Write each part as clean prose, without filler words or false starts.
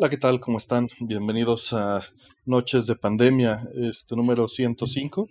Hola, ¿qué tal? ¿Cómo están? Bienvenidos a Noches de Pandemia, número 105,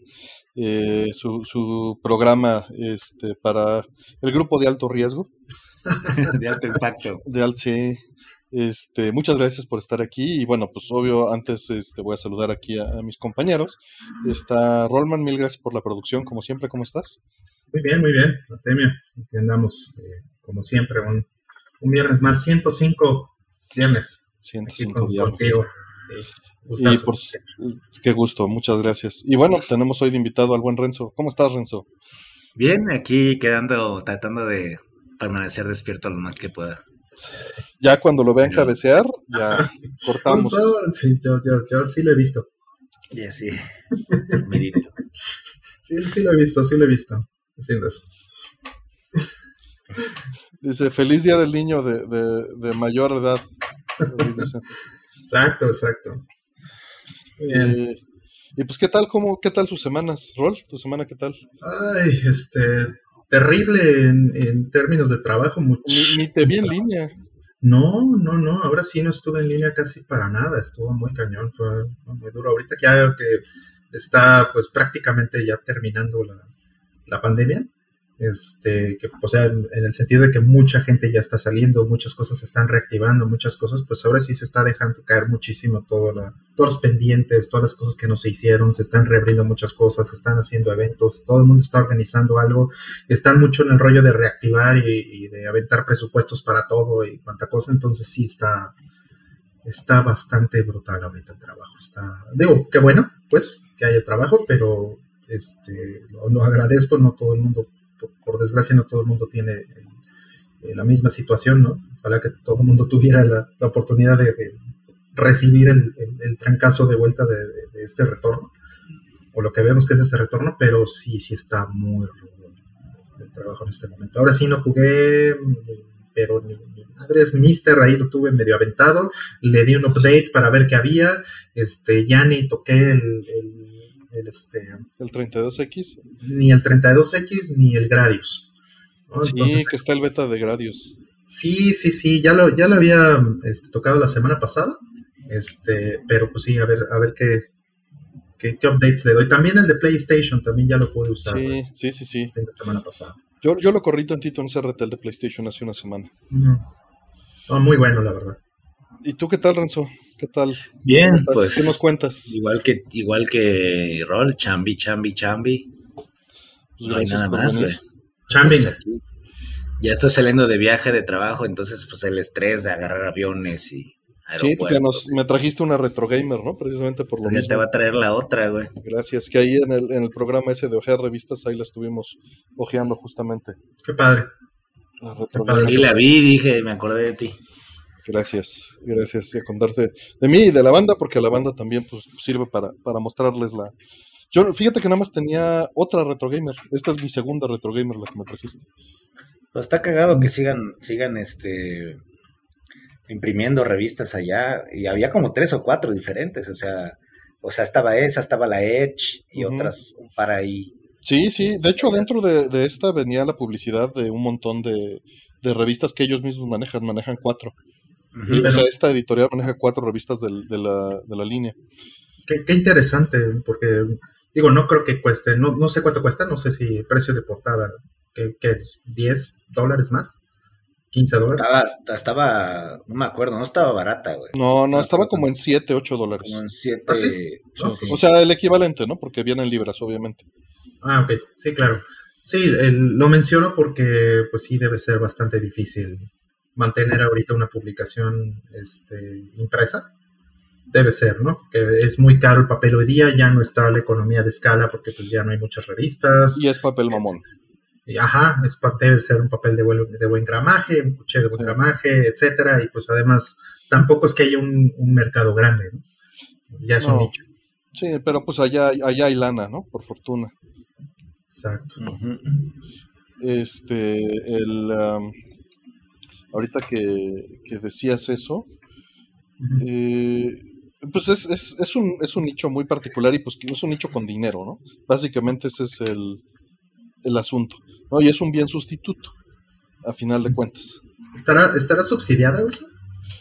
su programa para el grupo de alto riesgo, De alto impacto. sí. Muchas gracias por estar aquí y bueno, pues obvio, antes voy a saludar aquí a mis compañeros. Está Rolman, mil gracias por la producción, como siempre, ¿cómo estás? Muy bien, Artemio. Aquí andamos, como siempre, un viernes más, 105 viernes. 105 viernes. Contigo. Gustazo. Qué gusto, muchas gracias. Y bueno, tenemos hoy de invitado al buen Renzo. ¿Cómo estás, Renzo? Bien, aquí tratando de permanecer despierto lo más que pueda. Ya cuando lo vean cabecear, ya cortamos. Sí, yo sí lo he visto. Ya sí, dormidito. Sí lo he visto haciendo eso. Dice, feliz día del niño de mayor edad. Exacto. Muy bien. Y pues, ¿qué tal sus semanas? Rol, ¿tu semana qué tal? Ay, terrible en términos de trabajo. Ni te vi en línea. No, ahora sí no estuve en línea casi para nada, estuvo muy cañón, fue muy duro. Ahorita que está pues prácticamente ya terminando la pandemia, o sea, en el sentido de que mucha gente ya está saliendo, muchas cosas se están reactivando, muchas cosas, pues ahora sí se está dejando caer muchísimo todos los pendientes, todas las cosas que no se hicieron, se están reabriendo muchas cosas, se están haciendo eventos, todo el mundo está organizando algo, están mucho en el rollo de reactivar y de aventar presupuestos para todo y cuanta cosa, entonces sí está bastante brutal ahorita el trabajo. Digo, qué bueno, pues, que haya trabajo, pero lo agradezco, no todo el mundo, por desgracia no todo el mundo tiene la misma situación, ¿no? Ojalá que todo el mundo tuviera la oportunidad de recibir el trancazo de vuelta de este retorno, o lo que vemos que es este retorno, pero sí está muy rudo el trabajo en este momento. Ahora sí no jugué, pero ni madres, Mister ahí lo tuve medio aventado, le di un update para ver qué había, ya ni toqué el 32X. Ni el 32X ni el Gradius, ¿no? Sí, entonces, que está el beta de Gradius. Sí, ya lo había tocado la semana pasada, pero pues sí, a ver qué updates le doy. También el de PlayStation también ya lo pude usar. Sí. La semana pasada. Yo lo corrí tantito en ese retail de PlayStation hace una semana. Muy bueno, la verdad. ¿Y tú qué tal, Renzo? ¿Qué tal? Bien, pues. ¿Qué nos cuentas? Igual que Rol, chambi. Pues no hay nada más, güey. Chambi. Pues ya estoy saliendo de viaje de trabajo, entonces pues el estrés de agarrar aviones y aeropuertos. Sí, me trajiste una retro gamer, ¿no? Precisamente por lo mismo. Ya te va a traer la otra, güey. Gracias, que ahí en el programa ese de ojear revistas, ahí la estuvimos ojeando justamente. Qué padre. La retro gamer. Sí, la vi, dije, me acordé de ti. Gracias de contarte de mí y de la banda, porque la banda también pues sirve para mostrarles Yo, fíjate que nada más tenía otra retro gamer. Esta es mi segunda retro gamer, la que me trajiste. Pues está cagado que sigan imprimiendo revistas allá, y había como 3 o 4 diferentes, o sea, estaba la Edge y otras para ahí. Sí, de hecho dentro de esta venía la publicidad de un montón de revistas que ellos mismos manejan 4. O sea, esta editorial maneja 4 revistas de la línea. Qué interesante, porque digo, no creo que cueste, no sé cuánto cuesta, no sé si precio de portada, que es $10 más, $15. Estaba, no me acuerdo, no estaba barata, güey. No, estaba como en $7, $8. Como en 7. ¿Ah, sí? Sí. O sea, el equivalente, ¿no? Porque vienen libras, obviamente. Ah, ok, sí, claro. Sí, lo menciono porque pues sí debe ser bastante difícil mantener ahorita una publicación impresa. Debe ser, ¿no? Que es muy caro el papel hoy día, ya no está la economía de escala porque pues ya no hay muchas revistas. Y es papel mamón. Ajá, debe ser un papel de buen gramaje, un cuché de buen gramaje, etcétera, y pues además tampoco es que haya un mercado grande, ¿no? Ya es un nicho. Sí, pero pues allá hay lana, ¿no? Por fortuna. Exacto. Ahorita que decías eso, pues es un nicho muy particular y pues es un nicho con dinero, ¿no? Básicamente ese es el asunto, ¿no? Y es un bien sustituto, a final de cuentas. ¿Estará subsidiada eso?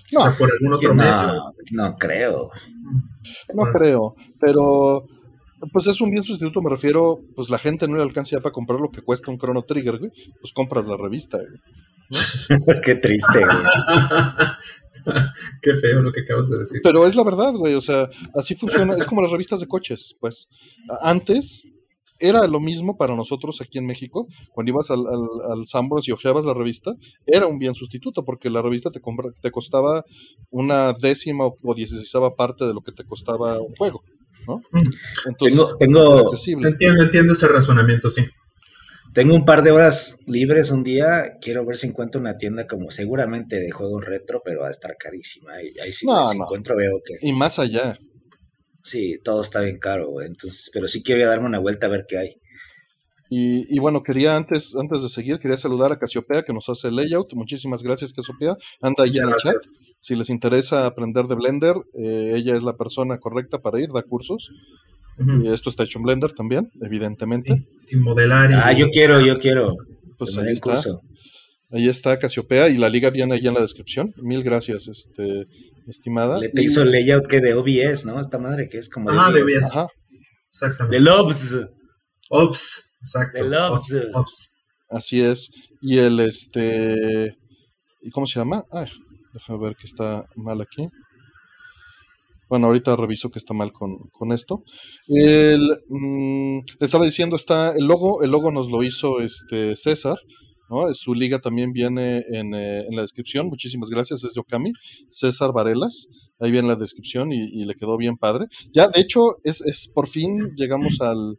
O sea, No, por algún otro medio. No creo. no creo, pero pues es un bien sustituto, me refiero, pues la gente no le alcanza ya para comprar lo que cuesta un Chrono Trigger, güey, pues compras la revista, güey. Qué triste, güey. Qué feo lo que acabas de decir. Pero es la verdad, güey, o sea, así funciona, es como las revistas de coches, pues. Antes era lo mismo para nosotros aquí en México, cuando ibas al Sanborns y hojeabas la revista, era un bien sustituto, porque la revista te costaba una 10ª o 16ª parte de lo que te costaba un juego, ¿no? Entonces, era accesible. Entiendo ese razonamiento, sí. Tengo un par de horas libres un día, quiero ver si encuentro una tienda como seguramente de juegos retro, pero va a estar carísima. Ahí sí, si encuentro veo que... Y más allá. Sí, todo está bien caro, güey. Entonces, pero sí quiero ir a darme una vuelta a ver qué hay. Y bueno, quería antes de seguir, quería saludar a Casiopea que nos hace el layout. Muchísimas gracias, Casiopea. Anda ahí en el chat. Si les interesa aprender de Blender, ella es la persona correcta para ir, da cursos. Y esto está hecho en Blender también, evidentemente. Sí, modelar. Yo quiero. Pues ahí está. Curso. Ahí está Casiopea y la liga viene ahí en la descripción. Mil gracias, estimada. Le hizo el layout que de OBS, ¿no? Esta madre que es como de OBS. Ajá. Exactamente. De LOBS. Ops, exacto. De LOBS. Ops. Así es. Y el ¿y cómo se llama? Ay, déjame ver que está mal aquí. Bueno, ahorita reviso que está mal con esto. Le estaba diciendo, está el logo nos lo hizo César, ¿no? Su liga también viene en la descripción. Muchísimas gracias, es de Okami, César Varelas. Ahí viene la descripción y le quedó bien padre. Ya, de hecho, es por fin llegamos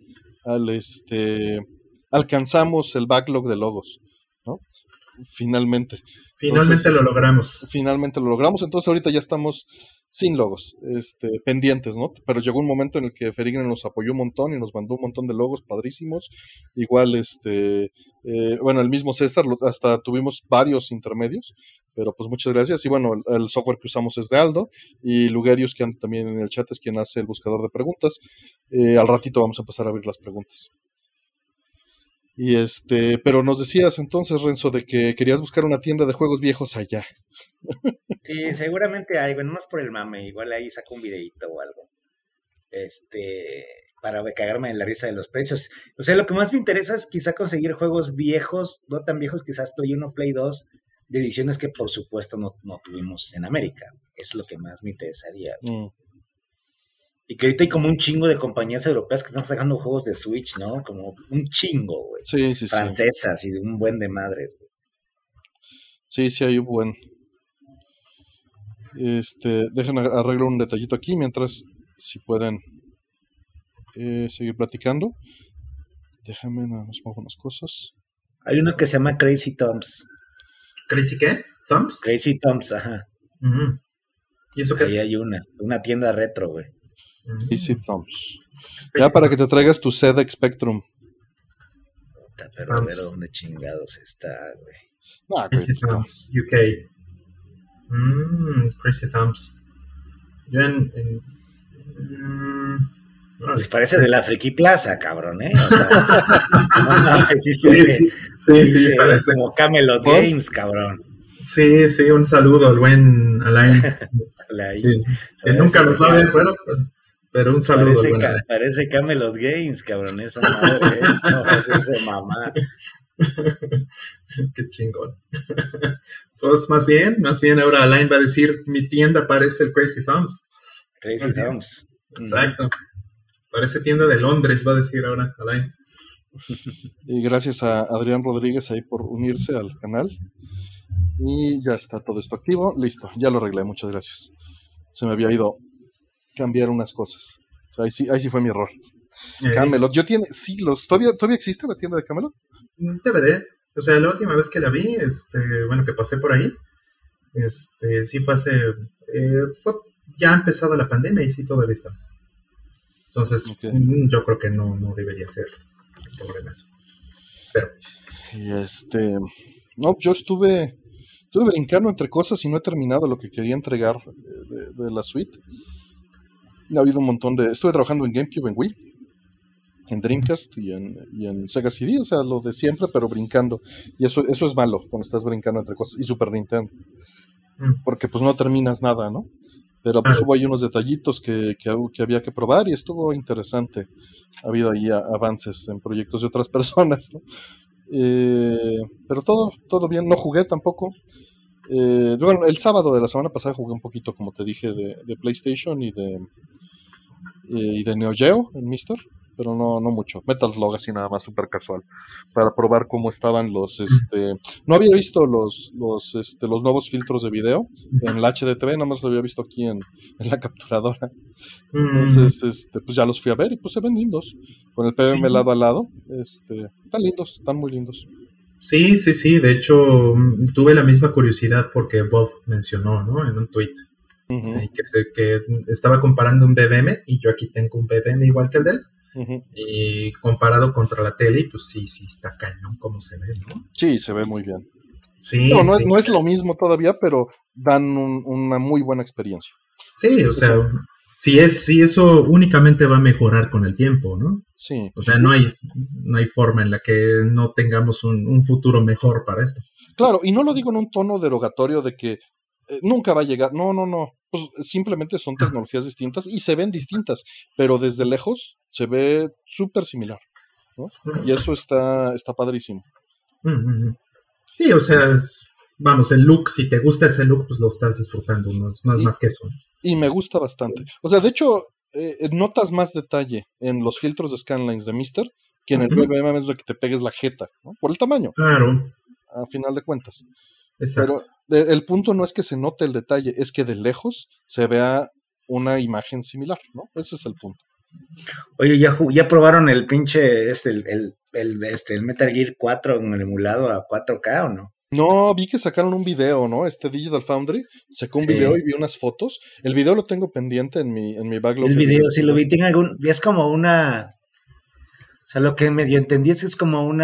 alcanzamos el backlog de logos, ¿no? Finalmente. Entonces, lo logramos. Finalmente lo logramos. Entonces ahorita ya estamos sin logos, pendientes, ¿no? Pero llegó un momento en el que Ferigren nos apoyó un montón y nos mandó un montón de logos padrísimos. Igual, bueno, el mismo César, hasta tuvimos varios intermedios, pero pues muchas gracias. Y bueno, el software que usamos es de Aldo, y Lugerius, que anda también en el chat, es quien hace el buscador de preguntas. Al ratito vamos a empezar a abrir las preguntas. Y pero nos decías entonces, Renzo, de que querías buscar una tienda de juegos viejos allá. Sí, seguramente hay, bueno, más por el mame, igual ahí saco un videito o algo. Para cagarme en la risa de los precios. O sea, lo que más me interesa es quizá conseguir juegos viejos, no tan viejos, quizás Play 1, Play 2, de ediciones que por supuesto no tuvimos en América. Es lo que más me interesaría. Y que ahorita hay como un chingo de compañías europeas que están sacando juegos de Switch, ¿no? Como un chingo, güey. Sí. Francesas y de un buen de madres, güey. Sí, hay un buen. Dejen arreglo un detallito aquí mientras, si pueden seguir platicando. Déjame nada más pongo unas cosas. Hay uno que se llama Crazy Thumbs. ¿Crazy qué? ¿Thumbs? Crazy Thumbs, ajá. ¿Y eso qué es? Ahí hay una tienda retro, güey. Crazy Thumbs. Ya para que te traigas tu ZX Spectrum. Pero a ver dónde chingados está, güey. Crazy Thumbs, UK. Crazy Thumbs. Yo pues parece de la Friki Plaza, cabrón, ¿eh? O sea, sí, parece como Camelot Games, cabrón. Sí, un saludo al buen Alain. Que nunca nos va a ver, pero un saludo. Parece Camelot Games, cabrón, esa madre, ¿eh? No va a hacerse mamá. Qué chingón. Pues más bien ahora Alain va a decir, mi tienda parece el Crazy Thumbs. Crazy Thumbs. Exacto. Parece tienda de Londres, va a decir ahora Alain. Y gracias a Adrián Rodríguez ahí por unirse al canal. Y ya está todo esto activo. Listo, ya lo arreglé, muchas gracias. Se me había ido cambiar unas cosas. O sea, ahí sí fue mi error. Camelot, yo tiene siglos. ¿Todavía existe la tienda de Camelot? DVD. O sea, la última vez que la vi, bueno, que pasé por ahí, sí fue fue ya empezada la pandemia y sí todavía está. Entonces, yo creo que no debería ser el problema eso. Pero. Y no, yo estuve brincando entre cosas y no he terminado lo que quería entregar de la suite. Ha habido un montón estuve trabajando en GameCube, en Wii, en Dreamcast y en Sega CD, o sea, lo de siempre, pero brincando. Y eso es malo, cuando estás brincando entre cosas. Y Super Nintendo. porque pues no terminas nada, ¿no? Pero pues hubo ahí unos detallitos que había que probar y estuvo interesante. Ha habido ahí avances en proyectos de otras personas, ¿no? Pero todo bien. No jugué tampoco. Bueno, el sábado de la semana pasada jugué un poquito, como te dije, de PlayStation y de Neo Geo en Mister, pero no mucho. Metal Slug así nada más súper casual, para probar cómo estaban los, no había visto los nuevos filtros de video en la HDTV, nada más lo había visto aquí en la capturadora. Entonces, pues ya los fui a ver y pues se ven lindos, con el PBM lado a lado, están lindos, están muy lindos. Sí, de hecho tuve la misma curiosidad porque Bob mencionó, ¿no? En un tweet. Que estaba comparando un BBM y yo aquí tengo un BBM igual que el de él. Y comparado contra la tele, pues sí está cañón como se ve, ¿no? Sí, se ve muy bien. Sí, no es lo mismo todavía, pero dan una muy buena experiencia. Sí, o sea, si eso únicamente va a mejorar con el tiempo, ¿no? Sí. O sea, no hay forma en la que no tengamos un futuro mejor para esto. Claro, y no lo digo en un tono derogatorio de que nunca va a llegar. No. Pues simplemente son tecnologías distintas y se ven distintas, pero desde lejos se ve súper similar, ¿no? Y eso está padrísimo. Sí, o sea, vamos, el look, si te gusta ese look, pues lo estás disfrutando, no es más que eso. Y me gusta bastante. O sea, de hecho, notas más detalle en los filtros de scanlines de Mister que en el BBM es lo que te pegues la jeta, ¿no? Por el tamaño. Claro. A final de cuentas. Exacto. Pero el punto no es que se note el detalle, es que de lejos se vea una imagen similar, ¿no? Ese es el punto. Oye, ¿ya probaron el pinche el Metal Gear 4 en el emulado a 4K o no? No, vi que sacaron un video, ¿no? Digital Foundry sacó un video y vi unas fotos. El video lo tengo pendiente en mi backlog. El video sí lo vi, es como una... O sea, lo que medio entendí es que es como un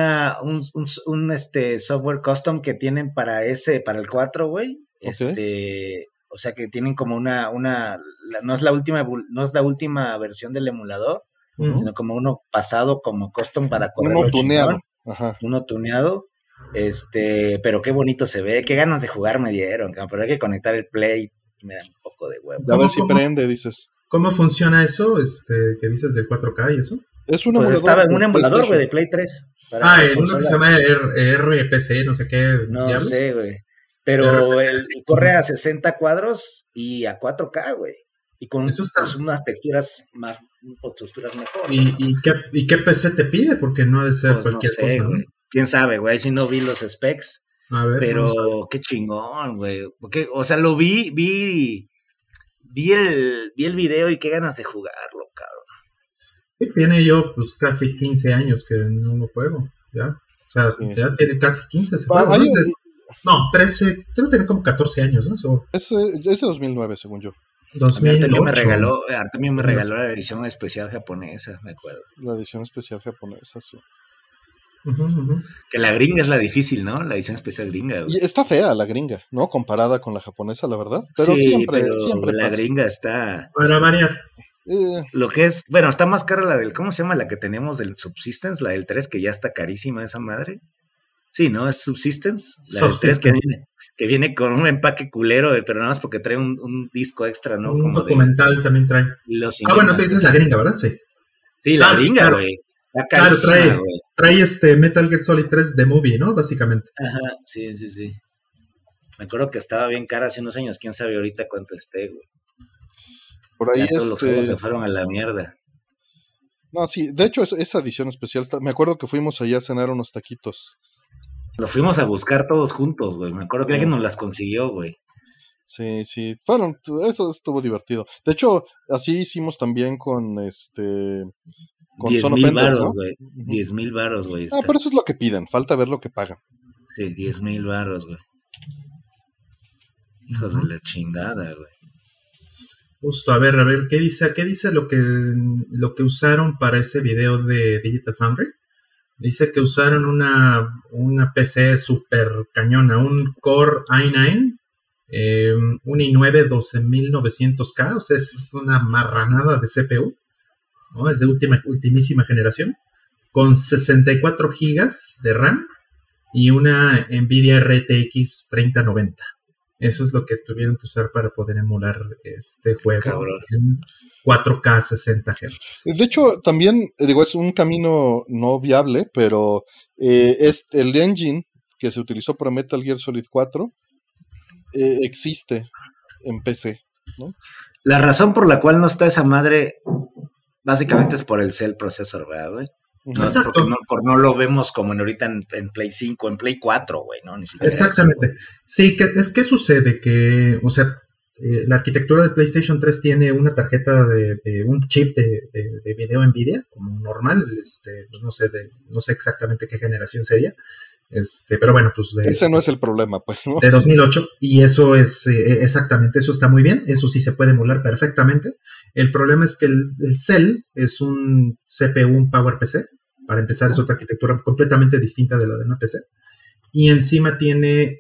software custom que tienen para el 4, güey. Okay. O sea, que tienen como no es la última versión del emulador, sino como uno pasado como custom para correr. Uno tuneado. Ajá. Uno tuneado. Pero qué bonito se ve, qué ganas de jugar me dieron, pero hay que conectar el Play y me dan un poco de huevo. A ver si prende, dices. ¿Cómo funciona eso? Que dices del 4K y eso. Es un emulador. Estaba en un emulador, güey, de Play 3. En uno que se llama RPC, no sé qué. No diablos. Sé, güey. Pero corre a 60 cuadros y a 4K, güey. Y con unas texturas mejor. ¿Y qué PC te pide? Porque no ha de ser pues cualquier cosa, ¿no? Quién sabe, güey. Si no vi los specs. A ver, pero qué chingón, güey. Porque, o sea, lo vi el video y qué ganas de jugarlo, cabrón. Tiene yo pues casi 15 años que no lo juego, ya. O sea, ya tiene casi 15 ese juego. No, 13, creo que tiene como 14 años, ¿no? Es de 2009, según yo. 2008. Artemio me regaló la edición especial japonesa, me acuerdo. La edición especial japonesa, sí. Que la gringa es la difícil, ¿no? La edición especial gringa, güey. Y está fea la gringa, ¿no? Comparada con la japonesa, la verdad. Pero siempre la pasa. Gringa está... Para variar. Lo que es, bueno, está más cara la del, ¿cómo se llama? La que tenemos del Subsistence, la del 3, que ya está carísima esa madre. Sí, ¿no? Es Subsistence. La del 3 que viene con un empaque culero, pero nada más porque trae un disco extra, ¿no? Un como documental también trae. Bueno, tú dices la gringa, ¿verdad? Sí. Sí, la gringa, güey. Claro, trae Metal Gear Solid 3 The Movie, ¿no? Básicamente. Ajá, sí. Me acuerdo que estaba bien cara hace unos años, quién sabe ahorita cuánto esté, güey. Por ahí todos los juegos se fueron a la mierda. No, sí, de hecho esa edición especial, me acuerdo que fuimos allá a cenar unos taquitos. Lo fuimos a buscar todos juntos, güey. Me acuerdo que alguien nos las consiguió, güey. Sí, eso estuvo divertido. De hecho, así hicimos también con 10,000 varos, güey. 10,000 varos, güey. Pero eso es lo que piden, falta ver lo que pagan. Sí, 10,000 varos, güey. Hijos de la chingada, güey. Justo, a ver, ¿qué dice lo que usaron para ese video de Digital Foundry? Dice que usaron una PC super cañona, un Core i9, un i9 12900K, o sea, es una marranada de CPU, ¿no? Es de ultimísima generación, con 64 GB de RAM y una Nvidia RTX 3090. Eso es lo que tuvieron que usar para poder emular este juego Cabrón. en 4K 60 Hz. De hecho, también, digo, es un camino no viable, pero el engine que se utilizó para Metal Gear Solid 4 existe en PC, ¿no? La razón por la cual no está esa madre, básicamente es por el Cell Processor, ¿verdad, güey? No, Exacto. porque no lo vemos como ahorita en Play 5, en Play 4, güey, ¿no? Ni siquiera Exactamente. eso, Sí, ¿qué sucede? Que, o sea, la arquitectura de PlayStation 3 tiene una tarjeta de un chip de video NVIDIA, como normal, pues no sé exactamente qué generación sería, pero bueno, pues Ese no es el problema, pues, ¿no? de 2008, y eso es exactamente, eso está muy bien, eso sí se puede emular perfectamente. El problema es que el Cell es un CPU, un PowerPC, para empezar es otra arquitectura completamente distinta de la de una PC, y encima tiene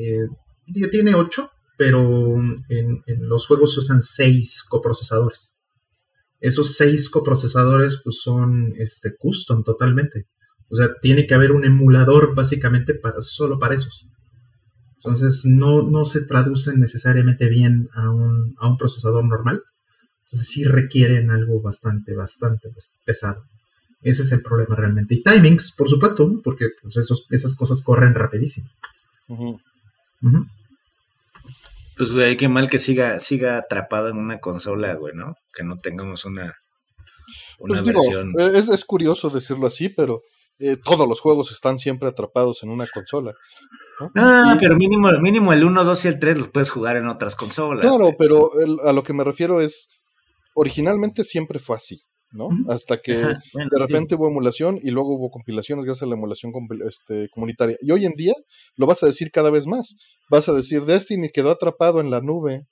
8, pero en los juegos se usan 6 coprocesadores. Esos 6 coprocesadores pues son custom totalmente. O sea, tiene que haber un emulador básicamente solo para esos. Entonces no se traducen necesariamente bien a un procesador normal. Entonces sí requieren algo bastante pesado. Ese es el problema realmente. Y timings, por supuesto, ¿no? Porque pues esas cosas corren rapidísimo. Uh-huh. Uh-huh. Pues, güey, qué mal que siga atrapado en una consola, güey, ¿no? Que no tengamos una Pues versión. digo, es curioso decirlo así, pero todos los juegos están siempre atrapados en una consola, ¿no? Pero mínimo el 1, 2 y el 3 los puedes jugar en otras consolas. Claro, güey. pero a lo que me refiero es, originalmente siempre fue así, ¿no? Hasta que Ajá, bueno, de repente hubo emulación y luego hubo compilaciones gracias a la emulación comunitaria. Y hoy en día lo vas a decir cada vez más. Vas a decir, Destiny quedó atrapado en la nube.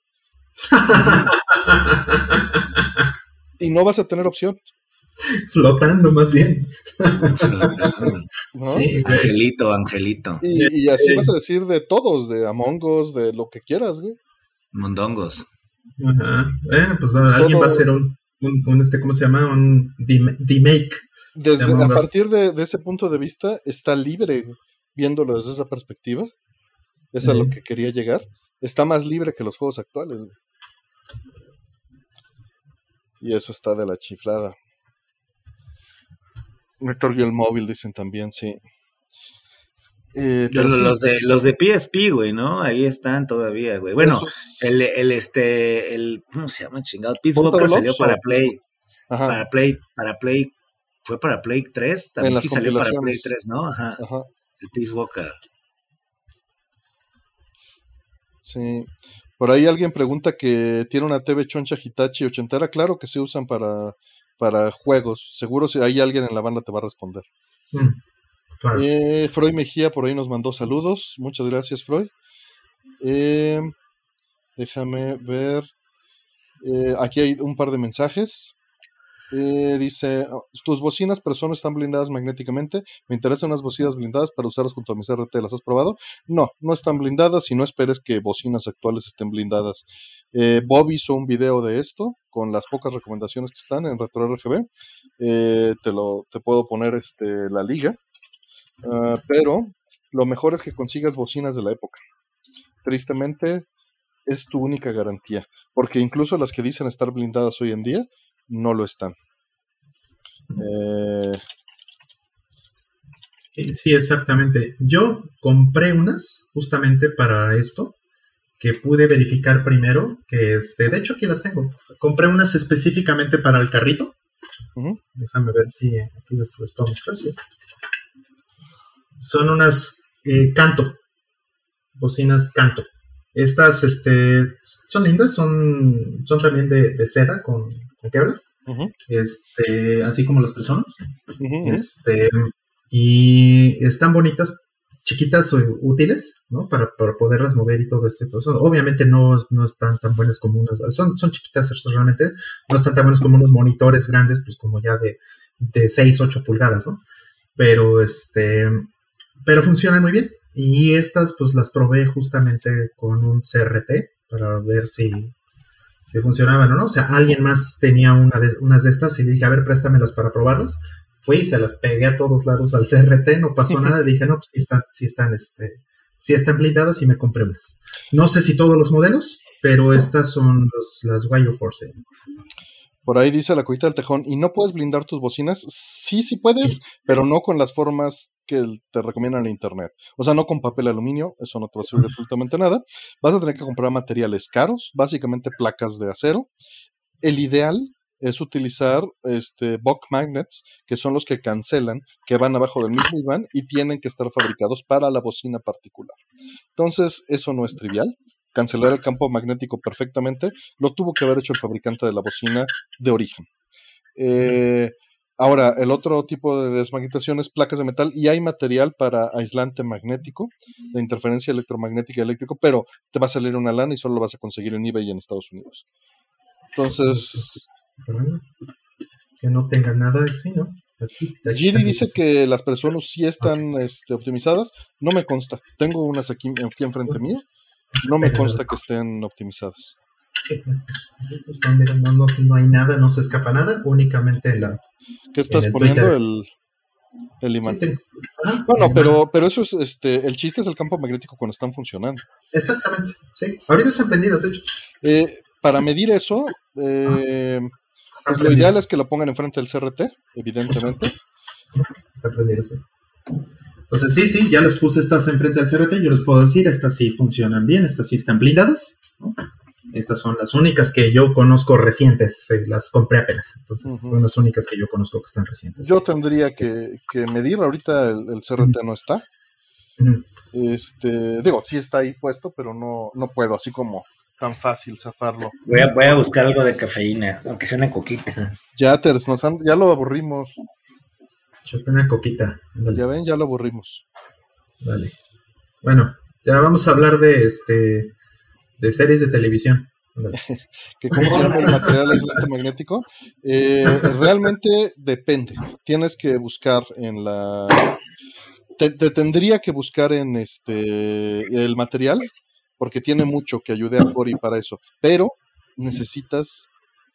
Y no vas a tener opción. Flotando más bien. ¿No? Sí, güey. Angelito. Y así vas a decir de todos, de Among Us, de lo que quieras, güey. Mondongos. Ajá. Bueno, pues alguien va a hacer un ¿cómo se llama? Un remake. A partir de ese punto de vista, está libre, güey, viéndolo desde esa perspectiva. Es a lo que quería llegar. Está más libre que los juegos actuales, güey. Y eso está de la chiflada. Metal Gear Mobile dicen también, sí. Pero los de PSP, güey, ¿no? Ahí están todavía, güey. Bueno, el ¿cómo se llama, chingado? Peace Walker salió para Play. Ajá. Para Play. ¿Fue para Play 3? También sí salió para Play 3, ¿no? Ajá. El Peace Walker. Sí. Por ahí alguien pregunta que tiene una TV choncha Hitachi ochentera. Claro que se usan para juegos. Seguro si hay alguien en la banda te va a responder. Claro. Freud Mejía por ahí nos mandó saludos. Muchas gracias, Freud. Déjame ver. Aquí hay un par de mensajes. Dice, tus bocinas Persona están blindadas magnéticamente. Me interesan unas bocinas blindadas para usarlas junto a mis RT. ¿Las has probado? No están blindadas y no esperes que bocinas actuales estén blindadas. Bob hizo un video de esto con las pocas recomendaciones que están en RetroRGB. Te puedo poner la liga. Pero lo mejor es que consigas bocinas de la época. Tristemente es tu única garantía, porque incluso las que dicen estar blindadas hoy en día no lo están. Sí, exactamente. Yo compré unas justamente para esto, que pude verificar primero, que de hecho aquí las tengo. Compré unas específicamente para el carrito. Uh-huh. Déjame ver si aquí les puedo mostrar. Sí. Son unas Kanto, bocinas Kanto. Estas son lindas, son también de seda con Kevlar. Uh-huh. Así como las personas. Uh-huh. Y están bonitas, chiquitas o útiles, ¿no? Para poderlas mover y todo esto y todo eso. Obviamente no están tan buenas como unas, son chiquitas realmente, no están tan buenas como unos monitores grandes, pues como ya de 6, 8 pulgadas, ¿no? Pero funcionan muy bien. Y estas pues las probé justamente con un CRT para ver si funcionaban o no. O sea, alguien más tenía unas de estas y le dije, a ver, préstamelas para probarlas. Fui y se las pegué a todos lados al CRT, no pasó nada. Y dije, no, pues sí están sí están blindadas y me compré unas. No sé si todos los modelos, pero estas son las Wire Force. Por ahí dice la Cuita del Tejón, ¿y no puedes blindar tus bocinas? Sí, sí puedes, pero no con las formas que te recomiendan en internet. O sea, no con papel aluminio, eso no te va a servir absolutamente nada. Vas a tener que comprar materiales caros, básicamente placas de acero. El ideal es utilizar buck magnets, que son los que cancelan, que van abajo del mismo imán y tienen que estar fabricados para la bocina particular. Entonces, eso no es trivial. Cancelar el campo magnético perfectamente, lo tuvo que haber hecho el fabricante de la bocina de origen. Ahora, el otro tipo de desmagnetización es placas de metal y hay material para aislante magnético, de interferencia electromagnética y eléctrico, pero te va a salir una lana y solo lo vas a conseguir en eBay y en Estados Unidos. Entonces... Que no tenga nada, sí, ¿no? Giri dice que las personas sí están optimizadas. No me consta. Tengo unas aquí enfrente mío. No me consta que estén optimizadas. Sí, no hay nada, no se escapa nada, únicamente la... ¿Qué estás poniendo? El imán. Sí, bueno, pero eso es, el chiste es el campo magnético cuando están funcionando. Exactamente, sí. Ahorita están prendidas, de hecho. Para medir eso, pues lo ideal es que lo pongan enfrente del CRT, evidentemente. Están prendidas, sí. Entonces sí, ya les puse estas enfrente del CRT, yo les puedo decir, estas sí funcionan bien, estas sí están blindadas, ¿no? Estas son las únicas que yo conozco recientes, las compré apenas, entonces son las únicas que yo conozco que están recientes. Yo tendría que medir, ahorita el CRT no está, digo, sí está ahí puesto, pero no puedo, así como tan fácil zafarlo. Voy a buscar algo de cafeína, aunque sea una coquita. Ya lo aburrimos. Échate una coquita. Dale. Ya ven, ya lo aburrimos. Dale. Bueno, ya vamos a hablar de series de televisión. que ¿Cómo se llama el material aislante magnético? Realmente depende. Tienes que buscar en la... Te tendría que buscar en el material, porque tiene mucho que ayude a Cory para eso. Pero necesitas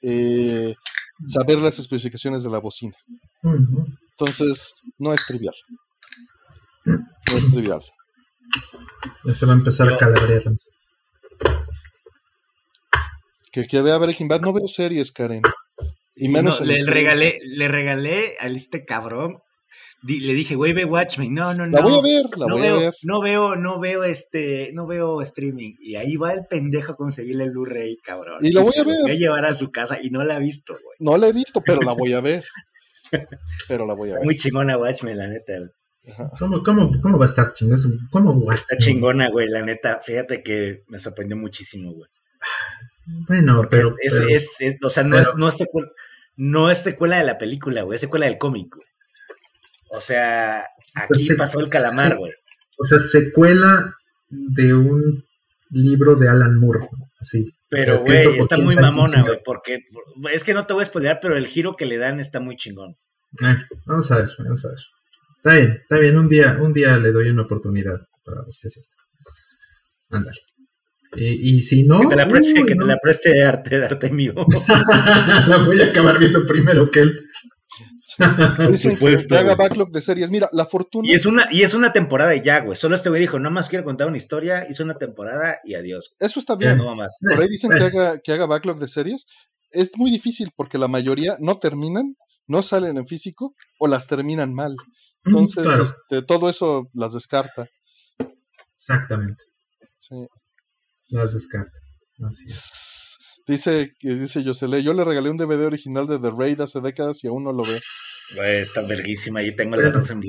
saber las especificaciones de la bocina. Entonces, no es trivial. No es trivial. Ya se va a empezar a calabrear. Que vea Breaking Bad. No veo series, Karen. Y menos le regalé a cabrón. Le dije, güey, ve Watchmen. No. La voy a ver. No veo streaming. Y ahí va el pendejo a conseguirle el Blu-ray, cabrón. Y la voy a ver. Voy a llevar a su casa y no la ha visto, güey. No la he visto, pero la voy a ver. Muy chingona Watchmen, la neta. ¿Cómo va a estar chingona? Está chingona, güey, la neta. Fíjate que me sorprendió muchísimo, güey. Bueno, pero o sea, no es secuela de la película, güey, es secuela del cómic, güey. O sea, aquí pasó el calamar, güey. O sea, secuela de un libro de Alan Moore, así. Pero, güey, está muy mamona, güey, porque es que no te voy a spoilear, pero el giro que le dan está muy chingón. Vamos a ver. Está bien, un día le doy una oportunidad para ver si es cierto. Ándale. Y si no... Que te la preste Artemio. La voy a acabar viendo primero que él. Dicen que haga backlog de series. Mira, La Fortuna. Y es una temporada ya, güey. Solo este güey dijo, no más quiero contar una historia, hizo una temporada y adiós. Eso está bien. No más. Por ahí dicen que haga backlog de series. Es muy difícil porque la mayoría no terminan, no salen en físico o las terminan mal. Entonces, claro. Todo eso las descarta. Exactamente. Sí. Las descarta. Así es. Dice Yosele, yo le regalé un DVD original de The Raid hace décadas y aún no lo ve. Güey, está verguísima. Yo tengo las dos en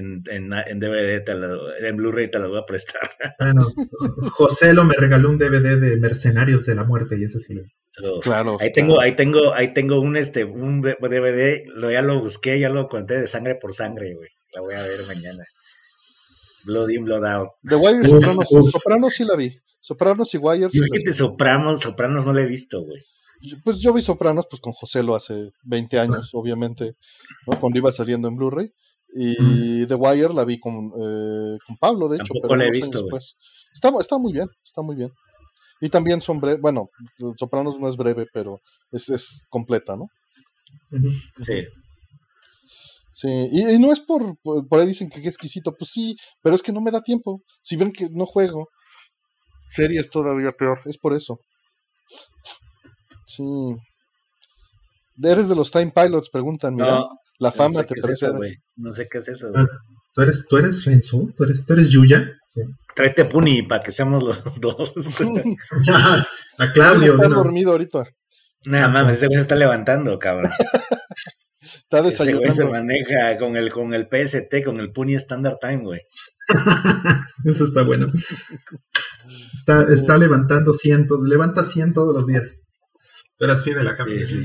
DVD, en Blu-ray te las voy a prestar. Bueno, Joselo me regaló un DVD de Mercenarios de la Muerte y ese sí lo vi. Claro. Ahí tengo un DVD, ya lo busqué, ya lo conté de Sangre por Sangre, güey. La voy a ver mañana. Blood in, Blood out. The Wire, Sopranos sí la vi. Sopranos y Wire. Yo vi que Sopranos no la he visto, güey. Pues yo vi Sopranos pues con Joselo hace 20 años, obviamente, ¿no? Cuando iba saliendo en Blu-ray. Y The Wire la vi con Pablo, de hecho. Tampoco la he visto, güey. Está muy bien, está muy bien. Y también son breves, bueno, Sopranos no es breve, pero es completa, ¿no? Sí. Sí, y no es por ahí dicen que es exquisito, pues sí, pero es que no me da tiempo. Si ven que no juego, series todavía peor, es por eso. Sí. ¿Eres de los Time Pilots? Preguntan, mira. No, La fama no sé te qué es parece. eso, güey. No sé qué es eso, güey. ¿Tú eres Renzo? ¿Tú eres Yuya? Sí. Tráete Puni para que seamos los dos. A Claudio. Está dormido ahorita. Nada mames, ese güey se está levantando, cabrón. Está Ese güey se desayunando. maneja con el PST, con el Puni Standard Time, güey. Eso está bueno. Está levantando 100, levanta 100 todos los días. Pero así de la cama. Sí.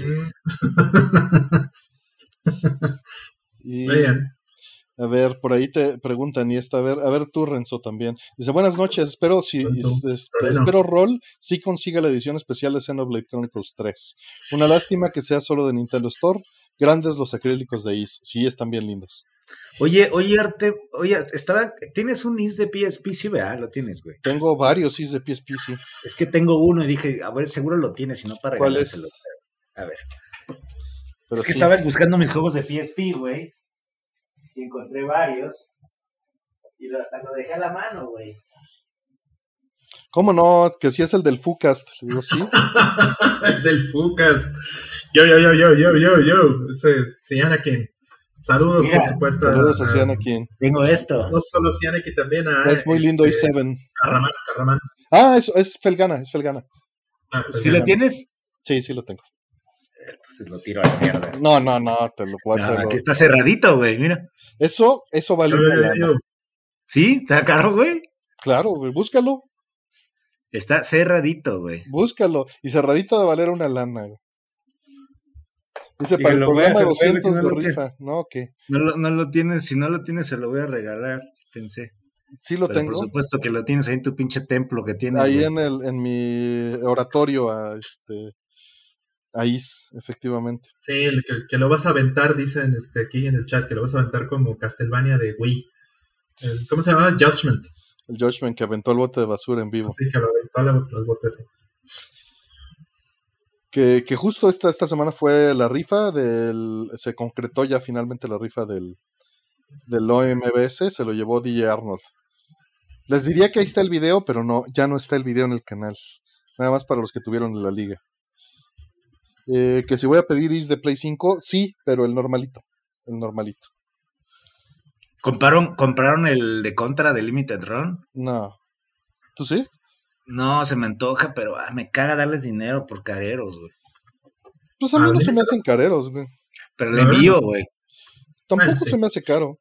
Y, Muy bien. a ver, por ahí te preguntan, y esta, a ver tú, Renzo, también. Dice, buenas noches, espero Roll sí consiga la edición especial de Xenoblade Chronicles 3. Una lástima que sea solo de Nintendo Store. Grandes los acrílicos de Is. Sí, están bien lindos. Oye, Arte, ¿tienes un Is de PSP? Sí, ¿verdad? Lo tienes, güey. Tengo varios Is de PSP, sí. Es que tengo uno y dije, a ver, seguro lo tienes, si no para regalárselo. ¿Cuál es? A ver. Pero es que sí. estaba buscando mis juegos de PSP, güey. Y encontré varios. Y hasta lo dejé a la mano, güey. ¿Cómo no? Que sí es el del Fucast. Le digo, sí. Del Fucast. Yo. Ese Cianakin. Saludos, Mira, por supuesto. Saludos a Cianakin. Tengo esto. No solo Cianakin, también a... Es muy lindo i7. Carraman. Ah, es Felgana, Pues ¿Sí lo tienes? Sí, sí lo tengo. Entonces lo tiro a la mierda. No, te lo cuento. No, aquí está cerradito, güey, mira. Eso vale una lana. ¿Sí? ¿Está caro, güey? Claro, güey, búscalo. Está cerradito, güey. Búscalo. Y cerradito de valer una lana, güey. Dice, Y para el lo voy a programa hacer, 200 si no de lo rifa. No, ¿qué? No lo tienes, si no lo tienes se lo voy a regalar, pensé. Sí lo Pero tengo. por supuesto que lo tienes ahí en tu pinche templo que tienes, Ahí güey. en mi oratorio a Is, efectivamente. Sí, que lo vas a aventar, dicen aquí en el chat, que lo vas a aventar como Castlevania de Wii. ¿Cómo se llama? Judgment. El Judgment que aventó el bote de basura en vivo. Sí, que lo aventó al bote ese. Que justo esta semana fue la rifa se concretó ya finalmente la rifa del OMBS, se lo llevó DJ Arnold. Les diría que ahí está el video, pero no, ya no está el video en el canal. Nada más para los que tuvieron la liga. Que si voy a pedir Is de Play 5, sí, pero el normalito. ¿Compraron el de Contra de Limited Run? No. ¿Tú sí? No, se me antoja, pero me caga darles dinero por careros, güey. Pues a mí no se me hacen careros, güey. Pero le envío, güey. Tampoco se me hace caro.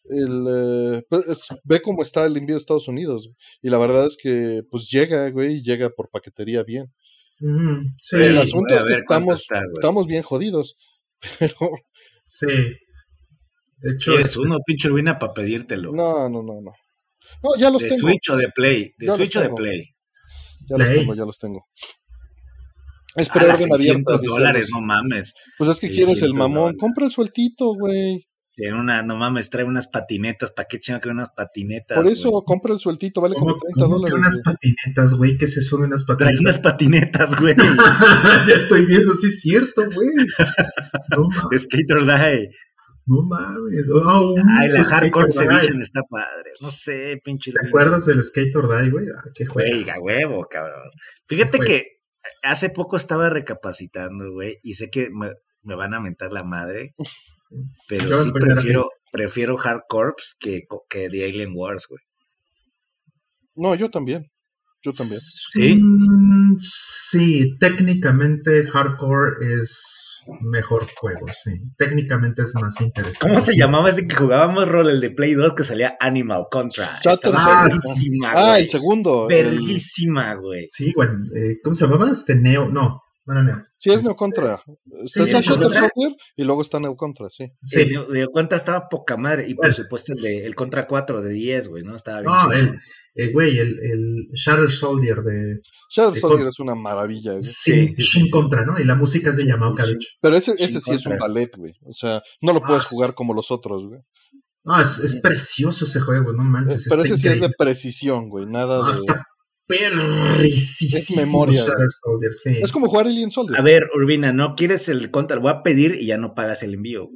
Ve cómo está el envío de Estados Unidos, güey. Y la verdad es que pues llega, güey, y llega por paquetería bien. Sí, el asunto es que estamos bien jodidos. Pero sí. De hecho, ¿quieres uno, pinche Urbina, para pedírtelo? No, ya los tengo. ¿De Switch o de Play? ¿De Switch o de Play? Ya los tengo. Es preorden abierta. $600, no mames. Pues es que quieres el mamón. Compra el sueltito, güey. No mames, trae unas patinetas. ¿Para qué chingo que unas patinetas? Por eso, compra el sueltito, vale como $30. Unas patinetas, güey. ¿Qué es eso de unas patinetas? Trae unas patinetas, güey. Ya estoy viendo, sí es cierto, güey. No mames. Skate or Die. No mames. La Hardcore Edition está padre. No sé, pinche. ¿Te acuerdas del Skate or Die, güey? Qué juego. Güey, a huevo, cabrón. Fíjate que hace poco estaba recapacitando, güey, y sé que me van a mentar la madre, pero sí prefiero Hard Corps que The Alien Wars, güey. No, yo también. ¿Sí? Sí, técnicamente Hardcore es mejor juego, sí. Técnicamente es más interesante. ¿Cómo se llamaba ese que jugábamos rol, el de Play 2 que salía Animal Contra? El segundo. Verguísima, güey. Sí, güey. ¿Cómo se llamaba? Neo. No Neo. Sí, es Neo Contra. Está Shutter Software y luego está Neo Contra, sí. Sí. Neo Contra estaba poca madre. Y por supuesto el Contra 4 de 10, güey, ¿no? Estaba bien. El Shatter Soldier de... Shatter Soldier es una maravilla, güey. Sí, Shin Contra, ¿no? Y la música es de Yamaoka, de hecho. Pero ese sí es un ballet, güey. O sea, no lo puedes jugar como los otros, güey. No, es precioso ese juego, no manches. Pero ese sí es de precisión, güey. Nada de... Está perricísimo. Es memoria. Soldier, sí. Es como jugar Alien Soldier. A ver, Urbina, ¿no quieres el Contra? Lo voy a pedir y ya no pagas el envío, güey.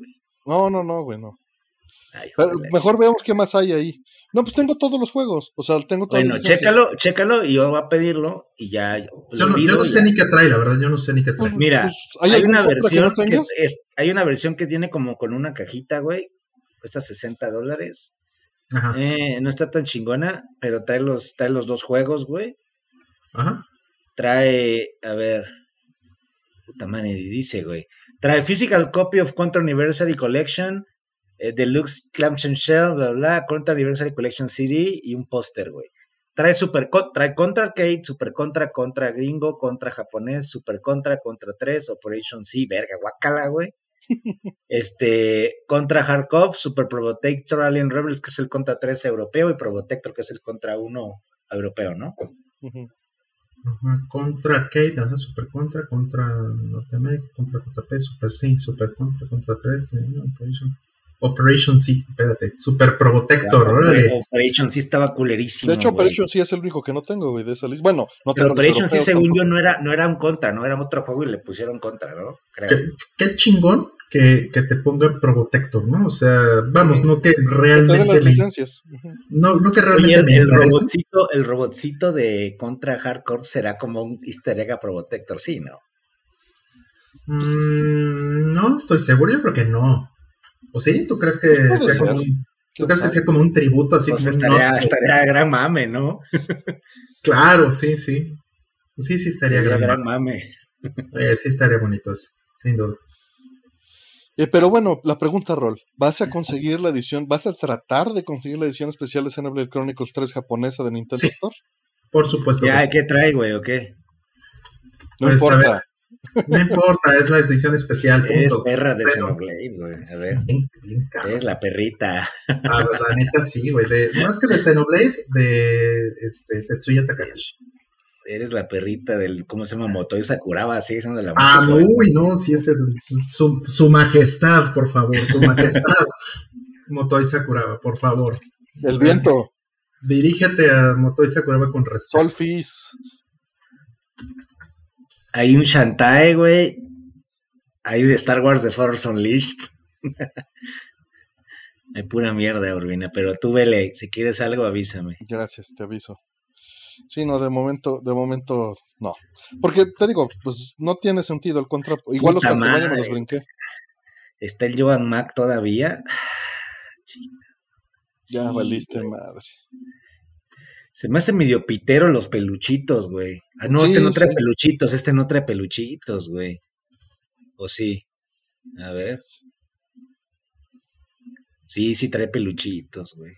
No, güey, no. Ay, Mejor veamos qué más hay ahí. No, pues tengo todos los juegos. O sea, tengo todas bueno, las licencias. chécalo y yo voy a pedirlo y ya. Pues, Yo no sé ni qué trae, la verdad, yo no sé ni qué trae. Mira, Pues, ¿hay hay algún una contra que versión no tengas? hay una versión que tiene como con una cajita, güey. Cuesta $60. Ajá, No está tan chingona, pero trae los 2 juegos, güey. ajá. Trae, a ver, puta madre, dice, güey. Trae Physical Copy of Contra Anniversary Collection, Deluxe Clamshell Shell, bla, bla, Contra Anniversary Collection CD y un póster, güey. Trae trae Contra Arcade, Super Contra Gringo, Contra Japonés, Super Contra 3, Operation C, verga, guacala, güey. Contra Kharkov, Super Probotector, Alien Rebels, que es el Contra 3 europeo, y Probotector, que es el Contra 1 europeo, ¿no? Ujú. Ajá, Contra Arcade, ajá, Super Contra Norteamérica, Contra JP, Super C, Super Contra 3, Operation C, espérate, Super Probotector, órale. Operation C estaba culerísimo. De hecho, güey. Operation sí es el único que no tengo, güey, de esa lista. Bueno, no Pero tengo los Operation C, europeos según tampoco. yo, no era un Contra, no era otro juego y le pusieron Contra, ¿no? Creo. Qué chingón que te pongan Probotector, ¿no? O sea, vamos, no que Que te den realmente las licencias. Ujú. no que Oye, realmente me interese. el robotcito de Contra Hardcore será como un easter egg a Probotector, sí, ¿no? No estoy seguro, yo creo que no. ¿O sí? ¿Tú crees que Puede sea ser. como un, ¿Quién sabe? sea como un tributo así Pues como un estaría gran mame, ¿no? Claro, sí. Sí estaría Sería gran. gran mame. Sí estaría bonito eso, sin duda. Pero bueno, la pregunta, Rol, ¿vas a conseguir la edición, vas a tratar de conseguir la edición especial de Xenoblade Chronicles 3 japonesa de Nintendo Sí. Store? Por supuesto Ya, que sí. ¿qué trae, güey, o qué? No Pues, a importa. No importa, es la edición especial, Eres punto. perra de Cero. Xenoblade, güey. A ver, Bien cabrón. eres la perrita. Ah, pues, la neta sí, güey. Más que de Xenoblade, de Tetsuya Takahashi. Eres la perrita del, ¿cómo se llama? Motoi Sakuraba, sigue siendo la Ah, música. uy, no, sí es su majestad, por favor, su majestad. Motoi Sakuraba, por favor. El viento, Dirígete a Motoi Sakuraba con respeto. Solfis. Hay un Shantae, güey. Hay de Star Wars The Force Unleashed. Hay pura mierda, Urbina, pero tú vele, si quieres algo avísame. Gracias, te aviso. Sí, no, de momento, no. Porque te digo, pues no tiene sentido el contra. Igual los Puta Castlevania me madre. los brinqué. ¿Está el Joan Mac todavía? Chinga. Ya Sí, valiste güey. madre. Se me hace medio pitero los peluchitos, güey. Ah, no, Sí, este no trae sí. peluchitos, güey. ¿O sí? A ver. Sí trae peluchitos, güey.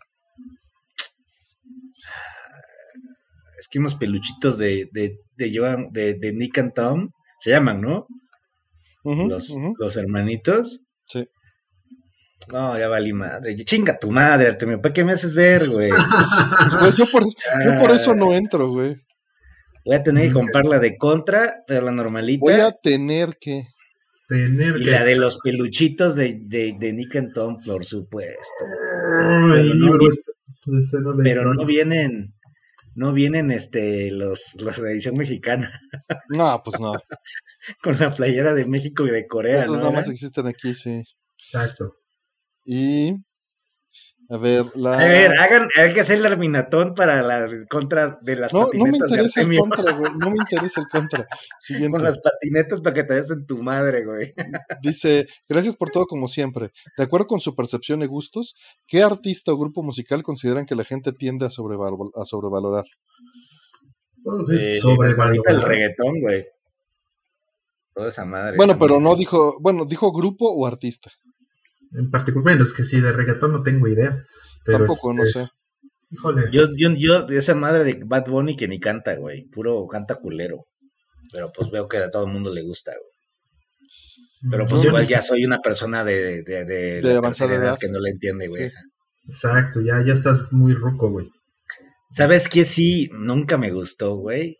Es que unos peluchitos de Nick and Tom se llaman, ¿no? Ujú, Los hermanitos. Sí. No, ya valí madre. Chinga tu madre, Artemio. ¿Para qué me haces ver, güey? Pues yo por eso no entro, güey. Voy a tener que comprar la de Contra, pero la normalita. Voy a tener que. Y la de los peluchitos de Nick and Tom, por supuesto. El libro de Xenoblade. Pero no vienen los de edición mexicana. No, pues no. Con la playera de México y de Corea. Esos ¿no? nada más existen aquí, sí. Exacto. Y. A ver, hay que hacer el arminatón para la contra de las no me patinetas de interesa el Artemio. contra, güey. No me interesa el contra. Siguiente. Con las patinetas para que te des en tu madre, güey. Dice, gracias por todo como siempre. De acuerdo con su percepción y gustos, ¿qué artista o grupo musical consideran que la gente tiende a sobrevalorar? Sobrevalorado. El reggaetón, güey. Toda esa madre. Bueno, esa pero música. no dijo, dijo grupo o artista. En particular, bueno, es que sí, de reggaetón no tengo idea. Pero Tampoco, no sé. Híjole. Yo, de esa madre de Bad Bunny que ni canta, güey. Puro canta culero. Pero pues veo que a todo el mundo le gusta, güey. Pero pues Yo igual no ya soy una persona de la avanzada tercera edad edad que no le entiende, güey. Sí. Exacto, ya estás muy ruco, güey. ¿Sabes qué? Sí, nunca me gustó, güey.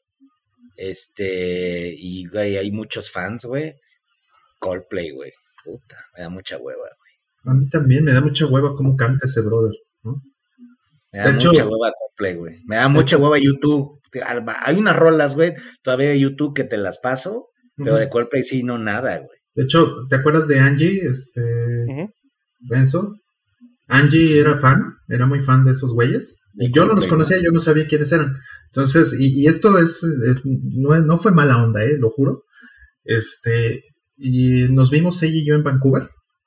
Y güey, hay muchos fans, güey. Coldplay, güey. Puta, me da mucha hueva, güey. A mí también me da mucha hueva cómo canta ese brother, ¿no? Me da mucha hueva Coldplay, güey. Me da mucha hueva YouTube. Hay unas rolas, güey, todavía de YouTube que te las paso, pero de Coldplay sí, no nada, güey. De hecho, ¿te acuerdas de Angie? Ujú. Benzo. Angie era muy fan de esos güeyes. Y yo no los conocía, yo no sabía quiénes eran. Entonces, y esto no fue mala onda, lo juro. Y nos vimos ella y yo en Vancouver,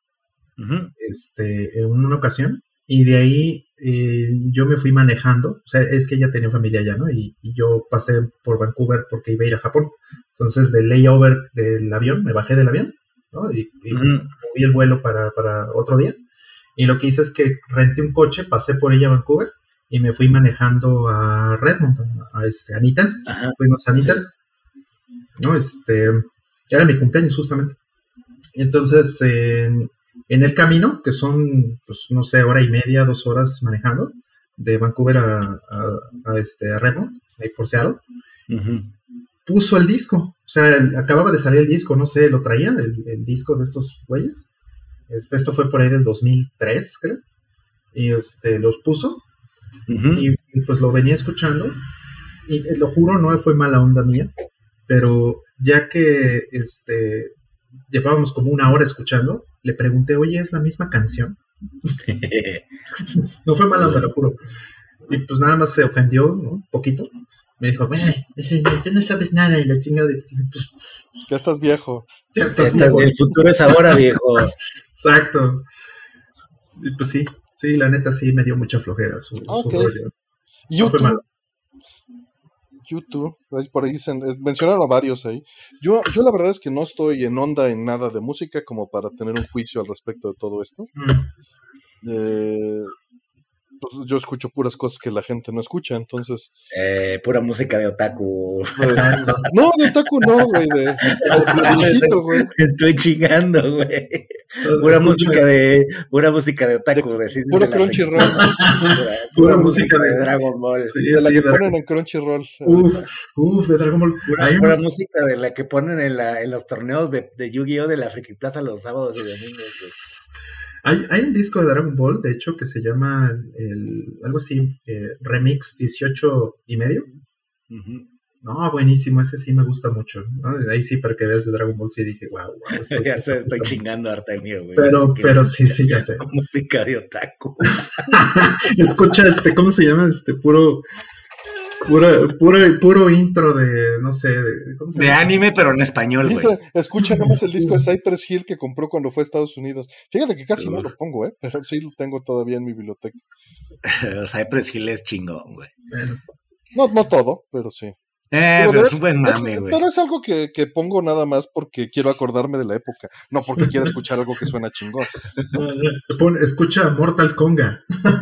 en una ocasión. Y de ahí yo me fui manejando. O sea, es que ella tenía familia allá, ¿no? Y yo pasé por Vancouver porque iba a ir a Japón. Entonces, del layover del avión, me bajé del avión, ¿no? Y moví el vuelo para otro día. Y lo que hice es que renté un coche, pasé por ella a Vancouver y me fui manejando a Redmond, a Nintendo. Fuimos a Nintendo. Sí. ¿No? Era mi cumpleaños justamente. Y entonces, en el camino, que son, pues, no sé, hora y media, 2 horas manejando, de Vancouver a Redmond, ahí por Seattle, puso el disco. O sea, acababa de salir el disco, no sé, lo traía, el disco de estos güeyes. Esto fue por ahí del 2003, creo. Y los puso. Y pues lo venía escuchando. Y lo juro, no fue mala onda mía. Pero ya que llevábamos como 1 hora escuchando, le pregunté, oye, ¿es la misma canción? No fue mala onda, lo juro. Y pues nada más se ofendió, ¿no? Un poquito. Me dijo, güey, tú no sabes nada. Y la chingada de... Pues, ya estás viejo. Ya estás viejo. El futuro es ahora, viejo. Exacto. Y pues sí, la neta sí me dio mucha flojera su rollo. YouTube, por ahí mencionaron a varios ahí. Yo la verdad es que no estoy en onda en nada de música como para tener un juicio al respecto de todo esto. Pues yo escucho puras cosas que la gente no escucha, entonces... pura música de otaku. No, de otaku no, güey, de viejito, güey. Te estoy chingando, güey. Pura música de otaku. Puro Crunchyroll. Pura música de Dragon Ball. Sí, de la que ponen en Crunchyroll. De Dragon Ball. Pura música de la que ponen en los torneos de Yu-Gi-Oh! De la Friki Plaza los sábados y domingos, güey. Hay un disco de Dragon Ball, de hecho, que se llama algo así, Remix 18 y medio. No, buenísimo, ese sí me gusta mucho, ¿no? Ahí sí, para que veas de Dragon Ball, sí dije, wow. Ya sé, estoy chingando a Artemio, güey. Pero sí, ya sé. Música de otaku. Escucha, ¿cómo se llama? Puro intro de, no sé, ¿cómo se llama? De anime, pero en español, güey. Escucha nomás el disco de Cypress Hill que compró cuando fue a Estados Unidos. Fíjate que casi no lo pongo, pero sí lo tengo todavía en mi biblioteca. Cypress Hill es chingón, güey. No todo, pero sí. Pero es un buen mame, güey. Pero es algo que pongo nada más porque quiero acordarme de la época, no porque quiero escuchar algo que suena chingón. Escucha Mortal Konga.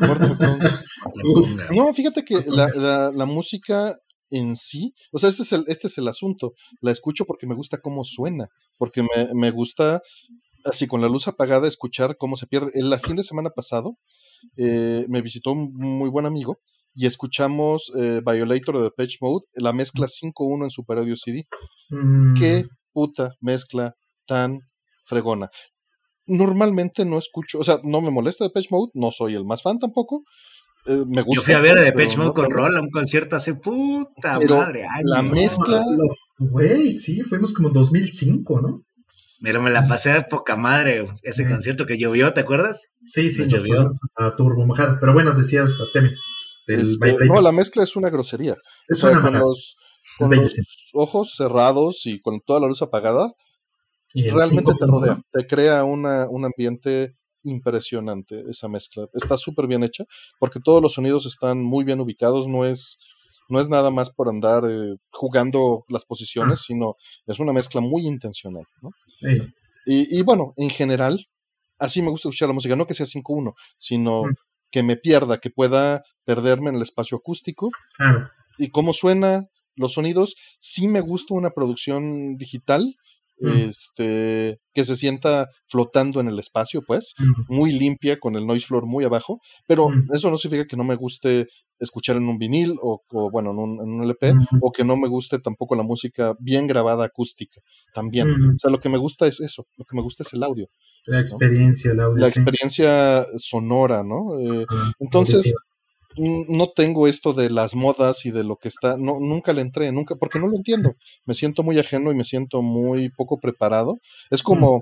No, fíjate que la música en sí, o sea, este es el asunto. La escucho porque me gusta cómo suena, porque me gusta, así con la luz apagada, escuchar cómo se pierde. El fin de semana pasado me visitó un muy buen amigo y escuchamos Violator de Depeche Mode, la mezcla 5:1 en Super Audio CD. Qué puta mezcla tan fregona. Normalmente no escucho, o sea, no me molesta Depeche Mode, no soy el más fan tampoco. Me gusta. Yo fui a ver a Depeche Mode con Roll a un concierto hace puta madre años. La mezcla... Güey, sí, fuimos como 2005, ¿no? Pero me la pasé de poca madre ese concierto que llovió, ¿te acuerdas? Sí, nos llovió a turbo mojada. Pero bueno, decías, Artemio. No, la mezcla es una grosería. Es una con los ojos cerrados y con toda la luz apagada, realmente te rodea. Te crea un ambiente impresionante esa mezcla. Está súper bien hecha porque todos los sonidos están muy bien ubicados. No es nada más por andar jugando las posiciones, sino es una mezcla muy intencional, ¿no? Sí. Y bueno, en general, así me gusta escuchar la música. No que sea 5:1, sino... que me pierda, que pueda perderme en el espacio acústico. Claro. Y cómo suena los sonidos. Sí me gusta una producción digital, que se sienta flotando en el espacio, pues, muy limpia, con el noise floor muy abajo, pero eso no significa que no me guste escuchar en un vinil, o bueno, en un LP, o que no me guste tampoco la música bien grabada acústica, también. O sea, lo que me gusta es eso, lo que me gusta es el audio. La experiencia, ¿no? El audio. La experiencia sonora, ¿no? Entonces, no tengo esto de las modas y de lo que está, nunca le entré, porque no lo entiendo. Me siento muy ajeno y me siento muy poco preparado. Es como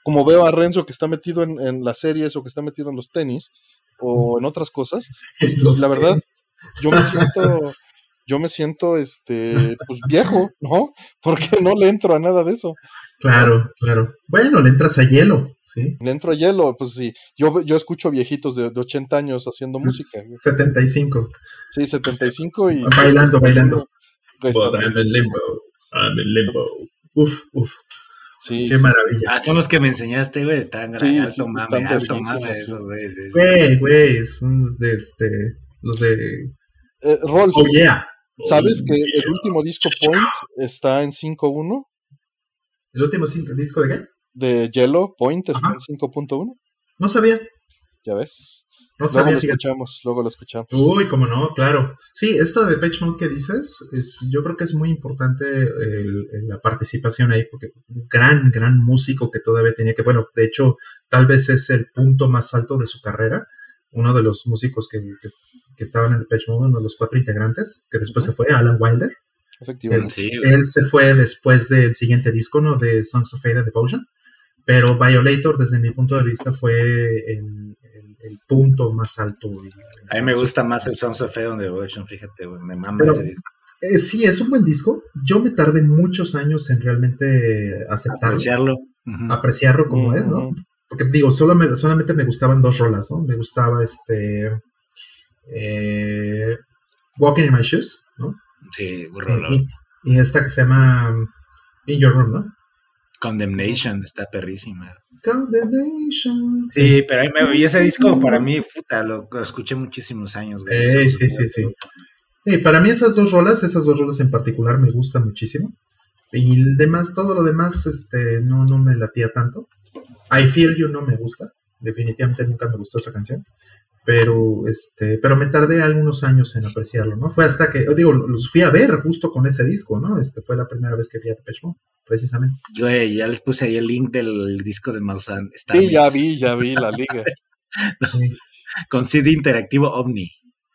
como veo a Renzo que está metido en las series o que está metido en los tenis o en otras cosas, la verdad, yo me siento pues viejo, ¿no? Porque no le entro a nada de eso. Claro. Bueno, le entras a hielo, ¿sí? Le entro a hielo, pues sí. Yo escucho viejitos de 80 años haciendo música. 75. Sí, 75 y... Bailando. But I'm in limbo. Uf. Sí, qué maravilla. Son los que me enseñaste, güey. Están Sí, alto mame verguísimos, esos, güey. Güey, son los de Rolf, Oh yeah. ¿sabes que el último disco Point está en 5.1? ¿El último disco de qué? De Yellow, Point, está Ajá. en 5.1. No sabía. Ya ves. No sabía, fíjate. Luego lo escuchamos. Uy, cómo no, claro. Sí, esto de Depeche Mode que dices, yo creo que es muy importante la participación ahí, porque gran músico que todavía tenía que, bueno, de hecho, tal vez es el punto más alto de su carrera. Uno de los músicos que estaban en Depeche Mode, uno de los 4 integrantes, que después se fue, Alan Wilder. Efectivamente. Sí, Él se fue después del siguiente disco, ¿no? De Songs of Fate and Devotion. Pero Violator, desde mi punto de vista, fue el punto más alto. A mí me gusta más el Songs of Fate and Devotion, fíjate, güey, me mama Pero, ese disco. Sí, es un buen disco. Yo me tardé muchos años en realmente aceptarlo. Apreciarlo como es, ¿no? Porque digo, solamente me gustaban 2 rolas, ¿no? Me gustaba Walking in My Shoes, ¿no? Sí, rollo. Y esta que se llama In Your Room, ¿no? Condemnation está perrísima. Condemnation. Sí, pero y ese disco para mí, puta, lo escuché muchísimos años, güey. Sí. Sí, para mí esas dos rolas en particular me gustan muchísimo. Y el demás, todo lo demás, no me latía tanto. I Feel You no me gusta. Definitivamente nunca me gustó esa canción. Pero me tardé algunos años en apreciarlo, ¿no? Fue hasta que, los fui a ver justo con ese disco, ¿no? Fue la primera vez que vi a Depeche Mode, precisamente. Yo ya les puse ahí el link del disco de Maussan. Sí, ya vi la liga. Con CD interactivo Omni.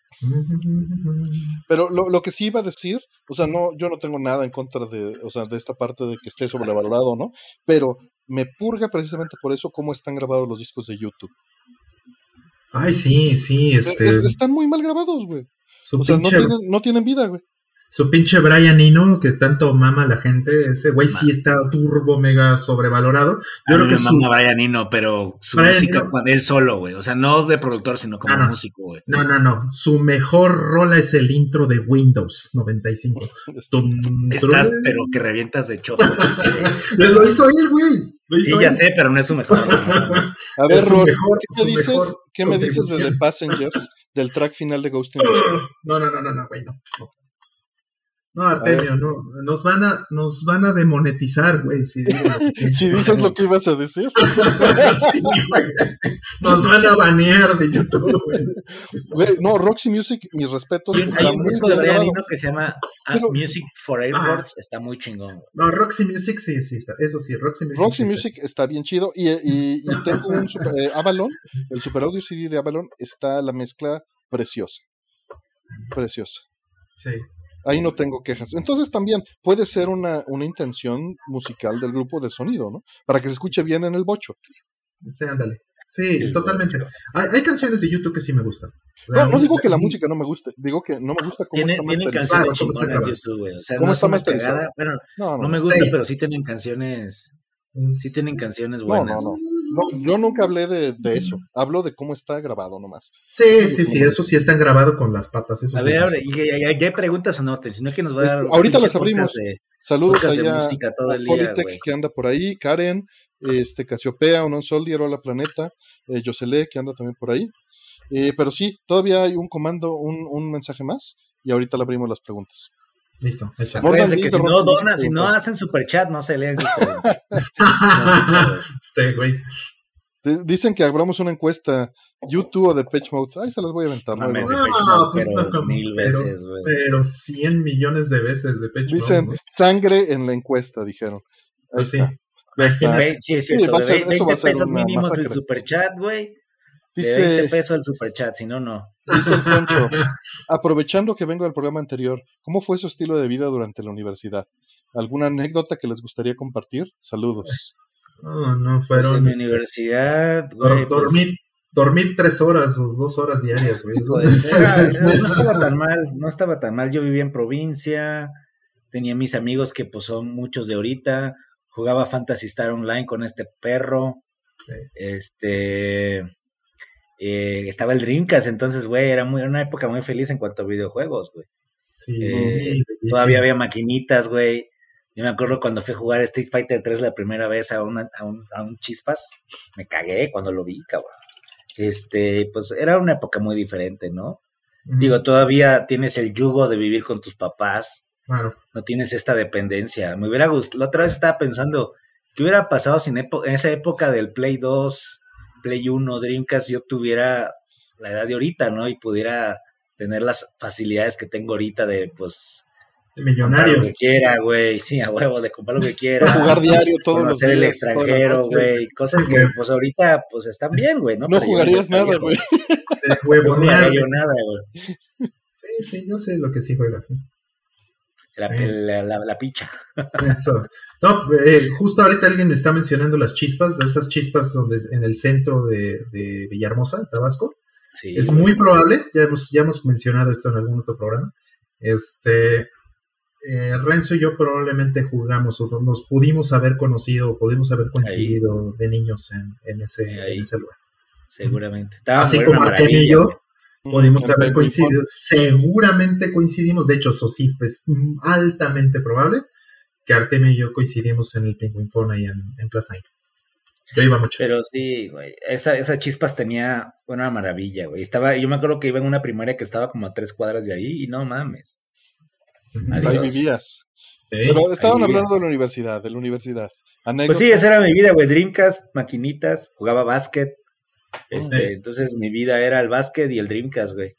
Pero lo que sí iba a decir, o sea, yo no tengo nada en contra de esta parte de que esté sobrevalorado, ¿no? Pero me purga precisamente por eso cómo están grabados los discos de YouTube. Ay, sí. Están muy mal grabados, güey. No tienen vida, güey. Su pinche Brian Eno, que tanto mama a la gente, ese güey sí está turbo mega sobrevalorado. Yo creo que mama Brian Eno, pero su música cuando él solo, güey. O sea, no de productor, sino como músico, güey. No. Su mejor rola es el intro de Windows 95. Estás, pero que revientas de choto. Lo hizo él, güey. Sí, ya sé, pero no es su mejor. A ver, Rod, ¿qué me dices de The Passengers, del track final de Ghost in the Shell? No, güey, no. No, Artemio, no. Nos van a demonetizar, güey. Si dices lo que ibas a decir. Sí, güey. Nos van a banear de YouTube, güey. No, Roxy Music, mis respetos. Hay un disco de Brian Eno que se llama Music for Airports. Está muy chingón, güey. No, Roxy Music sí está. Eso sí, Roxy Music está bien chido. Y tengo un Avalon, el Super Audio CD de Avalon, está la mezcla preciosa. Sí. Ahí no tengo quejas. Entonces también puede ser una intención musical del grupo de sonido, ¿no? Para que se escuche bien en el bocho. Sí, ándale. Sí, totalmente. Hay canciones de YouTube que sí me gustan. No digo que la música no me guste, digo que no me gusta cómo está masterizada. Tienen canciones chingonas de YouTube, güey. O sea, no está masterizada. Bueno, no me gusta, pero sí tienen canciones. Sí tienen canciones buenas. No, yo nunca hablé de eso. Hablo de cómo está grabado nomás. Sí, eso sí está grabado con las patas. Eso a ver, ¿y hay preguntas o no? Sino que nos va a dar. Ahorita las abrimos. Saludos allá a Folitech que anda por ahí, Karen, Casiopea, Unknown Soldier, Hola Planeta, Yosele que anda también por ahí. Pero sí, todavía hay un comando, un mensaje más, y ahorita le abrimos las preguntas. Listo, échale. Acuérdense que si no hacen superchat, no se leen sus preguntas. Güey. Dicen que abramos una encuesta, YouTube o Depeche Mode. Ahí se las voy a aventar. Mil veces, güey. Pero 100 millones de veces Depeche Mode. Dicen sangre en la encuesta, dijeron. Ahí está. Sí, es cierto. 20 pesos mínimos del superchat, güey. Dice, 20 pesos el superchat, si no. Dice el Poncho, aprovechando que vengo del programa anterior, ¿cómo fue su estilo de vida durante la universidad? ¿Alguna anécdota que les gustaría compartir? Saludos. No, Pues en fueron mi universidad, güey, pues, dormir 3 horas o 2 horas diarias, güey. Eso pues no estaba tan mal, no estaba tan mal. Yo vivía en provincia, tenía mis amigos que pues son muchos de ahorita, jugaba Phantasy Star Online con este perro, estaba el Dreamcast, entonces, güey, era una época muy feliz en cuanto a videojuegos, güey. Sí, Todavía bellísimo. había maquinitas, güey. Yo me acuerdo cuando fui a jugar Street Fighter 3 la primera vez a un Chispas, me cagué cuando lo vi, cabrón. Pues era una época muy diferente, ¿no? Digo, todavía tienes el yugo de vivir con tus papás, Claro. no tienes esta dependencia. Me hubiera gustado, la otra vez estaba pensando, ¿qué hubiera pasado si en esa época del Play 2, Play 1, Dreamcast, yo tuviera la edad de ahorita, ¿no? Y pudiera tener las facilidades que tengo ahorita de, pues, comprar Millonario. lo que quiera, güey, sí, a huevo, de comprar lo que quiera. De jugar diario todos los conocer días. el extranjero, güey, cosas que, pues, ahorita, pues, están bien, güey, ¿no? No Pero yo jugarías está nada, viejo. güey. De No huevonear. jugaría yo nada, güey. Sí, yo sé lo que sí juegas. ¿Sí? La picha. Eso. No, justo ahorita alguien me está mencionando las chispas, de esas chispas donde en el centro de Villahermosa, Tabasco. Sí, Es güey. muy probable, ya hemos mencionado esto en algún otro programa. Renzo y yo probablemente jugamos o nos pudimos haber conocido, pudimos haber coincidido de niños en ese lugar. Seguramente. Así como Artemio y yo pudimos En haber Penguin coincidido, seguramente coincidimos, de hecho eso sí es altamente probable que Artemio y yo coincidimos en el Penguin Phone ahí en Plaza Inn. Yo iba mucho. Pero sí, güey, esa Chispas tenía una maravilla, güey. Yo me acuerdo que iba en una primaria que estaba como a 3 cuadras de ahí y no mames. Ahí Adiós. vivías. Sí. Pero estaban Ahí hablando de la universidad, Anécdotas. Pues sí, esa era mi vida, güey. Dreamcast, maquinitas, jugaba básquet. Entonces mi vida era el básquet y el Dreamcast, güey.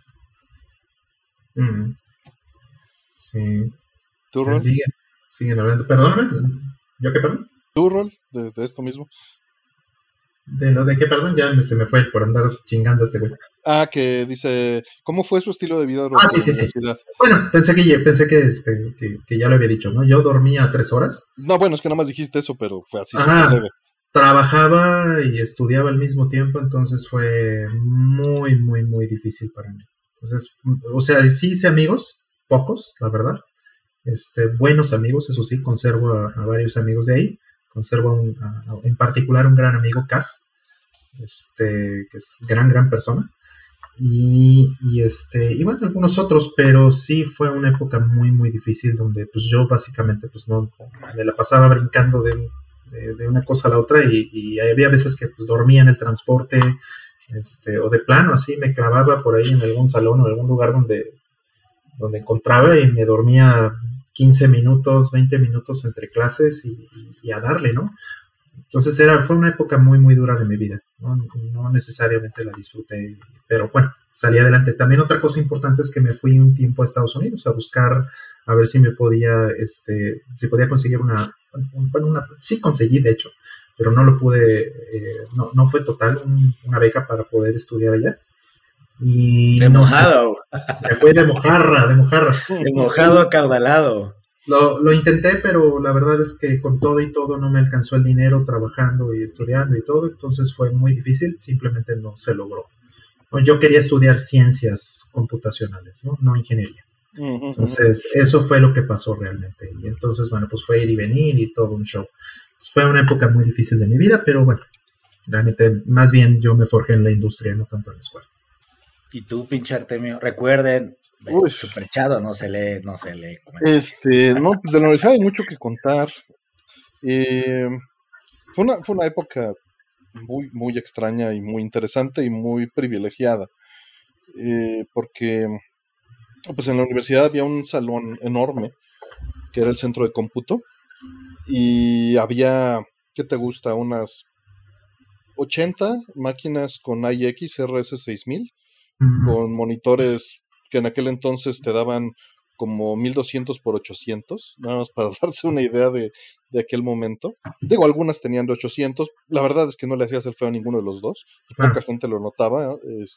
Sí. ¿Tu rol? Siguen hablando. Perdóname. ¿Yo qué, perdón? ¿Tu rol de esto mismo? ¿De lo de qué, perdón? Ya se me fue por andar chingando a este güey. Ah, que dice, ¿cómo fue su estilo de vida durante la universidad? Bueno, pensé que ya lo había dicho, ¿no? Yo dormía 3 horas. No, bueno, es que nada más dijiste eso, pero fue así. Ajá, trabajaba y estudiaba al mismo tiempo, entonces fue muy, muy, muy difícil para mí. Entonces, o sea, sí hice amigos, pocos, la verdad. Buenos amigos, eso sí, conservo a varios amigos de ahí. Conservo en particular un gran amigo, Cas, que es gran persona. Y bueno, algunos otros, pero sí fue una época muy, muy difícil donde pues yo básicamente pues no me la pasaba brincando de una cosa a la otra y había veces que pues dormía en el transporte o de plano así me clavaba por ahí en algún salón o algún lugar donde encontraba y me dormía 15 minutos, 20 minutos entre clases y a darle, ¿no? Entonces fue una época muy, muy dura de mi vida, no necesariamente la disfruté, pero bueno, salí adelante. También otra cosa importante es que me fui un tiempo a Estados Unidos a buscar, a ver si me podía, si podía conseguir sí conseguí de hecho, pero no lo pude, no fue total una beca para poder estudiar allá. Y de mojado. Me fue de mojarra. De mojado acaudalado. Lo intenté, pero la verdad es que con todo y todo no me alcanzó el dinero trabajando y estudiando y todo, entonces fue muy difícil, simplemente no se logró. Yo quería estudiar ciencias computacionales, no ingeniería. Entonces, eso fue lo que pasó realmente. Y entonces, bueno, pues fue ir y venir y todo un show. Fue una época muy difícil de mi vida, pero bueno, realmente, más bien yo me forjé en la industria, no tanto en la escuela. Y tú, pinche Artemio, recuerden, Superchado no se lee. No, pues de la universidad hay mucho que contar. Fue una época muy, muy extraña y muy interesante y muy privilegiada. Porque pues en la universidad había un salón enorme que era el centro de cómputo y había, ¿qué te gusta? Unas 80 máquinas con IX RS6000 con monitores que en aquel entonces te daban como 1200 por 800, nada más para darse una idea de aquel momento. Digo, algunas tenían de 800, la verdad es que no le hacías el feo a ninguno de los dos, poca gente lo notaba,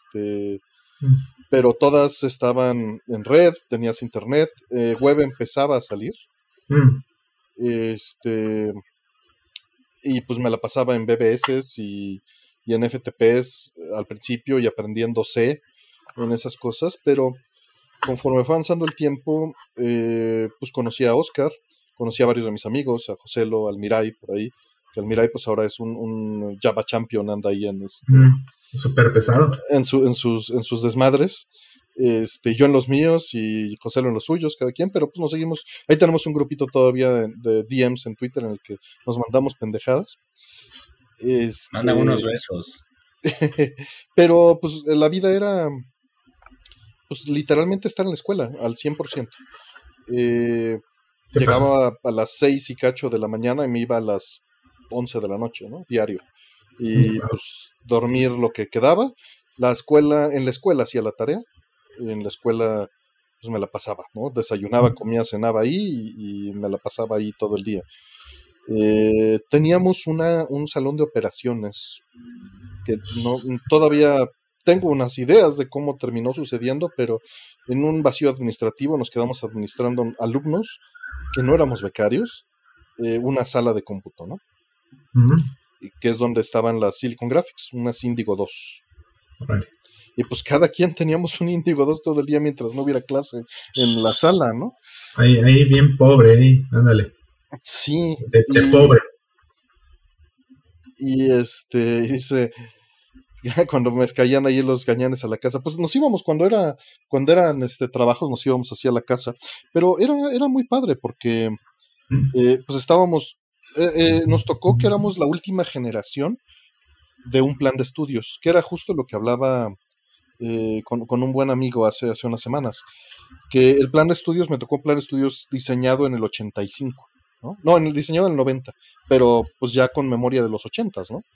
pero todas estaban en red, tenías internet, web empezaba a salir, y pues me la pasaba en BBS y en FTPs al principio y aprendiendo C en esas cosas, pero conforme fue avanzando el tiempo, pues conocí a Oscar, conocí a varios de mis amigos, a Joselo, al Mirai, por ahí, que el Mirai pues ahora es un Java Champion, anda ahí en súper pesado. En sus desmadres, yo en los míos y Joselo en los suyos, cada quien, pero pues nos seguimos, ahí tenemos un grupito todavía de DMs en Twitter en el que nos mandamos pendejadas. Manda unos besos. Pero pues la vida era pues literalmente estar en la escuela al 100%. Llegaba a las 6 y cacho de la mañana y me iba a las 11 de la noche, ¿no? Diario. Y pues dormir lo que quedaba. En la escuela hacía la tarea. En la escuela pues me la pasaba, ¿no? Desayunaba, comía, cenaba ahí y me la pasaba ahí todo el día. Teníamos un salón de operaciones que todavía tengo unas ideas de cómo terminó sucediendo, pero en un vacío administrativo nos quedamos administrando alumnos que no éramos becarios, una sala de cómputo, ¿no? Y que es donde estaban las Silicon Graphics, unas Indigo 2. Right. Y pues cada quien teníamos un Indigo 2 todo el día mientras no hubiera clase en la sala, ¿no? Ahí bien pobre, ándale. Sí. De pobre. Y dice, cuando me caían ahí los gañanes a la casa, pues nos íbamos cuando eran trabajos, nos íbamos hacia la casa, pero era muy padre porque pues estábamos, nos tocó que éramos la última generación de un plan de estudios, que era justo lo que hablaba con un buen amigo hace unas semanas, que el plan de estudios, me tocó un plan de estudios diseñado en el 85, ¿no? En el diseñado en el 90, pero pues ya con memoria de los 80s, ¿no?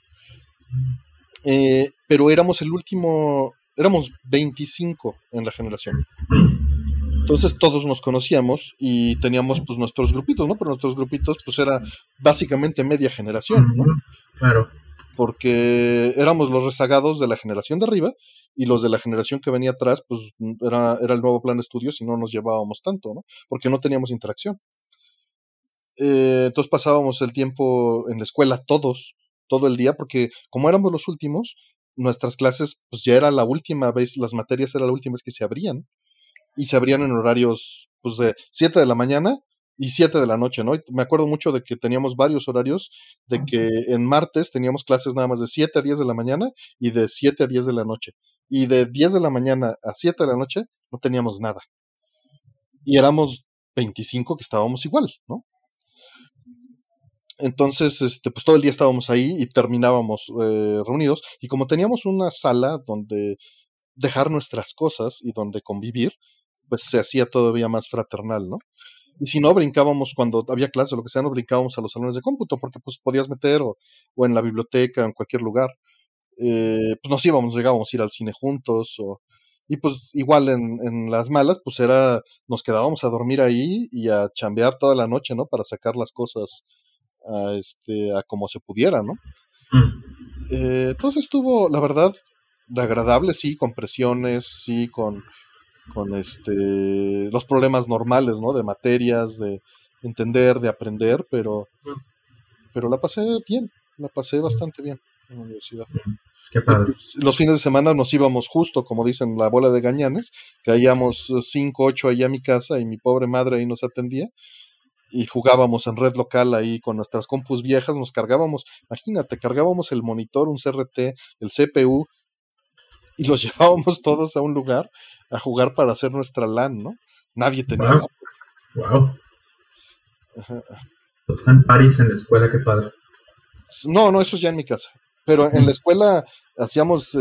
Pero éramos el último, éramos 25 en la generación. Entonces todos nos conocíamos y teníamos pues nuestros grupitos, ¿no? Pero nuestros grupitos pues era básicamente media generación, ¿no? Claro. Porque éramos los rezagados de la generación de arriba y los de la generación que venía atrás pues era el nuevo plan de estudios y no nos llevábamos tanto, ¿no? Porque no teníamos interacción. Entonces pasábamos el tiempo en la escuela todo el día, porque como éramos los últimos, nuestras clases pues ya era la última vez, las materias era la última vez que se abrían, y se abrían en horarios pues de 7 de la mañana y 7 de la noche, ¿no? Y me acuerdo mucho de que teníamos varios horarios, de que en martes teníamos clases nada más de 7 a 10 de la mañana y de 7 a 10 de la noche, y de 10 de la mañana a 7 de la noche no teníamos nada, y éramos 25 que estábamos igual, ¿no? Entonces, pues todo el día estábamos ahí y terminábamos reunidos, y como teníamos una sala donde dejar nuestras cosas y donde convivir, pues se hacía todavía más fraternal, ¿no? Y si no, brincábamos cuando había clase o lo que sea, no brincábamos a los salones de cómputo, porque pues podías meter o en la biblioteca, en cualquier lugar. Pues llegábamos a ir al cine juntos, y pues igual en las malas, pues nos quedábamos a dormir ahí y a chambear toda la noche, ¿no? Para sacar las cosas a como se pudiera, ¿no? Entonces estuvo, la verdad, de agradable, sí, con presiones, sí, con los problemas normales, ¿no? De materias, de entender, de aprender, pero la pasé bien, la pasé bastante bien en la universidad. Qué padre. Los fines de semana nos íbamos justo, como dicen, la bola de gañanes, caíamos 5, 8 ahí a mi casa y mi pobre madre ahí nos atendía, y jugábamos en red local ahí con nuestras compus viejas, nos cargábamos el monitor, un CRT, el CPU, y los llevábamos todos a un lugar a jugar para hacer nuestra LAN, ¿no? Nadie tenía laptop. Wow. Están París en la escuela, qué padre. No, eso es ya en mi casa. Pero en la escuela hacíamos,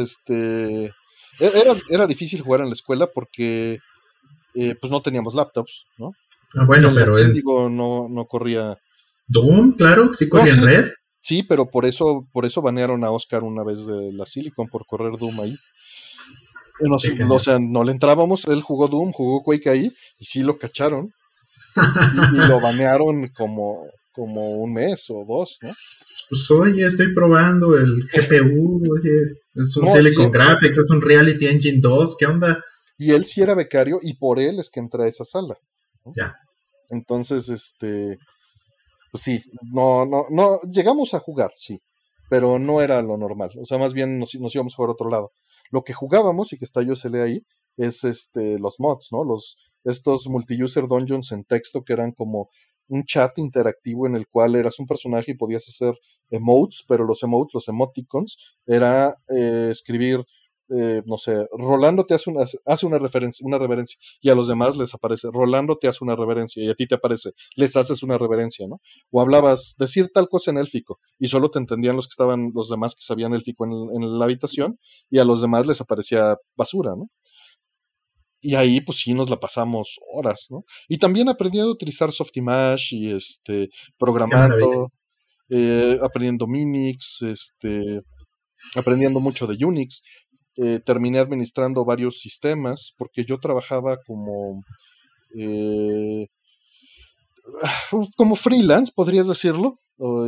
era difícil jugar en la escuela porque pues no teníamos laptops, ¿no? Bueno, pero no corría. Doom, claro, sí corría en red. Sí, pero por eso banearon a Oscar una vez de la Silicon por correr Doom ahí. O sea, no le entrábamos, él jugó Doom, jugó Quake ahí, y sí lo cacharon. y lo banearon como un mes o 2, ¿no? Pues oye, estoy probando el GPU, oye, es un Silicon Graphics, es un Reality Engine 2, ¿qué onda? Y él sí era becario, y por él es que entra a esa sala, ¿no? Ya. Entonces, pues sí, no, llegamos a jugar, sí, pero no era lo normal, o sea, más bien nos íbamos a jugar a otro lado. Lo que jugábamos, y que está USL ahí, es los mods, ¿no? Estos multi-user dungeons en texto que eran como un chat interactivo en el cual eras un personaje y podías hacer emotes, pero los emotes, los emoticons, era escribir, no sé, Rolando te hace una reverencia, y a los demás les aparece, Rolando te hace una reverencia, y a ti te aparece, les haces una reverencia, ¿no? O hablabas, decir tal cosa en élfico, y solo te entendían los demás que sabían élfico en la habitación, y a los demás les aparecía basura, ¿no? Y ahí, pues sí, nos la pasamos horas, ¿no? Y también aprendí a utilizar Softimage y programando, aprendiendo Minix, aprendiendo mucho de Unix. Terminé administrando varios sistemas porque yo trabajaba como freelance, podrías decirlo, o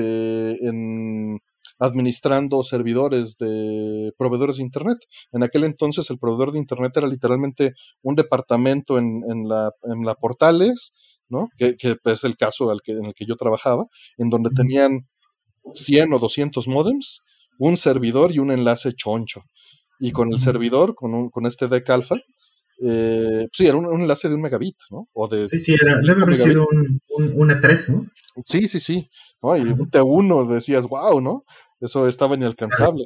administrando servidores de proveedores de internet. En aquel entonces el proveedor de internet era literalmente un departamento en la Portales, ¿no? Que es el caso en el que yo trabajaba, en donde tenían 100 o 200 módems, un servidor y un enlace choncho. Y con el servidor, con este DEC alfa, sí, era un enlace de 1 megabit, ¿no? Sí, debe haber sido un E3, ¿no? Sí, ¿no? Y un T1 decías, wow, ¿no? Eso estaba inalcanzable.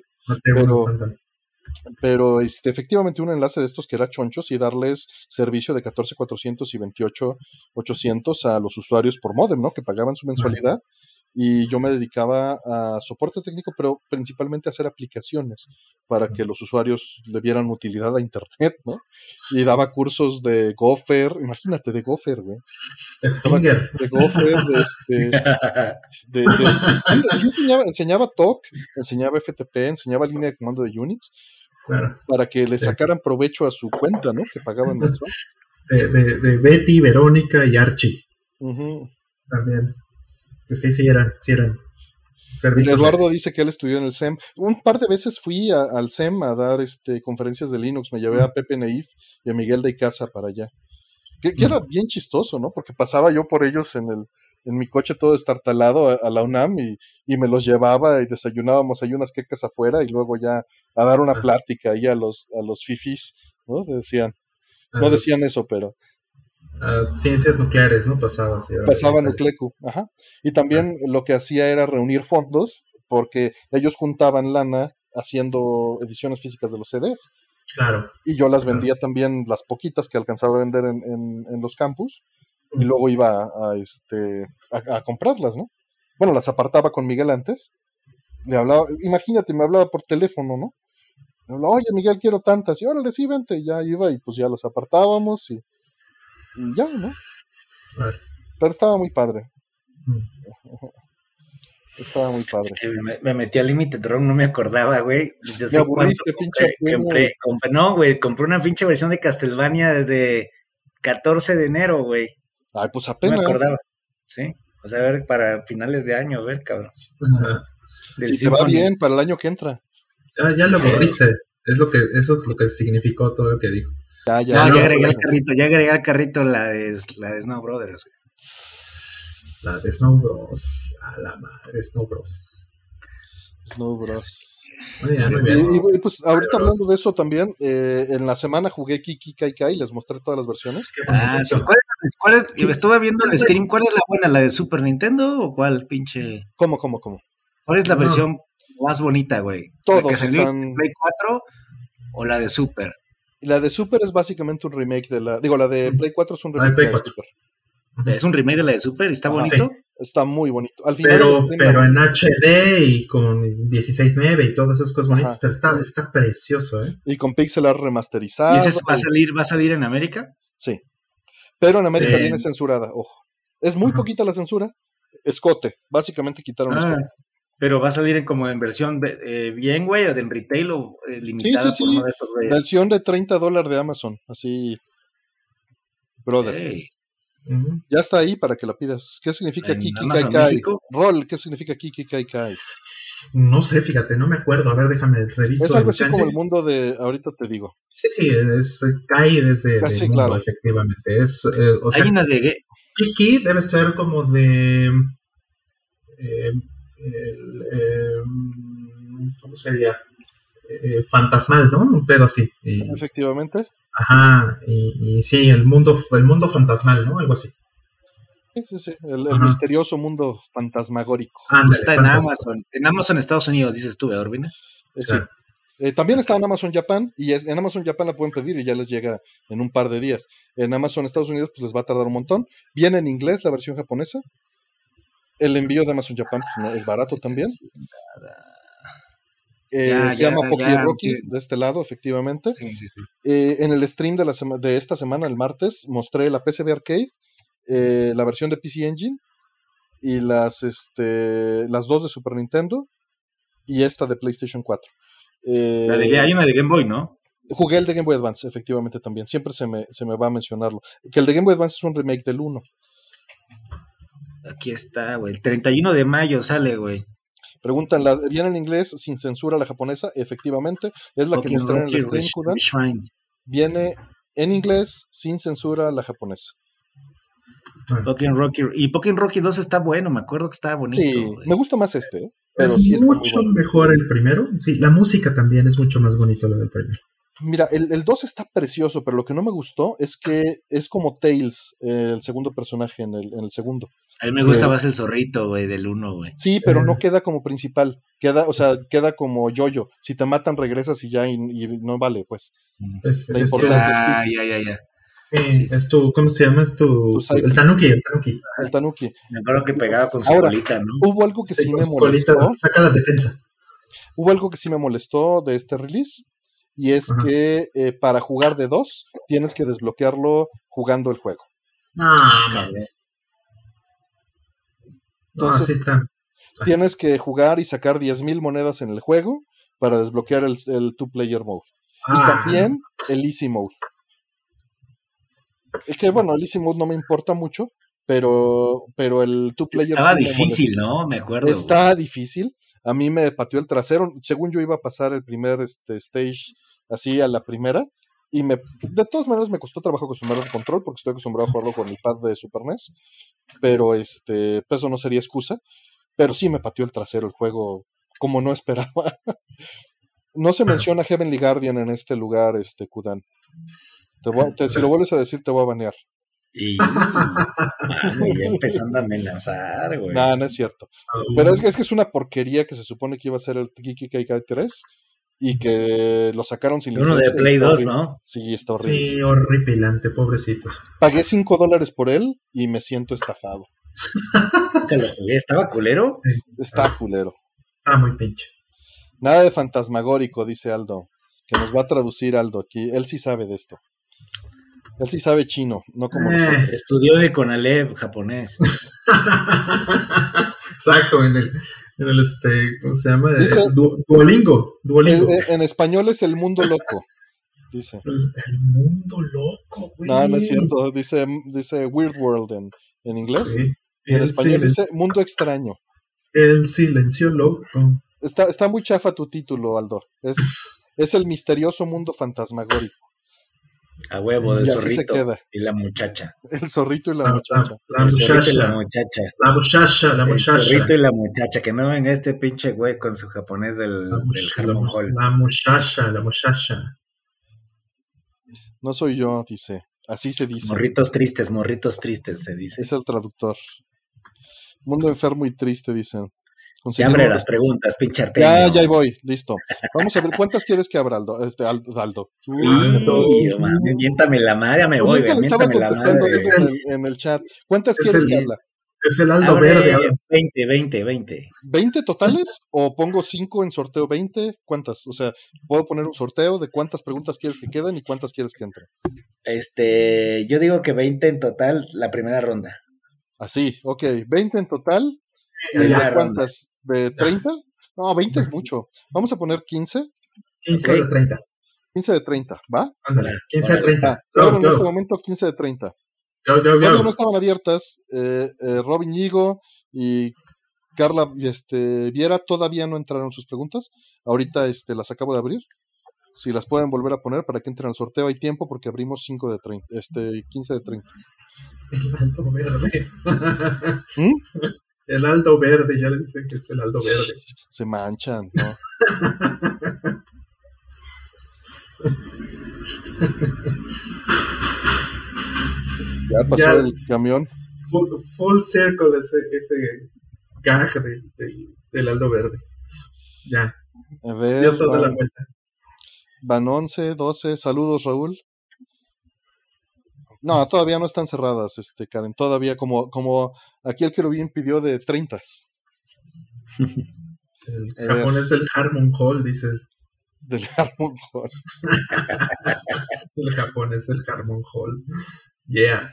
Pero efectivamente un enlace de estos que era chonchos y darles servicio de 14.400 y 28.800 a los usuarios por módem, ¿no? Que pagaban su mensualidad. Y yo me dedicaba a soporte técnico, pero principalmente a hacer aplicaciones para que los usuarios le dieran utilidad a internet, ¿no? Y daba cursos de Gopher, imagínate, de Gopher, güey. De Gopher, yo enseñaba TOC, enseñaba FTP, enseñaba línea de comando de Unix, claro, para que le sacaran provecho a su cuenta, ¿no? Que pagaban mensual. De Betty, Verónica y Archie. Uh-huh. También. Sí eran servicios. Eduardo dice que él estudió en el SEM. Un par de veces fui al SEM a dar conferencias de Linux. Me llevé a Pepe Neif y a Miguel de Icaza para allá. Que era bien chistoso, ¿no? Porque pasaba yo por ellos en mi coche todo destartalado a la UNAM y me los llevaba y desayunábamos ahí unas quecas afuera y luego ya a dar una plática ahí a los fifís, ¿no? No decían eso, pero ciencias nucleares, ¿no? Pasaba Nuclecu, ajá. Y también lo que hacía era reunir fondos, porque ellos juntaban lana haciendo ediciones físicas de los CDs. Claro. Y yo las vendía también, las poquitas que alcanzaba a vender en los campus, y luego iba a comprarlas, ¿no? Bueno, las apartaba con Miguel antes. Le hablaba, imagínate, me hablaba por teléfono, ¿no? Me hablaba, oye, Miguel, quiero tantas. Y órale, sí, vente. Y ya iba y pues ya las apartábamos y ya, ¿no? Vale. Pero estaba muy padre. Estaba muy padre. Me metí al Limited Run, no me acordaba, güey. Me aburriste, pinche. Compré una pinche versión de Castlevania desde 14 de enero, güey. Ay, pues apenas. No me acordaba. Sí. O sea, a ver, para finales de año, a ver, cabrón. Si te va bien para el año que entra. Ya lo borriste. Eso es lo que significó todo lo que dijo. Ya agregué al carrito la de Snow Brothers. La de Snow Bros. A la madre, Snow Bros. Y pues ahorita hablando de eso también, en la semana jugué Kiki Kai Kai, les mostré todas las versiones. Sí. ¿Cuál es? Estuve viendo el stream, ¿cuál es la buena? ¿La de Super Nintendo o cuál pinche? ¿Cómo? ¿Cuál es la versión más bonita, güey? Todos ¿La que salió en Play 4 o la de Super? La de Super es básicamente un remake la de Play 4 es un remake de la de Super. ¿Es un remake de la de Super? ¿Está bonito? Sí. Está muy bonito. Al final pero en HD y con 16:9 y todas esas cosas bonitas, pero está precioso, ¿eh? Y con pixel art remasterizado. ¿Y ese va a salir en América? Sí. Pero en América viene censurada, ojo. Es muy poquita la censura. Escote. Básicamente quitaron escote. Pero va a salir como en versión bien, güey, o en retail o limitada. Sí. Por uno de estos, versión de $30 de Amazon. Así. Brother. Hey. Ya está ahí para que la pidas. ¿Qué significa Kiki Kai Kai? Rol, ¿qué significa Kiki Kai Kai? No sé, fíjate, no me acuerdo. A ver, déjame reviso. Es algo así como el mundo de... Ahorita te digo. Sí, es Kai desde el mundo, claro. Efectivamente. Hay una de... Kiki debe ser como de ¿cómo sería? Fantasmal, ¿no? Un pedo así. Efectivamente. Ajá, y sí, el mundo fantasmal, ¿no? Algo así. Sí. El misterioso mundo fantasmagórico. Ándale, Está en Amazon. En Amazon, Estados Unidos, dices tú, Orbina. Sí. También está en Amazon Japan, y en Amazon Japan la pueden pedir y ya les llega en un par de días. En Amazon Estados Unidos pues les va a tardar un montón. Viene en inglés la versión japonesa. El envío de Amazon Japan pues, no, es barato también. Se llama Pokémon Rocky, de este lado, efectivamente. Sí. En el stream de esta semana, el martes, mostré la PC de Arcade, la versión de PC Engine y las dos de Super Nintendo y esta de PlayStation 4. Hay una de Game Boy, ¿no? Jugué el de Game Boy Advance, efectivamente, también. Siempre se me va a mencionarlo. Que el de Game Boy Advance es un remake del 1. Aquí está, güey. El 31 de mayo sale, güey. Preguntan, ¿viene en inglés sin censura la japonesa? Efectivamente, es la que mostré en el stream, Kudan. Viene en inglés sin censura la japonesa. Pokémon Rocky. Y Pokémon Rocky 2 está bueno, me acuerdo que estaba bonito. Sí, güey. me gusta más pero es sí mucho mejor el primero. Sí, la música también es mucho más bonito la del primero. Mira, el 2 está precioso, pero lo que no me gustó es que es como Tails, el segundo personaje en el segundo. A mí me gusta más el zorrito, güey, del 1, güey. Sí, pero no queda como principal. Queda como yo-yo. Si te matan, regresas y ya, y no vale, pues. Ya. Sí, es tu, ¿cómo se llama? Es tu el Tanuki. El Tanuki. Me acuerdo que pegaba con su colita, ¿no? Hubo algo que sí me molestó. Saca la defensa. Hubo algo que sí me molestó de este release, y es que para jugar de 2 tienes que desbloquearlo jugando el juego. Entonces, así está. Tienes que jugar y sacar 10,000 monedas en el juego para desbloquear el two-player mode. Y también el easy mode. Es que, bueno, el easy mode no me importa mucho, pero el two-player... Estaba difícil, ¿no? Me acuerdo. Está difícil. A mí me pateó el trasero. Según yo iba a pasar el primer stage así a la primera. Y de todas maneras me costó trabajo acostumbrarme al control, porque estoy acostumbrado a jugarlo con el pad de Super NES. Pero pues eso no sería excusa. Pero sí me pateó el trasero el juego, como no esperaba. No se menciona Heavenly Guardian en este lugar, Kudan. Si lo vuelves a decir, te voy a banear. Y ya empezando a amenazar, güey. No es cierto. Pero es que es una porquería que se supone que iba a ser el Kiki Kaikai 3 y que lo sacaron sin licencia. Uno de Play 2, ¿no? Sí, está horrible. Sí, horripilante, pobrecitos. Pagué $5 por él y me siento estafado. ¿Estaba culero? Sí. Está culero. Está muy pinche. Nada de fantasmagórico, dice Aldo, que nos va a traducir Aldo aquí. Él sí sabe de esto. Él sí sabe chino, no como nosotros. Estudió de Conalep japonés. Exacto, en el ¿cómo se llama? Dice, Duolingo. En español es el mundo loco, dice. El mundo loco, güey. No es cierto, dice Weird World en inglés. Sí. Y en español dice mundo extraño. El silencio loco. Está muy chafa tu título, Aldo. Es el misterioso mundo fantasmagórico. A huevo, del zorrito y la muchacha. El zorrito y la muchacha. La muchacha. El zorrito y la muchacha. Que no venga este pinche güey con su japonés del Harmon Hall. La muchacha. No soy yo, dice. Así se dice. Morritos tristes, se dice. Es el traductor. Mundo enfermo y triste, dicen. Ya abre las preguntas, pinche Artemio. Ya ahí voy, listo. Vamos a ver, ¿cuántas quieres que abra, Aldo? Aldo. Miéntame la madre, ya me voy. Es que le estaba contestando en el chat. ¿Cuántas quieres que habla? Es el Aldo verde. 20. ¿20 totales? ¿O pongo 5 en sorteo 20? ¿Cuántas? O sea, puedo poner un sorteo de cuántas preguntas quieres que queden y cuántas quieres que entre. Yo digo que 20 en total la primera ronda. Así, ok. 20 en total. ¿Cuántas? ¿De 30? No, 20 es mucho. Vamos a poner 15. 15 de 30. 15 de 30, ¿va? Ándale, 15 de 30. Ahora en este momento 15 de 30. Cuando no estaban abiertas, Robin Yigo y Carla Viera todavía no entraron sus preguntas. Ahorita las acabo de abrir. Si las pueden volver a poner para que entren al sorteo, hay tiempo porque abrimos 5 de 30, 15 de 30. El Aldo verde. El Aldo Verde, ya le dicen que es el Aldo Verde. Se manchan, ¿no? Ya pasó Ya. el camión. Full circle ese gag del Aldo Verde. Ya, A ver, dio toda la vuelta. van 11, 12. Saludos, Raúl. No, todavía no están cerradas, Karen. Todavía, como aquí el querubín pidió de 30. El japonés del Harmon Hall, dice él. Del Harmon Hall. El japonés del Harmon Hall. Yeah,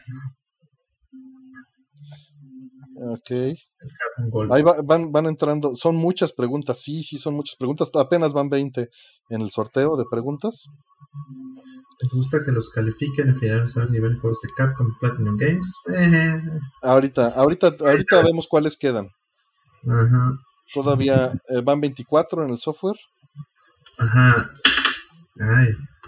Ok. el Harmon Hall. Ahí van entrando. Son muchas preguntas. Sí, son muchas preguntas. Apenas van 20 en el sorteo de preguntas. ¿Les gusta que los califiquen al final al nivel de juegos de Capcom Platinum Games? Ahorita vemos cuáles quedan. Ajá. Todavía van 24 en el software. Ajá. Ay.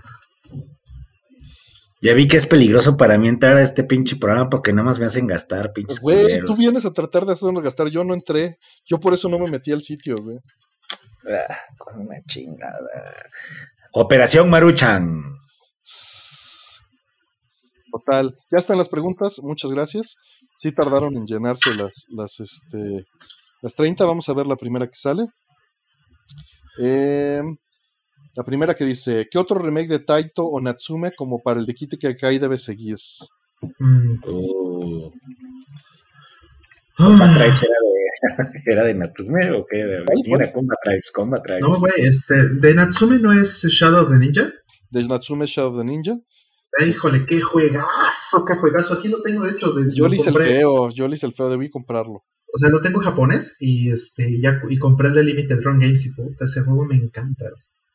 Ya vi que es peligroso para mí entrar a este pinche programa porque nada más me hacen gastar, pinches Güey, culeros. tú vienes a tratar de hacernos gastar. Yo no entré. Yo por eso no me metí al sitio, güey. Con una chingada. Operación Maruchan. Total. Ya están las preguntas. Muchas gracias. Sí tardaron en llenarse las 30. Vamos a ver la primera que sale. La primera que dice: ¿qué otro remake de Taito o Natsume como para el de Kite Kakai debe seguir? Combat Tribes era de Natsume o qué? Era Combat Tribes. No, güey, de Natsume no es Shadow of the Ninja. De Natsume Shadow of the Ninja. Híjole, qué juegazo. Aquí lo tengo, de hecho. Yo le hice el feo, debí comprarlo. O sea, lo tengo en japonés y y compré el de Limited Run Games y puta, ese juego me encanta.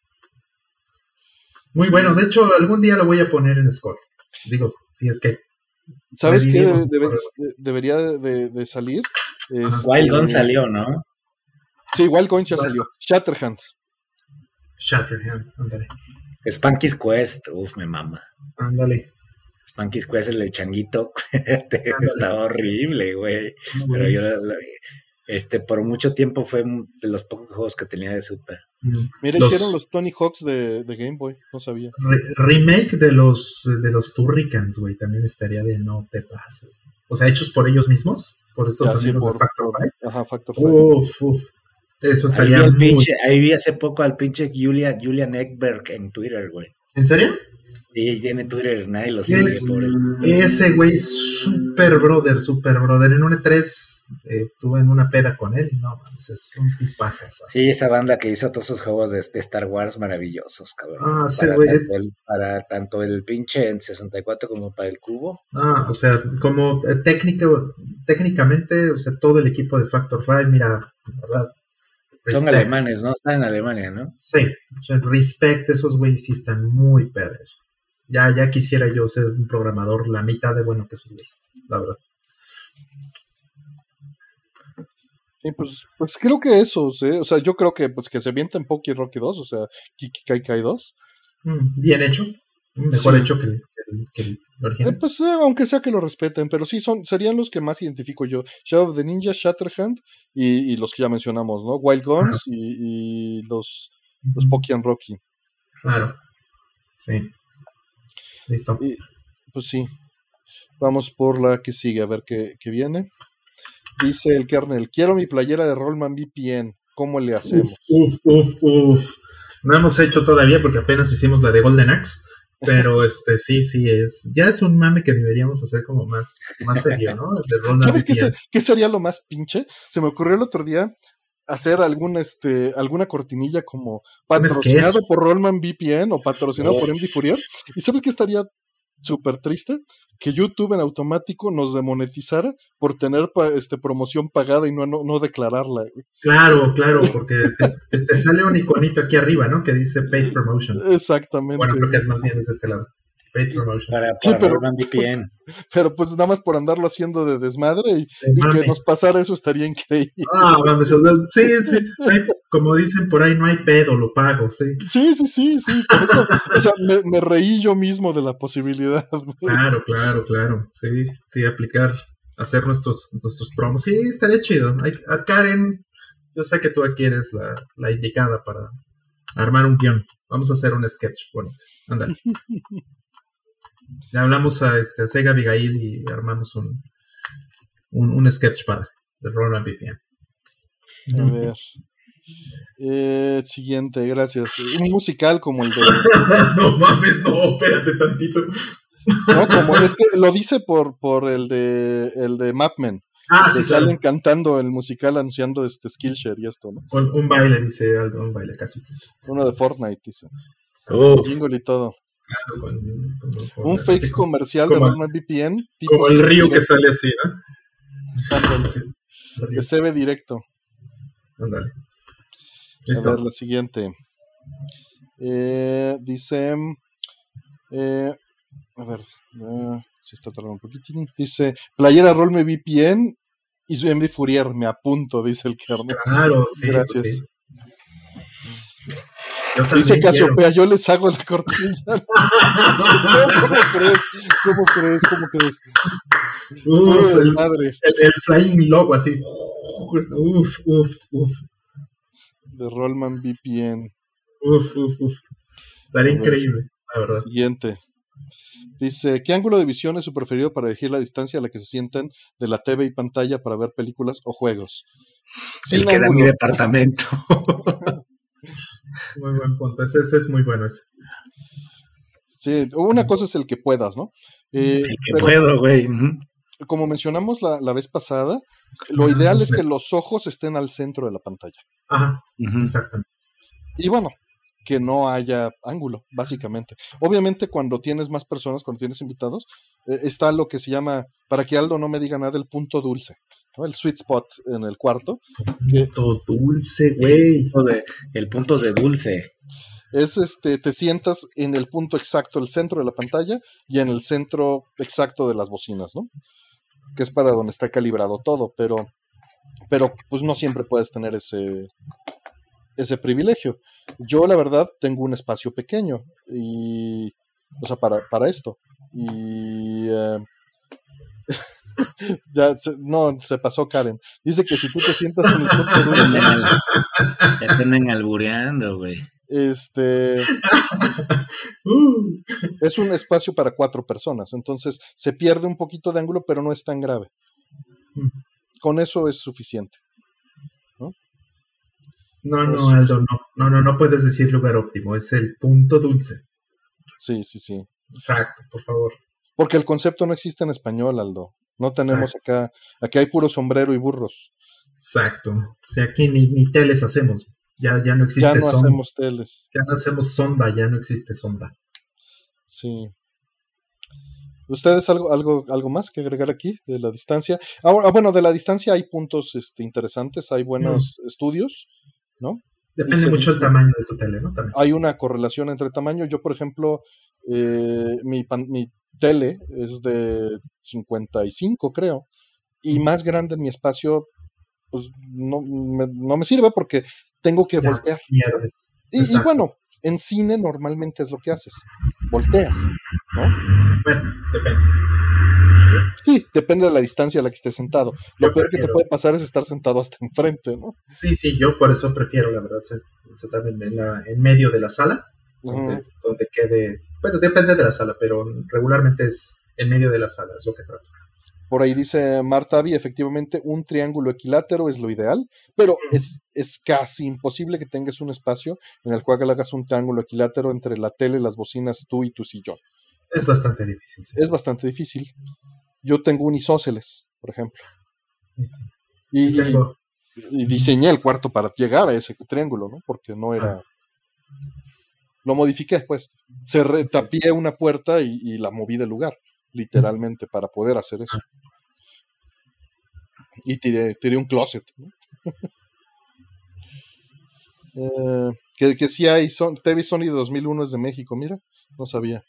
Muy bueno, de hecho, algún día lo voy a poner en Score. Digo, si es que... ¿Sabes qué debería de salir? Wild Gun salió, ¿no? Sí, Wild Gun ya salió. Shatterhand, ándale. Spanky's Quest, me mama. Ándale. Spanky's Quest, el de changuito, estaba horrible, güey. Pero yo, por mucho tiempo fue de los pocos juegos que tenía de Super. Mira, hicieron los Tony Hawks de Game Boy, no sabía. Remake de los Turricans, güey, también estaría de no te pases. O sea, hechos por ellos mismos, por estos amigos de Factor 5. Ajá, Factor 5. Uf. Eso estaría ahí vi hace poco al pinche Julian Eckberg en Twitter, güey. ¿En serio? Sí, tiene Twitter, nadie lo sigue, por eso. Ese güey, super brother. En un E3 estuve en una peda con él y no mames, es un tipazo. Sí, esa banda que hizo todos esos juegos de Star Wars maravillosos, cabrón. Ese güey para tanto el pinche en 64 como para el cubo. O sea, como técnicamente, o sea, todo el equipo de Factor 5, mira, la verdad. Son alemanes, ¿no? Están en Alemania, ¿no? Sí, o sea, esos güeyes sí están muy perros. Ya quisiera yo ser un programador la mitad de bueno que esos güeyes, la verdad. Sí, pues creo que eso, o sea, yo creo que que se avienta en Poki Rocky 2, o sea, Kiki Kai 2. Bien hecho, mejor hecho que el original. Aunque sea que lo respeten, pero sí serían los que más identifico yo. Shadow of the Ninja, Shatterhand y los que ya mencionamos, ¿no? Wild Guns y los Poki and Rocky. Claro, sí. Listo. Y, pues sí, vamos por la que sigue, a ver qué viene. Dice el kernel: quiero mi playera de Rollman VPN, ¿cómo le hacemos? Uf. No hemos hecho todavía porque apenas hicimos la de Golden Axe, pero sí, ya es un mame que deberíamos hacer como más serio, ¿no? El de Rollman ¿Sabes VPN. qué sería lo más pinche? Se me ocurrió el otro día hacer alguna cortinilla como patrocinado por Rollman VPN o patrocinado por MD Fourier. ¿Y sabes qué estaría súper triste? Que YouTube en automático nos demonetizara por tener promoción pagada y no declararla. Claro, porque te sale un iconito aquí arriba, ¿no? Que dice Paid Promotion. Exactamente. Bueno, creo que más bien es de este lado. Paid Promotion. Para Rollman VPN. Pero pues nada más por andarlo haciendo de desmadre y que nos pasara eso estaría increíble. Mames, sí, como dicen por ahí, no hay pedo, lo pago, sí. Sí, por eso, o sea, me reí yo mismo de la posibilidad. Claro, sí, aplicar hacer nuestros promos. Sí, estaría chido. A Karen, yo sé que tú aquí eres la indicada para armar un guión. Vamos a hacer un sketch bonito. Ándale. Le hablamos a Sega Abigail y armamos un sketch padre de Rollman VPN. A ver. Siguiente, gracias. Un musical como el de... No mames, no, espérate tantito. No, como es que lo dice por el de Mapman. Sí, salen claro. cantando el musical anunciando Skillshare y esto, ¿no? Un baile, dice Aldo, un baile casi. Uno de Fortnite, dice. Jingle y todo. Un fake comercial de Rollman VPN. Como el río que sale así, ¿no? Que se ve directo. Ándale. A ver, la siguiente. Dice... a ver, se está tardando un poquitín. Dice, playera Rollme VPN y su MD Fourier, me apunto, dice el Kernel. Claro, sí. Gracias. Pues sí. Dice Casiopea, yo les hago la cortinilla. ¿Cómo crees? El flying logo así. Uf. De Rollman VPN. Uf. Estaría increíble, la verdad. Siguiente. Dice, ¿qué ángulo de visión es su preferido para elegir la distancia a la que se sientan de la TV y pantalla para ver películas o juegos? El que da mi departamento. Muy buen punto. Ese es muy bueno ese. Sí, una cosa es el que puedas, ¿no? El que puedo, güey. Como mencionamos la vez pasada, lo ideal es que los ojos estén al centro de la pantalla. Ajá, exactamente. Y bueno, que no haya ángulo, básicamente. Obviamente cuando tienes más personas, cuando tienes invitados, está lo que se llama, para que Aldo no me diga nada, el punto dulce, ¿no? El sweet spot en el cuarto. Punto dulce, güey. El punto de dulce. Es te sientas en el punto exacto, el centro de la pantalla y en el centro exacto de las bocinas, ¿no? Que es para donde está calibrado todo, pero pues no siempre puedes tener ese privilegio. Yo, la verdad, tengo un espacio pequeño y, o sea, para esto. Y ya se pasó Karen. Dice que si tú te sientas en el punto dulce, ya te andan albureando, güey. Es un espacio para 4 personas, entonces se pierde un poquito de ángulo, pero no es tan grave. Con eso es suficiente. No, Aldo, no puedes decir lugar óptimo, es el punto dulce. Sí. Exacto, por favor. Porque el concepto no existe en español, Aldo. No tenemos acá hay puro sombrero y burros. Exacto. O sea, aquí ni teles hacemos. Ya no existe sonda. Ya no hacemos teles. Ya no hacemos sonda, ya no existe sonda. Sí. ¿Ustedes algo más que agregar aquí de la distancia? Bueno, de la distancia hay puntos interesantes, hay buenos estudios, ¿no? Depende mucho del tamaño de tu tele, ¿no? También. Hay una correlación entre tamaño. Yo, por ejemplo, mi tele es de 55, creo, y más grande en mi espacio, pues no me sirve porque tengo que voltear. Y bueno, en cine normalmente es lo que haces, volteas, ¿no? Bueno, depende. Sí, depende de la distancia a la que estés sentado. Lo peor que te puede pasar es estar sentado hasta enfrente, ¿no? Sí, yo por eso prefiero, la verdad, sentarme en medio de la sala, donde quede, bueno, depende de la sala, pero regularmente es en medio de la sala, es lo que trato. Por ahí dice Marta Avi, efectivamente un triángulo equilátero es lo ideal, pero es casi imposible que tengas un espacio en el cual hagas un triángulo equilátero entre la tele, las bocinas, tú y tu sillón. Es bastante difícil. Sí. Es bastante difícil. Yo tengo un isósceles, por ejemplo. Sí. Y diseñé el cuarto para llegar a ese triángulo, ¿no? Porque no era... Lo modifiqué, pues. Tapié una puerta y la moví del lugar, literalmente, para poder hacer eso. Y tiré un closet, ¿no? Que sí hay TV Sony de 2001 es de México, mira, no sabía.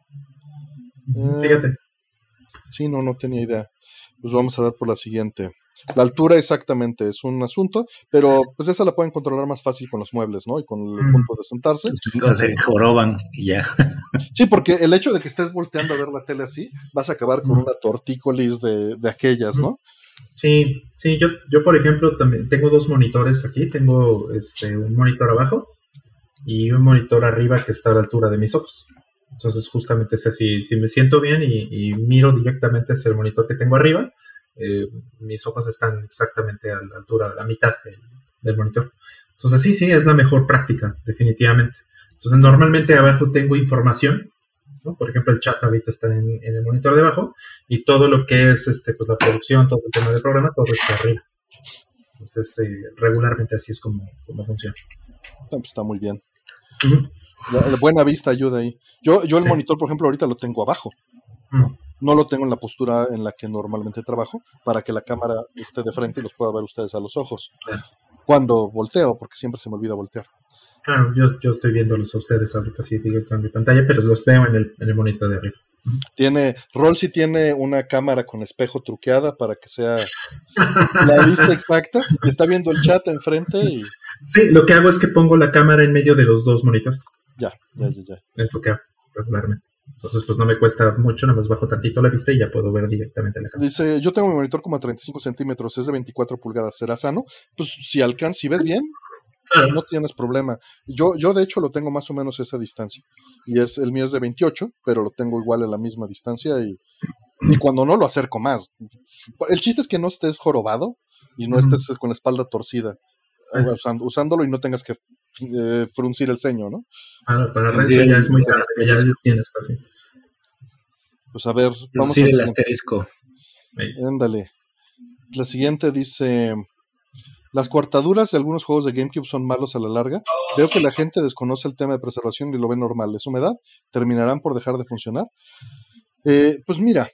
Fíjate. Sí, no tenía idea. Pues vamos a ver por la siguiente. La altura exactamente es un asunto, pero pues esa la pueden controlar más fácil con los muebles, ¿no? Y con el punto de sentarse. Se joroban y ya. Sí, porque el hecho de que estés volteando a ver la tele así, vas a acabar con una tortícolis de aquellas, ¿no? Sí, yo por ejemplo también tengo 2 monitores aquí, tengo un monitor abajo y un monitor arriba que está a la altura de mis ojos. Entonces justamente es así, si me siento bien y miro directamente hacia el monitor que tengo arriba, mis ojos están exactamente a la altura, a la mitad del monitor. Entonces sí, es la mejor práctica, definitivamente. Entonces normalmente abajo tengo información, ¿no? Por ejemplo, el chat ahorita está en el monitor de abajo y todo lo que es pues la producción, todo el tema del programa, todo está arriba. Entonces regularmente así es como funciona. Pues está muy bien. Uh-huh. La buena vista ayuda ahí. Yo el monitor, por ejemplo, ahorita lo tengo abajo. Uh-huh. No lo tengo en la postura en la que normalmente trabajo, para que la cámara esté de frente y los pueda ver ustedes a los ojos. Cuando volteo, porque siempre se me olvida voltear. Claro, yo estoy viéndolos a ustedes ahorita así directo en mi pantalla, pero los veo en el monitor de arriba. Rolsy tiene una cámara con espejo truqueada para que sea la vista exacta. Está viendo el chat enfrente y... Sí, lo que hago es que pongo la cámara en medio de los 2 monitores. Ya. Es lo que hago regularmente. Entonces, pues no me cuesta mucho, nada más bajo tantito la vista y ya puedo ver directamente la cámara. Dice, yo tengo mi monitor como a 35 centímetros, es de 24 pulgadas, ¿será sano? Pues si alcanzas, si ves bien, claro, no tienes problema. Yo de hecho lo tengo más o menos a esa distancia. Y el mío es de 28, pero lo tengo igual a la misma distancia y cuando no lo acerco más. El chiste es que no estés jorobado y no estés con la espalda torcida usándolo y no tengas que fruncir el ceño, ¿no? Para Renzo ya es muy tarde, ya tienes también. Pues a ver, vamos a ver el asterisco. Ándale. La siguiente dice: las coartaduras de algunos juegos de GameCube son malos a la larga. Veo que la gente desconoce el tema de preservación y lo ve normal. ¿Es humedad? ¿Terminarán por dejar de funcionar? Pues mira,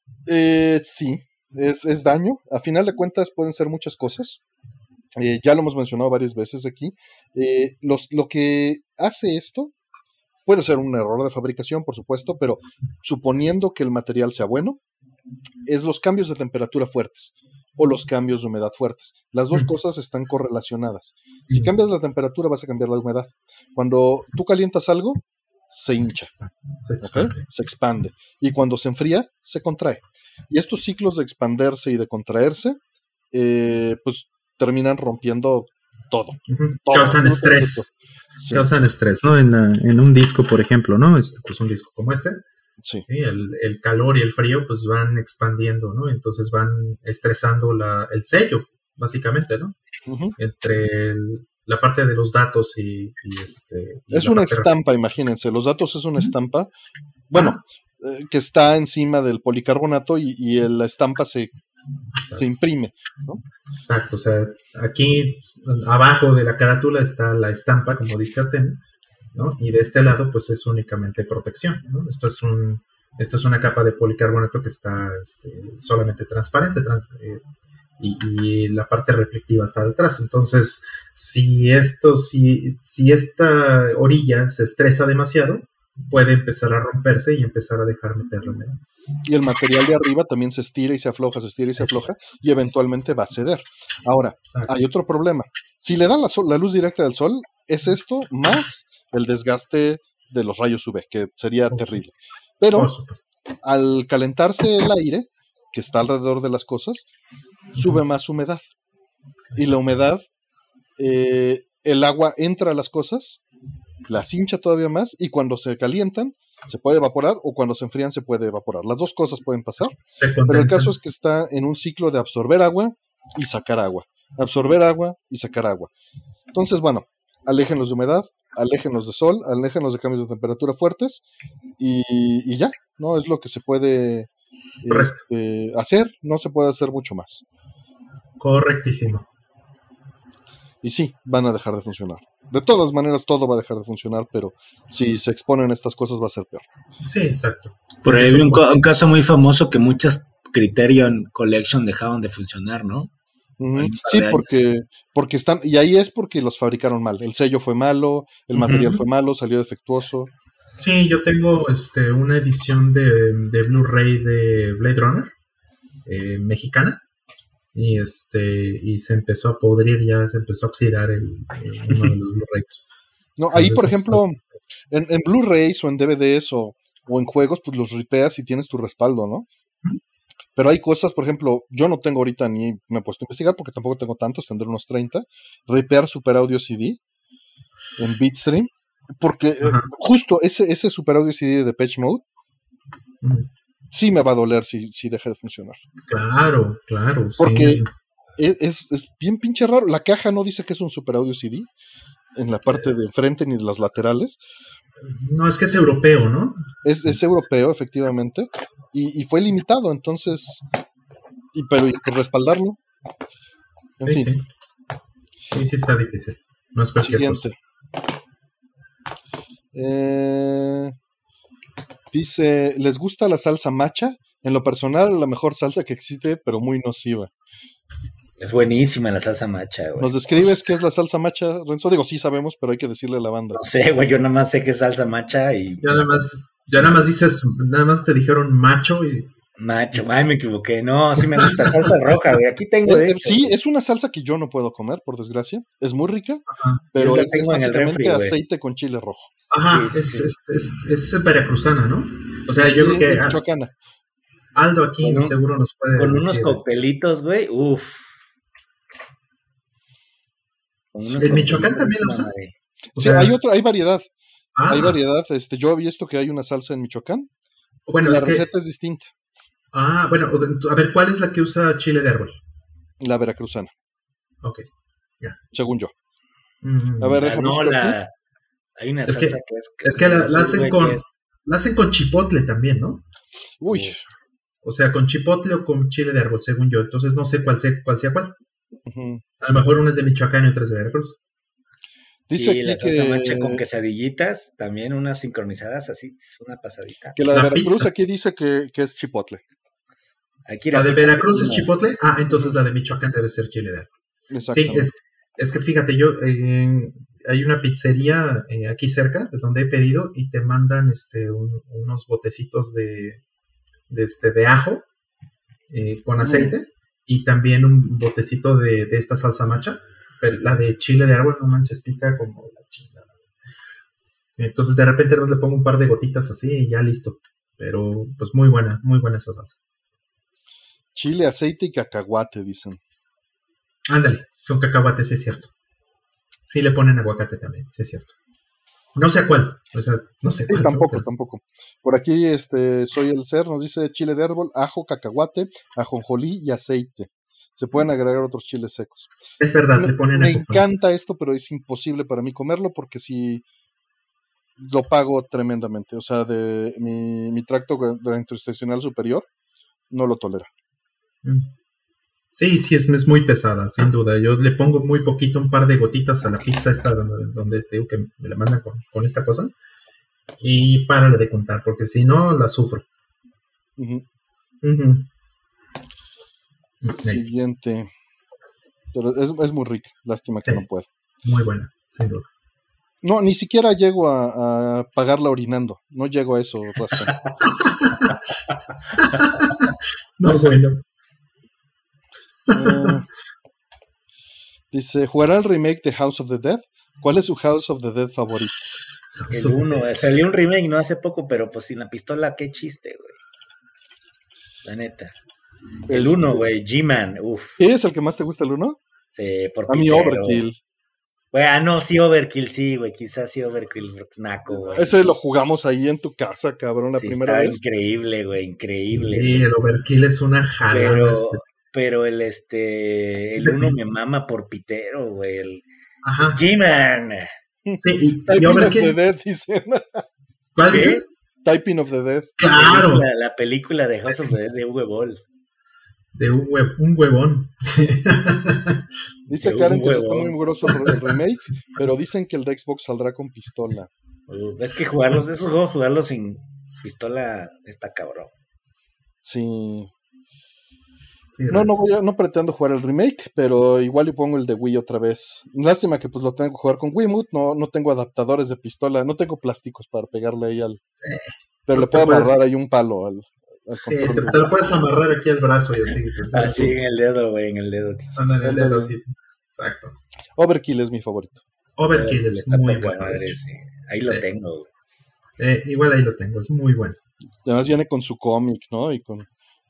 sí, es daño. A final de cuentas pueden ser muchas cosas. Ya lo hemos mencionado varias veces aquí. Lo que hace esto puede ser un error de fabricación, por supuesto, pero suponiendo que el material sea bueno, es los cambios de temperatura fuertes o los cambios de humedad fuertes. Las dos cosas están correlacionadas. Si cambias la temperatura, vas a cambiar la humedad. Cuando tú calientas algo, se hincha, se expande. Y cuando se enfría, se contrae. Y estos ciclos de expanderse y de contraerse, pues terminan rompiendo todo. Causan estrés. Sí. Causan estrés, ¿no? En un disco, por ejemplo, ¿no? Pues un disco como este. Sí. ¿Sí? El calor y el frío pues van expandiendo, ¿no? Entonces van estresando el sello, básicamente, ¿no? Entre la parte de los datos y es una estampa, imagínense, los datos es una estampa, bueno, que está encima del policarbonato y la estampa se imprime, ¿no? Exacto, o sea, aquí abajo de la carátula está la estampa, como dice Artem, ¿no? Y de este lado, pues es únicamente protección, ¿no? Esto es una capa de policarbonato que está solamente transparente y la parte reflectiva está detrás. Entonces, si esta orilla se estresa demasiado, puede empezar a romperse y empezar a dejar meter la humedad. Y el material de arriba también se estira y se afloja, y eventualmente va a ceder. Ahora, hay otro problema. Si le dan la luz directa del sol, es esto más el desgaste de los rayos UV, que sería terrible. Pero al calentarse el aire, que está alrededor de las cosas, sube más humedad. Y la humedad, el agua entra a las cosas, las hincha todavía más, y cuando se calientan, se puede evaporar, o cuando se enfrían se puede evaporar. Las dos cosas pueden pasar, pero el caso es que está en un ciclo de absorber agua y sacar agua. Absorber agua y sacar agua. Entonces, bueno, aléjenlos de humedad, aléjenlos de sol, aléjenlos de cambios de temperatura fuertes, y ya, ¿no? Es lo que se puede hacer, no se puede hacer mucho más. Correctísimo. Y sí, van a dejar de funcionar. De todas maneras, todo va a dejar de funcionar, pero si se exponen a estas cosas va a ser peor. Sí, exacto. Por ahí un caso muy famoso que muchas Criterion Collection dejaron de funcionar, ¿no? Sí, porque están, y ahí es porque los fabricaron mal. El sello fue malo, el material fue malo, salió defectuoso. Sí, yo tengo una edición de Blu-ray de Blade Runner mexicana, y se empezó a podrir, ya se empezó a oxidar uno de los Blu-rays. No, ahí, por Entonces, ejemplo, en Blu-rays o en DVDs o en juegos, pues los ripeas y tienes tu respaldo, ¿no? Pero hay cosas, por ejemplo, yo no tengo ahorita ni me he puesto a investigar porque tampoco tengo tantos, tendré unos 30. Ripear Super Audio CD en Bitstream, porque justo ese Super Audio CD de Depeche Mode sí me va a doler si deja de funcionar. Claro, porque sí. Es bien pinche raro. La caja no dice que es un Super Audio CD en la parte de enfrente ni de las laterales. No, es que es europeo, ¿no? Es europeo, efectivamente, y fue limitado, entonces, pero por respaldarlo. En fin. Sí. Sí, está difícil. No es cualquier cosa. Dice, ¿les gusta la salsa macha? En lo personal, la mejor salsa que existe, pero muy nociva. Es buenísima la salsa macha, güey. ¿Nos describes qué es la salsa macha, Renzo? Digo, sí sabemos, pero hay que decirle a la banda. No sé, güey, yo nada más sé que es salsa macha y... Ya nada más dices, nada más te dijeron macho y... Macho, ay, me equivoqué. No, sí me gusta salsa roja, güey. Aquí tengo, de hecho. Sí, es una salsa que yo no puedo comer, por desgracia. Es muy rica, Ajá. pero es tengo básicamente aceite con chile rojo. Ajá, sí. Es veracruzana, ¿no? O sea, yo creo que... Michoacana. Aldo aquí seguro nos puede con decir. Unos coctelitos, güey, uff. ¿En Michoacán también lo usan? Sí, hay variedad. Hay variedad. Yo había visto que hay una salsa en Michoacán. Bueno, la receta es distinta. Bueno, a ver, ¿cuál es la que usa chile de árbol? La veracruzana. Ok, ya. Según yo. A ver, déjame buscar. Hay una salsa que es... Es que la hacen con chipotle también, ¿no? Uy. O sea, con chipotle o con chile de árbol, según yo. Entonces no sé cuál sea cuál. A lo mejor una es de Michoacán y otra es de Veracruz. Dice aquí la salsa macha con quesadillitas, también unas sincronizadas así, una pasadita. Que la de Veracruz pizza. Aquí dice que es chipotle. Aquí la de Veracruz es chipotle. Entonces la de Michoacán debe ser chile de árbol. Sí, es que fíjate, yo hay una pizzería aquí cerca de donde he pedido y te mandan unos botecitos de ajo con aceite y también un botecito de esta salsa macha, pero la de chile de árbol, no manches, pica como la chingada. Entonces de repente le pongo un par de gotitas así y ya listo, pero pues muy buena esa salsa. Chile, aceite y cacahuate, dicen. Ándale, con cacahuate, sí es cierto. Sí le ponen aguacate también, sí es cierto. No sé cuál, o sea, no sé cuál. Tampoco. Por aquí, Soy el Ser, nos dice chile de árbol, ajo, cacahuate, ajonjolí y aceite. Se pueden agregar otros chiles secos. Es verdad, le ponen Me encanta esto, pero es imposible para mí comerlo porque si lo pago tremendamente. O sea, de mi tracto gastrointestinal superior no lo tolera. Sí, es muy pesada, sin duda. Yo le pongo muy poquito, un par de gotitas a la pizza esta donde te digo que me la mandan con esta cosa. Y párale de contar, porque si no, la sufro. Siguiente. Pero es muy rica, lástima que no puedo. Muy buena, sin duda. No, ni siquiera llego a pagarla orinando. No llego a eso, Rasta. No, bueno. Dice, ¿jugará el remake de House of the Dead? ¿Cuál es su House of the Dead favorito? El 1, salió un remake no hace poco, pero pues sin la pistola, qué chiste, güey. La neta. El 1, güey, G-Man, uff. ¿Es el que más te gusta el 1? Sí, por a mí Overkill. Güey, no, sí Overkill, sí, güey, quizás sí Overkill, naco, güey. Ese lo jugamos ahí en tu casa, cabrón, la primera vez. Increíble, güey, increíble. Sí, el Overkill es una jalada. Pero el 1 me mama por pitero, güey. Ajá. G-Man. Sí, y Overkill. Of the Dead, dicen. ¿Cuál dices? Typing of the Dead. Claro. La película de House of the Dead de Uwe Boll. De un huevón. Dice Karen que está muy grosso el remake, pero dicen que el de Xbox saldrá con pistola. Es que esos juegos, jugarlos sin pistola está cabrón. Sí. No pretendo jugar el remake, pero igual le pongo el de Wii otra vez. Lástima que pues lo tengo que jugar con Wiimote, no tengo adaptadores de pistola, no tengo plásticos para pegarle ahí pero le puedo amarrar ahí un palo al Sí, control. te lo puedes amarrar aquí al brazo y así. Pues, Así en el dedo, güey, en el dedo. Ándale, el dedo así. Exacto. Overkill es mi favorito. Overkill es Está muy poca bueno. madre, sí. Ahí lo tengo, güey. Igual ahí lo tengo, es muy bueno. Además viene con su cómic, ¿no? Y con...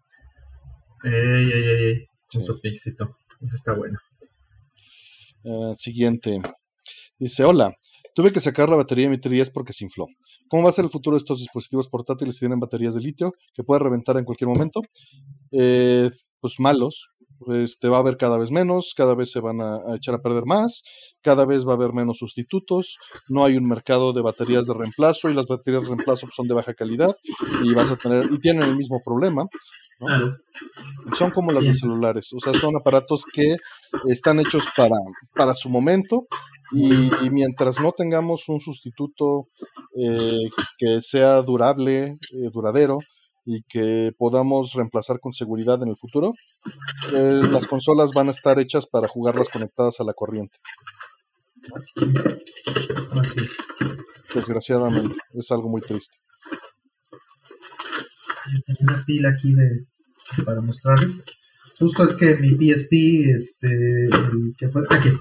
Con su pixito. Eso está bueno. Siguiente. Dice, hola, tuve que sacar la batería de mi 3DS porque se infló. ¿Cómo va a ser el futuro de estos dispositivos portátiles si tienen baterías de litio que puede reventar en cualquier momento? Pues malos. Va a haber cada vez menos, cada vez se van a echar a perder más, cada vez va a haber menos sustitutos, no hay un mercado de baterías de reemplazo y las baterías de reemplazo son de baja calidad y tienen el mismo problema, ¿no? Claro. Son como las de celulares, o sea, son aparatos que están hechos para su momento y mientras no tengamos un sustituto que sea durable, duradero y que podamos reemplazar con seguridad en el futuro, las consolas van a estar hechas para jugarlas conectadas a la corriente. Así es. Desgraciadamente, es algo muy triste. Yo tenía una pila aquí para mostrarles. Justo es que mi PSP, el que fue, aquí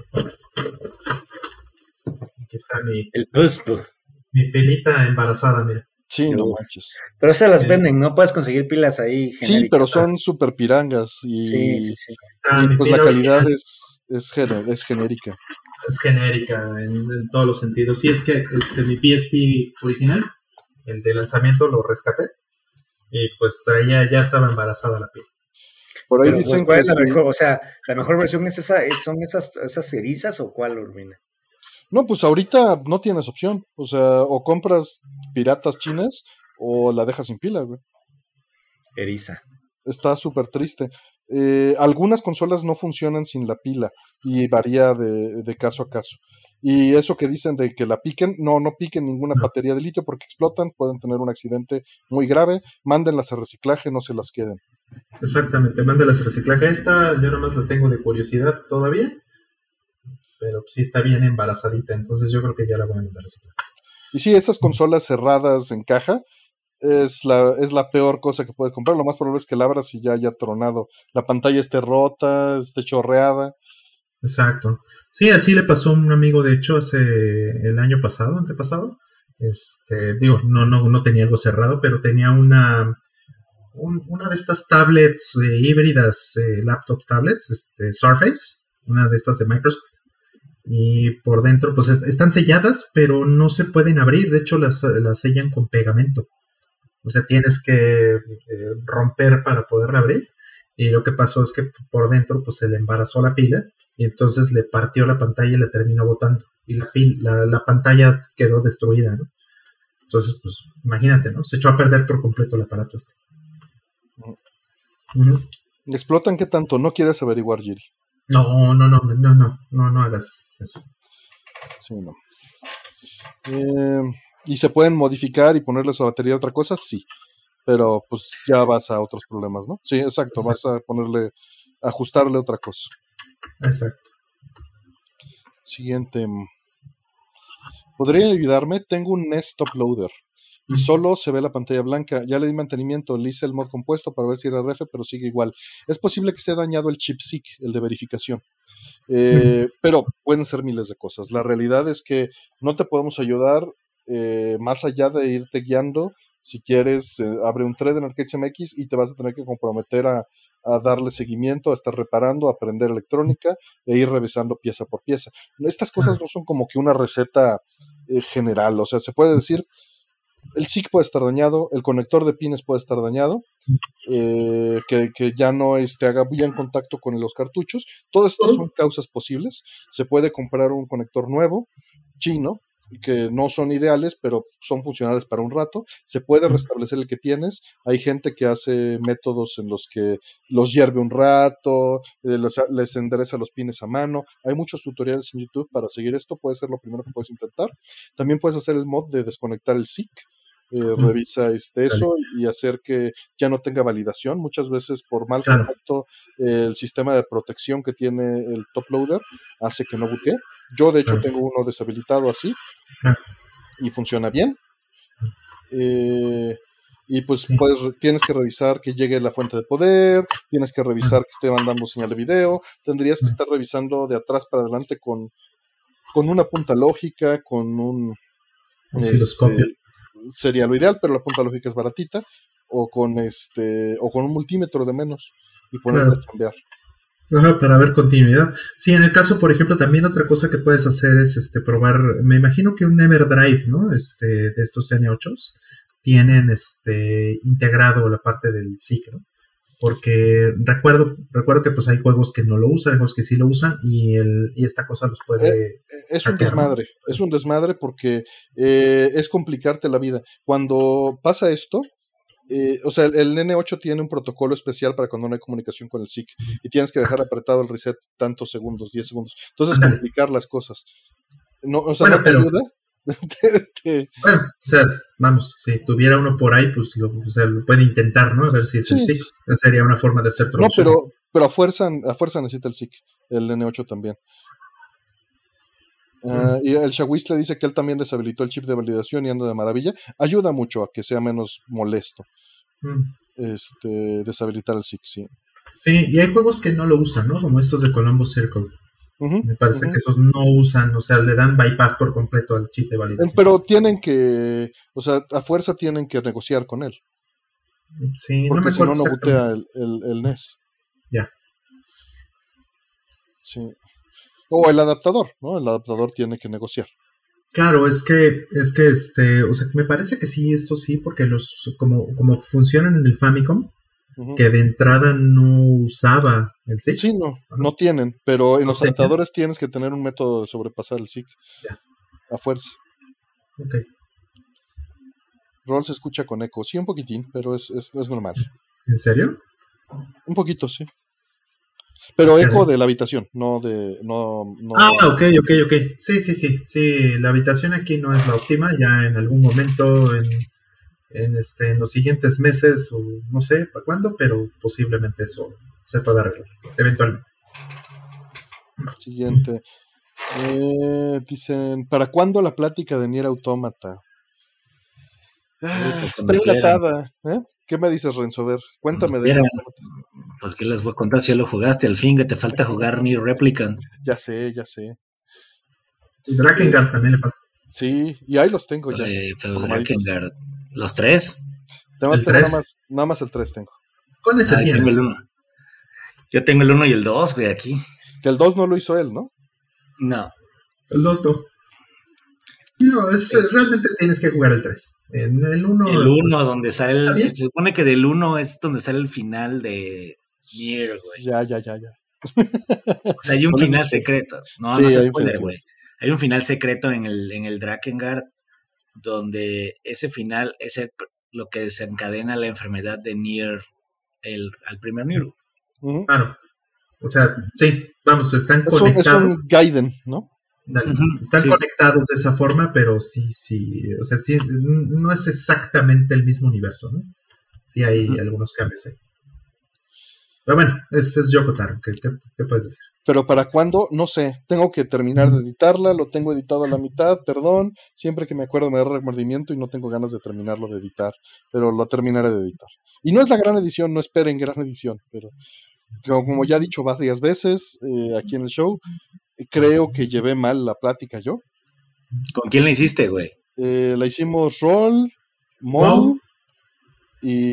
está el PUSP. mi pilita embarazada, mira. Sí, no manches. Pero se las venden, ¿no? Puedes conseguir pilas ahí genéricas. Sí, pero son súper pirangas y, sí. Y pues la calidad es genérica. Es genérica en todos los sentidos. Sí, es que mi PSP original, el de lanzamiento, lo rescaté y pues ya estaba embarazada la pila. Por ahí pero dicen ¿cuál que es la mejor? O sea, ¿la mejor versión es son esas erizas o cuál, Urbina? No, pues ahorita no tienes opción. O sea, o compras piratas chinas o la dejas sin pila, güey. Eriza. Está súper triste. Algunas consolas no funcionan sin la pila y varía de caso a caso. Y eso que dicen de que la piquen, no piquen ninguna batería de litio porque explotan, pueden tener un accidente muy grave. Mándenlas a reciclaje, no se las queden. Exactamente, mándenlas a reciclaje. Esta yo nomás la tengo de curiosidad todavía, pero sí está bien embarazadita, entonces yo creo que ya la voy a mandar a reciclaje. Y sí, esas consolas cerradas en caja es la peor cosa que puedes comprar. Lo más probable es que la abras y ya haya tronado. La pantalla esté rota, esté chorreada. Exacto. Sí, así le pasó a un amigo, de hecho, el año pasado, antepasado. No tenía algo cerrado, pero tenía una de estas tablets híbridas, laptop tablets, Surface, una de estas de Microsoft. Y por dentro, pues están selladas, pero no se pueden abrir. De hecho, las sellan con pegamento. O sea, tienes que romper para poderla abrir. Y lo que pasó es que por dentro, pues se le embarazó la pila. Y entonces le partió la pantalla y la terminó botando. Y la pantalla quedó destruida, ¿no? Entonces, pues, imagínate, ¿no? Se echó a perder por completo el aparato este. ¿Explotan qué tanto? ¿No quieres averiguar, Giri? No hagas eso. Sí, no. ¿Y se pueden modificar y ponerle su batería a otra cosa? Sí. Pero pues ya vas a otros problemas, ¿no? Sí, exacto. Vas a ajustarle otra cosa. Exacto. Siguiente. ¿Podrían ayudarme? Tengo un Nest Top Loader y solo se ve la pantalla blanca. Ya le di mantenimiento, le hice el mod compuesto para ver si era RF, pero sigue igual. Es posible que se haya dañado el chip SIC, el de verificación. Pero pueden ser miles de cosas. La realidad es que no te podemos ayudar más allá de irte guiando. Si quieres, abre un thread en Arcades MX y te vas a tener que comprometer a darle seguimiento, a estar reparando, a aprender electrónica e ir revisando pieza por pieza. Estas cosas no son como que una receta general. O sea, se puede decir, el SIC puede estar dañado, el conector de pines puede estar dañado, que ya no haga bien contacto con los cartuchos. Todo esto son causas posibles. Se puede comprar un conector nuevo, chino, que no son ideales, pero son funcionales para un rato. Se puede restablecer el que tienes. Hay gente que hace métodos en los que los hierve un rato, les endereza los pines a mano. Hay muchos tutoriales en YouTube para seguir esto. Puede ser lo primero que puedes intentar. También puedes hacer el mod de desconectar el SIC. Revisa eso y hacer que ya no tenga validación. Muchas veces por mal contacto el sistema de protección que tiene el top loader hace que no bootee. Yo de hecho tengo uno deshabilitado así y funciona bien. Y pues Sí. tienes que revisar que llegue la fuente de poder, tienes que revisar que esté mandando señal de video, tendrías que estar revisando de atrás para adelante con una punta lógica, con un Osciloscopio. sería lo ideal, pero la punta lógica es baratita, o con un multímetro de menos y ponerlo Claro. a cambiar. Ajá, para ver continuidad. Sí, en el caso, por ejemplo, también otra cosa que puedes hacer es probar, me imagino que un Everdrive, ¿no? De estos N8s tienen integrado la parte del SIG, ¿no? Porque recuerdo que pues hay juegos que no lo usan, hay juegos que sí lo usan y esta cosa los puede Es un hackear, ¿no? desmadre, es un desmadre porque es complicarte la vida. Cuando pasa esto, o sea, el N8 tiene un protocolo especial para cuando no hay comunicación con el SIC y tienes que dejar apretado el reset tantos segundos, 10 segundos. Entonces, Ándale. complicar las cosas. No, o sea, Bueno, no te pero- ayuda. Bueno, o sea, vamos, si tuviera uno por ahí, pues o sea, lo puede intentar, ¿no? A ver si es el Sí. SIG. Sería una forma de hacer No, troubleshooting. pero a fuerza necesita el SIC, el N8 también. Y el Shawistle dice que él también deshabilitó el chip de validación y anda de maravilla. Ayuda mucho a que sea menos molesto deshabilitar el SIC, sí. Sí, y hay juegos que no lo usan, ¿no? Como estos de Colombo Circle. Me parece que esos no usan, o sea, le dan bypass por completo al chip de validación. Pero tienen que, o sea, a fuerza tienen que negociar con él. Sí, Porque no me si no, acuerdo no butea exactamente. el NES. Ya. Sí. O el adaptador, ¿no? El adaptador tiene que negociar. Claro, es que o sea, me parece que sí, esto sí, porque como funcionan en el Famicom, que de entrada no usaba el SIG. Sí, no tienen, pero en No los tenían. adaptadores tienes que tener un método de sobrepasar el SIG. Ya. A fuerza. Ok. Roll se escucha con eco, sí, un poquitín, pero es normal. ¿En serio? Un poquito, sí. Pero Caray. eco de la habitación, no de... No, ok. Sí, la habitación aquí no es la óptima, ya en algún momento en los siguientes meses o no sé para cuándo, pero posiblemente eso se pueda arreglar eventualmente. Siguiente. Dicen, ¿para cuándo la plática de Nier Automata? Está enlatada. ¿Qué me dices, Renzo? A ver, cuéntame de Nier Automata. Pues qué les voy a contar si ya lo jugaste al fin, que te falta jugar Nier Replicant. Ya sé. Y Drakengard también le falta. Sí, y ahí los tengo ya. Pero Drakengard, ¿los tres? El Tengo 3. nada más el 3 tengo. ¿Cuál ese Tengo tienes? el 1. Yo tengo el 1 y el 2, güey, aquí. Que el 2 no lo hizo él, ¿no? No. El 2 no. No, realmente tienes que jugar el 3. En el 1. El 1, pues, donde sale se supone que del 1 es donde sale el final de Nier, güey. Ya. O sea, hay un final secreto. No, sí, no es hay spoiler, güey. Hay un final secreto en el Drakengard donde ese final es lo que desencadena la enfermedad de Nier al primer Nier. Claro. O sea, sí, vamos, están es conectados. Es un Gaiden, ¿no? Están conectados de esa forma, pero sí, o sea, sí, no es exactamente el mismo universo, ¿no? Sí hay algunos cambios ahí. Pero bueno, es Yoko Taro, ¿qué puedes decir? Pero ¿para cuándo? No sé, tengo que terminar de editarla, lo tengo editado a la mitad, perdón, siempre que me acuerdo me da remordimiento y no tengo ganas de terminarlo de editar, pero lo terminaré de editar. Y no es la gran edición, no esperen gran edición, pero como ya he dicho varias veces aquí en el show, creo que llevé mal la plática yo. ¿Con quién la hiciste, güey? La hicimos Roll, Mon y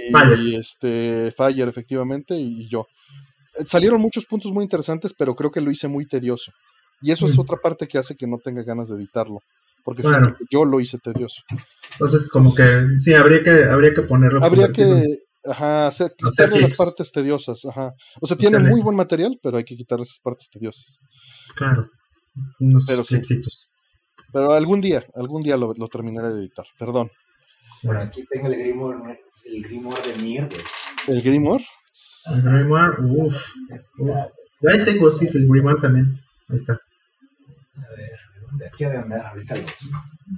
Fire, efectivamente, y yo. Salieron muchos puntos muy interesantes, pero creo que lo hice muy tedioso. Y eso es otra parte que hace que no tenga ganas de editarlo. Porque siento que yo lo hice tedioso. Entonces, como que sí, habría que ponerlo. Habría que quitarle las partes tediosas. Ajá. O sea, tiene muy buen material, pero hay que quitarle esas partes tediosas. Claro. Unos clipsitos. Pero algún día lo terminaré de editar. Perdón. Por aquí tengo el Grimoire de Nier, güey. ¿El Grimoire? El Grimoire, uff. Ahí tengo, sí, el Grimoire también. Ahí está. A ver, de aquí a de andar, ahorita lo busco.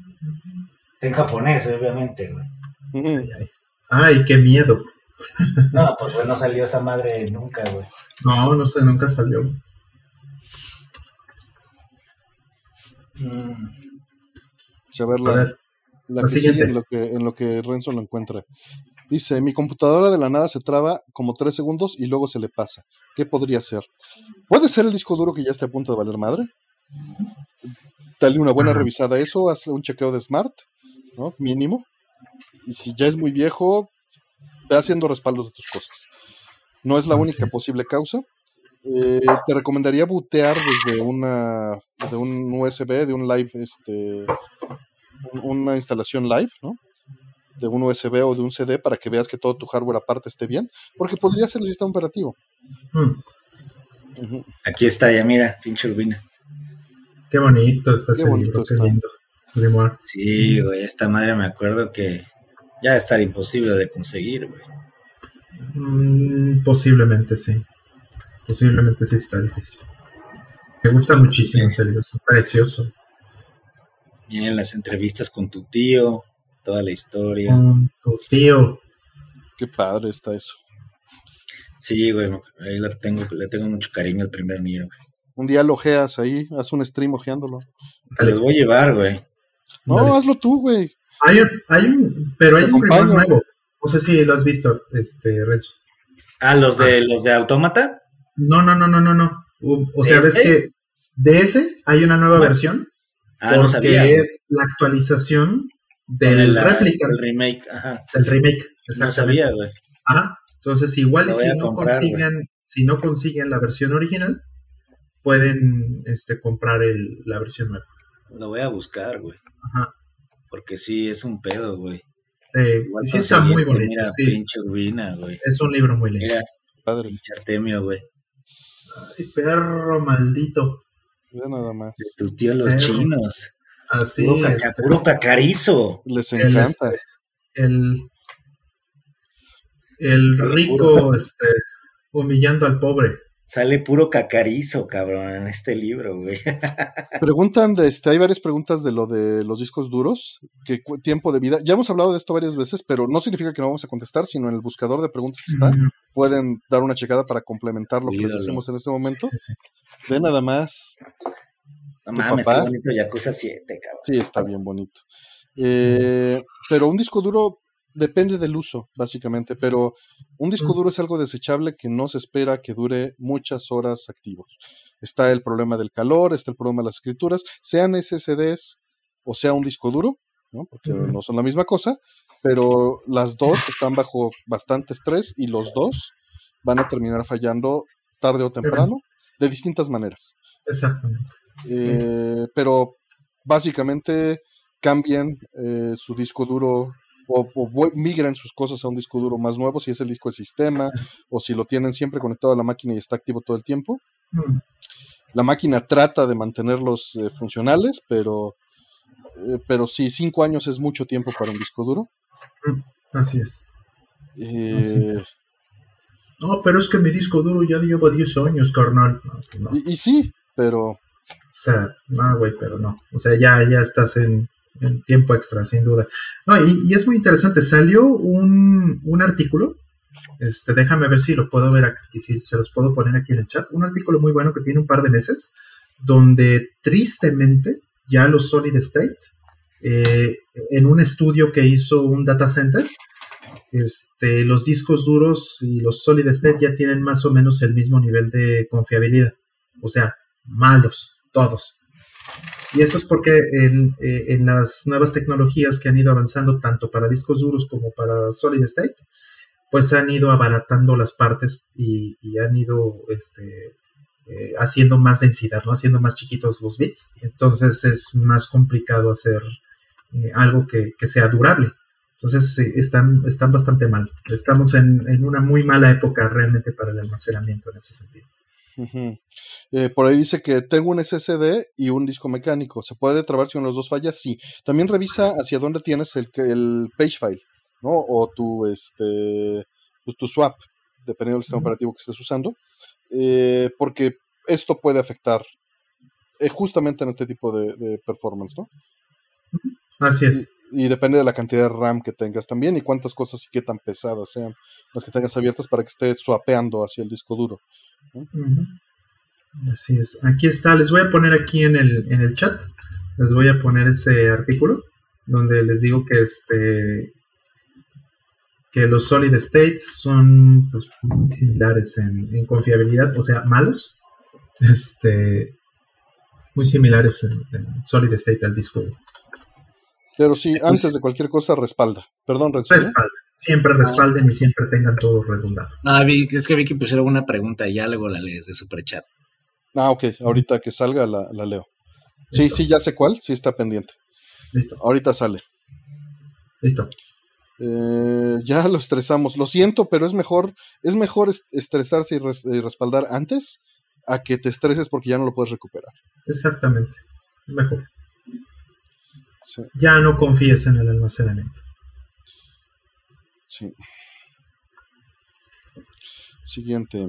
En japonés, obviamente, güey. Ay, qué miedo. No, pues güey, no salió esa madre nunca, güey. No sé, nunca salió. A ver, la que sigue en lo que Renzo lo encuentra. Dice, mi computadora de la nada se traba como 3 segundos y luego se le pasa. ¿Qué podría ser? ¿Puede ser el disco duro que ya esté a punto de valer madre? Dale una buena revisada a eso, haz un chequeo de Smart, ¿no? Mínimo. Y si ya es muy viejo, ve haciendo respaldos de tus cosas. No es la única posible causa. Te recomendaría bootear desde de un USB, de un live, una instalación live, ¿no? De un USB o de un CD para que veas que todo tu hardware aparte esté bien, porque podría ser el sistema operativo. Aquí está, ya mira, pinche Urbina. Qué bonito está ese libro, qué lindo. Grimoire. Sí, güey, esta madre me acuerdo que ya va a estar imposible de conseguir, güey. Posiblemente sí está difícil. Me gusta muchísimo ese libro, es precioso. Miren las entrevistas con tu tío, toda la historia. Tu tío. Qué padre está eso. Sí, güey, ahí le tengo mucho cariño al primer Nier, güey. Un día lo ojeas ahí, haz un stream ojeándolo. Te los voy a llevar, güey. No, dale. Hazlo tú, güey. Hay un Grimoire nuevo. No sé si lo has visto, Renzo. ¿Los de Autómata? No. O sea, ves que de ese hay una nueva versión. No sabía. Porque es la actualización del réplica. El remake, ajá. El remake, exactamente. No sabía, güey. Ajá. Entonces, igual y si no consiguen la versión original, pueden comprar la versión nueva. Lo voy a buscar, güey. Ajá. Porque sí, es un pedo, güey. Y sí está muy bonito. Mira, sí. Pinche Urbina, güey. Es un libro muy lindo. Mira, padre. Pinche Artemio, güey. Ay, perro maldito. Ya nada más. De tus tíos los chinos. Así puro cacarizo. Les encanta. El rico humillando al pobre. Sale puro cacarizo, cabrón, en este libro, güey. Preguntan, hay varias preguntas de lo de los discos duros, que tiempo de vida. Ya hemos hablado de esto varias veces, pero no significa que no vamos a contestar, sino en el buscador de preguntas que está, pueden dar una checada para complementar lo que les decimos en este momento. Sí. Ve nada más. No mames, está bonito Yakuza 7, cabrón. Sí, está bien bonito. Pero un disco duro depende del uso, básicamente, pero un disco duro es algo desechable que no se espera que dure muchas horas activos. Está el problema del calor, está el problema de las escrituras, sean SSDs o sea un disco duro, ¿no? Porque no son la misma cosa, pero las dos están bajo bastante estrés y los dos van a terminar fallando tarde o temprano, de distintas maneras. Exactamente. Pero básicamente cambian su disco duro o migran sus cosas a un disco duro más nuevo, si es el disco de sistema o si lo tienen siempre conectado a la máquina y está activo todo el tiempo. La máquina trata de mantenerlos funcionales, pero sí, 5 años es mucho tiempo para un disco duro. Así es. No, pero es que mi disco duro ya lleva 10 años, carnal. No. Y sí, pero... O sea, no, güey, pero no. O sea, ya estás en tiempo extra, sin duda. No, y es muy interesante. Salió un artículo. Déjame ver si lo puedo ver aquí, si se los puedo poner aquí en el chat. Un artículo muy bueno que tiene un par de meses, donde tristemente ya los Solid State, en un estudio que hizo un data center, los discos duros y los Solid State ya tienen más o menos el mismo nivel de confiabilidad. O sea, malos, todos. Y esto es porque en las nuevas tecnologías que han ido avanzando tanto para discos duros como para Solid State, pues han ido abaratando las partes y han ido haciendo más densidad, ¿no? Haciendo más chiquitos los bits. Entonces es más complicado hacer algo que sea durable. Entonces están bastante mal. Estamos en una muy mala época realmente para el almacenamiento en ese sentido. Por ahí dice que tengo un SSD y un disco mecánico. ¿Se puede trabar si uno de los dos falla? Sí. También revisa hacia dónde tienes el page file, ¿no? O tu swap, dependiendo del sistema operativo que estés usando, porque esto puede afectar justamente en este tipo de performance, ¿no? Así es. Y depende de la cantidad de RAM que tengas también y cuántas cosas y qué tan pesadas sean las que tengas abiertas para que esté swapeando hacia el disco duro, ¿no? Así es. Aquí está, les voy a poner aquí en el chat, les voy a poner ese artículo donde les digo que que los solid states son pues, muy similares en confiabilidad, o sea, malos, muy similares en solid state al disco. Pero sí, antes de cualquier cosa, respalda. Perdón, Renzo. Respalda. Siempre respalden y siempre tengan todo redundado. Es que vi que pusieron una pregunta y ya luego la lees de Superchat. Ok. Ahorita que salga la leo. Listo. Sí, ya sé cuál. Sí está pendiente. Listo. Ahorita sale. Listo. Ya lo estresamos. Lo siento, pero es mejor estresarse y respaldar antes a que te estreses porque ya no lo puedes recuperar. Exactamente. Mejor. Sí. Ya no confíes en el almacenamiento. Sí. Siguiente.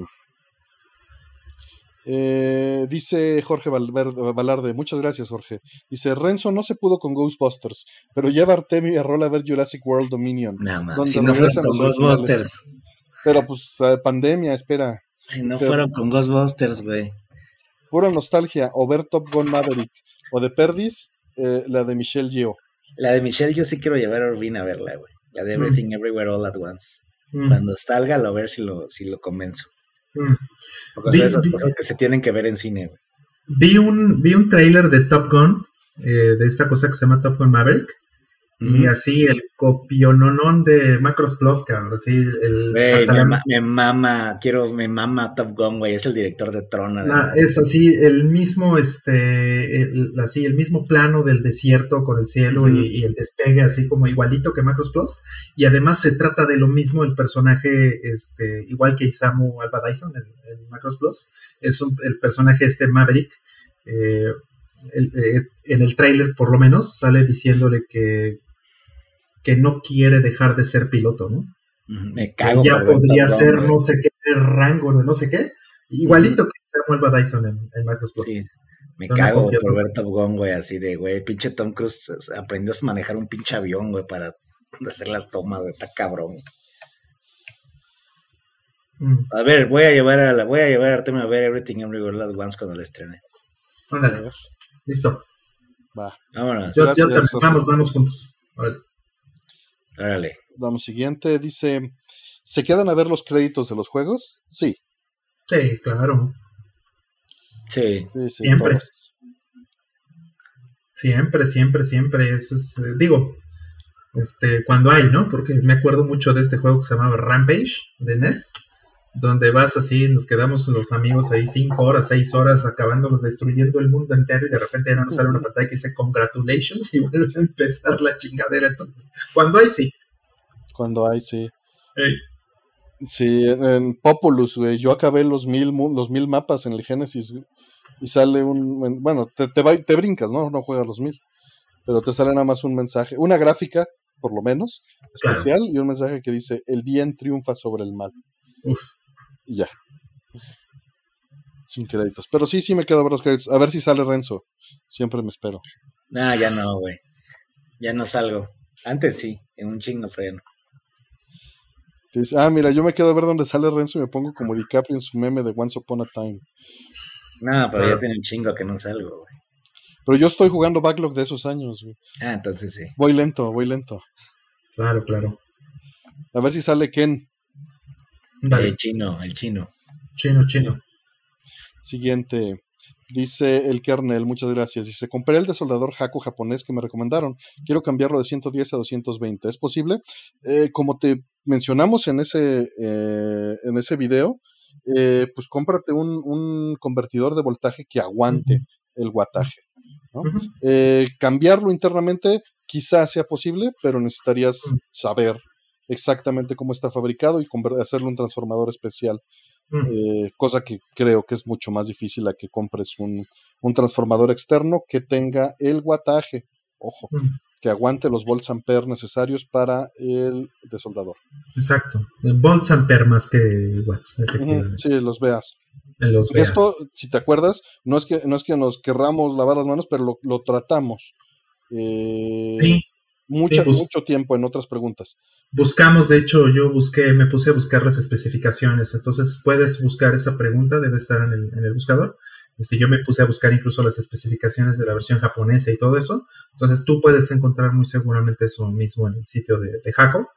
Dice Jorge Valarde, muchas gracias, Jorge. Dice, Renzo no se pudo con Ghostbusters, pero lleva a Artemio y a Rol a ver Jurassic World Dominion. No, si no fueron con Ghostbusters. Pero pues pandemia, espera. Si no fueron con Ghostbusters, güey. Pura nostalgia, o ver Top Gun Maverick, o de Perdis, la de Michelle Yeoh. La de Michelle yo sí quiero llevar a Orvin a verla, güey. La de Everything Everywhere All at Once. Cuando salga, a ver si lo convenzo. Porque son esas cosas que se tienen que ver en cine, güey. Vi un trailer de Top Gun, de esta cosa que se llama Top Gun Maverick, y así el copiononón de Macros Plus, cabrón, así me mama Top Gun, güey, es el director de Tron. Es así, el mismo el mismo plano del desierto con el cielo y el despegue así como igualito que Macros Plus, y además se trata de lo mismo el personaje, igual que Isamu Alba Dyson en Macros Plus, es el personaje Maverick, en el tráiler por lo menos sale diciéndole que no quiere dejar de ser piloto, ¿no? Me cago. Que ya podría ser no sé qué rango, no sé qué. Igualito que Samuel L. Dyson en Macros Plus. Sí, me cago por ver Top Gun, güey, así de, güey, pinche Tom Cruise aprendió a manejar un pinche avión, güey, para hacer las tomas, güey, está cabrón. A ver, voy a llevar a Artemio a ver Everything Everywhere All at Once cuando la estrene. Ándale, listo. Va. Vámonos. Yo también, vamos juntos. Órale. Vamos, siguiente, dice, ¿se quedan a ver los créditos de los juegos? Sí. Sí, claro. Sí. Siempre. Todos. Siempre. Eso es, digo, cuando hay, ¿no? Porque me acuerdo mucho de este juego que se llamaba Rampage de NES, donde vas así, nos quedamos los amigos ahí 5 horas, 6 horas acabando, destruyendo el mundo entero, y de repente ya nos sale una pantalla que dice congratulations y vuelve a empezar la chingadera. Entonces, cuando hay, sí. Hey. Sí, en Populous, güey, yo acabé los 1000 mapas en el Genesis, güey, y sale bueno, te brincas, ¿no? No juegas los 1000, pero te sale nada más un mensaje, una gráfica, por lo menos, especial, claro, y un mensaje que dice, el bien triunfa sobre el mal. Uf. Y ya. Sin créditos. Pero sí me quedo a ver los créditos. A ver si sale Renzo. Siempre me espero. No, ya no, güey. Ya no salgo. Antes sí, en un chingo freno. Dice, mira, yo me quedo a ver dónde sale Renzo y me pongo como DiCaprio en su meme de Once Upon a Time. No, pero ya tiene un chingo que no salgo, güey. Pero yo estoy jugando backlog de esos años, güey. Entonces sí. Voy lento. Claro. A ver si sale Ken. Vale. El chino. Chino. Siguiente. Dice el kernel, muchas gracias. Dice, compré el desoldador Haku japonés que me recomendaron. Quiero cambiarlo de 110 a 220. ¿Es posible? Como te mencionamos en ese video, pues cómprate un convertidor de voltaje que aguante el wattaje, ¿no? Cambiarlo internamente quizás sea posible, pero necesitarías saber exactamente cómo está fabricado y hacerle un transformador especial, cosa que creo que es mucho más difícil a que compres un transformador externo que tenga el wattaje, ojo, que aguante los volts ampere necesarios para el desoldador. Exacto, volts ampere más que watts. Sí, los veas. Veas. Esto, si te acuerdas, no es que nos querramos lavar las manos, pero lo tratamos. Sí. Mucho tiempo en otras preguntas. Buscamos, de hecho, me puse a buscar las especificaciones, entonces puedes buscar esa pregunta, debe estar en el buscador. Yo me puse a buscar incluso las especificaciones de la versión japonesa y todo eso, entonces tú puedes encontrar muy seguramente eso mismo en el sitio de Haku,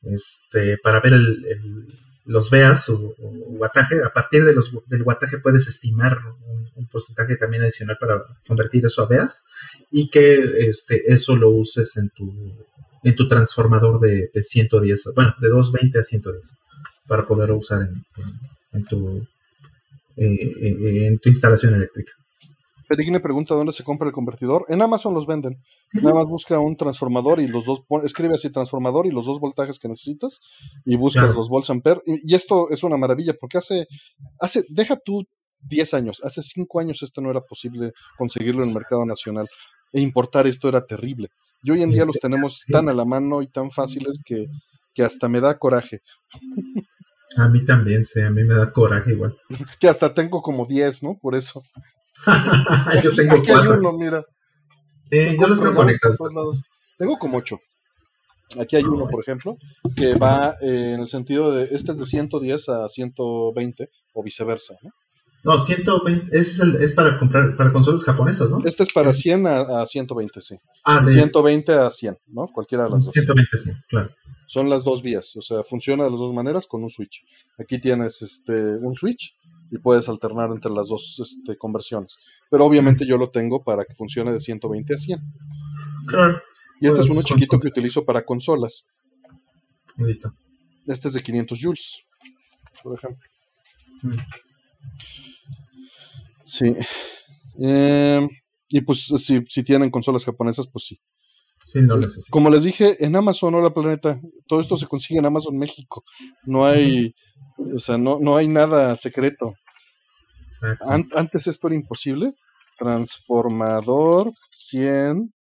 para ver los VEAs o wattaje. A partir del wattaje puedes estimar un porcentaje también adicional para convertir eso a VEAs, y que eso lo uses en tu transformador de 110, bueno, de 220 a 110, para poderlo usar en tu instalación eléctrica. Perigne pregunta dónde se compra el convertidor. En Amazon los venden. Nada más busca un transformador y escribe así transformador y los 2 voltajes que necesitas y buscas los volts ampere. Y esto es una maravilla porque deja tú 10 años, hace 5 años esto no era posible conseguirlo en el mercado nacional. E importar esto era terrible. Y hoy en día los tenemos tan a la mano y tan fáciles que hasta me da coraje. A mí también, sí, a mí me da coraje igual. Que hasta tengo como 10, ¿no? Por eso. Yo tengo aquí 4. Hay uno, mira. Yo los tengo conectados. Tengo como 8. Aquí hay uno, por ejemplo, que va en el sentido de, este es de 110 a 120 o viceversa, ¿no? No, 120, ese es para comprar para consolas japonesas, ¿no? Este es para 100 a 120, sí. De 120 a 100, ¿no? Cualquiera de las dos. 120, sí, claro. Son las dos vías, o sea, funciona de las dos maneras con un switch. Aquí tienes un switch y puedes alternar entre las dos conversiones. Pero obviamente yo lo tengo para que funcione de 120 a 100. Claro. Y este es uno chiquito que utilizo para consolas. Listo. Este es de 500 joules, por ejemplo. Sí. Y pues si tienen consolas japonesas, pues sí. Sí, no necesito. Como les dije, en Amazon Hola Planeta, todo esto se consigue en Amazon México. No hay, o sea, no hay nada secreto. Exacto. Antes esto era imposible. Transformador 100,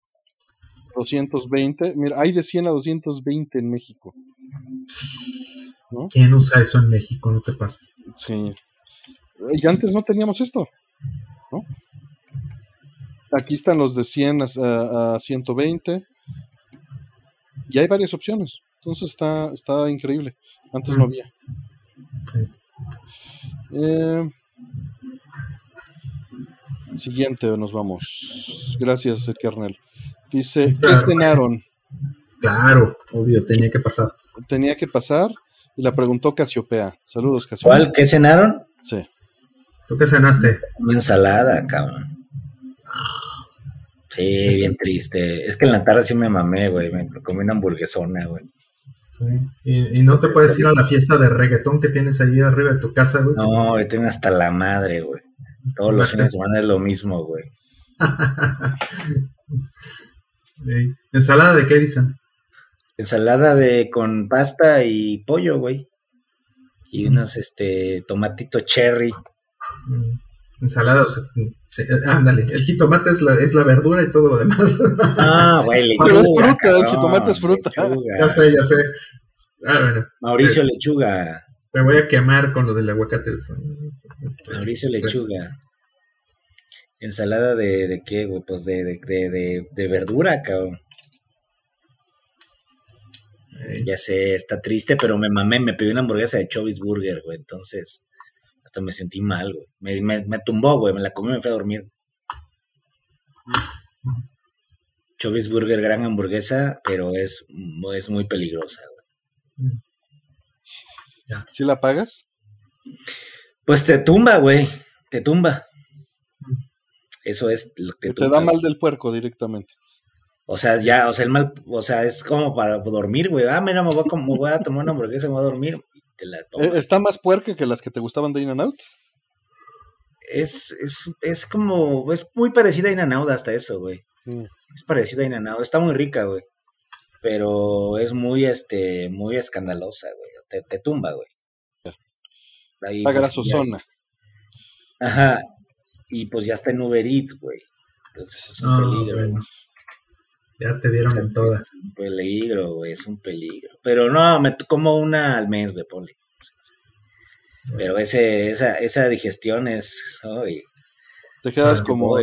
220. Mira, hay de 100 a 220 en México, ¿no? ¿Quién usa eso en México? No te pases. Sí. Y antes no teníamos esto, ¿no? Aquí están los de 100 a 120 y hay varias opciones. Entonces está increíble. Antes no había. Sí. Siguiente, nos vamos. Gracias, Kernel. Dice, ¿qué cenaron? Claro, obvio, tenía que pasar. Tenía que pasar y la preguntó Casiopea. Saludos, Casiopea. ¿Cuál? ¿Qué cenaron? Sí. ¿Tú qué cenaste? Una ensalada, cabrón. Sí, bien triste. Es que en la tarde sí me mamé, güey. Me comí una hamburguesona, güey. Sí. ¿Y no te puedes ir a la fiesta de reggaetón que tienes ahí arriba de tu casa, güey? No, güey, tengo hasta la madre, güey. Todos los fines de semana es lo mismo, güey. ¿Ensalada de qué dicen? Ensalada con pasta y pollo, güey. Y unos tomatito cherry. Ensalada, o sea, ándale, el jitomate es la verdura y todo lo demás. Ah, güey, lechuga. Pero es fruta, el jitomate es fruta. Lechuga. Ya sé. Bueno, Mauricio Lechuga. Te voy a quemar con lo del aguacate. Mauricio Lechuga. Ensalada de qué, güey, pues de verdura, cabrón. Ya sé, está triste, pero me mamé, me pedí una hamburguesa de Chubby's Burger, güey, entonces hasta me sentí mal, güey. Me tumbó, güey, me la comí y me fui a dormir. Chubby's Burger, gran hamburguesa, pero es muy peligrosa, güey. ¿Sí la pagas? Pues te tumba, güey, te tumba. Eso es lo que te da mal del puerco directamente. O sea, el mal, o sea, es como para dormir, güey. Mira, me voy a tomar una hamburguesa, me voy a dormir. Y te la tomas. ¿Está más puerca que las que te gustaban de In-N-Out? Es como, es muy parecida a In-N-Out hasta eso, güey. Es parecida a In-N-Out, está muy rica, güey. Pero es muy, muy escandalosa, güey. Te tumba, güey. La grasosona. Ajá. Y pues ya está en Uber Eats, güey. Entonces es un peligro, bueno. Ya te dieron en todas. Es un peligro, güey, es un peligro. Pero no, me como una al mes, güey, ponle. Pero esa digestión es... Uy, te quedas como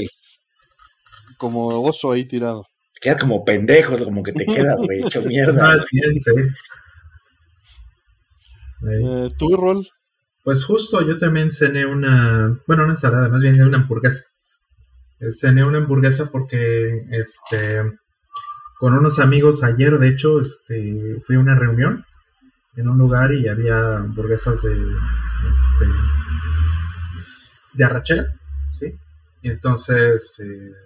oso ahí tirado. Te quedas como pendejo, como que te quedas, güey, hecho mierda. Sí. ¿Tú, Rol? Pues justo yo también cené una ensalada, más bien una hamburguesa. Cené una hamburguesa porque con unos amigos ayer, de hecho, fui a una reunión en un lugar y había hamburguesas de arrachera, ¿sí? Y entonces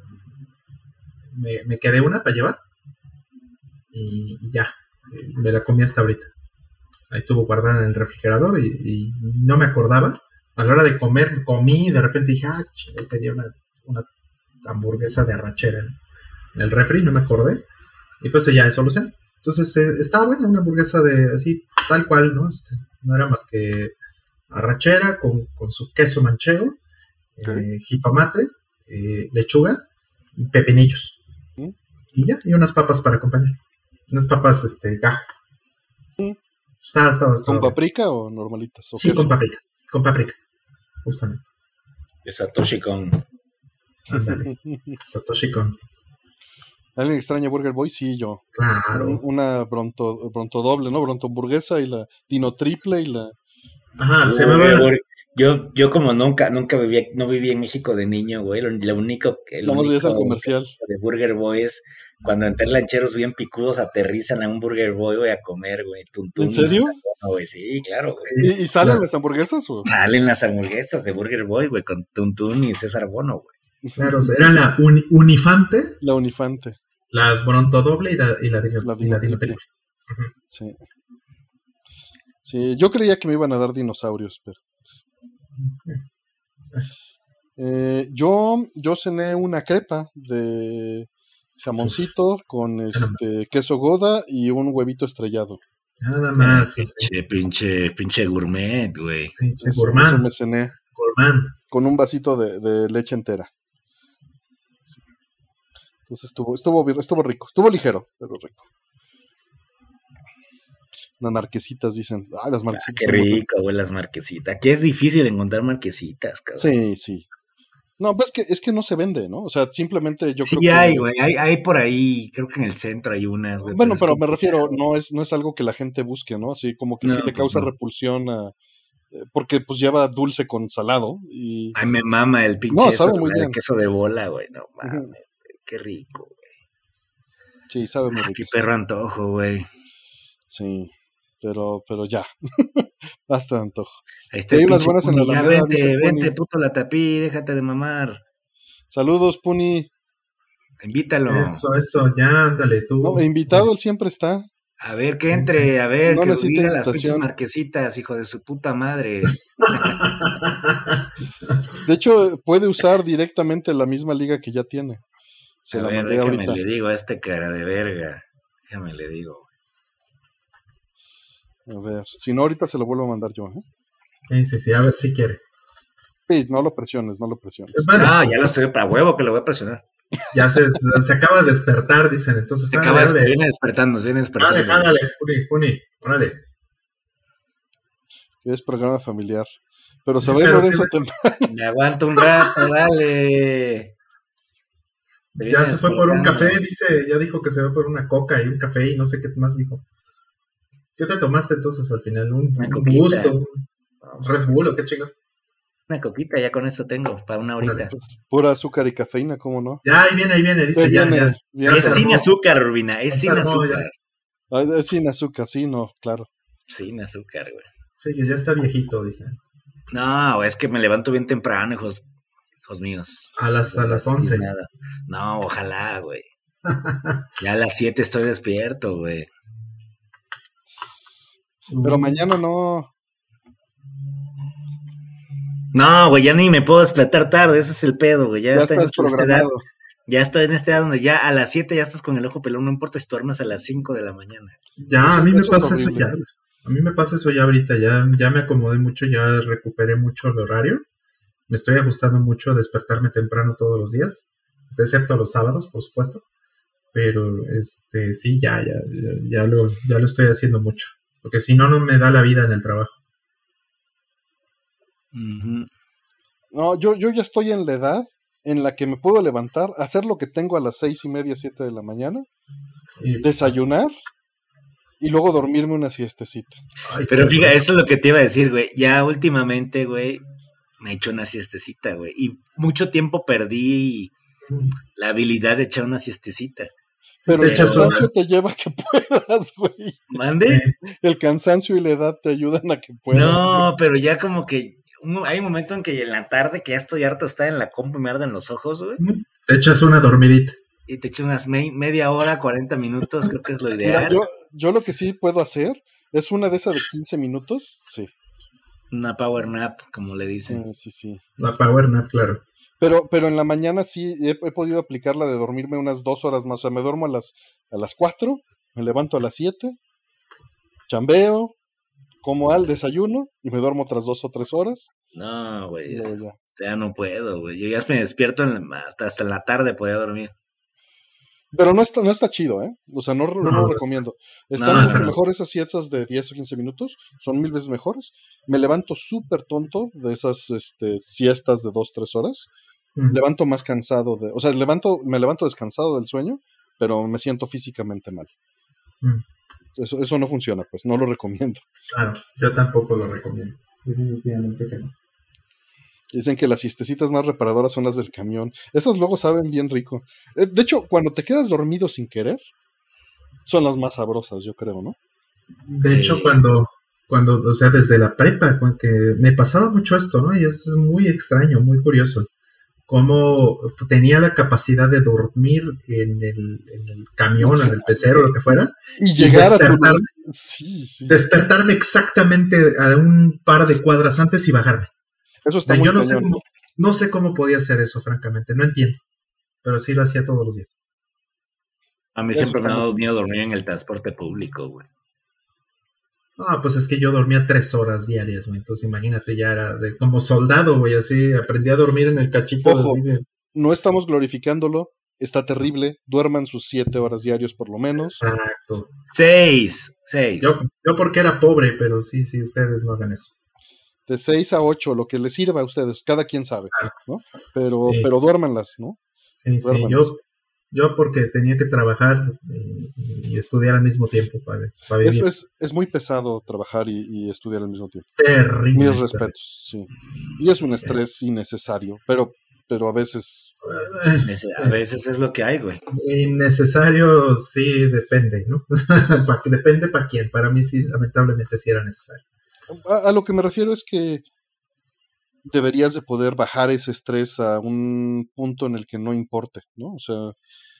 me quedé una para llevar y ya, me la comí hasta ahorita. Ahí estuvo guardada en el refrigerador y no me acordaba. A la hora de comer, comí y de repente dije, tenía una hamburguesa de arrachera en el refri, no me acordé. Y pues ya eso lo sé. Entonces estaba buena una hamburguesa de así, tal cual, ¿no? No era más que arrachera con su queso manchego, jitomate, lechuga, pepinillos. Y ya, y unas papas para acompañar. Unas papas, gajo. Estaba ¿Con bueno. paprika o normalitas? Sí, con paprika, justamente. De Satoshi Kon. Ándale, Satoshi Kon. ¿Alguien extraña Burger Boy? Sí, yo. Claro. Una bronto doble, ¿no? Bronto hamburguesa y la Dino triple y la... Ajá, se llamaba... Yo como nunca no viví en México de niño, güey. Lo único al comercial de Burger Boy es cuando entre lancheros bien picudos aterrizan a un Burger Boy, güey, a comer, güey. ¿En serio? Güey, sí, claro, güey. ¿Y salen las hamburguesas? ¿O? Salen las hamburguesas de Burger Boy, güey, con Tuntún y César Bono, güey. Claro, era la Unifante. La Unifante. La Bronto doble y la Dino triple. Sí. Sí, yo creía que me iban a dar dinosaurios, pero... yo cené una crepa de jamoncito con queso Gouda y un huevito estrellado. Nada más. Pinche gourmet, güey. Pinche gourmand. Eso me cené. Gourmand. Con un vasito de leche entera. Sí. Entonces estuvo rico. Estuvo ligero, pero rico. Las marquesitas, dicen. Las marquesitas. Qué rico, güey, las marquesitas. Aquí es difícil encontrar marquesitas, cabrón. Sí. No, pues es que no se vende, ¿no? O sea, simplemente yo creo que... Sí hay, güey, hay por ahí, creo que en el centro hay unas, güey. Bueno, pero me refiero, no es algo que la gente busque, ¿no? Así como que sí le causa repulsión porque pues lleva dulce con salado y... Ay, me mama el pinche el queso de bola, güey, no mames, qué rico, güey. Sí, sabe muy rico. Qué perro antojo, güey. Sí, pero ya. Basta de antojo. Ahí está. Hay unas buenas en la Alameda. Vente, puto la tapí, déjate de mamar. Saludos, Puni. Invítalo. Eso, ya, ándale tú. No, invitado él siempre está. A ver, que entre, a ver, no que diga las pinches marquesitas, hijo de su puta madre. De hecho, puede usar directamente la misma liga que ya tiene. Se la mandé ahorita. Déjame le digo a este cara de verga. Déjame le digo. A ver, si no, ahorita se lo vuelvo a mandar yo, Sí, a ver si quiere. Sí, no lo presiones. Bueno, ya lo estoy para huevo que lo voy a presionar. Ya se acaba de despertar, dicen, entonces. Viene despertando. Dale, Puni, órale. Es programa familiar. Pero se va a ir Lorenzo temprano. Me aguanto un rato, dale. Ya se fue por un café, ya dijo que se va por una coca y un café y no sé qué más dijo. ¿Qué te tomaste entonces al final? ¿Un gusto? ¿Un Red Bull o qué chingos? Una coquita, ya con eso tengo, para una horita. Pues, pura azúcar y cafeína, ¿cómo no? Ya, ahí viene, dice ya. Es sin azúcar, Rubina, es sin azúcar. Es sin azúcar, sí, no, claro. Sin azúcar, güey. Sí, ya está viejito, dice. No, es que me levanto bien temprano, hijos míos. A las 11. No, ojalá, güey. Ya a las 7 estoy despierto, güey. Pero mañana no. No, güey, ya ni me puedo despertar tarde, ese es el pedo, güey. Ya estás programado. Ya estoy en esta edad donde ya a las 7 ya estás con el ojo pelón, no importa si duermes a las 5 de la mañana. Ya, a mí me pasa eso ya. A mí me pasa eso ya ahorita, ya me acomodé mucho, ya recuperé mucho el horario. Me estoy ajustando mucho a despertarme temprano todos los días, excepto los sábados, por supuesto. Pero sí, ya lo estoy haciendo mucho. Porque si no, no me da la vida en el trabajo. No, yo ya estoy en la edad en la que me puedo levantar, hacer lo que tengo a las 6:30, 7 de la mañana, desayunar y luego dormirme una siestecita. Pero fíjate, eso es lo que te iba a decir, güey. Ya últimamente, güey, me he hecho una siestecita, güey. Y mucho tiempo perdí la habilidad de echar una siestecita. Pero te el echas cansancio te lleva a que puedas, güey. ¿Mande? El cansancio y la edad te ayudan a que puedas. No, pero ya como que hay un momento en que en la tarde que ya estoy harto de estar en la compu y me arden los ojos, güey. Te echas una dormidita. Y te echo unas media hora, 40 minutos, creo que es lo Mira, ideal. yo lo que sí puedo hacer es una de esas de 15 minutos. Sí. Una power nap, como le dicen. Sí. La power nap, claro. Pero en la mañana sí he podido aplicar la de dormirme unas 2 horas más. O sea, me duermo a las 4, me levanto a las 7, chambeo, como al desayuno y me duermo otras 2 o 3 horas. No, güey, Luego ya. ya no puedo, güey. Yo ya me despierto hasta en la tarde podía dormir. Pero no está chido, ¿eh? O sea, no lo recomiendo. Están no, mucho no. mejor esas siestas de 10 o 15 minutos. Son 1000 veces mejores. Me levanto súper tonto de esas siestas de 2-3 horas. Levanto más cansado o sea, me levanto descansado del sueño, pero me siento físicamente mal. Eso no funciona, pues no lo recomiendo. Claro, yo tampoco lo recomiendo. Definitivamente que no. Dicen que las siestecitas más reparadoras son las del camión. Esas luego saben bien rico. De hecho, cuando te quedas dormido sin querer, son las más sabrosas, yo creo, ¿no? De hecho, cuando, o sea, desde la prepa, que me pasaba mucho esto, ¿no? Y es muy extraño, muy curioso. Cómo tenía la capacidad de dormir en el camión, en el pecero, lo que fuera, y llegar despertarme, sí. despertarme exactamente a un par de cuadras antes y bajarme. Eso está O sea, muy yo cañón. no sé cómo podía hacer eso, francamente, no entiendo, pero sí lo hacía todos los días. A mí siempre me ha dado miedo dormir en el transporte público, güey. Ah, pues es que yo dormía 3 horas diarias, güey. Entonces imagínate, ya era como soldado, güey, así aprendí a dormir en el cachito. Ojo, así de... no estamos glorificándolo, está terrible, duerman sus 7 horas diarios por lo menos. Exacto. 6. Yo porque era pobre, pero sí, ustedes no hagan eso. De 6 a 8, lo que les sirva a ustedes, cada quien sabe, ¿no? Pero duérmanlas, ¿no? Sí, yo porque tenía que trabajar y estudiar al mismo tiempo para vivir. Es muy pesado trabajar y estudiar al mismo tiempo. Terrible. Mis respetos, sí. Y es un estrés innecesario, pero a veces... A veces es lo que hay, güey. Innecesario, sí, depende, ¿no? Depende para quién. Para mí sí, lamentablemente sí era necesario. A lo que me refiero es que deberías de poder bajar ese estrés a un punto en el que no importe, ¿no? O sea,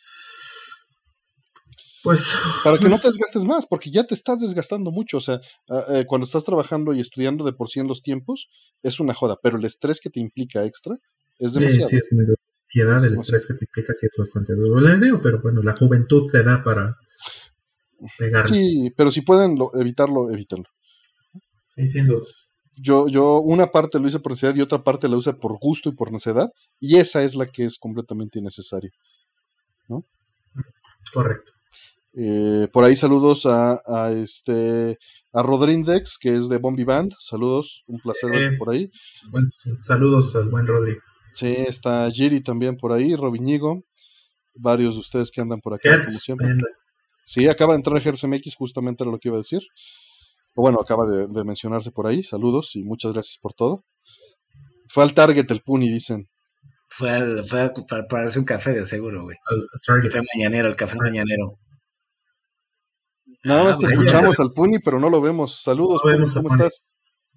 pues para que no te desgastes más, porque ya te estás desgastando mucho. O sea, cuando estás trabajando y estudiando de por sí en los tiempos, es una joda, pero el estrés que te implica extra es demasiado. Sí, es muy duro. La ansiedad, el estrés que te implica sí es bastante duro. Le digo, pero bueno, la juventud te da para pegarle. Sí, pero si pueden evitarlo, evítenlo. Sí, sin duda. Yo una parte lo hice por necesidad y otra parte la usé por gusto y por necedad, y esa es la que es completamente innecesaria, ¿no? Correcto. Por ahí saludos a Rodrindex, que es de Bombi Band. Saludos, un placer verte por ahí. Pues saludos al buen Rodri. Sí, está Giri también por ahí, Robiñigo, varios de ustedes que andan por acá, como siempre. Sí, acaba de entrar GertzMX, justamente era lo que iba a decir. O bueno, acaba de mencionarse por ahí. Saludos y muchas gracias por todo. Fue al Target el Puni, dicen. Fue para pararse un café de seguro, güey. El café mañanero. Nada más te escuchamos al Puni, pero no lo vemos. Saludos, Puni, ¿cómo estás?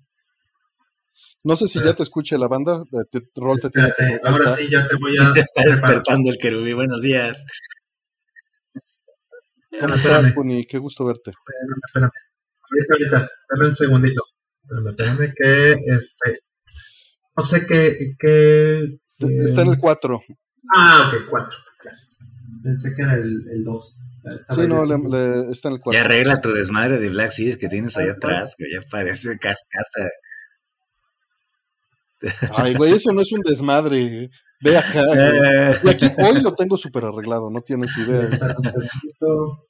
No sé si ya te escuche la banda. Espérate, ahora sí ya te voy a... Está despertando el querubí. Buenos días. ¿Cómo estás, Puni? Qué gusto verte. Espérame. Ahorita, dame un segundito. Espérame que no sé qué. Está en el 4. Ah, ok, 4. Pensé que era el 2. Sí, no, está en el 4. Ya arregla tu desmadre de Black Series que tienes allá atrás, güey. Ya parece casa. Ay, güey, eso no es un desmadre. Ve acá, y aquí hoy lo tengo súper arreglado, no tienes idea. Espera un segundito.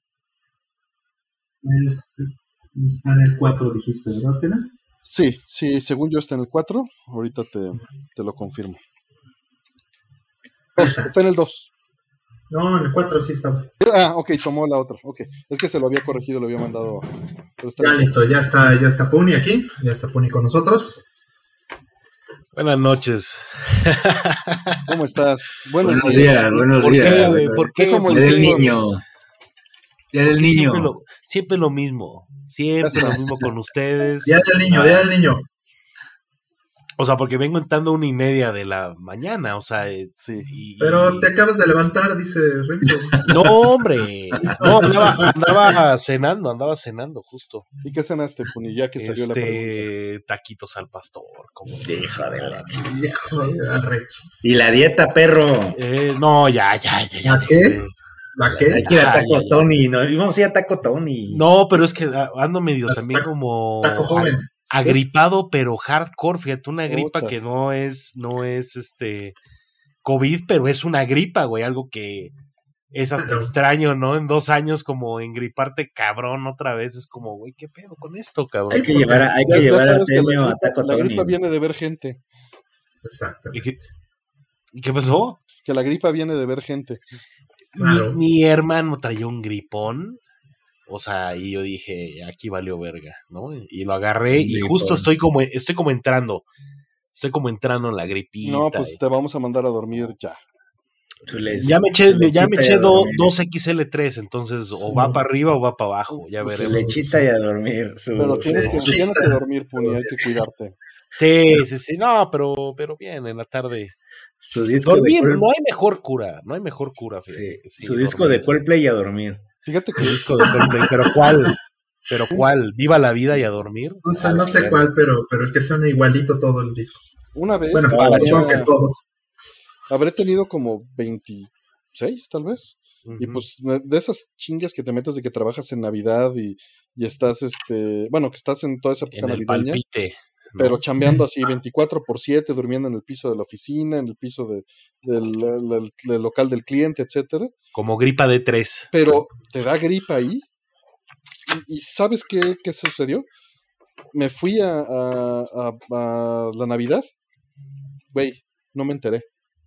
Está en el 4, dijiste, ¿verdad, Tina? Sí, según yo está en el 4. Ahorita te lo confirmo. Está en el 2. No, en el 4 sí está. Ah, ok, tomó la otra. Ok, es que se lo había corregido, lo había mandado. Ya listo, ya está Puni aquí. Ya está Puni con nosotros. Buenas noches. ¿Cómo estás? Buenos días. ¿Por qué, güey? ¿Por qué? Como Día del niño. Día del niño. Siempre lo mismo. Siempre lo mismo con ustedes. Día del niño. O sea, porque vengo entrando 1:30 de la mañana, o sea... Sí. Pero te acabas de levantar, dice Renzo. No, hombre. No, andaba cenando justo. ¿Y qué cenaste, Puni? Ya que salió la pregunta. Taquitos al pastor. Como Hijo de la ¿Y Y la dieta, perro. No, ya. ¿La qué? ¿La qué? Hay que ir a Taco Tony, ¿no? Íbamos a ir a Taco Tony. No, pero es que ando medio también como... Taco joven. Agripado, pero hardcore, fíjate, una gripa Puta. que no es COVID, pero es una gripa, güey, algo que es hasta extraño, ¿no? En 2 años como engriparte cabrón otra vez, es como, güey, ¿qué pedo con esto, cabrón? Hay que llevar a sabes que Temio a Taco la Tony. gripa viene de ver gente. Exactamente. ¿Y qué pasó? Que la gripa viene de ver gente. Claro. Mi hermano traía un gripón, o sea, y yo dije, aquí valió verga, ¿no? Y lo agarré y justo estoy como entrando en la gripita. No, pues te vamos a mandar a dormir ya. Ya me eché 2XL3, entonces o va para arriba o va para abajo, ya Su veremos. lechita y a dormir. Pero tienes que dormir, Puni, hay que cuidarte. Sí, no, pero bien, en la tarde. Su disco Dormir, de no hay mejor cura, fíjate. Sí, que sí, su disco dormir. de Coldplay y a dormir. Fíjate que Su disco de Coldplay, pero ¿cuál? ¿Viva la vida y a dormir? No sé cuál, pero el que suena igualito todo el disco. una vez Bueno, supongo que todos. habré tenido como 26, tal vez. Y Ujú. pues de esas chingas que te metes de que trabajas en Navidad y estás, que estás en toda esa época En el navideña, palpite. ¿no? pero chambeando así 24/7, durmiendo en el piso de la oficina, en el piso del local del cliente, etcétera. Como gripa de 3. Pero te da gripa ahí. ¿Y sabes qué sucedió? Me fui a la Navidad. Güey, no me enteré.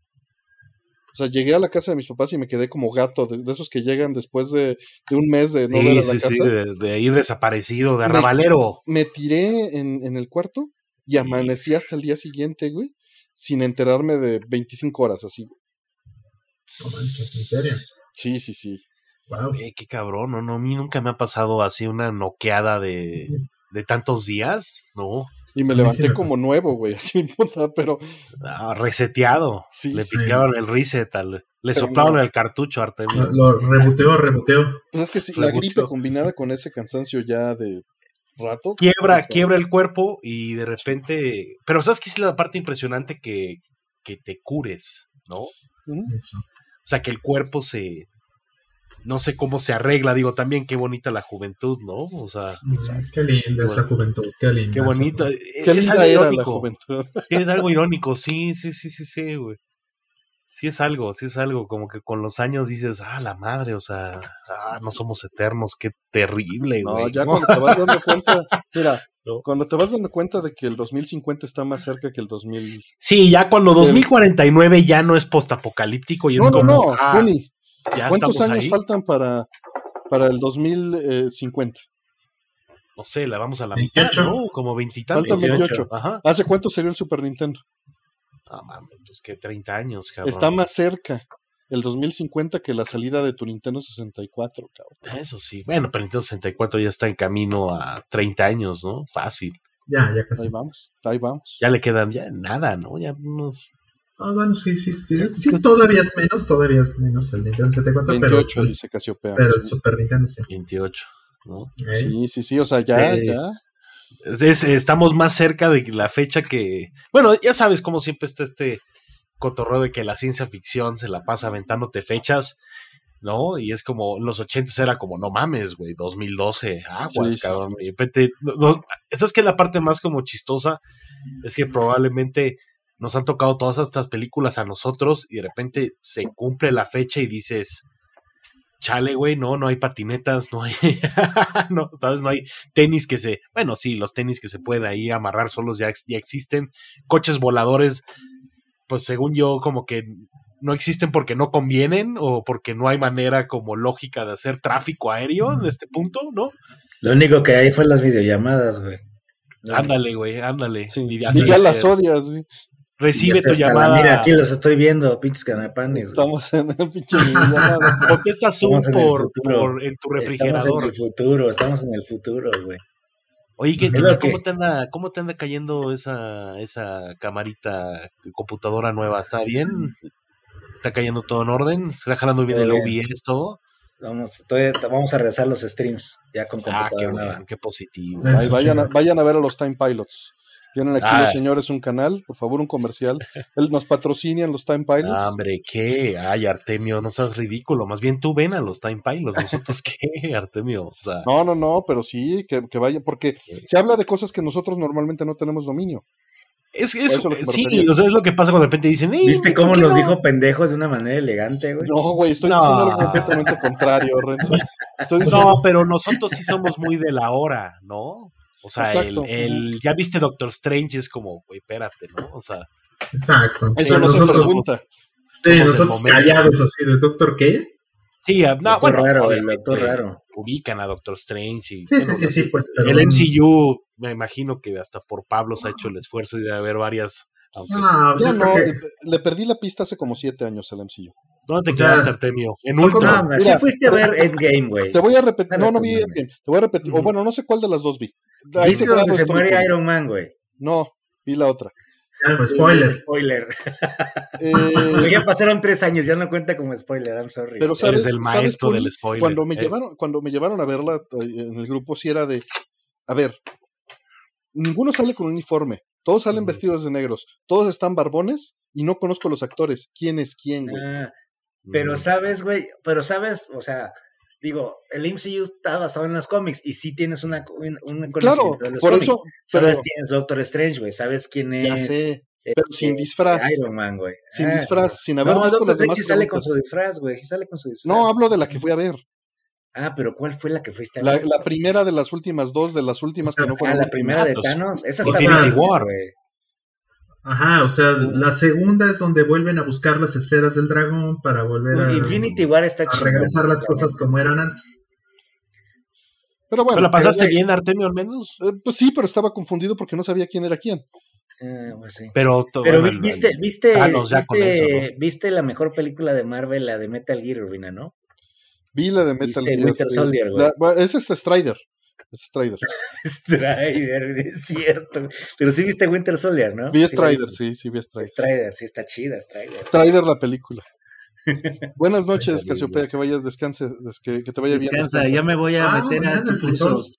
O sea, llegué a la casa de mis papás y me quedé como gato, de esos que llegan después de un mes de no ver a la casa. Sí, de ir desaparecido, de arrabalero. Me tiré en el cuarto y amanecí hasta el día siguiente, güey, sin enterarme de 25 horas, así. No manches, ¿en serio? Sí. Wow. Qué cabrón, no, a mí nunca me ha pasado así una noqueada de tantos días, ¿no? Y me A mí levanté sí me como pasó. nuevo, güey, así, puta, pero Reseteado. Sí, le sí. picaron el reset, le Pero soplaron no. el cartucho a Artemio. Lo reboteó. pues es que sí, la Mucho. gripe combinada con ese cansancio ya de rato. Quiebra el cuerpo y de repente... Pero ¿sabes qué es la parte impresionante? Que te cures, ¿no? Ujú. Eso. O sea, que el cuerpo no sé cómo se arregla, digo, también qué bonita la juventud, ¿no? O sea, Qué linda es la juventud, qué linda. qué bonito. Qué Es linda algo era la irónico. juventud. Es algo irónico, sí, güey. Sí es algo, como que con los años dices, la madre, o sea, no somos eternos, qué terrible, güey. No, ya ¿no? cuando te vas dando cuenta, mira, No. cuando te vas dando cuenta de que el 2050 está más cerca que el 2000. Sí, ya cuando 2049 ya no es postapocalíptico y es como, No, Puni, ya ¿cuántos estamos años ahí. faltan para el 2050? No sé, la vamos a la 28. mitad, ¿no? Como 20 y tantos. Faltan 28. Ajá. ¿Hace cuánto salió el Super Nintendo? Mames, pues que 30 años, cabrón. Está más cerca el 2050 que la salida de tu Nintendo 64, cabrón. Eso sí. Bueno, pero Nintendo 64 ya está en camino a 30 años, ¿no? Fácil. Ya casi. Ahí vamos. Ya le quedan ya nada, ¿no? Ya unos... Bueno, sí, todavía es menos el Nintendo 64, 28 dice Casiopea. pero el Super Nintendo sí. 28, ¿no? Sí, o sea, ya. Estamos más cerca de la fecha que... Bueno, ya sabes cómo siempre está este cotorreo de que la ciencia ficción se la pasa aventándote fechas, ¿no? Y es como, en los 80s era como, no mames, güey, 2012, aguas, Sí. cabrón. Y de repente, esa es que la parte más como chistosa, es que probablemente nos han tocado todas estas películas a nosotros y de repente se cumple la fecha y dices... Chale, güey, no hay patinetas, no hay, no, ¿sabes? No hay tenis bueno, sí, los tenis que se pueden ahí amarrar solos ya existen, coches voladores, pues según yo como que no existen porque no convienen o porque no hay manera como lógica de hacer tráfico aéreo en este punto, ¿no? Lo único que hay fue las videollamadas, güey. Ándale, güey, Sí. Y Y ya las odias, güey. Recibe Ya tu hasta llamada. Mira, aquí los estoy viendo, pinches ganapanes. güey. Estamos en el pinche llamada. ¿Por qué estás Zoom Estamos en el futuro. en tu Estamos en refrigerador? el futuro, estamos en el futuro, güey. Oye, Es lo que- ¿cómo te anda cayendo esa camarita computadora nueva? ¿Está bien? ¿Está cayendo todo en orden? ¿Está jalando bien Todo el bien. OBS todo? Vamos a regresar los streams ya con Qué computadora nueva. bueno, qué positivo. Eso, Ahí vayan a ver a los Time Pilots. Tienen aquí Ah. los señores un canal, por favor, un comercial. Nos patrocinan los Time Pilots. Ah, hombre, ¿qué? Ay, Artemio, no seas ridículo. Más bien tú ven a los Time Pilots. ¿Nosotros qué, Artemio? O sea, No, pero sí, que vayan, porque se habla de cosas que nosotros normalmente no tenemos dominio. es eso es lo que me sí, refería. o sea, es lo que pasa cuando de repente dicen, ¿Viste ¿por cómo qué nos no? dijo pendejos de una manera elegante, güey? No, güey, estoy No. diciendo algo completamente contrario, Renzo. Estoy diciendo, No, pero nosotros sí somos muy de la hora, ¿no? O sea, Exacto. ya viste Doctor Strange, es como, güey, espérate, ¿no? O sea, Exacto. eso Sí, no se nosotros, pregunta. sí, somos nosotros el momento. callados así de ¿Doctor qué? sí, no, Doctor bueno, raro, el obviamente doctor raro. ubican a Doctor Strange y Sí, bueno, sí, pues, pero... el MCU, me imagino que hasta por Pablo se ha hecho el esfuerzo y de haber varias, aunque No, Ya yo no, creo que... le perdí la pista hace como 7 años al MCU. ¿dónde te o sea, quedaste, Artemio? En son Ultron. como- No, sí Mira, fuiste a ver Endgame, güey. Te voy a repetir, no vi Espérate, Endgame, te voy a repetir, o Ujú. bueno, no sé cuál de las dos vi. Ahí ¿Viste te grabo donde se esto, muere Nicole. Iron Man, güey? No, vi la otra. Ya, spoiler. Spoiler. Eh, Ya pasaron 3 años, ya no cuenta como spoiler, I'm sorry. pero Eres sabes, el maestro Poli? del spoiler. Cuando me llevaron a verla en el grupo, sí era de, a ver, ninguno sale con uniforme, todos salen Ujú. vestidos de negros, todos están barbones y no conozco los actores. ¿Quién es quién, güey? Pero Mm. sabes, güey, o sea, digo, el MCU está basado en los cómics y sí tienes un conocimiento Claro, de los por cómics. eso, Sabes pero quién es Doctor Strange, güey, sabes quién ya es sé, pero sin este, disfraz, Iron Man, güey. sin disfraz, sin haber No, visto Doctor las Strange demás sí sale con preguntas. su disfraz, güey, sí sale con su disfraz. No, hablo de la que fui a ver. Ah, pero ¿cuál fue la que fuiste a ver? La primera de las últimas dos, de las últimas O sea, que no fueron la últimas. primera de pues, Thanos, esa o está sea, buena, War. güey. Ajá, o sea, la segunda es donde vuelven a buscar las esferas del dragón para volver a, Infinity War está a chingón. regresar las cosas como eran antes. Pero ¿Pero bueno, la pasaste güey, bien, Artemio, al menos? pues sí, pero estaba confundido porque no sabía quién era quién. Pues sí. Pero Pero bueno, viste Thanos ya con eso, ¿no? viste la mejor película de Marvel, la de Metal Gear, Urbina, ¿no? Vi la de Metal Viste Gear. Winter sí. Soldier, güey. Bueno, ese es Strider. Es Strider. Strider, es cierto. Pero sí viste Winter Soldier, ¿no? Vi Sí la Strider, viste. sí vi Strider. Strider, sí está chida, Strider. Strider la película. Buenas noches, Esa Casiopea, que vayas, descanse, que te vaya bien. Descansa, ya me voy a meter a mañana tus el frisol. cursos.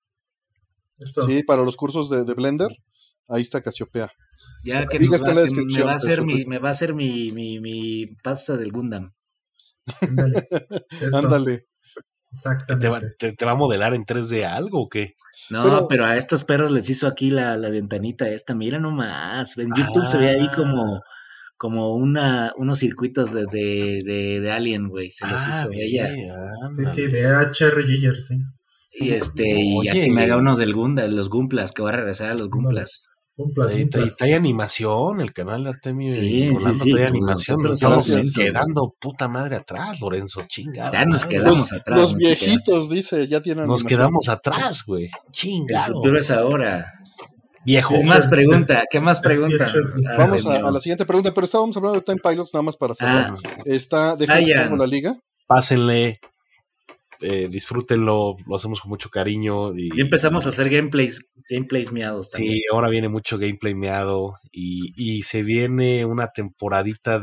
Eso. Sí, para los cursos de Blender, ahí está Casiopea. Ya que Liga nos está va, en la que me descripción va a de hacer su mi, Twitter. me va a hacer mi pasta del Gundam. Ándale. Eso, Ándale. exactamente. ¿Te va a modelar en 3D algo o qué? No, Pero- pero a estos perros les hizo aquí la ventanita esta, mira nomás. En YouTube se ve ahí como unos circuitos de Alien, güey. Se los hizo ella. Sí, de H.R. Giger, sí. Y y Oye. aquí me haga unos del Gundam, los Gumplas, que va a regresar a los Gumplas. Cumplas. Trae animación, el canal de Artemio Sí, y Rolando sí, trae pues animación. Nos nosotros estamos somos quedando puta madre atrás, Lorenzo, chingado. Ya nos madre. quedamos atrás. Los no te viejitos, dice, ya tienen Nos animación. quedamos atrás, güey. creas. El Chingado. futuro es ahora. Viejo. ¿Qué más pregunta? ¿Qué más pregunta? Vamos a la siguiente pregunta, pero estábamos hablando de Time Pilots nada más para cerrar. Está de Vayan. la liga. Pásenle, disfrútenlo, lo hacemos con mucho cariño. Ya empezamos a hacer gameplays miados también. Sí, ahora viene mucho gameplay meado y se viene una temporadita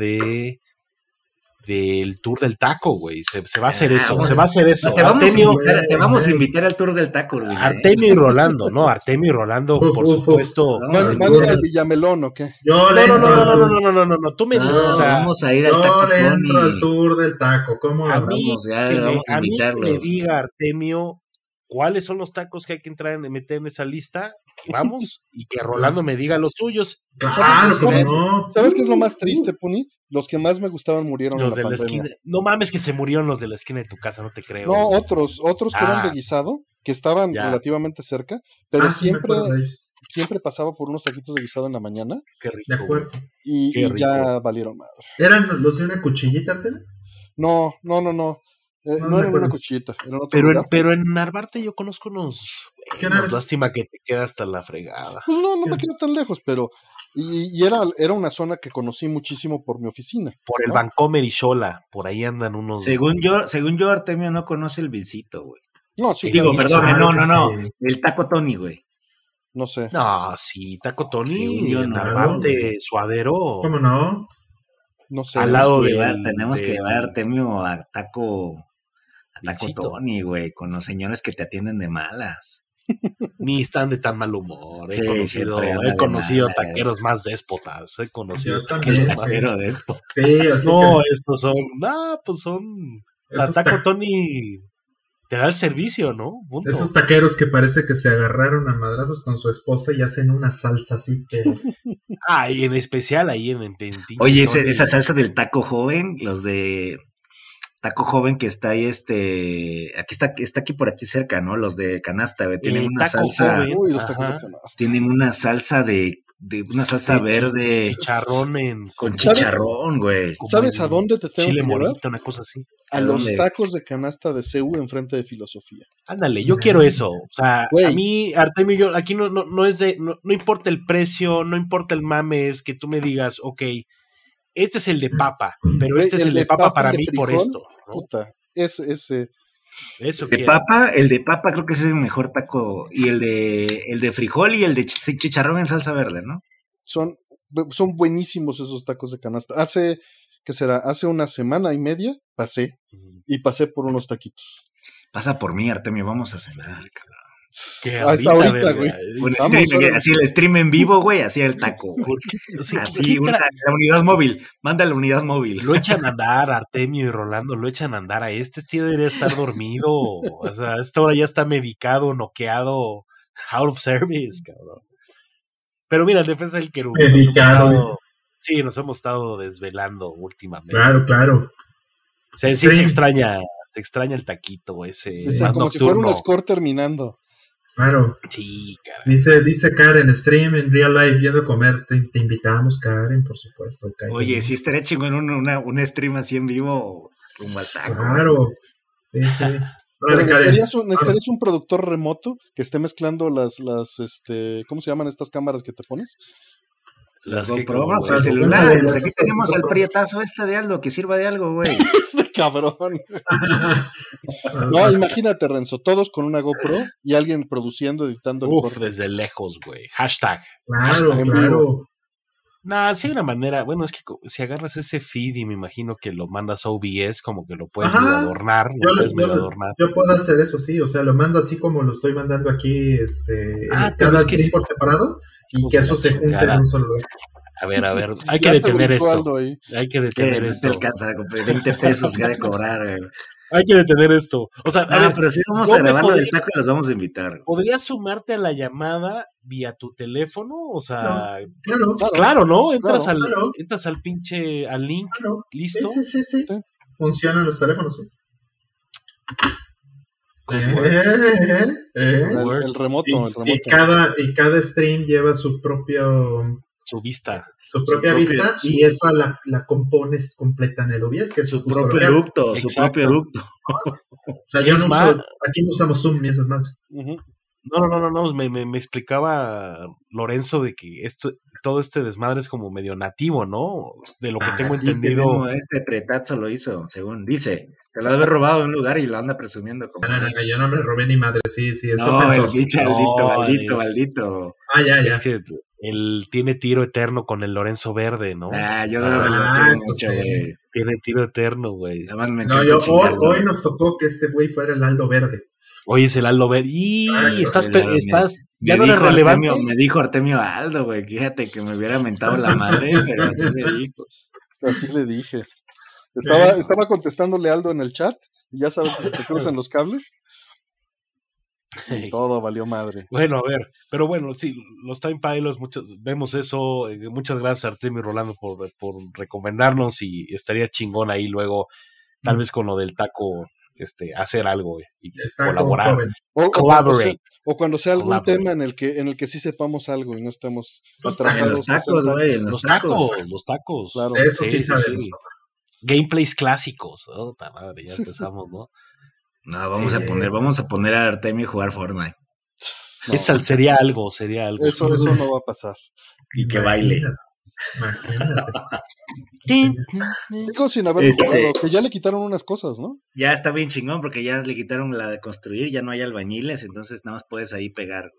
del Tour del Taco, güey. Se va a hacer eso, vamos- se va a hacer eso. No, te vamos a güey. invitar al tour del taco, güey. Artemio y Rolando, ¿no? Artemio y Rolando, Uf, por uf, uf. supuesto. No, ¿Van seguro. al Villamelón o qué? Yo le No, entro al tour. no, tú me dices, No, o sea, vamos a ir al Yo taco le entro Tony. al tour del taco. ¿Cómo a no? mí, vamos, ya que vamos a a mí que invitarlos. me diga Artemio cuáles son los tacos que hay que meter en esa lista, y vamos, y que Rolando me diga los suyos. Claro, ¿Sabes ¿cómo qué? no? ¿Sabes qué es lo más triste, Puni? Los que más me gustaban murieron Los en de la la pandemia. esquina. No mames que se murieron los de la esquina de tu casa, no te creo. No, güey. otros que eran de guisado, que estaban Ya. relativamente cerca, pero Ah, sí, me siempre, acuerdo de ellos. siempre pasaba por unos taquitos de guisado en la mañana Qué De rico. acuerdo. güey. y Qué ya rico. valieron madre. ¿Eran los de una cuchillita, Artena? No. No era una cuchillita, era en otro Pero lugar. pero en Narvarte yo conozco unos. que una vez- Lástima que te queda hasta la fregada. Pues no me queda tan lejos, pero... Y era una zona que conocí muchísimo por mi oficina. Por el ¿no? Vancomer y Xola, por ahí andan unos. Según yo, Artemio no conoce el Vilcito, güey. No, sí, Digo, claro, perdón, claro que no. sí. El Taco Tony, güey. no sé. No, sí, Taco Tony, Sí, yo en no. Narvarte, Suadero. ¿Cómo no? No sé. Al lado Tenemos que llevar a Artemio a Taco Vilcito. Tony, güey, con los señores que te atienden de malas. Ni están de tan mal humor. Sí, He siempre anda de conocido malas. taqueros más déspotas. He conocido Yo taqueros también, más. Pero de esto. Sí, así No, que estos son. No, pues son. esos, Taco ta- Tony te da el servicio, ¿no? Punto. esos taqueros que parece que se agarraron a madrazos con su esposa y hacen una salsa así, pero Ah, y en especial ahí en pinche Oye, Tony. esa salsa del taco joven, los de Taco Joven que está ahí, aquí está aquí por aquí cerca, ¿no? Los de canasta, güey, tienen El una Taco salsa, Joven. Uy, los tacos Ajá. de canasta. tienen una salsa de una salsa verde Chicharrón con ¿Sabes? chicharrón, güey. como ¿Sabes en a dónde te tengo Chile que llevar? morita, una cosa así. A ¿A los dónde? tacos de canasta de CEU enfrente de Filosofía. Ándale, yo quiero eso. O sea, Güey. a mí, Artemio, yo, aquí no es de, no importa el precio, no importa el mame, es que tú me digas, ok, este es el de papa, pero Güey, este es el de papa para de mí por frijol, esto, ¿no? Puta, ese, Eso De quiero. el de papa creo que ese es el mejor taco. Y el de frijol y el de chicharrón en salsa verde, ¿no? son buenísimos esos tacos de canasta. ¿Qué será? Hace una semana y media pasé por unos taquitos. Pasa por mí, Artemio, vamos a cenar, cabrón. Que Hasta ahorita, verga, güey. Un Vamos, stream, órale. así el stream en vivo, güey, así el taco, güey. ¿por qué? O sea, Así, ¿qué la unidad móvil. Manda la unidad móvil. Lo echan a andar, Artemio y Rolando, lo echan a andar. A este tío debería estar dormido. O sea, a esta hora ya está medicado, noqueado, out of service, cabrón. Pero mira, en defensa del querubín. Medicado, Nos hemos estado desvelando últimamente. claro. Sí, Sí. se extraña el taquito ese. Sí, sí, más como si fuera nocturno. un score terminando. Claro. Sí, cara. Dice Karen, stream en real life yendo a comer. Te invitamos, Karen, por supuesto. Oye, sí estaría chingón un stream así en vivo como al taco. Claro. Sí. Pero Vale, Karen. necesitarías un productor remoto que esté mezclando las ¿cómo se llaman estas cámaras que te pones? Las que GoPro, como- pues, el las- celular. las- Pues aquí las- tenemos las- al prietazo de algo, que sirva de algo, güey. Este cabrón. No, imagínate, Renzo, todos con una GoPro y alguien produciendo, editando el Uf, corte. desde lejos, güey. Hashtag. Claro. Nah, sí hay una manera. Bueno, es que si agarras ese feed y me imagino que lo mandas a OBS, como que lo puedes Ajá. medio adornar. Lo puedes medio adornar. Yo puedo hacer eso, sí. O sea, lo mando así como lo estoy mandando aquí, Ah, pero cada es que stream sí. por separado y Hijos que de eso la se junte chingada. en un solo lugar. A ver, hay Ya que te detener brincó esto. Aldo ahí. Hay que Que detener no te esto. alcanza, compadre, 20 pesos que ha de cobrar, güey. Hay que detener esto. O sea, a Ah, ver, pero sí vamos yo a me grabar lo del podría- taco y los vamos a invitar. ¿podrías sumarte a la llamada vía tu teléfono? O sea, Claro. claro, ¿no? Entras claro, claro. entras al pinche, al link, Claro. listo. Sí. Sí. Funcionan los teléfonos, sí. Good work. El remoto, el remoto. Y cada stream lleva su propio Su vista. vista y esa la compones completa en el OBS, que es Su justo propio lo que hago. eructo, su Exacto. propio eructo. O sea, yo Es no más- uso, aquí no usamos Zoom ni esas madres. Ujú. No, me explicaba Lorenzo de que todo este desmadre es como medio nativo, ¿no? De lo que tengo Aquí entendido. tenemos, este pretazo lo hizo, según dice. Se lo debe haber robado de un lugar y lo anda presumiendo como. No, yo no me robé ni madre, sí, es No, open el source. pinche No, maldito. Ya. Es que él tiene tiro eterno con el Lorenzo Verde, ¿no? Ah, yo Ah, no me lo quiero exacto, mucho, sí. güey. Tiene tiro eterno, güey. Nada más me No, encanta chingarlo. hoy nos tocó que este güey fuera el Aldo Verde. Oye, es el Aldo Verde. ¡Y! Ay, Ya no eres relevante. Me dijo Artemio Aldo, güey. Fíjate que me hubiera mentado la madre, pero así me dijo. Así le dije. Estaba contestándole a Aldo en el chat y ya sabes que se te cruzan los cables. Y todo valió madre. Bueno, a ver, pero bueno, sí, los Time Pilots, vemos eso. Muchas gracias a Artemio y Rolando por recomendarnos y estaría chingón ahí luego, tal vez con lo del taco, hacer algo y El taco colaborar. joven. Collaborate. O cuando sea algún Collaborate. tema en el que sí sepamos algo y no estemos Los En atrasados. los tacos, güey, en Los tacos. Claro. Eso sí sabemos. gameplays clásicos. Puta madre, ya empezamos, ¿no? No, vamos a poner a Artemio a jugar Fortnite. No, Sería algo. eso no va a pasar. Y que baile. Imagínate. Digo, sin haber jugado, que ya le quitaron unas cosas, ¿no? Ya está bien chingón porque ya le quitaron la de construir, ya no hay albañiles, entonces nada más puedes ahí pegar.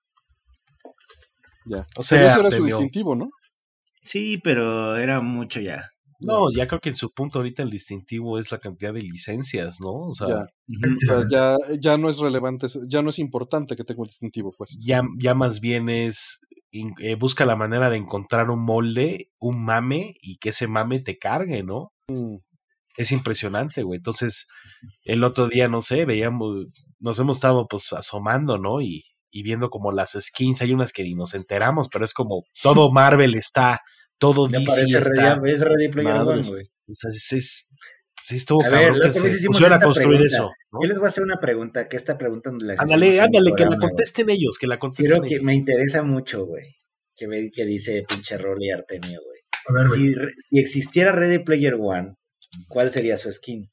Ya. O Pero sea, eso era su Artemio. distintivo, ¿no? Sí, pero era mucho ya. No, ya creo que en su punto ahorita el distintivo es la cantidad de licencias, ¿no? O sea, Ya. O sea, ya no es relevante, ya no es importante que tenga un distintivo, pues. ya más bien es busca la manera de encontrar un molde, un mame, y que ese mame te cargue, ¿no? Es impresionante, güey. Entonces, el otro día, no sé, nos hemos estado pues asomando, ¿no? Y viendo como las skins, hay unas que ni nos enteramos, pero es como todo Marvel está, todo Ya DC parece está. es Ready Player Madres. One, güey. O sea, sí estuvo A ver, cabrón la que otra vez se hicimos pusieron a esta construir pregunta. eso, ¿no? Yo les voy a hacer una pregunta, que esta pregunta nos la hicimos Ándale, en el que la programa, contesten ellos, que la güey. contesten Quiero que ellos. me interesa mucho, güey, que dice pinche Rolly Artemio, güey. A ver, güey. Si existiera Ready Player One, ¿cuál sería su skin?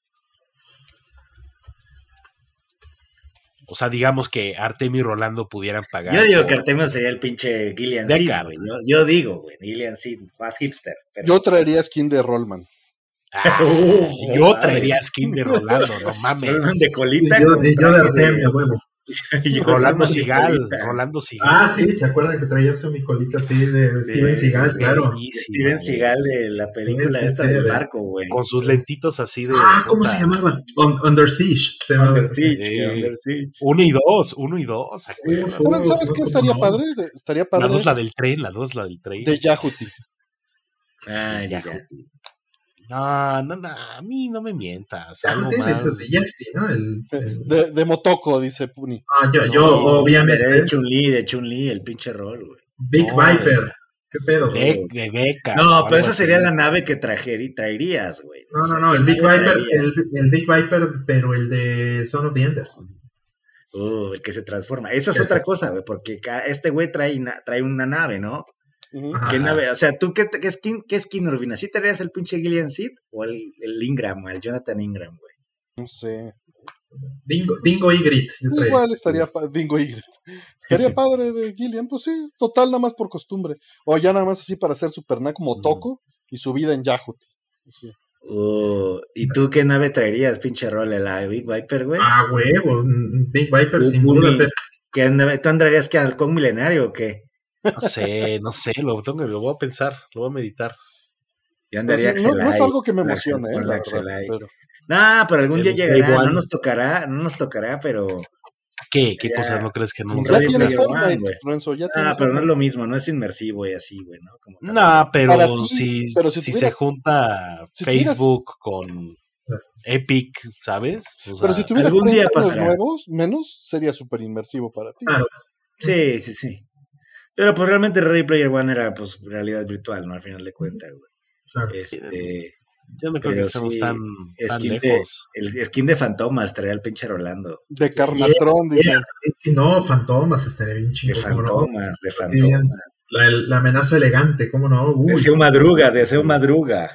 O sea, digamos que Artemio y Rolando pudieran pagar. Yo digo por- que Artemio sería el pinche Gillian Deckard. Seed, güey. Yo digo, güey, Gillian Seed, más hipster. Pero Yo traería skin de Rollman. Y yo traería skin de Rolando, no mames. de colita. Y yo con de traje Artemio, huevo. Yo Rolando de Sigal, colita. Rolando Sigal. Ah, sí, ¿se acuerdan que traía su mi colita así de Steven Seagal? Claro. Buenísimo, Steven güey. Seagal de la película Sí, esta sí, del de- barco, güey. Con sus lentitos así de. Ah, ¿cómo puta. se llamaba? Under Siege. Se llamaba. Under Siege, Sí. Under Siege. 1 y 2, acuérdate. ¿Sabes qué estaría padre? Estaría La padre 2 la del tren, la 2 la del tren. de Yahuti. Ay, ya. No, a mí no me mientas. Ya Algo tiene más. esas de Yefty, ¿no? De Motoko, dice Puni. Yo obviamente. De Chun-Li, el pinche rol, güey. Big No, Viper. ¿Qué pedo? De Beca. No, pero esa sería la nave que traerías, güey. O sea, No, el ¿qué Big nave Viper, traerías? el Big Viper, pero el de Son of the Enders. El que se transforma. Esa es Ese. otra cosa, güey, porque este güey trae una nave, ¿no? Ujú. Ajá. ¿Qué nave? O sea, ¿tú qué skin, Urbina? ¿Sí traerías el pinche Gillian Seed o el Ingram, el Jonathan Ingram, güey? No sé. Dingo Ygritte. Yo traía. Igual estaría Dingo Ygritte. Estaría padre de Gillian, pues sí, total, nada más por costumbre. O ya nada más así para hacer Superna como Motoko y su vida en Yahuti. Sí. ¿Y tú qué nave traerías, pinche rol? ¿La Big Viper, güey? Ah, huevo. Big Viper, sin Umi. duda. ¿Qué nave? ¿Tú andarías que halcón milenario o qué? No sé, lo voy a pensar, lo voy a meditar. Yo andaría Pues sí, no es Axelay, algo que me con la- emocione, con la la verdad, Axelay. pero- No, pero algún El día Slave llegará, One. no nos tocará, pero... ¿Qué Ya. cosas no crees que no nos Ya Ya Ready tienes Player One, Fortnite, güey. Renzo, ya tienes pero no es Fortnite. lo mismo, no es inmersivo y así, güey, ¿no? Como tal. No, Para pero ti, si, pero si si tuvieras- se junta si tuvieras- Facebook con Epic, ¿sabes? O Pero sea, si tuvieras algún 30 día años pasará. nuevos, menos, sería súper inmersivo para ti. Claro. Sí. Pero pues realmente Ready Player One era pues realidad virtual, ¿no? Al final de cuentas, güey. Claro. yo no creo que pero estemos sí, tan skin lejos. el skin de Fantomas traía el pinche Rolando. De Carnatron, dicen. Si no, Fantomas estaría bien De chido. ¿cómo no? Fantomas, de Bien. Fantomas. La amenaza elegante, ¿cómo no? Uy, Deseo Madruga.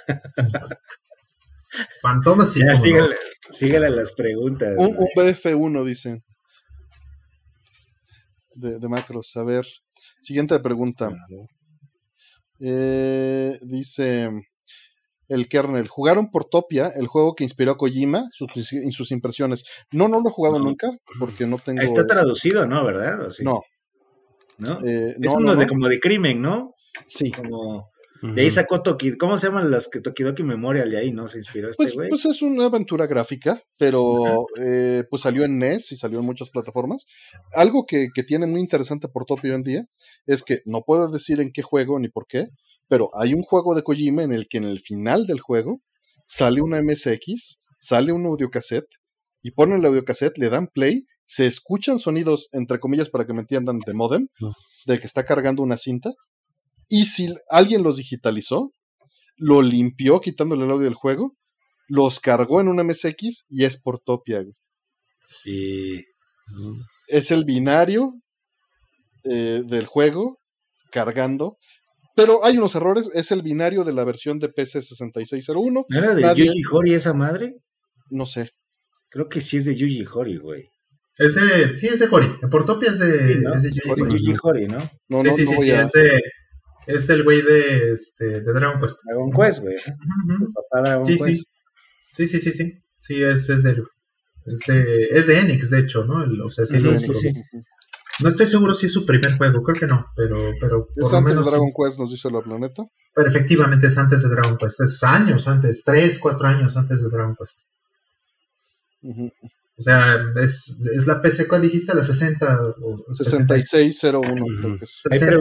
Fantomas sí, Ya, ¿cómo no? sígale las preguntas. Un güey. BF1, dicen. De macros. A ver. Siguiente pregunta. Dice el kernel. ¿Jugaron por Topia, el juego que inspiró a Kojima, sus impresiones? No lo he jugado nunca, porque no tengo... Está traducido, ¿no? ¿Verdad? ¿O sí? No. ¿No? Es Es uno de como de crimen, ¿no? Sí. Como Ujú. de ahí sacó ¿cómo se llaman las que Tokidoki Memorial de ahí, ¿no? Se inspiró este güey. Pues es una aventura gráfica, pero pues salió en NES y salió en muchas plataformas. Algo que tiene muy interesante por Topia hoy en día es que no puedo decir en qué juego ni por qué, pero hay un juego de Kojima en el que en el final del juego sale una MSX, sale un audiocassette y ponen el audiocassette, le dan play, se escuchan sonidos, entre comillas, para que me entiendan, de modem, de que está cargando una cinta, y si alguien los digitalizó, lo limpió quitándole el audio del juego, los cargó en una MSX y es por Topia, güey. Y Es el binario del juego cargando, pero hay unos errores. Es el binario de la versión de PC 6601. ¿No era de Yuji Horii esa madre? No sé. Creo que sí es de Yuji Horii, güey. Sí, es de Horii. En Portopia es de, Sí, ¿no? es de Yuji Horii, ¿no? No, sí, es del güey de Dragon Quest. Dragon Quest, güey. Ujú. Papá Dragon Sí, Quest. sí. Sí, es de Enix, de hecho, ¿no? O sea, sí, Sí. No estoy seguro si es su primer juego, creo que no, pero Es por lo antes menos de Dragon Quest, nos dice la Planeta. Pero efectivamente es antes de Dragon Quest, es años antes, 3, 4 años antes de Dragon Quest. Uh-huh. O sea, es la PC, ¿cuál dijiste? La 60 o 6601, creo que es.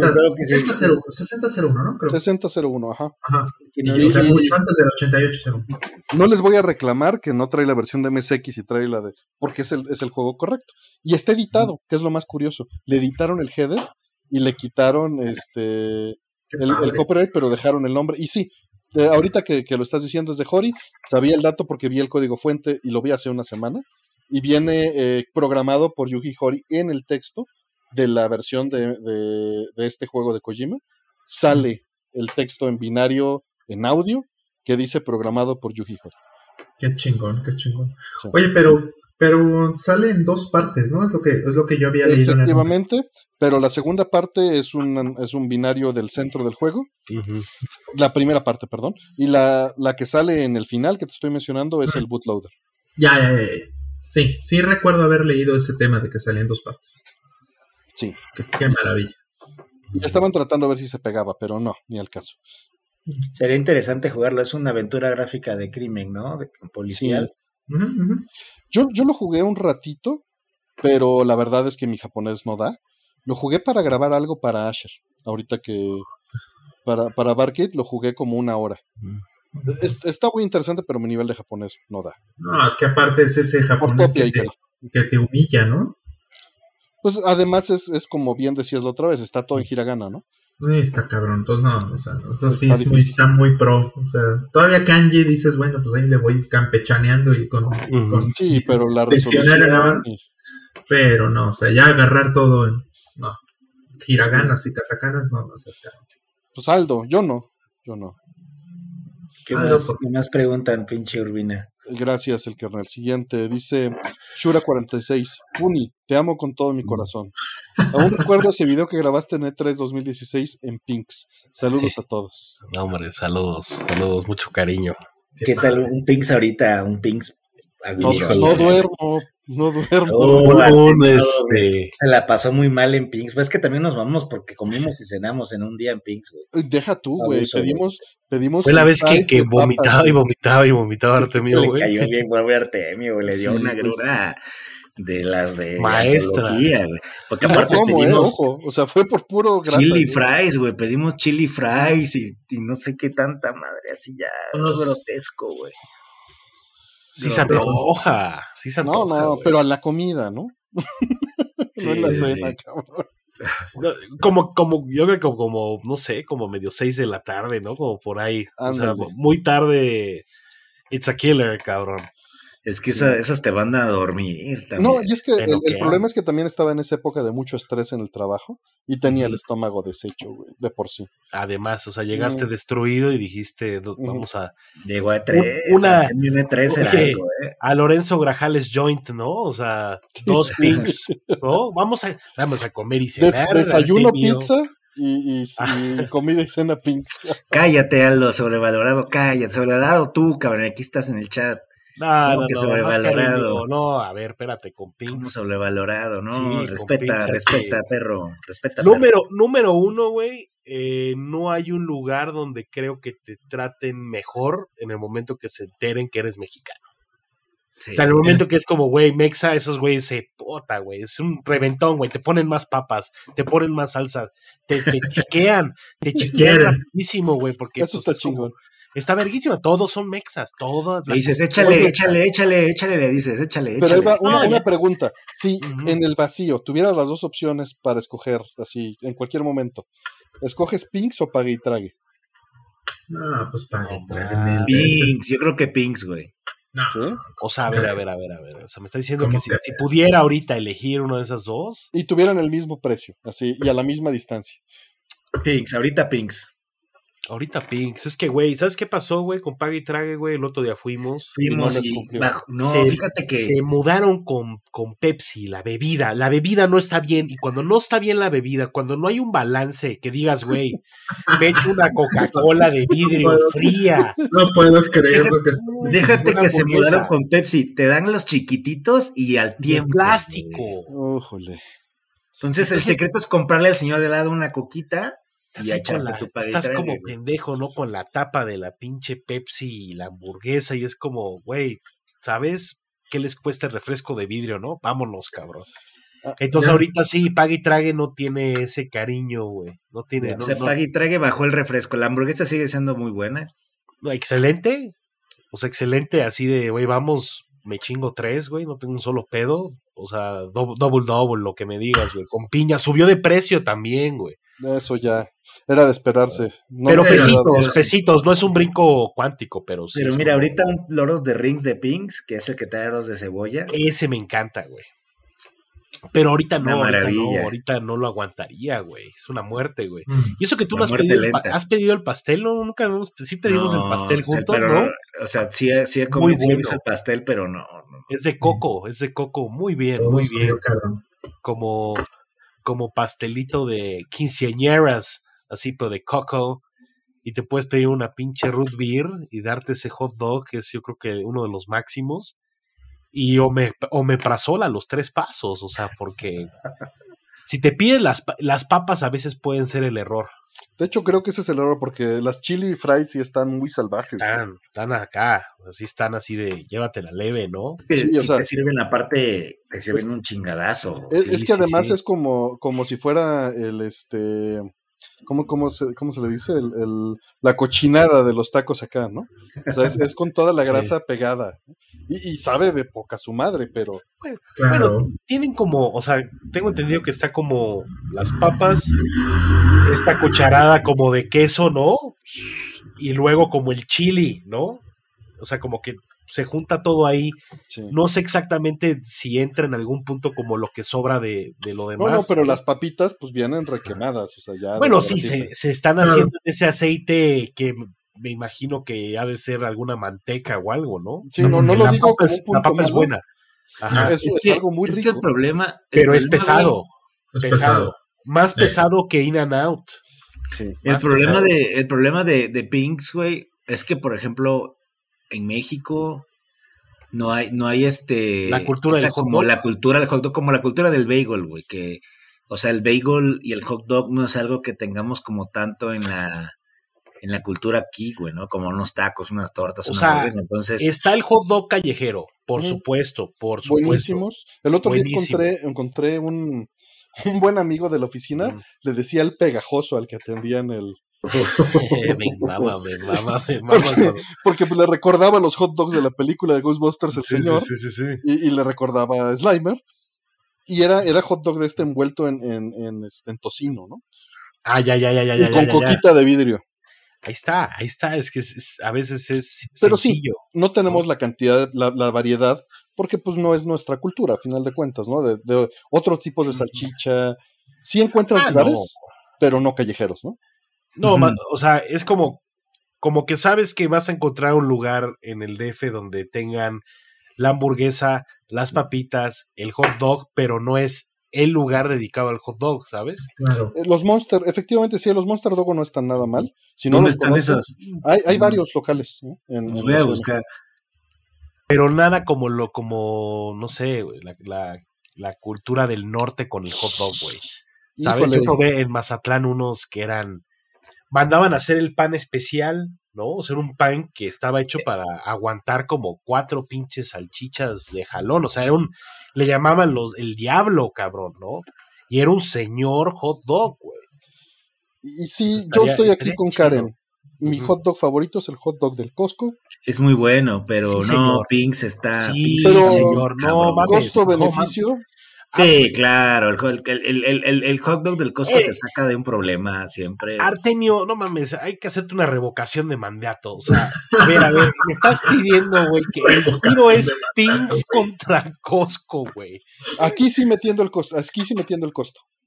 6001, ¿no? Creo. 6001, ajá. Ajá. Y no Y, o sea, dice- mucho antes del 8801. No les voy a reclamar que no trae la versión de MSX y trae la de... Porque es el juego correcto. Y está editado, que es lo más curioso. Le editaron el header y le quitaron Qué el padre. copyright, pero dejaron el nombre. Y sí, ahorita que lo estás diciendo es de Horii, sabía el dato porque vi el código fuente y lo vi hace una semana. Y viene programado por Yuji Horii en el texto de la versión de este juego de Kojima. Sale el texto en binario, en audio, que dice programado por Yuji Horii. Qué chingón, qué chingón. Sí. Oye, pero sale en dos partes, ¿no? Es lo que yo había leído en el nombre. Efectivamente, pero la segunda parte es un binario del centro del juego. Ujú. La primera parte, perdón. Y la que sale en el final, que te estoy mencionando, es el bootloader. Ya. Sí, recuerdo haber leído ese tema de que salía en dos partes. Sí. Qué maravilla. Y estaban tratando de ver si se pegaba, pero no, ni al caso. Sería interesante jugarlo. Es una aventura gráfica de crimen, ¿no? Policial. Sí. Ujú. Yo lo jugué un ratito, pero la verdad es que mi japonés no da. Lo jugué para grabar algo para Asher. Ahorita que para Barkit lo jugué como 1 hora. Está muy interesante, pero mi nivel de japonés no da. No, es que aparte es ese japonés Portopia y creo. que te humilla, ¿no? Pues además es como bien decías la otra vez, está todo en hiragana, ¿no? Está cabrón, entonces no, o sea, eso sí Está difícil. está muy pro, o sea, todavía kanji dices, bueno, pues ahí le voy campechaneando y con Sí, pero la diccionario nada resolución... más. Pero no, o sea, ya agarrar todo no, hiraganas y katakanas, no seas caro. Pues Aldo, yo no. ¿Qué Loco. más preguntan, pinche Urbina? Gracias, el kernel. Siguiente, dice Shura46. Puni, te amo con todo mi corazón. Aún recuerdo ese video que grabaste en E3 2016 en Pinks. Saludos a todos. No, hombre, saludos, mucho cariño. ¿Qué tal un Pinks ahorita? Un Pinks No agudo. duermo. Se la pasó muy mal en Pinks. Pues es que también nos vamos porque comimos y cenamos en un día en Pinks, güey. Deja tú, güey. Abuso, Pedimos. Fue la vez side que de vomitaba papas, y vomitaba Artemio, Le güey. cayó bien güey a Artemio, güey. Le dio Sí, una pues. gruda de las de Maestra. antología, güey. Porque Por aparte cómo, pedimos ojo. O sea, fue por puro grasa, chili güey. fries, güey. Pedimos chili fries y no sé qué tanta madre. Así ya Unos- grotesco, güey. Sí se antoja, No, güey. pero a la comida, ¿no? No en la Sí, cena, sí. cabrón. Como, yo creo que como, no sé, como medio 6 de la tarde, ¿no? Como por ahí. O sea, Ándale. muy tarde. It's a killer, cabrón. Es que esas te van a dormir también. No, y es que Pero el ¿qué? problema es que también estaba en esa época de mucho estrés en el trabajo y tenía el Ujú. estómago deshecho, güey, de por sí. Además, o sea, llegaste destruido y dijiste, vamos a... Llegó a 3. Una- Artemio en E3 era Oye, algo, ¿eh? A Lorenzo Grajales Joint, ¿no? O sea, 2 pinks, ¿no? Vamos a comer y cenar. Desayuno, Artemio. pizza y comida y cena pinks. Cállate, Aldo, sobrevalorado, cállate, sobrevalorado tú, cabrón, aquí estás en el chat. No, ¿Cómo que más sobrevalorado? cariño. No, a ver, espérate, con ¿Cómo pinks. sobrevalorado? No, Sí, con respeta, pizza, perro, respeta, perro. Número 1, güey, no hay un lugar donde creo que te traten mejor en el momento que se enteren que eres mexicano. Sí. O sea, en el momento que es como, güey, mexa, esos güeyes se pota, güey. Es un reventón, güey. Te ponen más papas, te ponen más salsa, te chiquean quieren. rapidísimo, güey. Porque Eso pues, está es como- chingón. Está verguísima. Todos son mexas, todas. Le dices, échale, le dices, échale. Pero ahí va No, una ya. pregunta. Si Ujú. en el vacío tuvieras las dos opciones para escoger, así, en cualquier momento, ¿escoges pinks o pague y trague? No, pues pague, No, tráguenme. Pinks, yo creo que Pinks, güey. No, ¿Sí? O sea, a ver. O sea, me está diciendo que ¿Cómo si que? pudiera ahorita elegir una de esas dos. Y tuvieran el mismo precio, así, y a la misma distancia. Pinks, ahorita Pinks. Ahorita Pinks, es que, güey, ¿sabes qué pasó, güey? Con Pague y Trague, güey, el otro día fuimos Fuimos les y cumplió. fíjate que se mudaron con Pepsi, la bebida no está bien, y cuando no está bien la bebida, cuando no hay un balance, que digas, güey, me echo una Coca-Cola de vidrio fría. No puedo creer lo que déjate Una que se hamburguesa. mudaron con Pepsi, te dan los chiquititos y al De tiempo. plástico. güey. Ójole. Entonces el secreto es comprarle al señor de lado una coquita y Así con echarte tu Pague y estás Trague, como güey. pendejo, ¿no? Con la tapa de la pinche Pepsi y la hamburguesa, y es como, güey, ¿sabes qué les cuesta el refresco de vidrio, no? Vámonos, cabrón. Entonces ya. ahorita sí, Pague y Trague no tiene ese cariño, güey. No tiene, O sea, Pague y Trague bajó el refresco. La hamburguesa sigue siendo muy buena. no, excelente. Pues excelente, así de, güey, vamos, me chingo 3, güey, no tengo un solo pedo. O sea, double, lo que me digas, güey. Con piña, subió de precio también, güey. Eso ya era de esperarse. No, Pero no, pesitos, no es un brinco cuántico, pero sí. Pero es mira, como- ahorita un Loros de Rings de Pinks, que es el que trae arroz de cebolla. Ese me encanta, güey. Pero ahorita Una no, maravilla. ahorita no lo aguantaría, güey. Es una muerte, güey. Mm. Y eso que tú La no has muerte pedido, lenta. ¿has pedido el pastel? ¿No? Nunca hemos, sí pedimos el pastel juntos, pero, ¿no? O sea, sí he comido sí he bueno. visto el pastel, pero no. Es de coco, muy bien, Todo muy salió bien. cabrón. Como pastelito de quinceañeras, así, pero de coco. Y te puedes pedir una pinche root beer y darte ese hot dog, que es yo creo que uno de los máximos. Y omeprazol a los 3 pasos, o sea, porque si te pides las papas a veces pueden ser el error. De hecho, creo que ese es el error, porque las chili fries sí están muy salvajes. Están acá, así están así de llévatela leve, ¿no? Que Sí, sí o sea, te sirven la parte, te sirven un chingadazo. Es Sí, que sí, además sí. es como si fuera el ¿cómo se le dice? La cochinada de los tacos acá, ¿no? O sea, es con toda la grasa pegada. Y sabe de poca su madre, pero Claro. Bueno, tienen como, o sea, tengo entendido que está como las papas, esta cucharada como de queso, ¿no? Y luego como el chili, ¿no? O sea, como que se junta todo ahí. sí. No sé exactamente si entra en algún punto como lo que sobra de lo demás. No, pero las papitas pues vienen requemadas, o sea, ya. Bueno, de sí, ratitas. se están Claro. haciendo ese aceite que me imagino que ha de ser alguna manteca o algo, ¿no? Sí, no lo La digo papa como es, un punto la papa es malo. buena, ajá, Es algo muy es que rico. el problema. pero es problema, pesado, Es pesado. más Sí. pesado que In and Out. Sí. Más pesado. El problema de Pinks, güey, es que, por ejemplo, en México no hay La cultura del hot como dog. la cultura del hot dog, como la cultura del bagel, güey, que, o sea, el bagel y el hot dog no es algo que tengamos como tanto en la cultura aquí, güey, ¿no? Como unos tacos, unas tortas, O una sea, hamburguesa. Entonces, Está el hot dog callejero, por Ujú. supuesto. Buenísimos. El otro Buenísimo. día encontré un buen amigo de la oficina, Mm. le decía el pegajoso al que atendía en el... Me mama. Porque pues, le recordaba los hot dogs de la película de Ghostbusters el Sí, señor, sí. y le recordaba a Slimer, y era hot dog de este envuelto en tocino, ¿no? Ah, ya. Y con coquita de vidrio. Ahí está. Es que a veces es Pero sí, sencillo. no tenemos la cantidad, la variedad, porque pues no es nuestra cultura, a final de cuentas, ¿no? De otros tipos de salchicha. Sí encuentras lugares, No. pero no callejeros, ¿no? No, Ujú. o sea, es como que sabes que vas a encontrar un lugar en el DF donde tengan la hamburguesa, las papitas, el hot dog, pero no es el lugar dedicado al hot dog, ¿sabes? Claro. Los Monster, efectivamente, sí, los Monster Dog no están nada mal. Si no ¿dónde los están conoces, esos? hay varios locales. En Los la voy a Ciudad de buscar. Pero nada como no sé, güey, la cultura del norte con el hot dog, güey. ¿Sabes? Híjole. Yo probé en Mazatlán unos que mandaban a hacer el pan especial, ¿no? O sea, un pan que estaba hecho para aguantar como 4 pinches salchichas de jalón. O sea, le llamaban el diablo, cabrón, ¿no? Y era un señor hot dog, güey. Y sí, Estaría- yo estoy aquí estaría con chido. Karen. Mi Ujú. hot dog favorito es el hot dog del Costco. Es muy bueno, pero Sí, no, señor. Pinks está. Sí, Pinks pero- está muy señor, no cabrón. mames. Costo-beneficio. Sí, claro, el hot dog del Costco Eh. te saca de un problema siempre. Artemio, no mames, hay que hacerte una revocación de mandato. O sea, a ver, me estás pidiendo, güey, que el tiro es Pinks contra Costco, güey. Aquí sí metiendo el costo.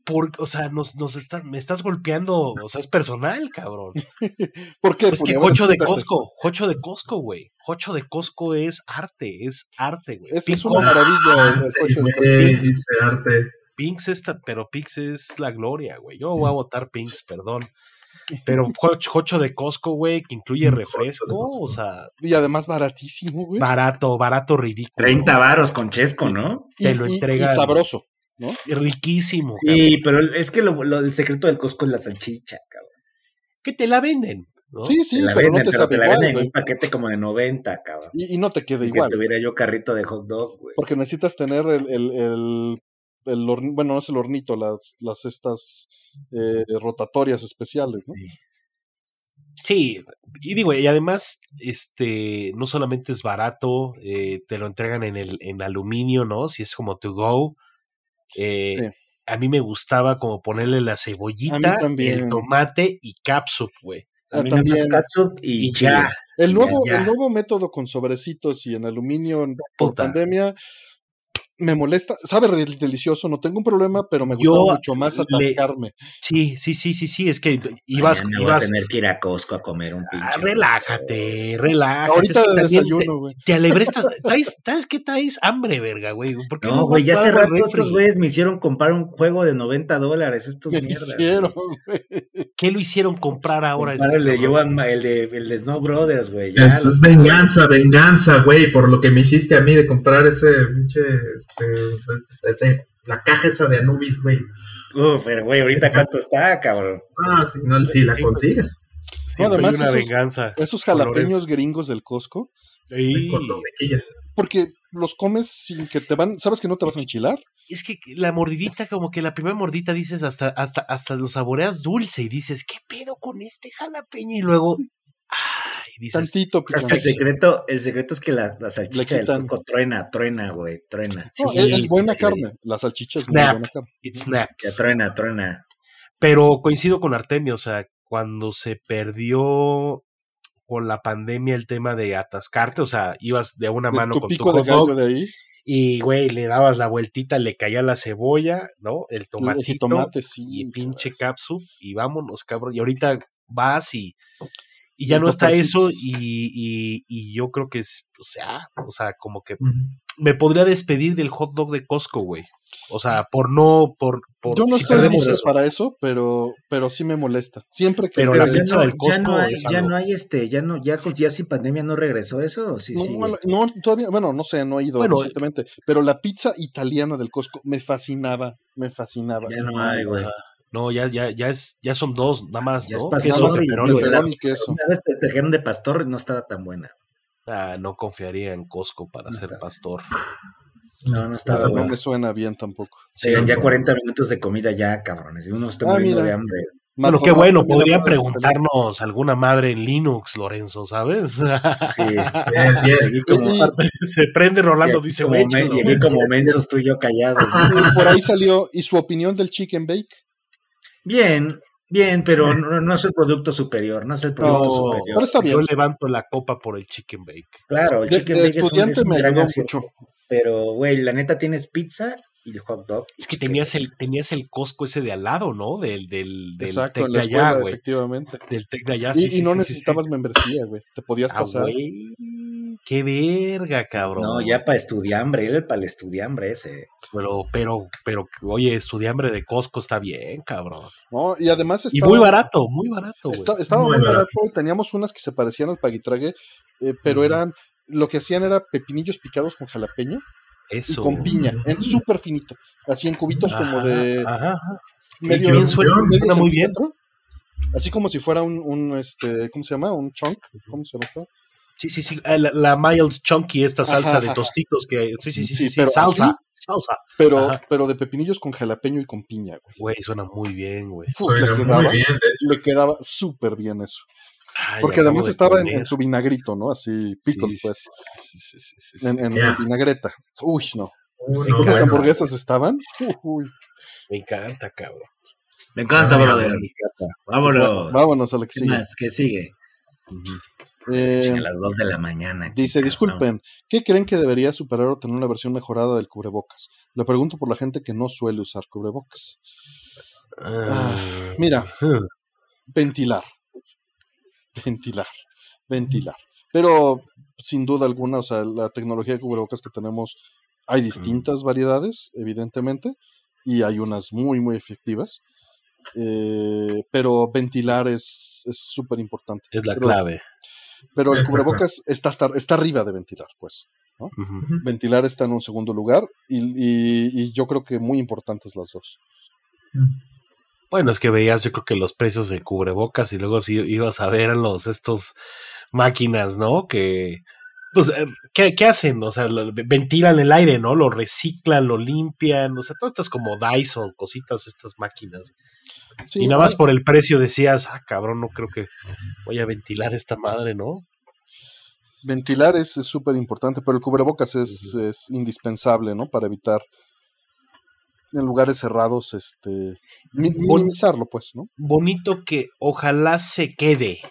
o sea, me estás golpeando, o sea, es personal, cabrón. ¿Por qué? Es que Jocho de Costco, güey. Jocho de Costco es arte, güey. Es una maravilla el Jocho de Costco. Dice arte. Pero Pinks es la gloria, güey. Yo voy a votar Pinks, perdón. Pero Jocho de Costco, güey, que incluye refresco, o sea... Y además baratísimo, güey. Barato, ridículo. 30 varos con Chesco, ¿no? Te lo entregan. Y sabroso, ¿no? Riquísimo. Sí, pero es que el secreto del Costco es la salchicha, cabrón. Que te la venden, ¿no? Sí, Te la pero venden, no te sabe te la igual, venden en güey. un paquete como de 90, cabrón. Y no te queda Y igual. que tuviera yo carrito de hot dog, güey. Porque necesitas tener bueno, no es el hornito, las estas rotatorias especiales, ¿no? Sí, y digo, y además, no solamente es barato, te lo entregan en aluminio, ¿no? Si es como to go. Sí. A mí me gustaba como ponerle la A mí cebollita, también. el tomate y catsup, güey. A mí nada más también. catsup y chile. ya. El nuevo, Ya. el nuevo método con sobrecitos y en aluminio por Puta. pandemia me molesta. Sabe delicioso, no tengo un problema, pero me Yo gusta mucho más atascarme. Sí, es que ibas... Mañana voy a tener que ir a Costco a comer un pinche. Relájate. Ahorita Es que de también desayuno, güey. te alebrestas. ¿Sabes qué traes? Hambre, verga, güey. ¿Por qué No, güey, ya vas hace al rato refri? estos güeyes me hicieron comprar un juego de $90. Estos Me mierdas. hicieron, güey. ¿Qué lo hicieron comprar ahora? Comprar el de cabrón? Joan, el de Snow Brothers, güey. ya Eso es venganza, güey, por lo que me hiciste a mí de comprar ese pinche, la caja esa de Anubis, güey. Pero güey, ahorita cuánto está, cabrón. Ah, sí, no, si la consigues. Siempre además hay una esos- venganza. Esos Colores. jalapeños gringos del Costco, Y- Con torniquilla. porque los comes sin que te van, ¿sabes que no te vas a enchilar? Es que la mordidita, como que la primera mordita dices hasta lo saboreas dulce y dices, ¿qué pedo con este jalapeño? Y luego, ay, dices, Tantito Es que picante. el secreto es que la salchicha del quitan. Costco truena, güey, truena. No, sí, es buena sí. carne. La salchicha es muy Snap. buena carne. it Ya snaps. truena. Pero coincido con Artemio, o sea, cuando se perdió con la pandemia el tema de atascarte, o sea, ibas de una mano Tu con tu pico de hot dog gallo de ahí, y, güey, le dabas la vueltita, le caía la cebolla, ¿no? El el tomatito jitomate, sí. y pinche capsup y vámonos, cabrón. Y ahorita vas y ya Y no está eso topercitos. y yo creo que es, o sea, como que Ujú. me podría despedir del hot dog de Costco, güey. O sea, por Yo no si estoy perdemos listo eso. para eso, pero sí me molesta. Siempre que Pero esté- la pizza del Costco no hay, es ya algo. no hay ya sin pandemia no regresó eso, ¿o sí, no, sí, güey? no, todavía, bueno, no sé, no he ido Bueno, recientemente, pero la pizza italiana del Costco me fascinaba. Ya no hay, güey. No, ya son dos, nada más, Ya es ¿no? pastor, Queso, y pepperoni. güey, Pepperoni y queso. Una vez te trajeron de pastor no estaba tan buena. No confiaría en Costco para No ser está. pastor. No estaba No buena. me suena bien tampoco. Oigan, ya 40 minutos de comida ya, cabrones. Y uno está muriendo mira. de hambre. Bueno, Mató- qué bueno, mató- podría mató- preguntarnos alguna madre en Linux, Lorenzo, ¿sabes? Sí. Yes. Y como, Se prende Rolando, y aquí dice, como güey, me- y aquí como mensos tú y yo callados. ¿no? Y por ahí salió, ¿y su opinión del chicken bake? Bien, pero no es el producto superior, no es el producto No, superior. pero está bien. yo levanto la copa por el chicken bake. Claro, el De chicken bake es estudiante un me gran ayudó acierto. mucho. Pero, güey, la neta tienes pizza y el hot dog. Es que tenías el Costco ese de al lado, ¿no? Del Exacto, Tec en de la allá, escuela, güey. efectivamente. Del Tec de allá, Y no sí. necesitabas membresía, güey. Te podías pasar. Güey, qué verga, cabrón. No, ya para estudiambre, él para el estudiambre ese. Pero, oye, estudiambre de Costco está bien, cabrón. ¿No? Y además Y estaba, muy barato, güey. estaba Muy muy barato. barato y teníamos unas que se parecían al paguitrague, pero Ujú. lo que hacían era pepinillos picados con jalapeño y Eso. con piña, en súper finito, así en cubitos como de Ajá. medio, Qué bien suena, medio suena muy bien. centímetro, así como si fuera un ¿cómo se llama? Un chunk, ¿cómo se llama esto? Sí. La mild chunky, esta salsa Ajá, de ajá. tostitos que. Sí. pero Salsa. así, Salsa. pero, Ajá. pero de pepinillos con jalapeño y con piña, güey. Güey, suena muy bien, güey. Uf, Suena muy bien, de hecho. le quedaba súper bien eso. Ay, Porque acabo además de estaba comer. en su vinagrito, ¿no? Así, pickle, Sí, pues, sí. en Ya. vinagreta. Uy, no. No, Esas bueno. hamburguesas estaban. Uy. Me encanta, cabrón. Me encanta, Ah, brother. Vámonos. Vámonos a la que ¿Qué sigue. más? ¿Qué sigue? Ujú. A las 2 de la mañana. Aquí, Dice, cabrón. disculpen, ¿qué creen que debería superar o tener una versión mejorada del cubrebocas? Le pregunto por la gente que no suele usar cubrebocas. Mira, ventilar. Pero sin duda alguna, o sea, la tecnología de cubrebocas que tenemos, hay distintas variedades, evidentemente, y hay unas muy, muy efectivas. Pero ventilar es súper importante. Es la clave. Pero el cubrebocas está arriba de ventilar, pues, ¿no? Uh-huh. Ventilar está en un segundo lugar y yo creo que muy importantes las dos. Bueno, es que veías, yo creo que los precios del cubrebocas y luego si ibas a ver a estos máquinas, ¿no? Que, pues, ¿qué hacen? O sea, ventilan el aire, ¿no? Lo reciclan, lo limpian, o sea, todas estas como Dyson, cositas, estas máquinas. Sí, y nada más por el precio decías, cabrón, no creo que voy a ventilar esta madre, ¿no? Ventilar es súper importante, pero el cubrebocas es indispensable, ¿no? Para evitar en lugares cerrados, minimizarlo, pues, ¿no? Bonito que ojalá se quede,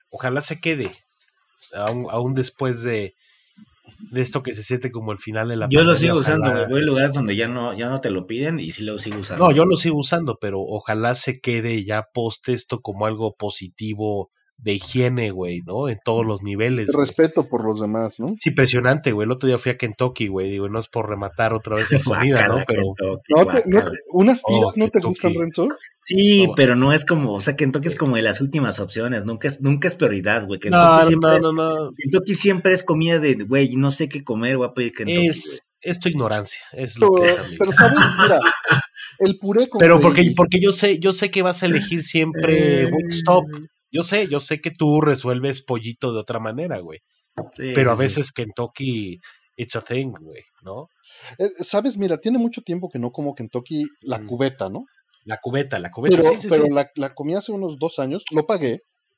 aún después de esto que se siente como el final de la pandemia. Yo lo sigo usando, voy a lugares donde ya no te lo piden y sí lo sigo usando. No, yo lo sigo usando, pero ojalá se quede ya post esto como algo positivo de higiene, güey, ¿no? En todos los niveles. Respeto por los demás, ¿no? Sí, impresionante, güey. El otro día fui a Kentucky, güey. Digo, no es por rematar otra vez la comida, ¿no? Pero ¿unas tiras no te gustan, Renzo? Sí, pero no es como, o sea, Kentucky es como de las últimas opciones. Nunca es prioridad, güey. Kentucky siempre es comida de, güey, no sé qué comer, voy a pedir Kentucky. Es tu ignorancia, es lo que es, amigo. Pero sabes, mira, el puré con pero porque yo sé que vas a elegir siempre Wingstop. Yo sé que tú resuelves pollito de otra manera, güey. Sí, pero a veces Kentucky, it's a thing, güey, ¿no? Sabes, mira, tiene mucho tiempo que no como Kentucky la cubeta, ¿no? La cubeta. Pero, pero la comí hace unos 2 años, lo pagué.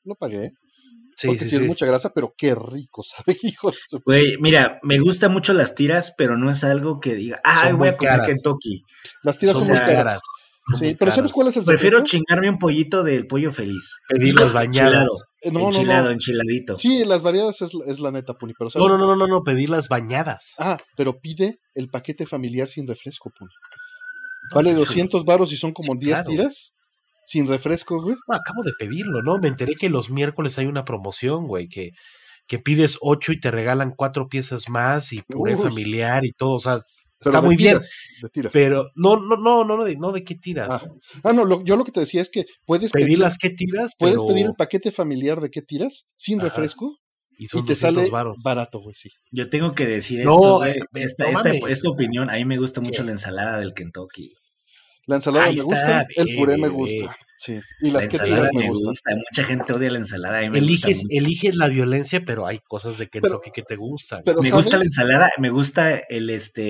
Porque sí es mucha grasa, pero qué rico, ¿sabe, hijo de su... Güey, mira, me gustan mucho las tiras, pero no es algo que diga, voy a comer Kentucky. Las tiras son muy caras. Sí, pero ¿sabes cuál es el secreto? Prefiero chingarme un pollito del pollo feliz. Pedirlas bañadas. Enchiladito. Sí, las variedades es la neta, Puni. Pero ¿sabes? No, pedirlas bañadas. Pero pide el paquete familiar sin refresco, Puni. Vale 200 varos y son como 10 tiras sin refresco, güey. Acabo de pedirlo, ¿no? Me enteré que los miércoles hay una promoción, güey, que pides 8 y te regalan 4 piezas más y puré familiar y todo, o sea... Está muy bien, pero no de qué tiras. Yo lo que te decía es que puedes pedir las qué tiras, puedes pedir el paquete familiar de qué tiras sin refresco y te sale barato, güey, sí. Yo tengo que decir esto, güey, esta opinión, a mí me gusta mucho la ensalada del Kentucky. La ensalada me gusta, el puré me gusta. Sí. Y las que tiras me gustan. Mucha gente odia la ensalada. A mí eliges la violencia, pero hay cosas de Kentucky que te gustan. Me gusta la ensalada, me gusta el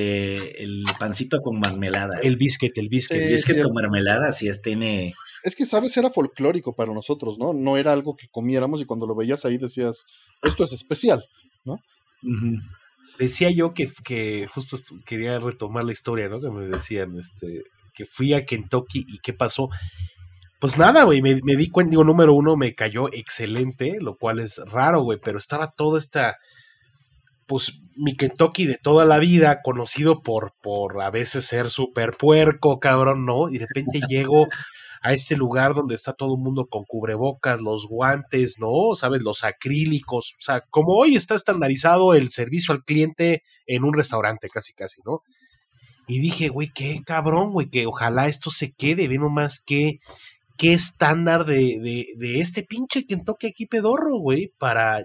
pancito con mermelada. El biscuit. El biscuit con mermelada, sí tiene. Es que, ¿sabes? Era folclórico para nosotros, ¿no? No era algo que comiéramos y cuando lo veías ahí decías, esto es especial, ¿no? Uh-huh. Decía yo que justo quería retomar la historia, ¿no? Que me decían, que fui a Kentucky y qué pasó. Pues nada, güey, me di cuenta, digo, número 1, me cayó excelente, lo cual es raro, güey, pero estaba toda esta, pues, mi Kentucky de toda la vida, conocido por a veces ser súper puerco, cabrón, ¿no? Y de repente llego a este lugar donde está todo el mundo con cubrebocas, los guantes, ¿no? ¿Sabes? Los acrílicos, o sea, como hoy está estandarizado el servicio al cliente en un restaurante, casi, ¿no? Y dije, güey, qué cabrón, güey, que ojalá esto se quede, ve nomás qué estándar de este pinche Kentucky aquí pedorro, güey, para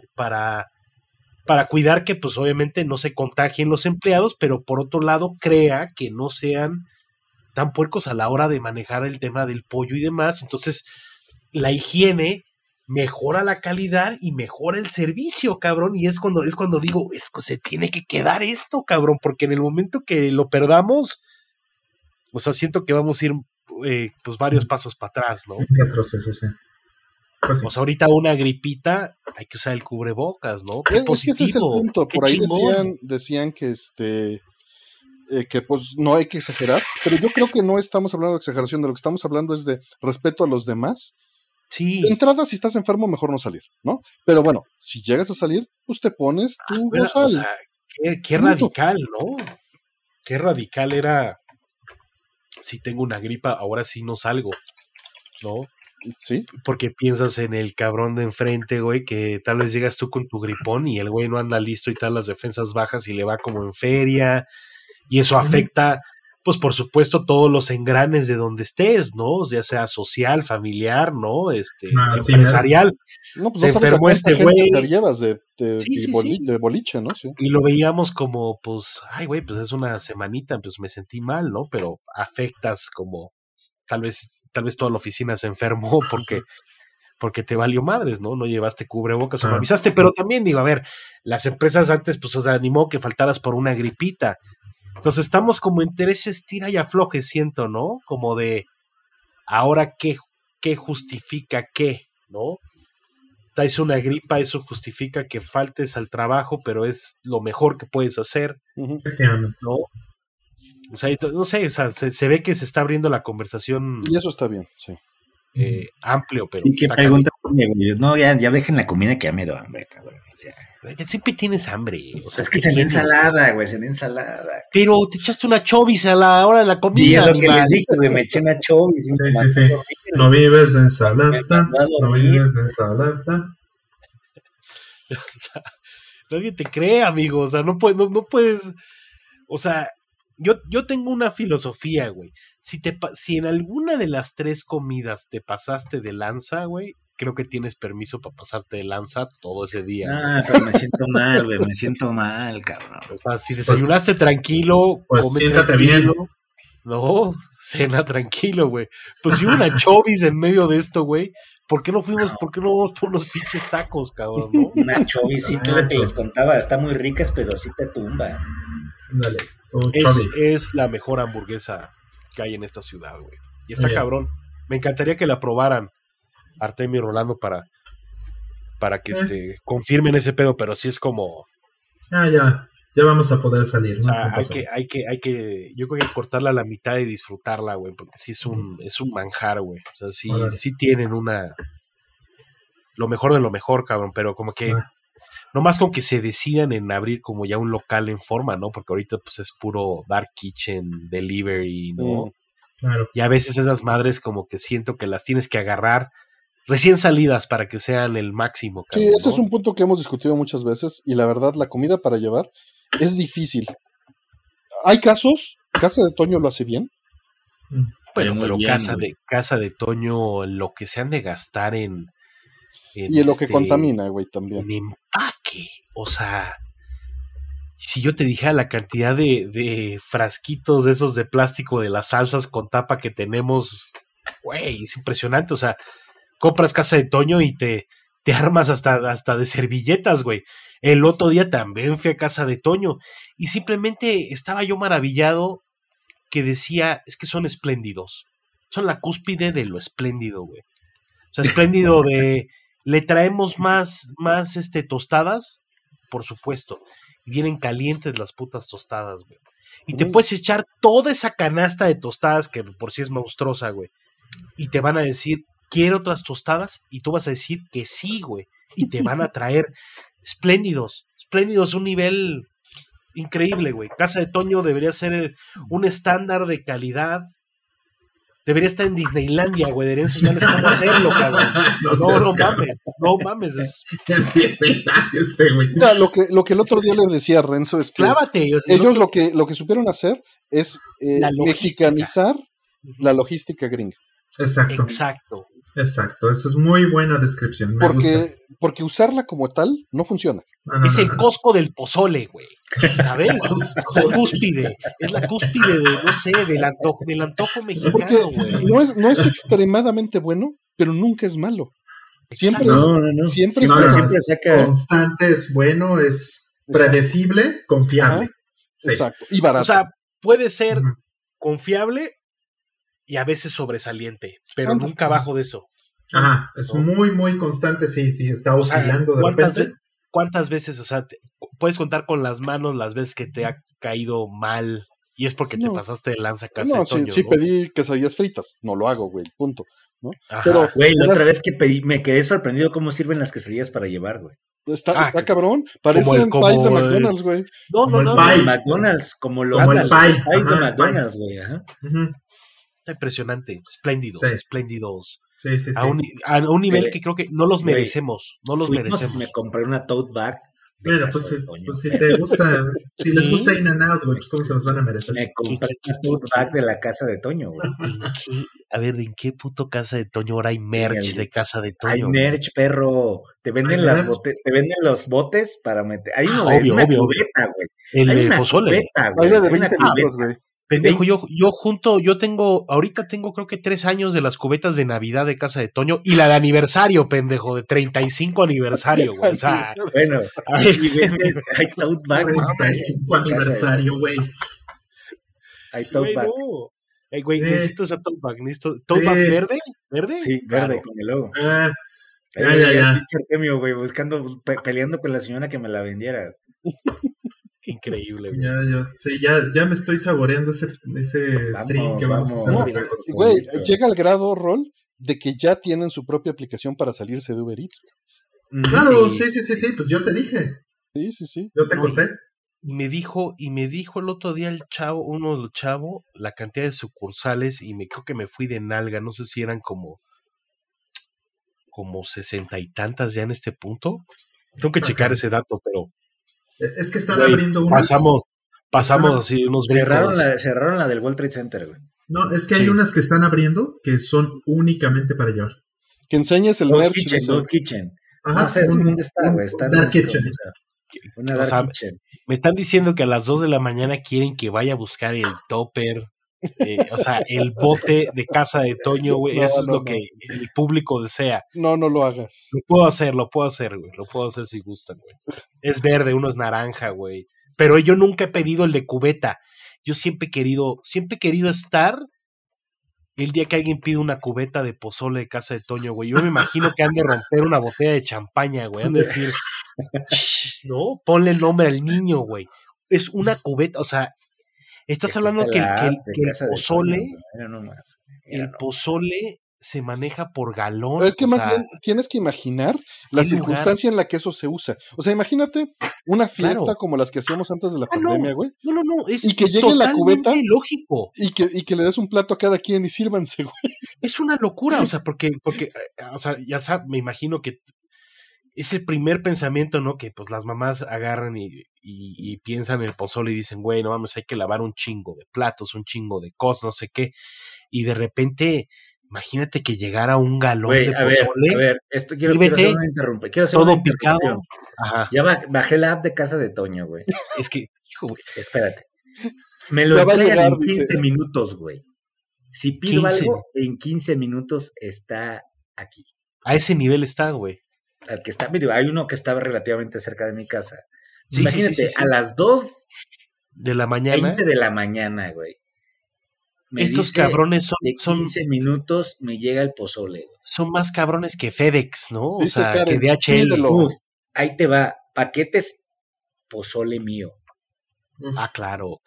cuidar que, pues, obviamente no se contagien los empleados, pero por otro lado crea que no sean tan puercos a la hora de manejar el tema del pollo y demás. Entonces, la higiene mejora la calidad y mejora el servicio, cabrón, y es cuando digo, se tiene que quedar esto, cabrón, porque en el momento que lo perdamos, o sea, siento que vamos a ir pues varios pasos para atrás, ¿no? Un retroceso, sí. Pues sí. Ahorita una gripita, hay que usar el cubrebocas, ¿no? Qué positivo. Es que ese es el punto. Por ahí decían que que pues no hay que exagerar, pero yo creo que no estamos hablando de exageración, de lo que estamos hablando es de respeto a los demás Sí. De entrada, si estás enfermo, mejor no salir, ¿no? Pero bueno, si llegas a salir, pues te pones tu bozal. O sea, qué radical, ¿no? Qué radical era. Si tengo una gripa, ahora sí no salgo, ¿no? Sí. Porque piensas en el cabrón de enfrente, güey, que tal vez llegas tú con tu gripón y el güey no anda listo y tal, las defensas bajas y le va como en feria. Y eso afecta, pues por supuesto, todos los engranes de donde estés, ¿no? Ya sea social, familiar, ¿no? Empresarial. No, pues se no sabes enfermó a cuánta este gente güey. te llevas de Sí. boliche, ¿no? Sí. Y lo veíamos como, pues, ay, güey, pues es una semanita, pues me sentí mal, ¿no? Pero afectas como, tal vez toda la oficina se enfermó porque te valió madres, ¿no? No llevaste cubrebocas o no avisaste, pero también digo, a ver, las empresas antes, pues, o sea, animó que faltaras por una gripita. Entonces estamos como entre ese estira y afloje, siento, ¿no? Como de, ahora, ¿qué justifica qué, no? Traes una gripa, eso justifica que faltes al trabajo, pero es lo mejor que puedes hacer, ¿no? O sea, no sé, o sea, se ve que se está abriendo la conversación. Y eso está bien, sí. Amplio, pero. Sí, qué pregunta, güey. No, ya dejen la comida que ya me da hambre, cabrón. O sea, siempre tienes hambre. O sea, es que cené ensalada, güey, cené ensalada. Pero te echaste una chovis a la hora de la comida. Y es lo que les dije, güey, me eché una chovis. Sí. No vives de ensalada, no vives de ensalada. O sea, nadie te cree, amigo. O sea, no puedes. O sea, yo tengo una filosofía, güey. Si en alguna de las 3 comidas te pasaste de lanza, güey, creo que tienes permiso para pasarte de lanza todo ese día. Ah, pero me siento mal, güey. Me siento mal, cabrón. O sea, si desayunaste tranquilo, pues come siéntate tranquilo. bien. No, cena tranquilo, güey. Pues si hubo una chovis en medio de esto, güey, ¿por qué no vamos por unos pinches tacos, cabrón, no? Una chovis, sí, lo que les contaba, está muy ricas, pero sí te tumba. Dale. Es la mejor hamburguesa que hay en esta ciudad, güey. Y está cabrón. Me encantaría que la probaran Artemio y Rolando para que confirmen ese pedo, pero sí es como. Ya vamos a poder salir, ¿no? O sea, hay que, yo creo que cortarla a la mitad y disfrutarla, güey, porque sí es un manjar, güey. O sea, sí tienen lo mejor de lo mejor, cabrón, pero como que no más con que se decidan en abrir como ya un local en forma, ¿no? Porque ahorita pues es puro dark kitchen, delivery, ¿no? Claro. Y a veces esas madres como que siento que las tienes que agarrar recién salidas para que sean el máximo, cabrón, sí, ese ¿no? es un punto que hemos discutido muchas veces y la verdad la comida para llevar es difícil. Hay casos, Casa de Toño lo hace bien. Pero Casa de Toño, lo que se han de gastar en y en lo que contamina, güey, también. En empaque. O sea, si yo te dijera la cantidad de frasquitos de esos de plástico de las salsas con tapa que tenemos, güey, es impresionante. O sea, compras Casa de Toño y te armas hasta de servilletas, güey. El otro día también fui a Casa de Toño y simplemente estaba yo maravillado que decía, es que son espléndidos. Son la cúspide de lo espléndido, güey. O sea, espléndido de... ¿Le traemos más tostadas? Por supuesto. Y vienen calientes las putas tostadas, güey. Y te puedes echar toda esa canasta de tostadas que por sí es monstruosa, güey. Y te van a decir, ¿quiere otras tostadas? Y tú vas a decir que sí, güey. Y te van a traer espléndidos, un nivel increíble, güey. Casa de Toño debería ser un estándar de calidad. Debería estar en Disneylandia, güey. Debería enseñarles cómo hacerlo, cabrón. No mames. Mira, lo que el otro día les decía a Renzo es que clávate, ellos lo que supieron hacer es mexicanizar la logística gringa. Exacto, esa es muy buena descripción. Porque usarla como tal no funciona. Es el Costco del pozole, güey. ¿Sabes? Es la cúspide de, no sé, del antojo mexicano, güey. No es extremadamente bueno, pero nunca es malo. Siempre siempre saca. Constante, es bueno, es predecible, confiable. Sí. Exacto. Y barato. O sea, puede ser confiable y a veces sobresaliente, pero nunca abajo de eso. Ajá, es muy, muy constante, sí, está oscilando de repente. ¿Cuántas veces, o sea, puedes contar con las manos las veces que te ha caído mal Y es porque te No. pasaste de lanza casa de No, Toño, sí ¿no? pedí quesadillas fritas. No lo hago, güey, punto. ¿No? Ajá. Pero Güey, la unas- otra vez que pedí, me quedé sorprendido cómo sirven las quesadillas para llevar, güey. está que- cabrón. como Parecen pies de el- McDonald's, güey. No, Como el no, Como pie. el McDonald's, como los Como el ándale, pie, los pies de ajá, McDonald's, güey, ajá. Ujú. está impresionante. Espléndidos, Sí. espléndidos. Sí, sí, sí. A un nivel Güey, que creo que no los güey, merecemos. No los Fuimos y merecemos. me compré una tote bag de Bueno, casa de Toño. pues si te gusta, si les ¿Sí? gusta In and Out, güey, pues cómo se los van a merecer. Me compré una tote bag de la casa de Toño, güey. A ver, ¿en qué puto casa de Toño ahora hay merch de casa de Toño? Hay güey? merch, perro. Te venden Hay las merch. botes, te venden los botes para meter. Hay uno Obvio, una obvio, cubeta, güey. El Hay de una pozole. cubeta, güey. Baile de Hay una 20 cubeta. litros, güey. Pendejo, ahorita tengo creo que 3 años de las cubetas de Navidad de casa de Toño y la de aniversario, pendejo, de 35 aniversario, güey. O sea, Bueno, a y ese venden, nivel. hay tote bag. 35 aniversario, güey. Hay tote Güey, bag. no. Güey, Sí. necesito esa tote bag. ¿Tote Sí. bag verde? ¿Verde? Sí, Claro. verde con el logo. Ah, Ahí Ya, veía ya, ya. el pinche Artemio, güey, buscando, peleando con la señora que me la vendiera. Qué increíble, güey. ya me estoy saboreando ese stream que vamos a hacer. vamos. de No, juegos. güey, bonito. llega al grado, Rol, de que ya tienen su propia aplicación para salirse de Uber Eats. Claro, sí, pues yo te dije, Sí, sí, sí. yo te No, conté. Y me dijo el otro día uno de los chavos, la cantidad de sucursales, y creo que me fui de nalga, no sé si eran como 60 y tantas ya en este punto. Tengo que checar ese dato, pero Es que están güey, abriendo unas. pasamos Ajá. así unos brincos. Cerraron la del World Trade Center, güey. No, es que Sí. hay unas que están abriendo que son únicamente para llevar. Que enseñes el Ghost merch. Kitchen, dice. Ghost Kitchen. Ajá, No sé dónde está, güey. Está en Dark México, Kitchen. o sea, una O Dark sea, Kitchen. Me están diciendo que a las 2 de la mañana quieren que vaya a buscar el topper, o sea, el bote de casa de Toño, güey. No, Eso es no, lo no. que el público desea. No lo hagas. Lo puedo hacer, güey. Lo puedo hacer si gustan, güey. Es verde, uno es naranja, güey. Pero yo nunca he pedido el de cubeta. Yo siempre he querido estar el día que alguien pide una cubeta de pozole de casa de Toño, güey. Yo me imagino que han de romper una botella de champaña, güey. Han de decir, no, ponle el nombre al niño, güey. Es una cubeta, o sea, estás Aquí hablando está que, la que el- app de que el casa de pozole, Toño, güey. Mira nomás. Mira el nomás. pozole se maneja por galón. Es que o más sea, bien tienes que imaginar la ¿qué lugar? circunstancia en la que eso se usa. O sea, imagínate una fiesta Claro. como las que hacíamos antes de la Ah, no. pandemia, güey. No, es, Y que es llegue la totalmente cubeta. lógico. Y que le des un plato a cada quien y sírvanse, güey. Es una locura, o sea, porque o sea, ya sabes, me imagino que es el primer pensamiento, ¿no? Que pues las mamás agarran y piensan en el pozole y dicen, güey, no mames, hay que lavar un chingo de platos, un chingo de cosas, no sé qué. Y de repente, imagínate que llegara un galón Güey, de a ver, pozole, esto quiero Sírvete, hacer una interrupción. Quiero hacer todo una picado. interrupción. Ajá, Ya bajé la app de casa de Toño, güey. es que, hijo, güey, Espérate. Me lo Ya va a entregan llegar, en dice. 15 minutos, güey. Si pido 15. algo, en 15 minutos está aquí. a ese nivel está, güey. Al que está, digo, hay uno que estaba relativamente cerca de mi casa. Sí, Imagínate, sí, sí, sí. a las 2:20 De la mañana, de la mañana, güey. Me estos dice, cabrones de 15 minutos me llega el pozole, güey. son más cabrones que FedEx, ¿no? O Dice sea, Karen, que DHL. pídelo. Uf, ahí te va, paquetes pozole mío. Uf, Ah, claro.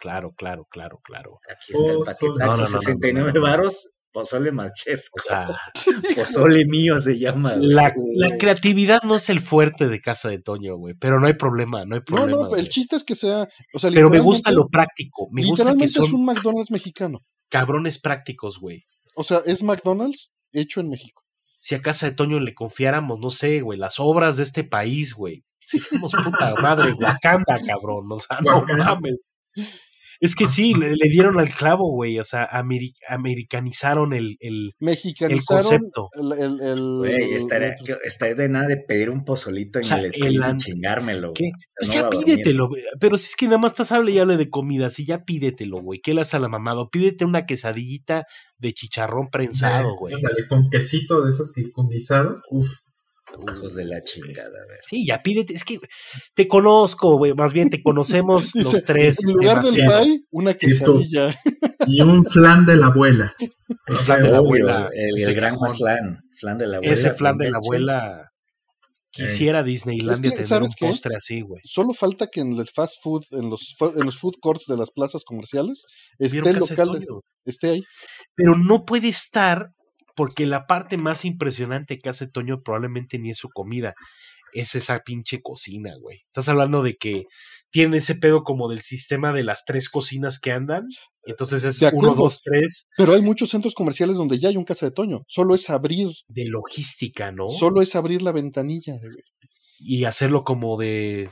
Aquí está el Pozole. paquetazo, No. 69 varos, pozole machesco. O sea, Pozole mío se llama, güey. la creatividad no es el fuerte de casa de Toño, güey, pero no hay problema, No, güey. el chiste es que sea. O sea, Pero me gusta literalmente- lo práctico, me gusta que literalmente es son un McDonald's mexicano. cabrones prácticos, güey. O sea, es McDonald's hecho en México. Si a casa de Toño le confiáramos, no sé, güey, las obras de este país, güey. Si somos puta madre, Wakanda, cabrón, o sea, no Wakanda. mames. Es que sí, le dieron al clavo, güey, o sea, americanizaron el Mexicanizaron concepto. Güey, estaría de nada de pedir un pozolito en O sea, el stream el y chingármelo. ¿Qué? güey. Pues No ya va a dormir. pídetelo, güey. Pero si es que nada más estás hable y hable de comida, si ya pídetelo, güey. ¿Qué le haces a la mamada? O pídete una quesadillita de chicharrón prensado, güey. Ándale, con quesito de esos que con guisado. Uf. Hijos de la chingada, güey. Sí, ya pídete. Es que te conozco, güey. Más bien te conocemos Dice, los tres. En lugar demasiado. del pie, una quesadilla. Y un flan de la abuela. El flan de la Obvio, abuela. el ese gran cajón. flan de la abuela. Ese flan de la leche. abuela. Quisiera Disneylandia Es que, tener ¿sabes un qué? postre así, güey. Solo falta que en el fast food, en los food courts de las plazas comerciales, esté Vieron el Casa de local, Toño. esté ahí. Pero no puede estar porque la parte más impresionante que hace Toño probablemente ni es su comida, es esa pinche cocina, güey. Estás hablando de que tienen ese pedo como del sistema de las 3 cocinas que andan, y entonces es De 1, acuerdo. 2, 3 Pero hay muchos centros comerciales donde ya hay un Casa de Toño. Solo es abrir, de logística, ¿no? solo es abrir la ventanilla. Güey. Y hacerlo como de...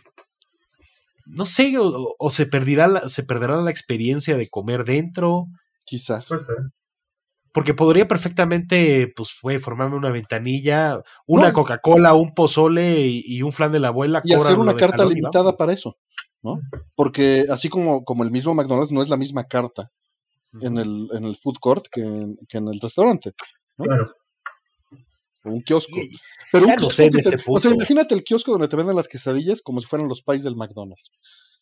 No sé, o se perderá la experiencia de comer dentro, Quizá. Puede ser. porque podría perfectamente, pues, güey, formarme una ventanilla, una No, Coca-Cola, un pozole y un flan de la abuela. y hacer cobran una lo de carta jalón y limitada vámonos. para eso, ¿no? Porque así como el mismo McDonald's no es la misma carta en el food court que en el restaurante, ¿no? Claro. O un kiosco. Y- Pero ya un no kiosco sé en que este o sea, punto. imagínate el kiosco donde te venden las quesadillas como si fueran los pies del McDonald's.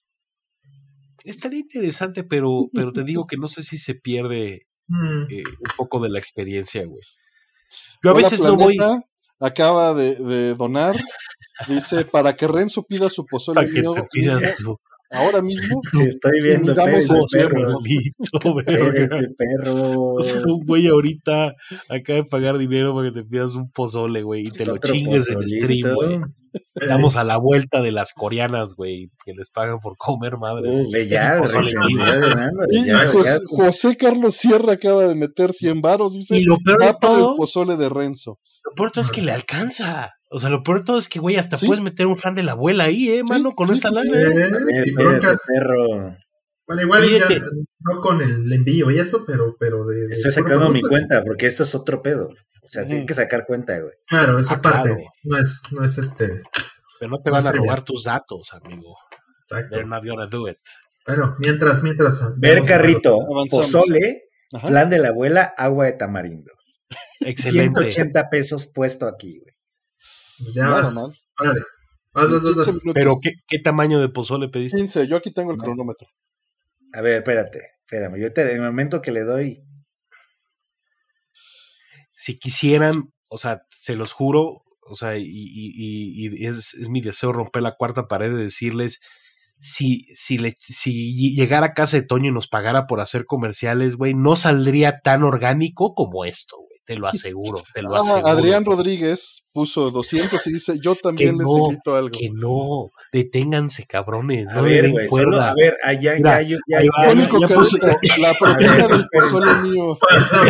Estaría interesante, pero te digo que no sé si se pierde un poco de la experiencia, güey. Yo a Hola, veces no voy Planeta acaba de donar, dice, para que Renzo pida su pozole para que mío te pidas mismo, tu ahora mismo. Estoy viendo, Digamos, espérense, pozole perros. maldito, verga. Espérense, O sea, perros. un güey ahorita acaba de pagar dinero para que te pidas un pozole, güey, y te lo Otro chingues en stream, güey. Estamos a la vuelta de las coreanas, güey, que les pagan por comer madres. güey. Ve ya, Pozole Renzo, vivo. ya donando, Y ya, José Carlos Sierra acaba de meter 100 varos, dice, Y lo peor de va para el todo, pozole de Renzo. lo peor de todo es que le alcanza. O sea, lo peor de todo es que, güey, hasta Sí. puedes meter un flan de la abuela ahí, mano, con sí, esa sí, lana. sí. Sin espérese, broncas. perro. Bueno, igual y ya, Fíjate. no con el envío y eso, pero de Estoy puro sacando mi producto, cuenta porque esto es otro pedo. O sea, tiene Ujú. que sacar cuenta, güey. Claro, esa parte. claro. No es este. Pero no te No van a sería. robar tus datos, amigo. Exacto. They're not gonna do it. Bueno, mientras. Ver vamos a carrito, Avanzamos. pozole, Ajá. flan de la abuela, agua de tamarindo. Excelente. 180 pesos puesto aquí, güey. Ya Nada vas. mal. Órale. Vas. 15 minutos. Pero, ¿qué tamaño de pozole pediste? 15, yo aquí tengo el No. cronómetro. A ver, espérame. Yo en el momento que le doy, Si quisieran, o sea, se los juro, o sea, y es mi deseo romper la cuarta pared de decirles, si llegara a casa de Toño y nos pagara por hacer comerciales, güey, no saldría tan orgánico como esto, güey, te lo aseguro, Adrián Rodríguez puso 200 y dice, yo también Que les no, invito a algo. Que no, deténganse, cabrones, a no le ver, den güey, cuerda. solo, a ver, allá, Mira, ya, ahí va, ya, Lo único ya que puso- dijo, la propina ver, del espérense. pozole mío.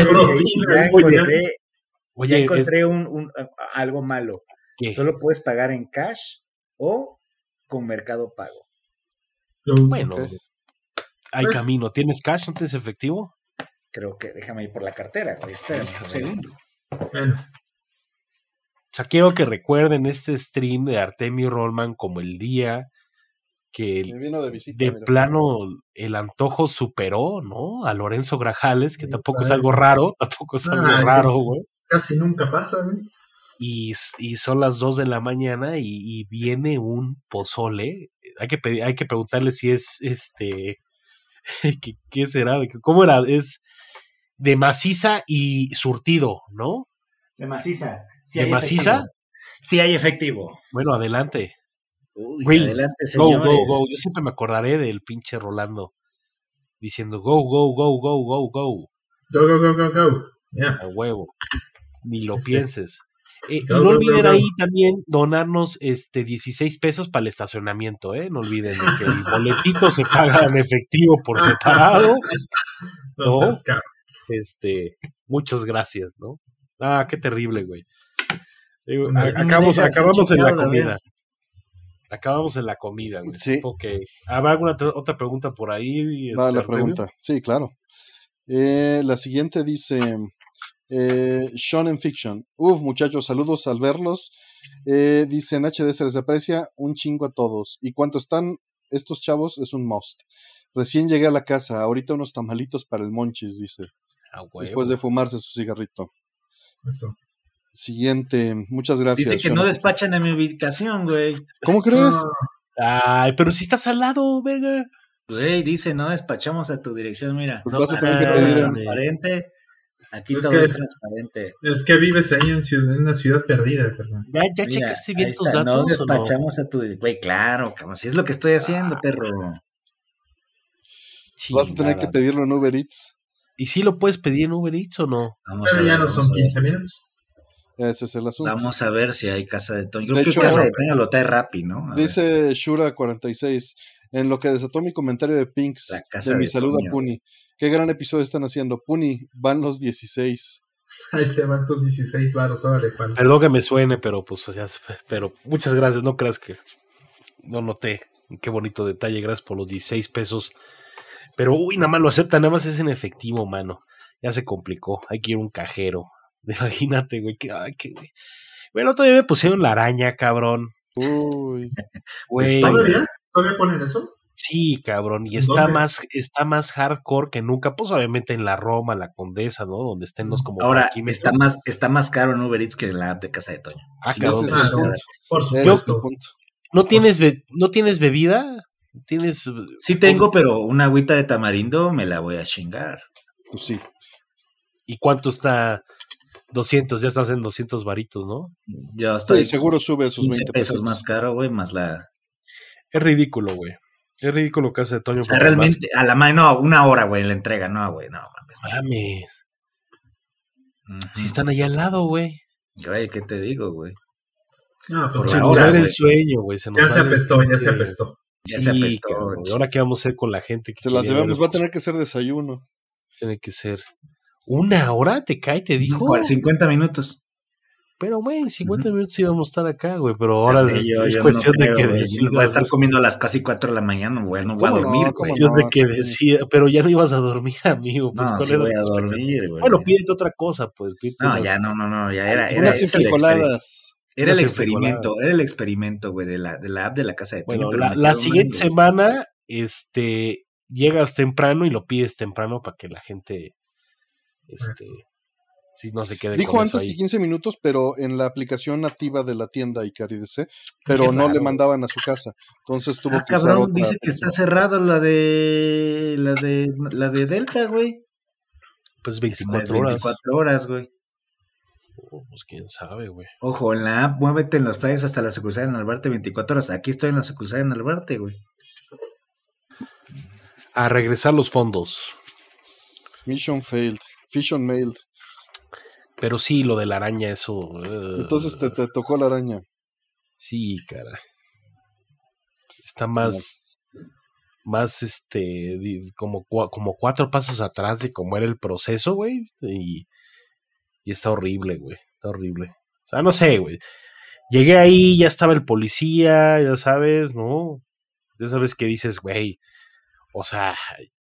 ya Oye, encontré algo malo. ¿qué? Solo puedes pagar en cash o con Mercado Pago. Bueno, Ok. hay camino. ¿Tienes cash? ¿No tienes efectivo? Creo que déjame ir por la cartera, güey. Espérame un segundo. Bueno, O sea, quiero que recuerden este stream de Artemio Rollman como el día que Me vino de visita. de mira. plano el antojo superó, ¿no? A Lorenzo Grajales, que Sí, tampoco es sabe. algo raro, tampoco es algo Ay, raro, pues, güey. casi nunca pasa, güey. Y son las 2 de la mañana y viene un pozole. Hay que preguntarle si es ¿qué será? ¿Cómo era? Es de maciza y surtido, ¿no? De maciza. ¿De maciza? Sí hay efectivo. Bueno, adelante. Uy, Green. adelante, Go, señores. go. Yo siempre me acordaré del pinche Rolando diciendo go. Go. Ya. A huevo. Ni lo Sí. pienses. Y Go, no go, olviden go, go. ahí también donarnos 16 pesos para el estacionamiento, ¿eh? No olviden que el boletito se paga en efectivo por separado. No ¿No? seas cabrón. Muchas gracias, ¿no? Ah, qué terrible, güey. Digo, No, acabamos en la chingada, comida. Acabamos en la comida, güey. Sí. Ok. ¿Habrá alguna otra pregunta por ahí? Va la Artemio? pregunta. Sí, claro. La siguiente dice Shonen Fiction. Muchachos, saludos al verlos. Dice en HD se les aprecia un chingo a todos. ¿Y cuánto están estos chavos? Es un must. Recién llegué a la casa, ahorita unos tamalitos para el Monchis, dice. A huevo. Después de fumarse su cigarrito. Eso. Siguiente, muchas gracias. Dice que no Shonen. despachan en mi ubicación, güey. ¿Cómo crees? No, Ay, pero si estás al lado, verga. Güey, dice, no despachamos a tu dirección, mira. Pues No, vas a tener que Todo pedir es mames. transparente. Aquí Es todo que- es transparente. Es que vives ahí en una ciudad perdida, perdón. Ya Mira, checaste bien ahí tus está, no datos, ¿o no? despachamos a tu... Güey, claro, cabrón, si es lo que estoy haciendo, perro. Vas a tener que Chingada. pedirlo en Uber Eats. ¿Y si lo puedes pedir en Uber Eats o no? Vamos Pero a ya ver, no vamos son a ver. 15 minutos. Ese es el asunto. Vamos a ver si hay casa de Toño. Yo De creo hecho, que casa de Toño lo trae Rappi, ¿no? A ver. Dice Shura46, en lo que desató mi comentario de Pinks, La casa de mi de salud Toño. a Puni. Qué gran episodio están haciendo. Puni, van los 16. Ahí te van tus 16 varos, órale, Juan. Perdón que me suene, pero pues pero muchas gracias, no creas que no noté. Qué bonito detalle, gracias por los 16 pesos. Pero uy, nada más lo aceptan, nada más es en efectivo, mano. Ya se complicó, hay que ir a un cajero. Imagínate, güey, güey. Bueno, todavía me pusieron la araña, cabrón. Uy. Güey, ¿Todavía ponen eso? sí, cabrón, y ¿En está dónde? más hardcore que nunca, pues obviamente en la Roma, la Condesa, ¿no? Donde estén los como Ahora, parquímetros. está más caro en Uber Eats que en la app de casa de Toño. Ah, Sí, cabrón, ese pues, es el Ah, punto. Por Ese es supuesto. el punto. ¿no tienes bebida? ¿Tienes? Sí tengo, pero una agüita de tamarindo me la voy a chingar. Pues sí. ¿Y cuánto está? 200, ya estás en 200 varitos, ¿no? Yo Sí, estoy seguro sube a sus 15 20 pesos pesos. más caro, güey, más la... Es ridículo, güey. Es ridículo casa de Toño. O sea, porque además- realmente, a la mano, no, una hora, güey, en la entrega, no, güey, no mames. Mames. Ujú. Si están ahí al lado, güey. Güey, ¿qué te digo, güey? No, Por pues Se la nos hora, va a ir güey. el sueño, güey. Se nos ya va se a ir el apestó, ya se pinche- apestó. Ya se Sí, apestó. cabrón. ¿Y ahora qué vamos a hacer con la gente que Se las quería debemos. ver? Va a tener que ser desayuno. Tiene que ser. ¿1 hora te cae? Te dijo. 50 minutos. Pero, güey, 50 minutos íbamos a estar acá, güey. Pero ahora Yo es no cuestión de creo, que güey. decidas. Voy a estar comiendo a las casi 4 de la mañana, güey, no voy a ¿Cómo no? dormir, güey. ¿Cómo Cuestión de no? que Sí. decida. Pero ya no ibas a dormir, amigo. Pues, No, ¿cuál sí era voy a tu expectativa? dormir, güey. Bueno, pídete otra cosa, pues. Pídete No, unas- ya no, ya era Unas ese el enfrijoladas. Era el Unas experimento, güey, de la app de la casa de Toño. Bueno, pero me la quedo siguiente mal, güey. semana, llegas temprano y lo pides temprano para que la gente, si no se quede Dijo con eso antes ahí. que 15 minutos, pero en la aplicación nativa de la tienda Icari DC, pero Qué no raro. le mandaban a su casa. Entonces tuvo Ah, que usar cabrón, otra dice que está aplicación. cerrado la de Delta, güey. Pues Es 24 horas. 24 horas, güey. Oh, pues quién sabe, güey. Ojo, en la app, muévete en los tallos hasta la sucursal de Narvarte 24 horas. Aquí estoy en la sucursal de Narvarte, güey. A regresar los fondos. Mission failed. Fission mailed. Pero sí, lo de la araña, eso. Entonces te tocó la araña. Sí, cara. Está más, como 4 pasos atrás de cómo era el proceso, güey. Y está horrible, güey. Está horrible. O sea, no sé, güey. Llegué ahí, ya estaba el policía, ya sabes, ¿no? Ya sabes que dices, güey, o sea,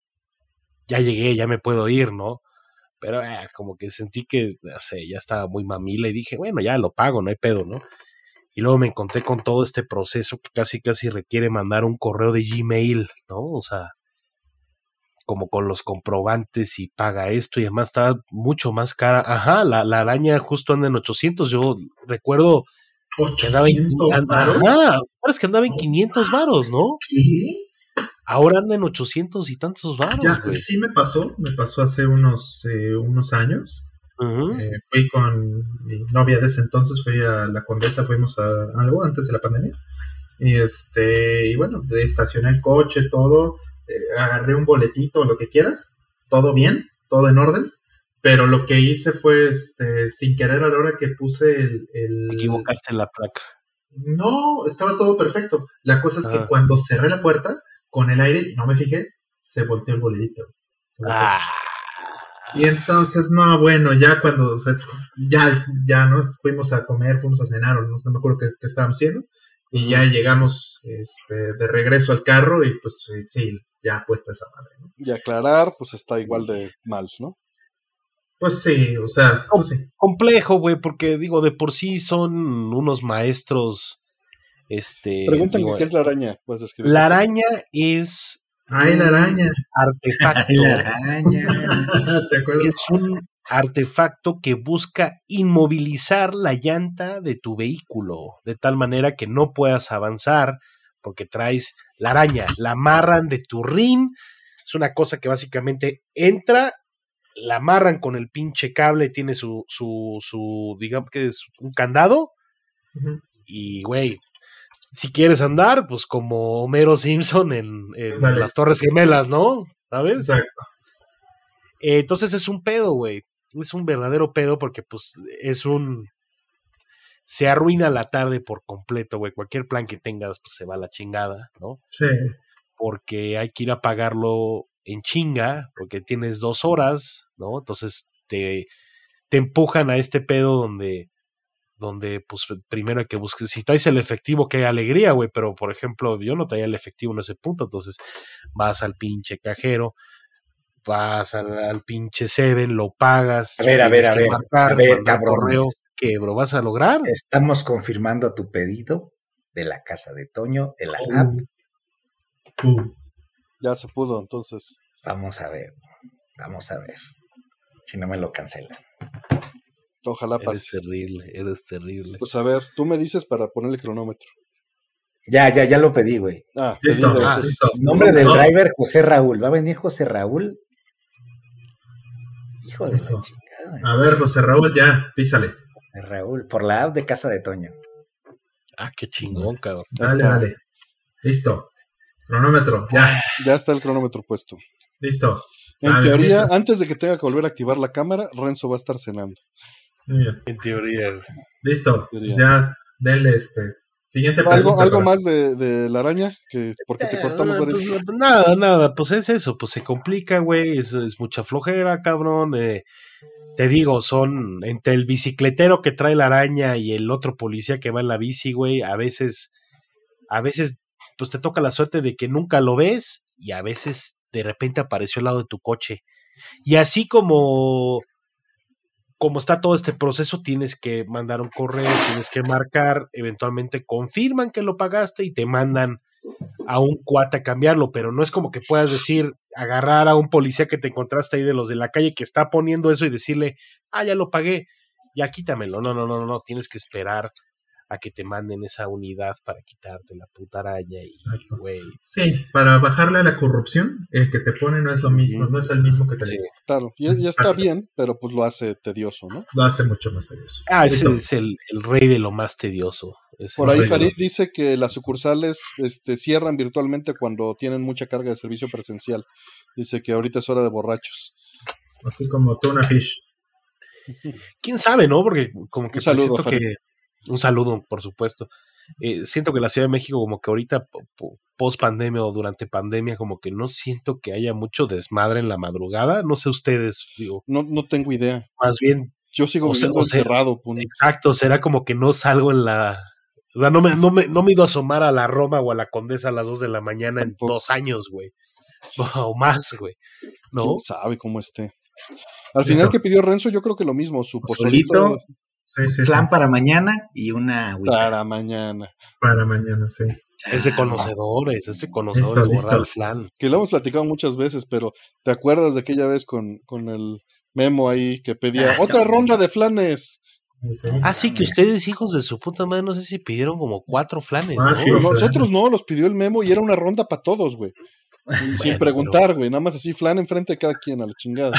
ya llegué, ya me puedo ir, ¿no? Pero como que sentí que, no sé, ya estaba muy mamila y dije, bueno, ya lo pago, no hay pedo, ¿no? Y luego me encontré con todo este proceso que casi requiere mandar un correo de Gmail, ¿no? O sea, como con los comprobantes y paga esto y además estaba mucho más cara. Ajá, la araña justo anda en 800. Yo recuerdo que andaba en 800 varos. Ajá, es que andaba en 500 varos, ¿no? ¿Qué? Ahora anda en 800 y tantos varos, Ya, güey. sí me pasó hace unos años. Ujú. Fui con mi novia de ese entonces, fui a la Condesa, fuimos a algo antes de la pandemia. Y bueno, estacioné el coche, todo, agarré un boletito, lo que quieras, todo bien, todo en orden. Pero lo que hice fue, sin querer a la hora que puse Te equivocaste en la placa. No, estaba todo perfecto. La cosa es que Ajá. cuando cerré la puerta, con el aire, y no me fijé, se volteó el boletito. Se volteó Ah, y entonces, no, bueno, ya cuando, o sea, ya, ¿no? Fuimos a comer, fuimos a cenar, o no me acuerdo qué estábamos haciendo, y ya llegamos, de regreso al carro, y pues, sí, ya puesta esa madre, ¿no? Y aclarar, pues está igual de mal, ¿no? Pues sí, o sea, pues sí. complejo, güey, porque digo, de por sí son unos maestros. Preguntan digo, que qué es la araña. Puedes escribir. la araña es ¡Ay, la araña! artefacto. Ay, la araña. ¿Te acuerdas? Es un artefacto que busca inmovilizar la llanta de tu vehículo, de tal manera que no puedas avanzar porque traes la araña, la amarran de tu rin. Es una cosa que básicamente entra la amarran con el pinche cable, tiene su digamos que es un candado, Ujú. y güey, si quieres andar, pues como Homero Simpson en Dale. las Torres Gemelas, ¿no? ¿Sabes? Exacto. Entonces es un pedo, güey. Es un verdadero pedo porque pues se arruina la tarde por completo, güey. Cualquier plan que tengas, pues se va a la chingada, ¿no? Sí. Porque hay que ir a pagarlo en chinga, porque tienes 2 horas, ¿no? Entonces te empujan a este pedo donde pues primero hay que buscar, si traes el efectivo, qué alegría, güey, pero por ejemplo, yo no traía el efectivo en ese punto, entonces vas al pinche cajero, vas al pinche Seven, lo pagas, A ver, tienes que marcar, mandar cabrón. correo, ¿qué, bro? ¿Vas a lograr? Estamos confirmando tu pedido de la casa de Toño, de la app. Ya se pudo, entonces. Vamos a ver. Si no me lo cancelan. Ojalá pase. Eres terrible. Pues a ver, tú me dices para ponerle cronómetro. Ya lo pedí, güey. Listo, pedido. listo. Nombre del 2. driver, José Raúl. ¿Va a venir José Raúl? Hijo de la Eso. chingada. A ver, José Raúl, ya, písale. José Raúl, por la app de casa de Toño. Ah, qué chingón, cabrón. Dale, está. dale. Listo. Cronómetro, ya. Ya está el cronómetro puesto. Listo. En Dale, teoría, mientras. antes de que tenga que volver a activar la cámara, Renzo va a estar cenando. Muy bien. En teoría, güey. Listo. Pues ya, denle Siguiente pregunta. ¿Algo más de la araña? Porque te cortamos varias. Pues, nada, pues es eso, pues se complica, güey, es mucha flojera, cabrón. Te digo, son entre el bicicletero que trae la araña y el otro policía que va en la bici, güey, a veces, pues te toca la suerte de que nunca lo ves y a veces de repente apareció al lado de tu coche. Y así como está todo este proceso, tienes que mandar un correo, tienes que marcar, eventualmente confirman que lo pagaste y te mandan a un cuate a cambiarlo, pero no es como que puedas decir, agarrar a un policía que te encontraste ahí de los de la calle que está poniendo eso y decirle, ya lo pagué, ya quítamelo. No, tienes que esperar a que te manden esa unidad para quitarte la puta araña y, Exacto. güey. Sí, para bajarle a la corrupción, el que te pone no es lo mismo, no es el mismo que te Sí. Claro, ya está bien, pero pues lo hace tedioso, ¿no? lo hace mucho más tedioso. Ese Listo. es el rey de lo más tedioso. Por ahí Horrible. Farid dice que las sucursales cierran virtualmente cuando tienen mucha carga de servicio presencial. Dice que ahorita es hora de borrachos. Así como Tuna Fish. ¿Quién sabe, no? Porque como que Un saludo, siento Farid. que... Un saludo, por supuesto. Siento que la Ciudad de México como que ahorita post pandemia o durante pandemia como que no siento que haya mucho desmadre en la madrugada. No sé ustedes, digo. No tengo idea. Más bien, Yo sigo viviendo encerrado. Punto. Exacto, será como que no salgo en la... O sea, no me he ido a asomar a la Roma o a la Condesa a las 2 de la mañana en 2 años, güey. O más, güey. ¿No? ¿Quién sabe cómo esté? Al final que pidió Renzo, yo creo que lo mismo. Su pozolito, sí, flan para mañana y una agüita. Para mañana. Para mañana, sí. Es de conocedores Listo, guardar el flan. Que lo hemos platicado muchas veces, pero ¿te acuerdas de aquella vez con el Memo ahí que pedía otra ronda de flanes? Sí, que ustedes, hijos de su puta madre, no sé si pidieron como 4 flanes, Ah, ¿no? sí. Nosotros no, los pidió el Memo y era una ronda para todos, güey. Sin preguntar, güey, nada más así, flan enfrente de cada quien, a la chingada.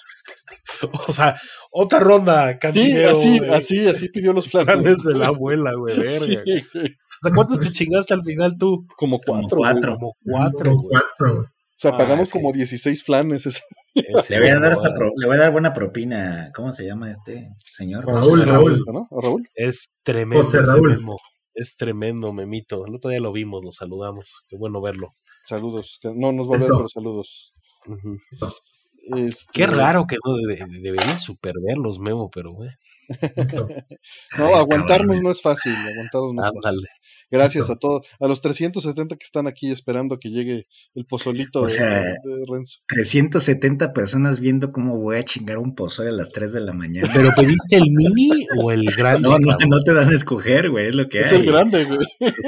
O sea, otra ronda, cantinero. Sí, así pidió los flanes. Flanes de la abuela, güey, verga. Sí, güey. O sea, ¿cuántos te chingaste al final tú? Como 4. Como 4, güey. 4. O sea, pagamos es que como sí. 16 flanes. Le voy a dar buena propina. ¿Cómo se llama este señor? Raúl. ¿No? ¿A Raúl? Es tremendo. José ese Raúl. Memo. Es tremendo, Memito. El otro día lo vimos, lo saludamos. Qué bueno verlo. Saludos. No nos va a ver, Listo. pero saludos. Ujú. Listo. Qué raro que no debería super verlos, Memo, pero güey. Listo. No, aguantarnos no es fácil. Aguantarnos no es fácil. Ándale. Gracias Listo. a todos. A los 370 que están aquí esperando que llegue el pozolito O sea, de Renzo. 370 personas viendo cómo voy a chingar un pozole a las 3 de la mañana. ¿Pero pediste el mini o el grande? No te dan a escoger, güey, es lo que Es hay. el grande, güey.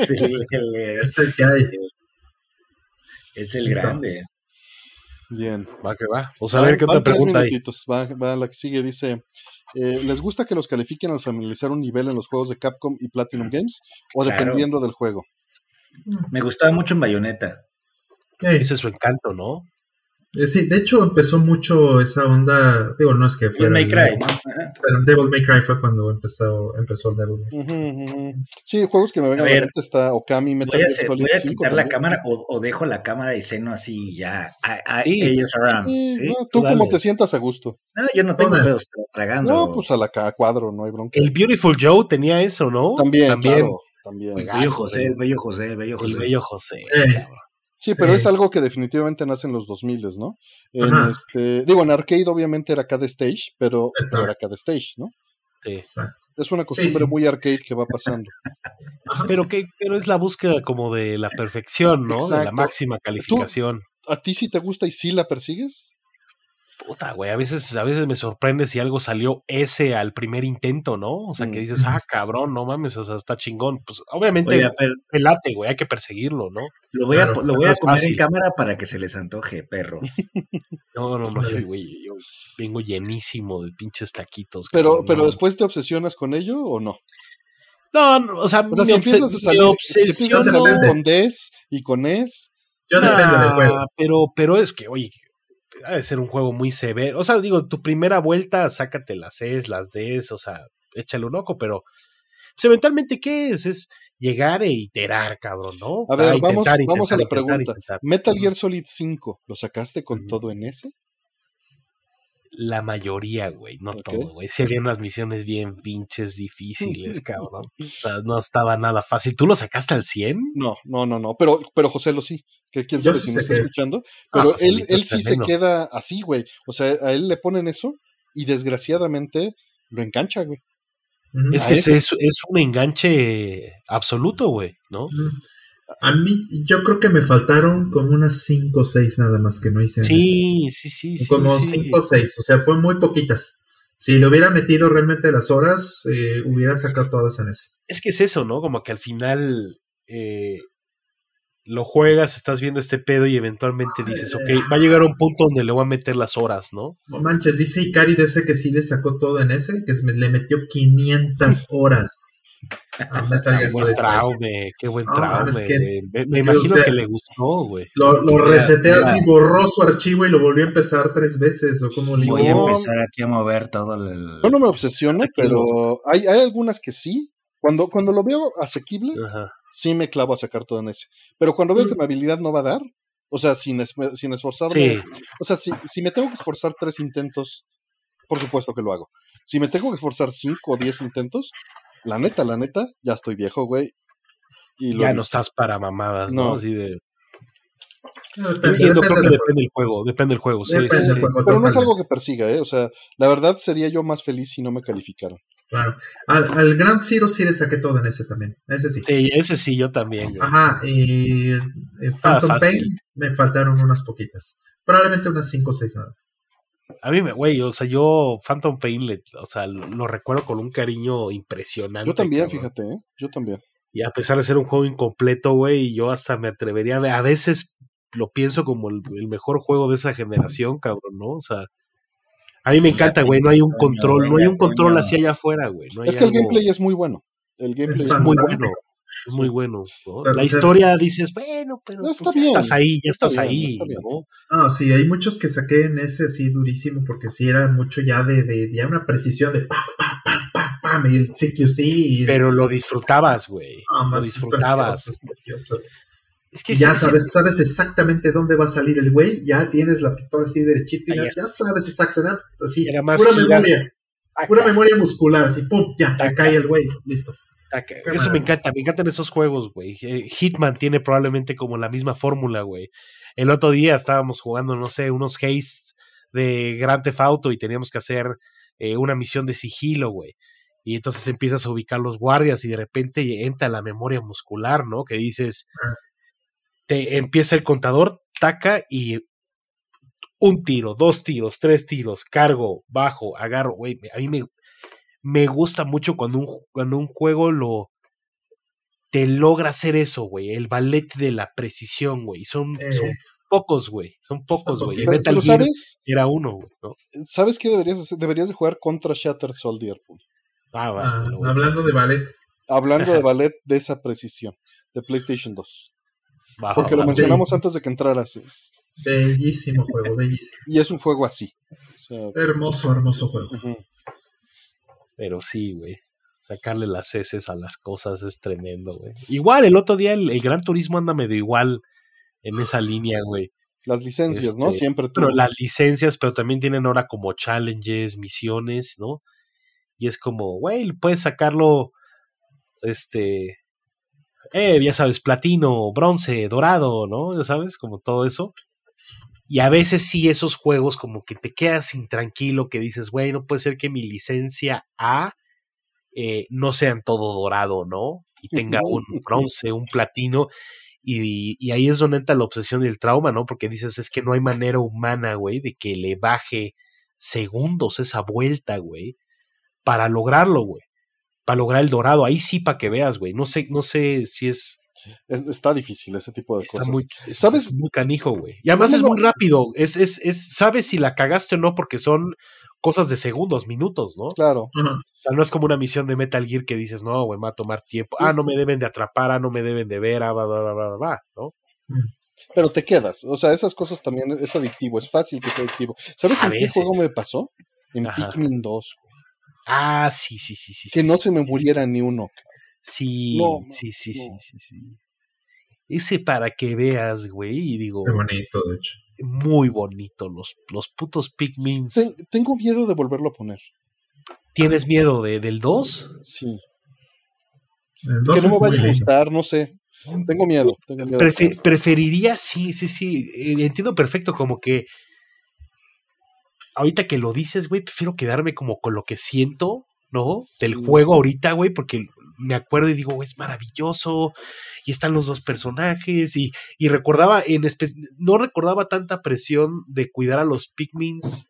Es el que hay. Es el Listo. grande. Bien. Va que va. O sea, a ver qué otra Van 3 pregunta hay. minutitos. Va la que sigue. Dice: ¿les gusta que los califiquen al familiarizar un nivel en los juegos de Capcom y Platinum Games? ¿O Claro. dependiendo del juego? Me gustaba mucho en Bayonetta. Ey, Ese es su encanto, ¿no? Sí, de hecho empezó mucho esa onda, digo, no es que Devil fuera May el- Cry, ¿no? Ajá. pero Devil May Cry fue cuando empezó el Devil May Cry. Sí, juegos que me vengan a la ver, mente está Okami, Metal Gear Solid Voy a 5 quitar la también. cámara o dejo la cámara y ceno así ya. Sí. Ellos around. Sí, ¿Sí? no, Tú tú como dale. te sientas a gusto. No, yo no tengo Toda. pedos tragando. No, pues a cuadro, no hay bronca. El Beautiful Joe tenía eso, ¿no? También, claro, también. Juegazo, Bello José, güey. el bello José, el bello El José. bello José, Sí. cabrón. Sí, pero Sí. es algo que definitivamente nace en los 2000, ¿no? Ajá. Digo, en arcade obviamente era cada stage, pero Exacto. era cada stage, ¿no? Sí. Exacto. Es una costumbre sí. muy arcade que va pasando. Ajá. Pero es la búsqueda como de la perfección, ¿no? De la Exacto. máxima calificación. ¿A ti sí te gusta y sí la persigues? Puta, güey, a veces me sorprende si algo salió ese al primer intento, ¿no? O sea, que dices, cabrón, no mames, o sea, está chingón. Pues obviamente Oye, pero me late, güey, hay que perseguirlo, ¿no? lo voy Claro, a no es comer fácil. en cámara para que se les antoje, perros. No, Ándale. güey, yo vengo llenísimo de pinches taquitos. Pero cabrón, no. después te obsesionas con ello o no? No, o sea, O sea, si empiezas a salir, si empiezas a salir depende. con Des y con Es, Yo depende del juego. Pero es que, oye, ha de ser un juego muy severo. O sea, digo, tu primera vuelta, sácate las Cs, las Ds, o sea, échale un ojo, pero pues, eventualmente, ¿qué es? Es llegar e iterar, cabrón, ¿no? A ver, Intentar, vamos a la intentar, pregunta. intentar. Metal Gear Solid 5, ¿lo sacaste con Ujú. todo en ese? La mayoría, güey, no Ok. todo, güey. Sí había unas misiones bien pinches difíciles, cabrón. O sea, no estaba nada fácil. ¿Tú lo sacaste al 100? No. Pero José lo sí. Que quién Yo sabe sí si me sé está que- escuchando. Pero Joselito él es sí se tremendo. queda así, güey. O sea, a él le ponen eso y desgraciadamente lo engancha, güey. Ujú. Es A que ese. es un enganche absoluto, güey, ¿no? Ujú. A mí, yo creo que me faltaron como unas 5 o 6 nada más que no hice en Sí. ese. Como 5 o 6, o sea, fue muy poquitas. Si le hubiera metido realmente las horas, hubiera sacado todas en ese. Es que es eso, ¿no? Como que al final lo juegas, estás viendo este pedo y eventualmente dices, ok, va a llegar a un punto donde le voy a meter las horas, ¿no? No manches, dice Ikari de ese que sí le sacó todo en ese, que le metió 500 horas a Metal Gear Qué buen Solid. traume, qué buen No, traume, es que- güey. Me o imagino sea, que le gustó, güey. Lo Mira, reseté mira. así, borró su archivo y lo volvió a empezar 3 veces, o como le Voy hizo. a No. empezar aquí a mover todo el... Yo no me obsesiono, Tranquilo. pero hay algunas que sí. Cuando lo veo asequible, Ajá. sí me clavo a sacar todo en ese. Pero cuando veo que mi habilidad no va a dar, o sea, sin esforzarme, Sí, o sea, si me tengo que esforzar 3 intentos, por supuesto que lo hago. Si me tengo que esforzar 5 o 10 intentos, la neta, ya estoy viejo, güey. Y lo ya evito. no estás para mamadas, ¿no? No. Así de... No, Yo entiendo, creo que del depende del juego, sí, Depende del sí. juego, Pero no es totalmente. algo que persiga, ¿eh? O sea, la verdad sería yo más feliz si no me calificaran. Claro. Al Grand Zero sí le saqué todo en ese también. Ese sí. Sí, ese sí, yo también, güey. Ajá, y Phantom fácil. Pain me faltaron unas poquitas. Probablemente unas 5 o 6 nada más. A mí, güey, o sea, yo Phantom Pain, o sea, lo recuerdo con un cariño impresionante. Yo también, cabrón. fíjate, ¿eh? Yo también. Y a pesar de ser un juego incompleto, güey, yo hasta me atrevería a veces lo pienso como el mejor juego de esa generación, cabrón, ¿no? O sea, a mí me encanta, güey, no hay un control, no hay un control hacia allá afuera, güey. No hay Es que el algo- gameplay es muy bueno. El gameplay Es es muy fantástico. bueno. Es muy bueno, ¿no? Pero, La o sea, historia dices, bueno, pero no, pues, está ya bien, estás ahí, ya está estás bien, ahí, está bien. ¿no? No, sí, hay muchos que saqué en ese así durísimo porque sí era mucho ya de ya una precisión de pam, pam, pam, pam, pam, y el CQC. Y, Pero lo disfrutabas, güey. no, Lo man, disfrutabas. Es precioso. Es que Y ya sí, sabes exactamente dónde va a salir el güey, ya tienes la pistola así derechito y Ahí ya sabes exactamente, así, Era más pura giras. memoria, pura memoria muscular, así, pum, ya, te cae el güey, listo. Eso me encantan esos juegos, güey. Hitman tiene probablemente como la misma fórmula, güey. El otro día estábamos jugando, no sé, unos haste de Grand Theft Auto y teníamos que hacer una misión de sigilo, güey. Y entonces empiezas a ubicar los guardias y de repente entra la memoria muscular, ¿no? Que dices, te empieza el contador, taca y un tiro, 2 tiros, 3 tiros, cargo, bajo, agarro, güey. A mí me gusta mucho cuando un juego te logra hacer eso, güey. El ballet de la precisión, güey. Son pocos, güey. Son pocos, güey. Y Metal Gear era uno, güey, ¿no? ¿Sabes qué deberías hacer? Deberías de jugar contra Shattered Soldier. Hablando de ballet. Hablando de ballet de esa precisión, de PlayStation 2. Porque lo mencionamos antes de que entraras. Bellísimo juego, bellísimo. Y es un juego así. O sea, Hermoso, hermoso juego. ujú. Pero sí, güey. Sacarle las heces a las cosas es tremendo, güey. Igual, el otro día el Gran Turismo anda medio igual en esa línea, güey. Las licencias, ¿no? Siempre Pero tuvo. las licencias, pero también tienen ahora como challenges, misiones, ¿no? Y es como, güey, puedes sacarlo, ya sabes, platino, bronce, dorado, ¿no? Ya sabes, como todo eso. Y a veces sí esos juegos como que te quedas intranquilo, que dices, güey, no puede ser que mi licencia A no sea en todo dorado, ¿no? Y tenga un bronce, un platino. Y ahí es donde entra la obsesión y el trauma, ¿no? Porque dices, es que no hay manera humana, güey, de que le baje segundos esa vuelta, güey, para lograrlo, güey. Para lograr el dorado. Ahí sí, para que veas, güey. No sé si es... Está difícil ese tipo de Está cosas. ¿Sabes? Es muy canijo, güey. Y además es muy rápido. Sabes si la cagaste o no, porque son cosas de segundos, minutos, ¿no? Claro. Ajá. O sea, no es como una misión de Metal Gear que dices, no, güey, va a tomar tiempo. No me deben de atrapar, no me deben de ver, ¿no? Pero te quedas. O sea, esas cosas también es adictivo. Es fácil que sea adictivo. ¿Sabes en qué juego me pasó? En Pikmin 2. Sí. Que no se me muriera ni uno. Sí. Ese para que veas, güey, y digo... Qué bonito, de hecho. Muy bonito, los putos Pikmins. Tengo miedo de volverlo a poner. ¿Tienes miedo del 2? Sí. El 2 que no me vaya a lindo. gustar, no sé. Tengo miedo. Preferiría, sí. Entiendo perfecto, como que ahorita que lo dices, güey, prefiero quedarme como con lo que siento, ¿no? Sí. Del juego ahorita, güey, porque me acuerdo y digo, es maravilloso, y están los dos personajes, y recordaba, no recordaba tanta presión de cuidar a los Pikmins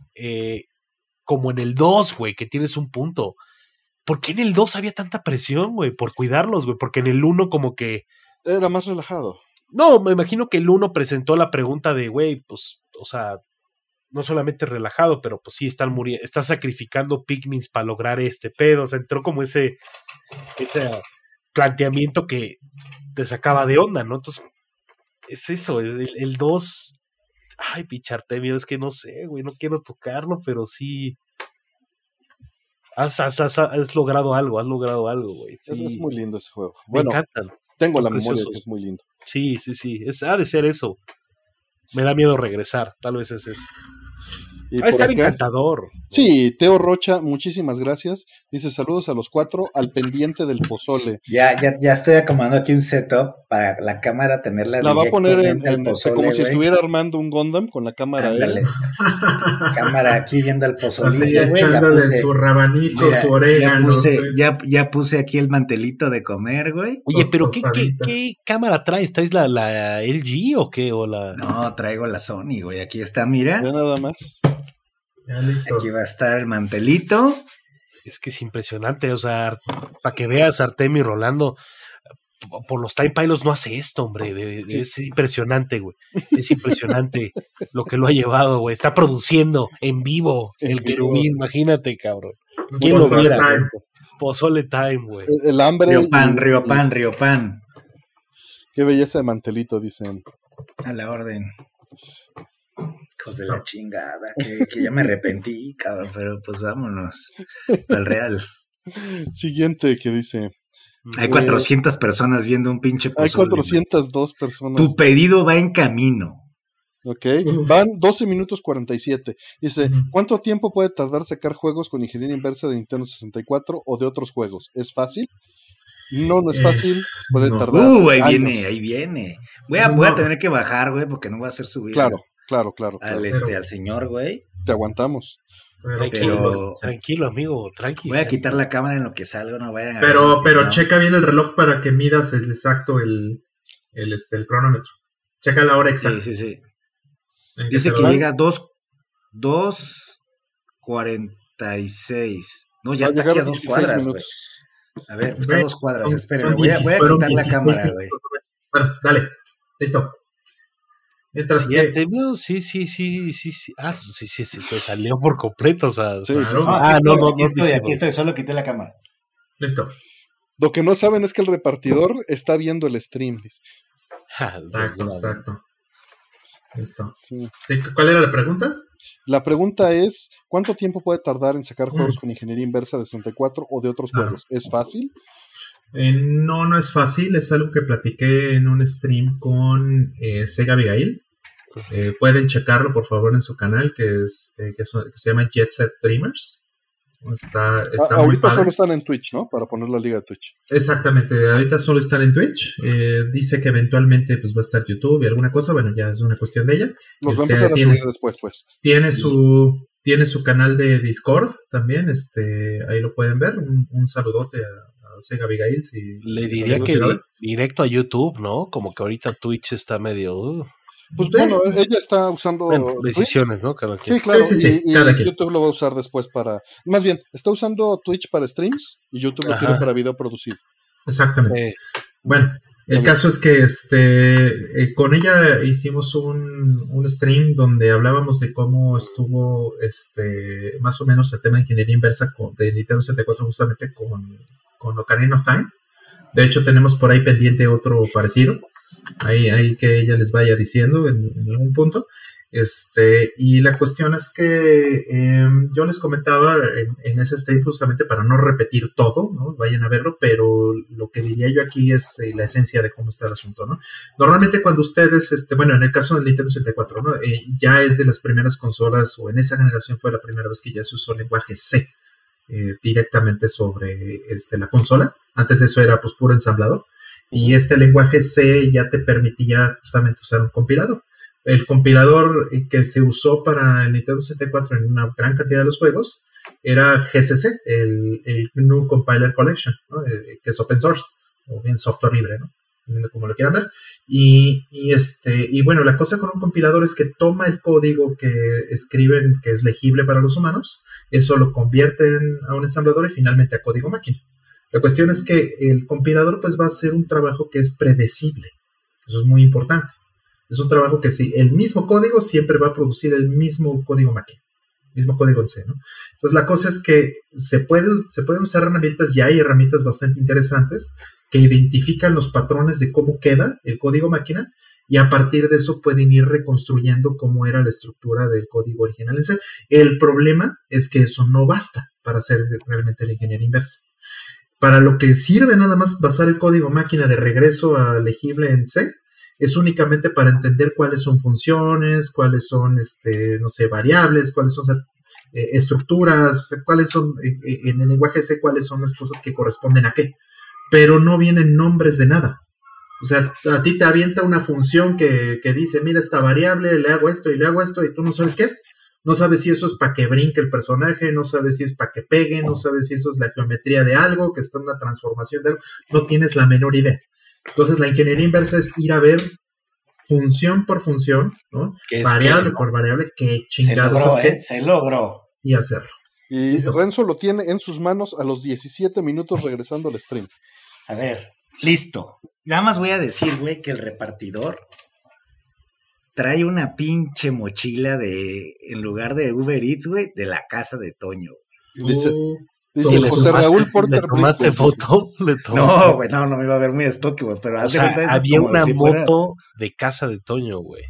como en el 2, güey, que tienes un punto. ¿Por qué en el 2 había tanta presión, güey? Por cuidarlos, güey, porque en el 1 como que... Era más relajado. No, me imagino que el 1 presentó la pregunta de, güey, pues, o sea... No solamente relajado, pero pues sí, está sacrificando Pikmins para lograr este pedo. O sea, entró como ese planteamiento que te sacaba de onda, ¿no? Entonces, es eso, es el 2. Ay, Pichartemio, es que no sé, güey, no quiero tocarlo, pero sí. Has logrado algo, güey. Sí. Es muy lindo ese juego. Me Bueno, encantan. tengo la memoria que es muy lindo. Sí. Ha de ser eso. Me da miedo regresar, tal vez es eso. Está encantador. Sí, Teo Rocha, muchísimas gracias. Dice saludos a los 4 al pendiente del pozole. Ya estoy acomodando aquí un setup para la cámara tenerla. La va a poner pozole, como si estuviera armando un Gundam con la cámara. Ándale. Cámara aquí viendo el pozole. Así echándole su rabanito, su orégano. Ya puse aquí el mantelito de comer, güey. Oye, pero ¿qué cámara traes? ¿Traes la LG o qué? No, traigo la Sony, güey. Aquí está, mira. Ya nada más. Ya listo. Aquí va a estar el mantelito. Es que es impresionante, o sea, para que veas Artemio y Rolando, por los Time Pilots no hace esto, hombre, es impresionante, güey, es impresionante lo que lo ha llevado, güey, está produciendo en vivo el querubín, imagínate, cabrón, ¿quién lo viera? Pozole Time, güey. El hambre. Río Pan. Qué belleza de mantelito, dicen. A la orden. Hijos de la chingada, que ya me arrepentí, cabrón, pero pues vámonos al real. Siguiente que dice. Hay 400 personas viendo un pinche pozole. Hay 402 personas. Tu pedido va en camino. Ok, van 12 minutos 47. Dice, ¿cuánto tiempo puede tardar sacar juegos con ingeniería inversa de Nintendo 64 o de otros juegos? ¿Es fácil? No es fácil, puede tardar ahí viene. Voy a tener que bajar, güey, porque no voy a hacer subir. Claro. Al señor, güey. Te aguantamos. Tranquilo, amigo, tranquilo. Voy a quitar la cámara en lo que salga, no vayan a Pero checa bien el reloj para que midas el exacto el cronómetro. Checa la hora exacta. Sí. Dice que llega 2:46. No, ya está aquí a 2 cuadras, güey. A ver, está a 2 cuadras, espérenme. Voy a quitar la cámara, güey. Bueno, dale, listo. Mientras sí, sí. Sí, se salió por completo, o sea. Sí, claro. Aquí estoy, solo quité la cámara. Listo. Lo que no saben es que el repartidor está viendo el stream. Exacto. Listo. Sí. Sí, ¿cuál era la pregunta? La pregunta es, ¿cuánto tiempo puede tardar en sacar juegos con ingeniería inversa de 64 o de otros juegos? ¿Es fácil? No es fácil, es algo que platiqué en un stream con Sega Abigail. Pueden checarlo por favor en su canal que se llama Jet Set Dreamers. Está muy ahorita padre. solo están en Twitch, ¿no? Para poner la liga de Twitch. Exactamente, ahorita solo están en Twitch. Dice que eventualmente pues va a estar YouTube y alguna cosa, bueno, ya es una cuestión de ella. Los va a empezar a subir después, pues. Tiene su canal de Discord también, ahí lo pueden ver. Un saludote a Sega Abigail. Le diría que directo a YouTube, ¿no? Como que ahorita Twitch está medio... Pues bueno, ella está usando decisiones, Twitch, ¿no? Cada quien. Sí, claro, sí, y YouTube lo va a usar después para... Más bien, está usando Twitch para streams y YouTube lo quiere para video producido. Exactamente. Bueno, el caso es que con ella hicimos un stream donde hablábamos de cómo estuvo más o menos el tema de ingeniería inversa de Nintendo 64 justamente con Ocarina of Time. De hecho, tenemos por ahí pendiente otro parecido. Ahí que ella les vaya diciendo en algún punto. Y la cuestión es que yo les comentaba en ese stream justamente para no repetir todo, ¿no? Vayan a verlo, pero lo que diría yo aquí es la esencia de cómo está el asunto, ¿no? Normalmente cuando ustedes, bueno, en el caso del Nintendo 64, ¿no? Ya es de las primeras consolas, o en esa generación fue la primera vez que ya se usó el lenguaje C directamente sobre la consola. Antes de eso era pues puro ensamblador. Y este lenguaje C ya te permitía justamente usar un compilador. El compilador que se usó para el Nintendo 64 en una gran cantidad de los juegos era GCC, el GNU Compiler Collection, ¿no? Que es open source, o bien software libre, ¿no? Como lo quieran ver. Y bueno, la cosa con un compilador es que toma el código que escriben, que es legible para los humanos, eso lo convierten a un ensamblador y finalmente a código máquina. La cuestión es que el compilador pues va a hacer un trabajo que es predecible. Eso es muy importante. Es un trabajo que el mismo código siempre va a producir el mismo código máquina, mismo código en C, ¿no? Entonces la cosa es que se pueden usar herramientas, ya hay herramientas bastante interesantes que identifican los patrones de cómo queda el código máquina y a partir de eso pueden ir reconstruyendo cómo era la estructura del código original en C. El problema es que eso no basta para hacer realmente la ingeniería inversa. Para lo que sirve nada más basar el código máquina de regreso a legible en C, es únicamente para entender cuáles son funciones, cuáles son, no sé, variables, cuáles son estructuras, o sea, cuáles son, en el lenguaje C, cuáles son las cosas que corresponden a qué. Pero no vienen nombres de nada. O sea, a ti te avienta una función que dice, mira, esta variable, le hago esto, y tú no sabes qué es. No sabes si eso es para que brinque el personaje, no sabes si es para que pegue, no sabes si eso es la geometría de algo, que está en una transformación de algo, no tienes la menor idea. Entonces la ingeniería inversa es ir a ver función por función, ¿no? Variable por variable, qué chingados es que se logró. Y hacerlo. Y ¿listo? Renzo lo tiene en sus manos a los 17 minutos regresando al stream. A ver, listo. Nada más voy a decir, güey, que el repartidor trae una pinche mochila en lugar de Uber Eats, güey, de la casa de Toño. Dice José Raúl Porter. ¿Le tomaste foto? No, güey, no me iba a ver muy estoque, güey, pero había una moto de casa de Toño, güey.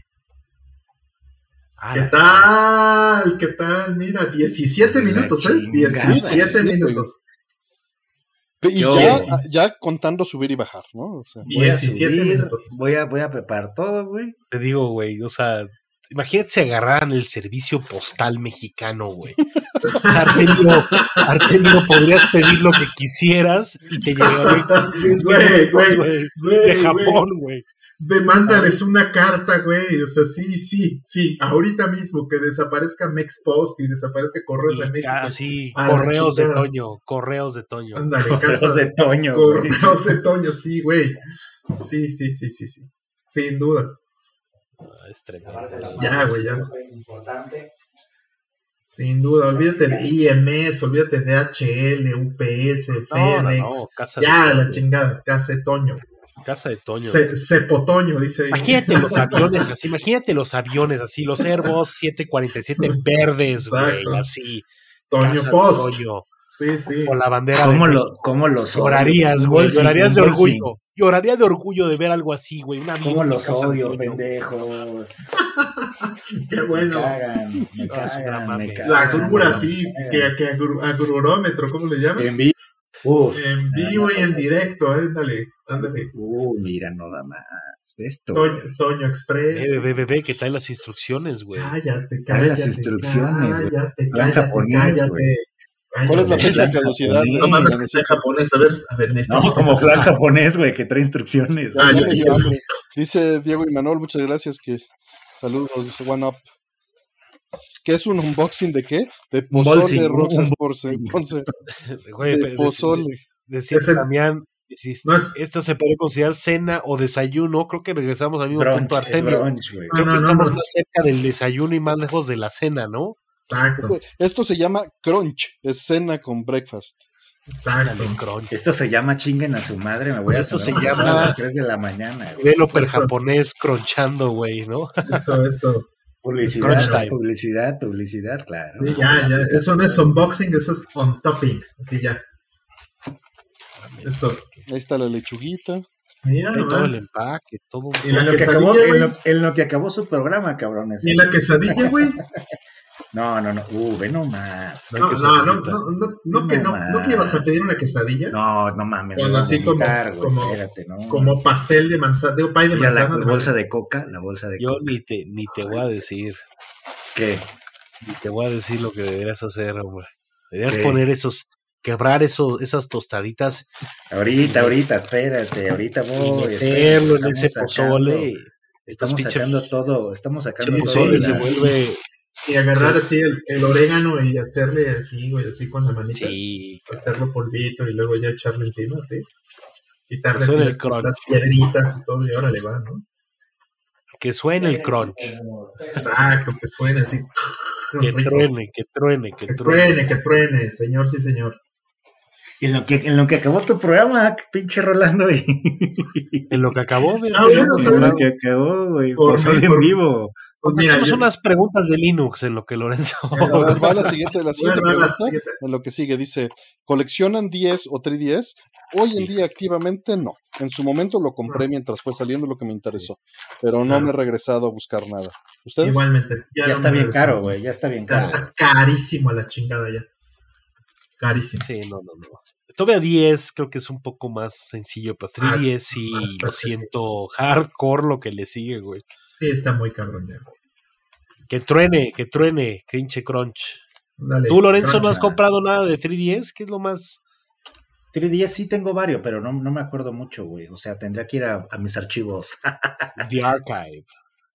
¿Qué tal? Mira, 17 minutos, 17 minutos. Y ya contando subir y bajar, ¿no? O sea, 17 minutos. Voy a preparar todo, güey. Te digo, güey, o sea, imagínate si agarraran el servicio postal mexicano, güey. O sea, Artemio, podrías pedir lo que quisieras y te llegaría de Japón, güey. Mándales una carta, güey. O sea, sí. Ahorita mismo que desaparezca Mexpost y desaparezca Correos de México. Sí, Correos de Toño. Ándale, Correos de Toño. Correos de Toño, sí, güey. Sí. Sin duda. Es tremendo. Ya, güey, ya. Sin duda, olvídate de IMS, olvídate de HL, UPS, FedEx. La chingada, Casa de Toño. Casa de Toño. Cepotoño, dice. Imagínate los aviones así, los Airbus 747 verdes, güey, así. Toño Post. Toño. Sí. Con la bandera. ¿Cómo los llorarías, güey? Llorarías de orgullo. lloraría de orgullo de ver algo así, güey. Una ¿Cómo biónica los odio, sanguíneo. pendejos? Qué bueno. Me cagan. La curva, sí, que agrurómetro, ¿cómo le llamas? En vivo. En vivo y en directo, ándale. Mira, no da más. ¿Ves tú? Toño Express. Bebé, que trae las instrucciones, güey. Cállate. Las instrucciones, güey. Cállate, japonés, güey. ¿Cuál es la fecha de caducidad? No mames que está en japonés, a ver, No, como flan japonés, güey, que trae instrucciones. Ya me dio hambre. Dice Diego Imanol, muchas gracias, saludos, dice One Up. ¿Qué es un unboxing de qué? De pozole, Roxas Ponce. Güey, de pozole. Decía Damián, esto se puede considerar cena o desayuno. Creo que regresamos al mismo punto, Artemio. Creo que estamos más cerca del desayuno y más lejos de la cena, ¿no? Exacto. Esto se llama crunch, es cena con breakfast. Exacto. Esto se llama chinguen a su madre, me voy a Esto se llama a las 3 de la mañana. Developer japonés cronchando, güey, ¿no? Eso. Publicidad, claro. Sí, ya. Eso no es unboxing, eso es on topping. Así ya. Eso. Ahí está la lechuguita. Mira, todo el empaque, todo. Y en lo que acabó su programa, cabrones. Y la quesadilla, güey. No, ve nomás. No que ibas a pedir una quesadilla. No mames. Bueno, así como pastel de manzana, digo, pay de manzana. La bolsa de coca. Yo ni te voy a decir. ¿Qué? Ni te voy a decir lo que deberías hacer, hombre. Deberías poner quebrar esas tostaditas. Ahorita, espérate, ahorita voy. Meterlo en ese pozole. Estamos sacando todo. Pozole se vuelve. Y agarrar así el orégano y hacerle así, güey, así con la manita. Sí. Hacerlo polvito y luego ya echarle encima, ¿sí? Quitarle así las piedritas y todo, y ahora le va, ¿no? Que suene el crunch. Exacto, que suene así. Que truene. Que truene, señor, sí, señor. Y en lo que acabó tu programa, pinche Rolando, güey. En lo que acabó, güey. En lo que acabó, güey. Por salir en vivo. Pues hacemos unas preguntas de Linux en lo que Lorenzo. Va la siguiente pregunta. En lo que sigue, dice: ¿coleccionan 10 o 3DS? Hoy en día activamente no. En su momento lo compré mientras fue saliendo lo que me interesó, pero no me he regresado a buscar nada. ¿Ustedes? Igualmente. Ya está bien caro, güey. Ya está bien caro. Ya está carísimo a la chingada ya. Carísimo. Sí, no. Todavía 10 creo que es un poco más sencillo, pero 3DS sí lo siento hardcore lo que le sigue, güey. Sí, está muy cabrón ya. Que truene, pinche crunch. Dale, ¿Tú, Lorenzo, crunch, no has comprado nada de 3DS? ¿Qué es lo más...? 3DS sí tengo varios, pero no me acuerdo mucho, güey. O sea, tendría que ir a mis archivos. The Archive.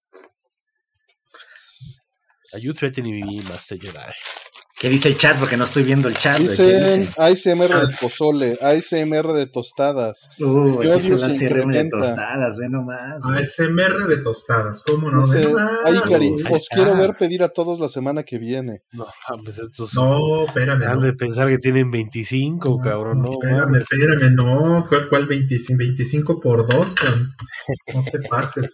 Are you threatening me, Master Jedi? ¿Qué dice el chat? Porque no estoy viendo el chat. Dicen ASMR de pozole, ASMR de tostadas. Aquí está la ASMR de tostadas, ve nomás. ASMR de tostadas, ¿cómo no? Ay, Cari, os quiero ver pedir a todos la semana que viene. No, mames, estos... No, espérame. Han de pensar que tienen 25, cabrón, no. Espérame, no. ¿Cuál 25? 25 por 2, no te pases.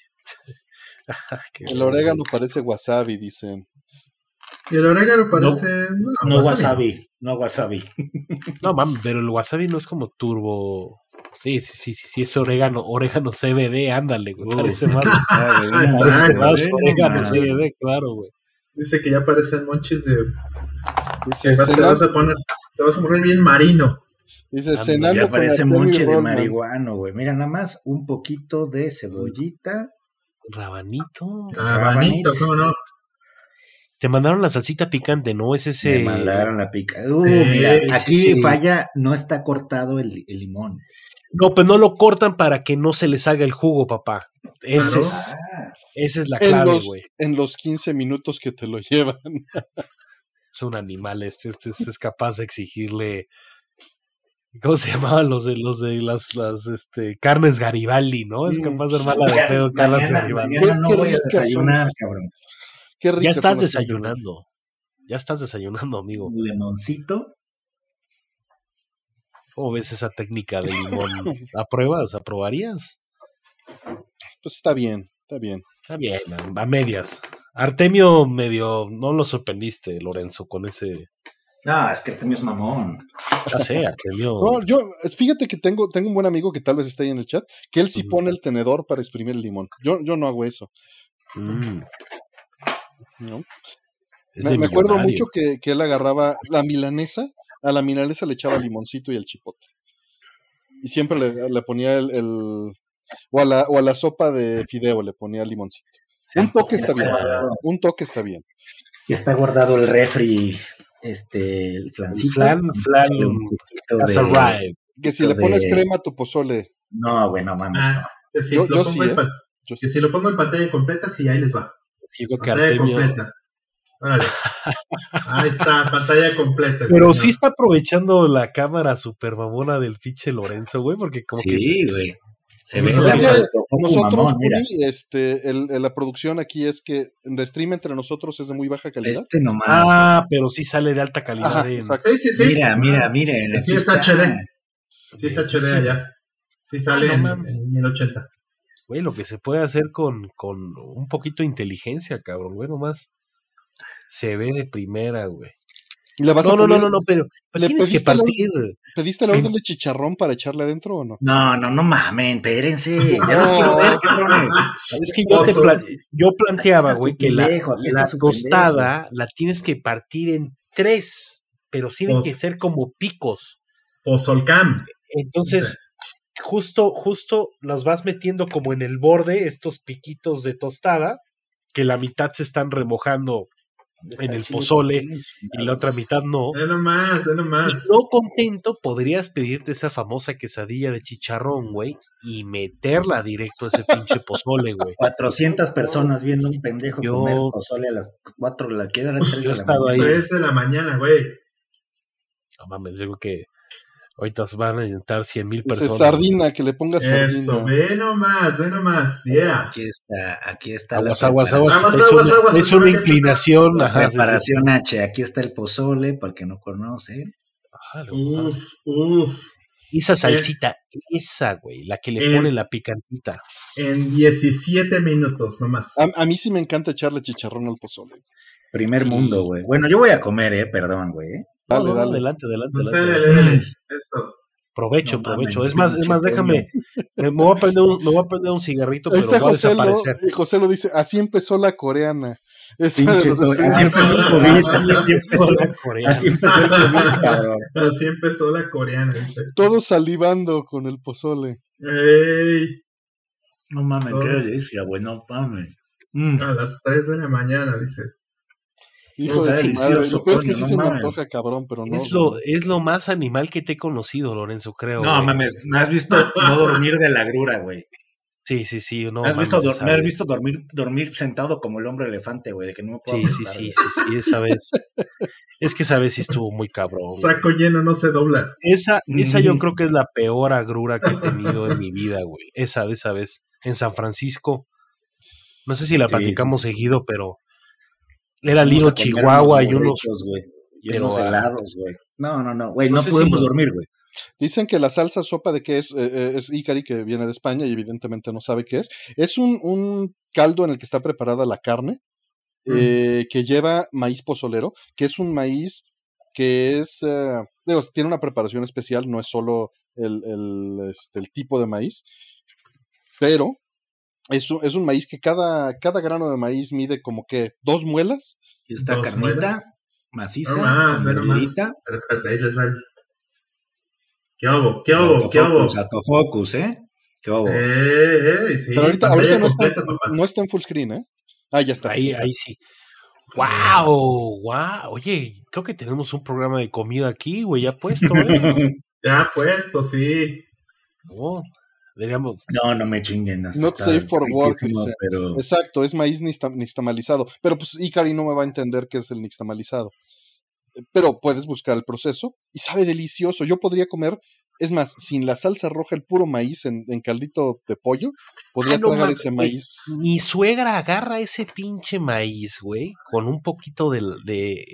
El orégano parece wasabi, dicen. Y el orégano parece... No wasabi. No, mames, pero el wasabi no es como turbo... Sí, es orégano CBD, ándale, güey. Parece más... orégano CBD, claro, güey. Dice que ya parecen monchis de... Dice, te vas a poner bien marino. Dice, cenando ya parece monche de marihuana, güey. Mira, nada más un poquito de cebollita. Rabanito, ¿cómo no? Te mandaron la salsita picante, ¿no? Es ese... Me mandaron la picante. Mira, aquí falla, no está cortado el limón. No, pues no lo cortan para que no se les haga el jugo, papá. Esa es la clave, güey. En los 15 minutos que te lo llevan. Es un animal, este es capaz de exigirle... ¿Cómo se llamaban los de las carnes Garibaldi, no? Es capaz de armar la de pedo carnes Garibaldi. No voy a desayunar, cabrón. Qué rico. Ya estás desayunando. Ya estás desayunando, amigo. Limoncito. ¿Cómo ves esa técnica de limón? ¿Aprobarías? Pues está bien. Está bien, a medias. Artemio medio, no lo sorprendiste, Lorenzo, con ese No, es que Artemio es mamón. Ya sé, Artemio. No, fíjate que tengo un buen amigo que tal vez esté ahí en el chat, que él sí pone el tenedor para exprimir el limón. Yo no hago eso. ¿No? Me acuerdo mucho que él agarraba la milanesa, a la milanesa le echaba limoncito y el chipotle. Y siempre le ponía o a la sopa de fideo le ponía limoncito. Un toque está bien. Ya está guardado el refri, el flancito. Flan has arrived. Que si le pones crema a tu pozole. No, güey, no mames. Que si lo pongo en pantalla completa, sí, ahí les va. Sí, creo que pantalla Artemio... completa. Órale. Ahí está, pantalla completa. Pero sí está aprovechando la cámara super mamona del fiche Lorenzo, güey, porque como que... Sí, güey. Se ve nosotros, la producción aquí es que el stream entre nosotros es de muy baja calidad. Nomás. Pero sí sale de alta calidad. Ajá, sí. Mira. Sí es HD. Sí es HD allá. Sí sale en 1080. Güey, lo que se puede hacer con un poquito de inteligencia, cabrón, güey, nomás se ve de primera, güey. No, pero tienes que partir. ¿Pediste la orden de chicharrón para echarle adentro o no? No mamen, espérense. Ya los quiero ver, cabrones. Es que yo planteaba, güey, que la tostada la tienes que partir en 3, pero tienen que ser como picos. Pozolcam. Entonces, justo los vas metiendo como en el borde, estos piquitos de tostada, que la mitad se están remojando en el pozole y la otra mitad no. Ve nomás. Y no contento, podrías pedirte esa famosa quesadilla de chicharrón, güey, y meterla directo a ese pinche pozole, güey. 400 personas viendo un pendejo comer pozole a las 4 de la tarde, a las 3 de la mañana. 3 de la mañana, güey. No mames, digo que ahorita van a intentar 100,000 personas. Sardina, que le pongas sardina. Eso, ve nomás, yeah. Aquí está aguas. Es una inclinación. Preparación H, aquí está el pozole, para el que no conoce. Uf. Esa salsita, esa, güey, la que le pone la picantita. En 17 minutos nomás. A mí sí me encanta echarle chicharrón al pozole. Primer mundo, güey. Bueno, yo voy a comer, perdón, güey. Dale. Adelante. Eso. Provecho. Es más, déjame. Me voy a prender un cigarrito, pero va a desaparecer. José lo dice, así empezó la coreana. Así empezó la coreana. Todos salivando con el pozole. ¡Ey! No mames, qué delicia, güey, no mames. A las 3 de la mañana, dice. Hijo de su madre, lo peor es que sí se me antoja, cabrón, pero no. Es lo más animal que te he conocido, Lorenzo, creo. No, mames, me has visto no dormir de la grura, güey. Sí, no. Me has visto dormir sentado como el hombre elefante, güey, de que no me puedo Sí, esa vez. Es que esa vez sí estuvo muy cabrón. Saco lleno no se dobla. Esa yo creo que es la peor agrura que he tenido en mi vida, güey. Esa vez, en San Francisco. No sé si la platicamos seguido, pero era Lino, Chihuahua y unos helados, güey. No, güey, no pudimos dormir, güey. Dicen que la salsa sopa de qué es Icari, que viene de España y evidentemente no sabe qué es. Es un caldo en el que está preparada la carne, que lleva maíz pozolero, que es un maíz que es, tiene una preparación especial, no es solo el tipo de maíz, pero es un maíz que cada grano de maíz mide como que 2 muelas. Y esta carnita maciza, Espérate, ahí les va. ¿Qué hago? Autofocus, ¿eh? ¿Qué hago? Sí. Pero ahorita no está en full screen, ¿eh? Ah, ya está. Ahí sí. ¡Wow! Oye, creo que tenemos un programa de comida aquí, güey, ya puesto, ¿eh? Ya puesto, sí. Oh, diríamos. No me chinguen. Not safe for work, pero... Exacto, es maíz nixtamalizado. Pero pues Icari no me va a entender qué es el nixtamalizado. Pero puedes buscar el proceso y sabe delicioso. Yo podría comer, es más, sin la salsa roja, el puro maíz en caldito de pollo, podría tragar ese maíz. Mi suegra agarra ese pinche maíz, güey, con un poquito de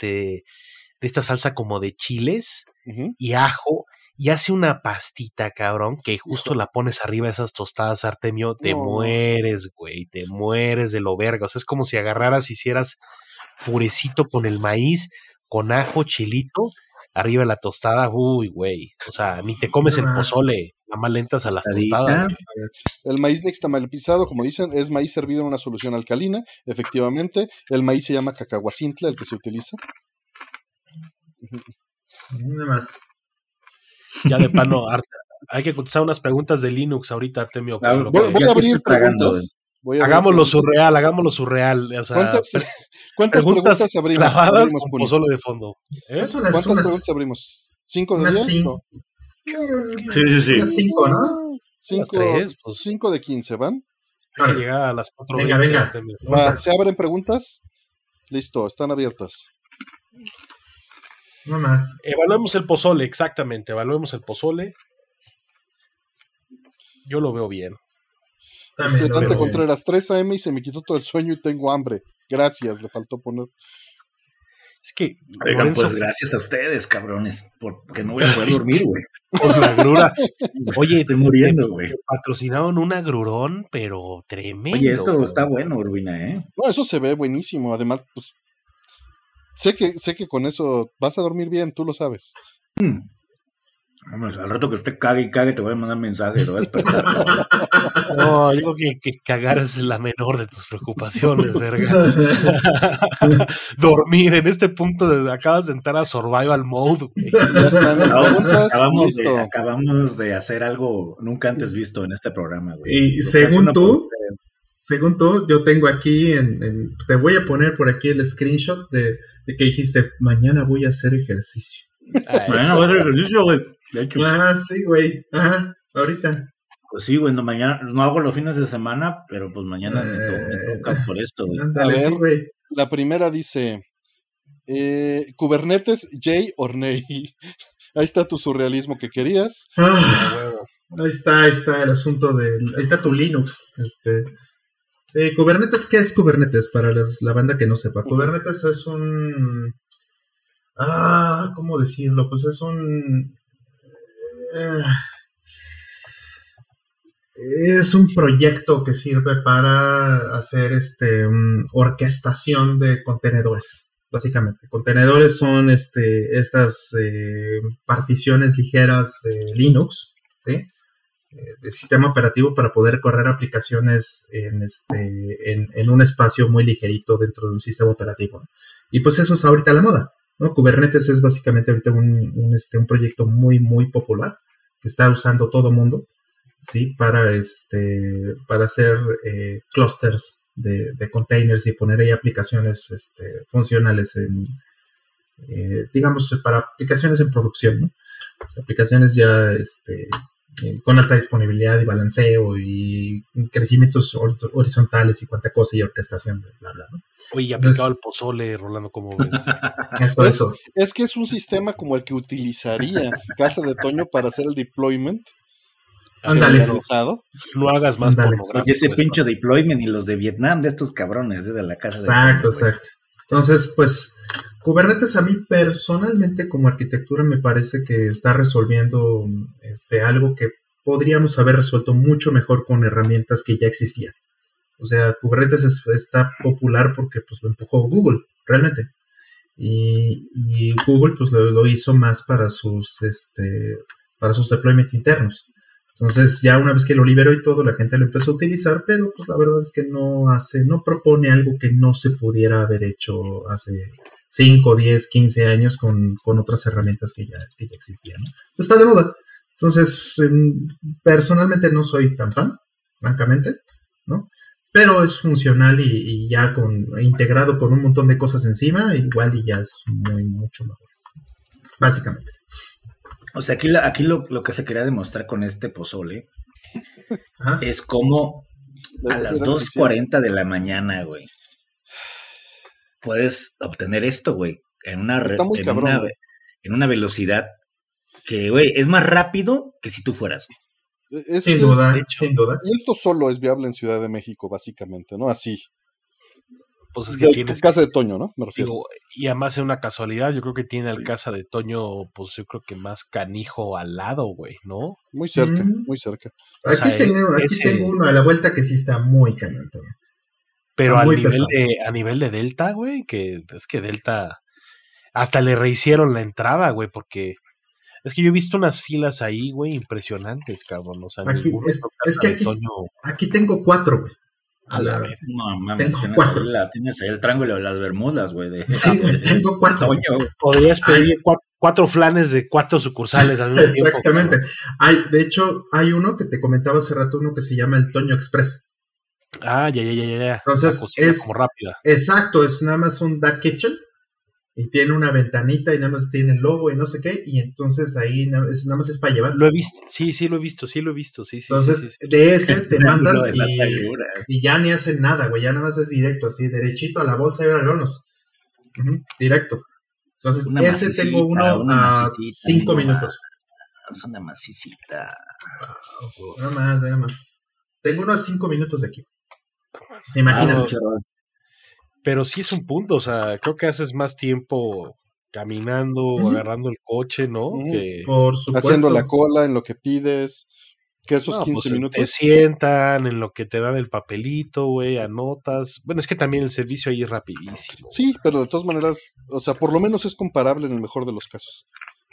esta salsa como de chiles y ajo, y hace una pastita, cabrón, que justo la pones arriba de esas tostadas, Artemio, te mueres, güey, te mueres de lo verga. O sea, es como si agarraras, hicieras purecito con el maíz, con ajo, chilito, arriba de la tostada, uy, güey. O sea, ni te comes el pozole, nada más lentas a las tostadas. El maíz nixtamalpizado, como dicen, es maíz servido en una solución alcalina. Efectivamente, el maíz se llama cacahuacintle, el que se utiliza. Nada más. Ya de plano, hay que contestar unas preguntas de Linux ahorita, Artemio. Voy a abrir preguntas. Hagámoslo surreal. O sea, ¿Cuántas preguntas abrimos? Clavadas con pozole de fondo. ¿Cuántas preguntas abrimos? ¿5 de 10? Sí. Unas 5, ¿no? 5 de 15, ¿van? Hay que llegar a las 4 de Venga. ¿Se abren preguntas? Listo, están abiertas. No más. Evaluemos el pozole, exactamente. Evaluemos el pozole. Yo lo veo bien. Dante Contreras, 3 AM y se me quitó todo el sueño y tengo hambre. Gracias, le faltó poner. Es que. Oigan, Lorenzo, pues gracias a ustedes, cabrones, porque no voy a poder dormir, güey. Por la grura. Oye, estoy muriendo, güey. Patrocinaron un agrurón, pero tremendo. Oye, esto está bueno, Urbina, ¿eh? No, eso se ve buenísimo. Además, pues. Sé que con eso vas a dormir bien, tú lo sabes. Vamos, al rato que esté cague y cague, te voy a mandar mensaje, te voy a despertar. No, yo creo que cagar es la menor de tus preocupaciones, verga. Dormir en este punto, acabas de entrar a survival mode. Ya están, acabamos de hacer algo nunca antes visto en este programa, güey. Y según tú, yo tengo aquí, te voy a poner por aquí el screenshot de que dijiste, mañana voy a hacer ejercicio. Mañana voy a hacer ejercicio, güey. De hecho. Sí, güey. Ajá, ahorita. Pues sí, güey, mañana no hago los fines de semana, pero pues mañana me toca por esto, güey. Ándale, sí, güey. La primera dice, Kubernetes, Jay Orney. Ahí está tu surrealismo que querías. Ahí está el asunto ahí está tu Linux. Sí, Kubernetes, ¿qué es Kubernetes? Para la banda que no sepa. Kubernetes es un... ¿cómo decirlo? Pues es un... es un proyecto que sirve para hacer orquestación de contenedores, básicamente. Contenedores son estas particiones ligeras de Linux, ¿sí? De sistema operativo para poder correr aplicaciones en un espacio muy ligerito dentro de un sistema operativo, ¿no? Y pues eso es ahorita la moda, ¿no? Kubernetes es básicamente ahorita un proyecto muy, muy popular que está usando todo el mundo, ¿sí? Para hacer clusters de containers y poner ahí aplicaciones funcionales digamos, para aplicaciones en producción, ¿no? Aplicaciones ya con alta disponibilidad y balanceo y crecimientos horizontales y cuánta cosa y orquestación, bla, bla, ¿no? Oye, y aplicado al pozole, Rolando, ¿cómo ves? Eso. Es que es un sistema como el que utilizaría Casa de Toño para hacer el deployment. Ándale. No hagas más pornográfico. Y ese pinche deployment y los de Vietnam, de estos cabrones de la casa. Exacto. Entonces, pues, Kubernetes a mí personalmente como arquitectura me parece que está resolviendo algo que podríamos haber resuelto mucho mejor con herramientas que ya existían. O sea, Kubernetes está popular porque pues lo empujó Google, realmente. Y Google pues lo hizo más para sus deployments internos. Entonces ya una vez que lo liberó y todo, la gente lo empezó a utilizar, pero pues la verdad es que no propone algo que no se pudiera haber hecho hace 5, 10, 15 años con otras herramientas que ya existían, ¿no? Está de moda. Entonces, personalmente no soy tan fan, francamente, ¿no? Pero es funcional y ya integrado con un montón de cosas encima, igual y ya es mucho mejor, básicamente. O sea, aquí lo que se quería demostrar con este pozole es cómo a las 2:40 de la mañana, güey, puedes obtener esto, güey, en una velocidad que, güey, es más rápido que si tú fueras. Sin duda. Y esto solo es viable en Ciudad de México, básicamente, ¿no? Así. Pues es que tienes Casa de Toño, ¿no? Me refiero. Digo, y además es una casualidad, yo creo que tiene el Casa de Toño, pues yo creo que más canijo al lado, güey, ¿no? Muy cerca, muy cerca. Aquí tengo uno a la vuelta que sí está muy cañón también. Pero a nivel de Delta, güey, que es que Delta hasta le rehicieron la entrada, güey, porque es que yo he visto unas filas ahí, güey, impresionantes, cabrón. O sea, Aquí, ninguno es toca que San Antonio. aquí tengo 4, güey. A la vez. No mames, Tengo 4. tienes ahí el triángulo de las Bermudas, güey. Sí, tengo 4. Podrías pedir 4 flanes de 4 sucursales al mismo tiempo. Exactamente. De hecho, hay uno que te comentaba hace rato, uno que se llama el Toño Express. Ah, ya. Entonces, la cocina es como rápida. Exacto, es nada más un dark kitchen y tiene una ventanita y nada más tiene el logo y no sé qué, y entonces ahí nada más es para llevar. Lo he visto, sí, lo he visto, sí. Entonces, sí. de ese te mandan de las alturas. y ya ni hacen nada, güey, ya nada más es directo, así, derechito a la bolsa y ahora vámonos. Directo. Entonces, Una ese masicita, tengo uno a 5 minutos. Es una masicita. Nada más. Tengo uno a 5 minutos de aquí. Entonces, imagínate. Pero sí es un punto, o sea, creo que haces más tiempo caminando, agarrando el coche, ¿no? Que Por supuesto. Haciendo la cola en lo que pides, que esos 15 minutos. Te sientan, en lo que te dan el papelito, güey, anotas. Bueno, es que también el servicio ahí es rapidísimo. Sí, pero de todas maneras, o sea, por lo menos es comparable en el mejor de los casos.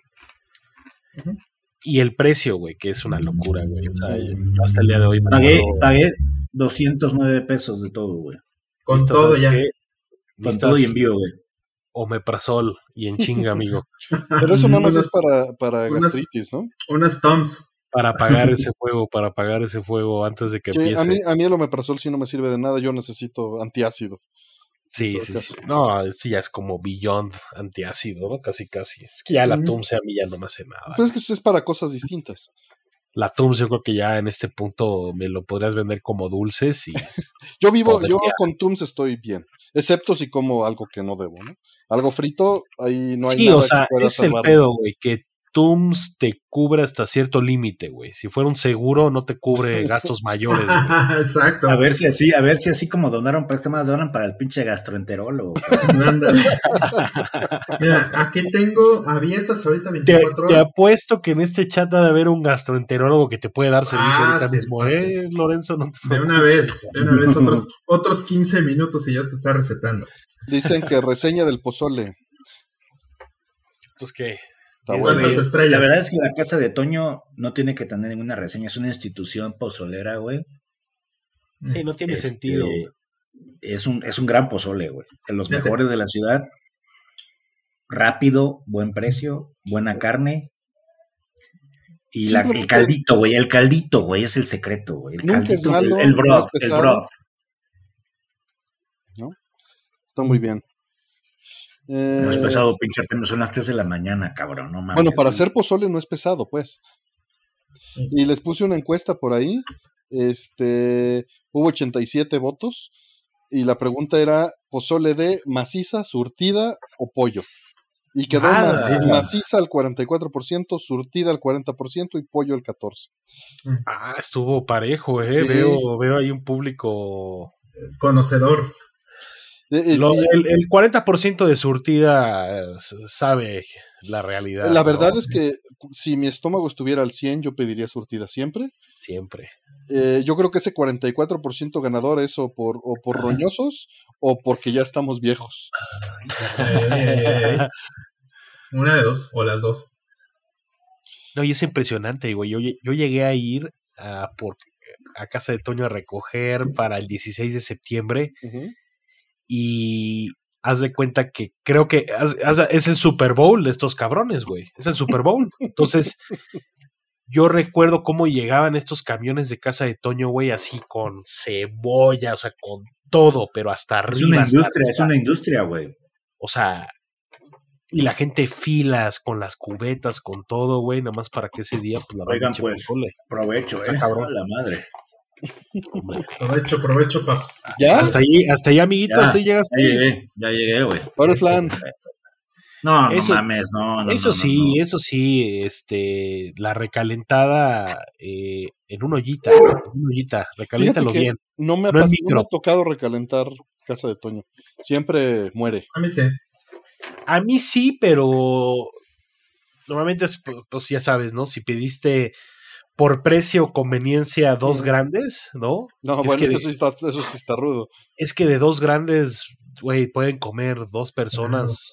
Y el precio, güey, que es una locura, güey. O sea, hasta el día de hoy Pagué 209 pesos de todo, güey. Con todo ya. Con todo y envío, güey. Omeprazol y en chinga, amigo. Pero eso nada más es para gastritis, ¿no? Unas Toms. Para apagar ese fuego antes de que empiece. A mí el omeprazol sí no me sirve de nada, yo necesito antiácido. Sí. No, sí, ya es como beyond antiácido, ¿no? Casi. Es que ya la Tums a mí ya no me hace nada. Pues es que eso es para cosas distintas. La Tums yo creo que ya en este punto me lo podrías vender como dulces y... yo con Tums estoy bien, excepto si como algo que no debo, ¿no? Algo frito, ahí no hay nada. Sí, o sea, es el pedo, güey, que Tums te cubre hasta cierto límite, güey. Si fuera un seguro, no te cubre gastos mayores, güey. Exacto. A ver si así como donaron para el pinche gastroenterólogo. Mira, aquí tengo abiertas ahorita 24 horas. Te apuesto que en este chat debe haber un gastroenterólogo que te puede dar servicio ahorita mismo, Lorenzo. No te de una vez, otros 15 minutos y ya te está recetando. Dicen que reseña del pozole. Pues qué. ¿Cuántas estrellas? La verdad es que la casa de Toño no tiene que tener ninguna reseña, es una institución pozolera, güey. Sí, no tiene sentido. Es un gran pozole, güey. De los mejores de la ciudad. Rápido, buen precio, buena carne. Y el caldito, güey, es el secreto, güey. El caldito, malo, el broth. ¿No? Está muy bien. No es pesado pincharte, son las 3 de la mañana, cabrón, no mames. Bueno, para hacer pozole no es pesado, pues. Y les puse una encuesta por ahí, hubo 87 votos, y la pregunta era, ¿pozole de maciza, surtida o pollo? Y quedó maciza al 44%, surtida al 40% y pollo al 14%. Estuvo parejo, Sí. Veo ahí un público... conocedor. El 40% de surtida sabe la realidad. La verdad es que si mi estómago estuviera al 100, yo pediría surtida siempre. Siempre. Yo creo que ese 44% ganador es o por roñosos o porque ya estamos viejos. Una de dos, o las dos. No, y es impresionante, güey. Yo llegué a ir a casa de Toño a recoger para el 16 de septiembre. Y haz de cuenta que creo que es el Super Bowl de estos cabrones, güey. Es el Super Bowl. Entonces, yo recuerdo cómo llegaban estos camiones de casa de Toño, güey, así con cebolla, o sea, con todo, pero hasta arriba. Es una industria, güey. O sea, y la gente filas con las cubetas, con todo, güey, nada más para que ese día, pues la verdad. Oigan, pues, provecho, cabrón. La madre. Provecho, paps. ¿Ya? Hasta ahí, amiguito, hasta ahí llegaste. Ya llegué, güey. Ahora el plan. No mames, no. Eso sí, la recalentada en una ollita, recaléntalo bien. No me ha tocado recalentar casa de Toño. Siempre muere. A mí sí. A mí sí, pero normalmente, pues ya sabes, ¿no? Si pediste por precio o conveniencia 2 grandes, ¿no? No, bueno, eso sí está rudo. Es que de 2 grandes, güey, pueden comer 2 personas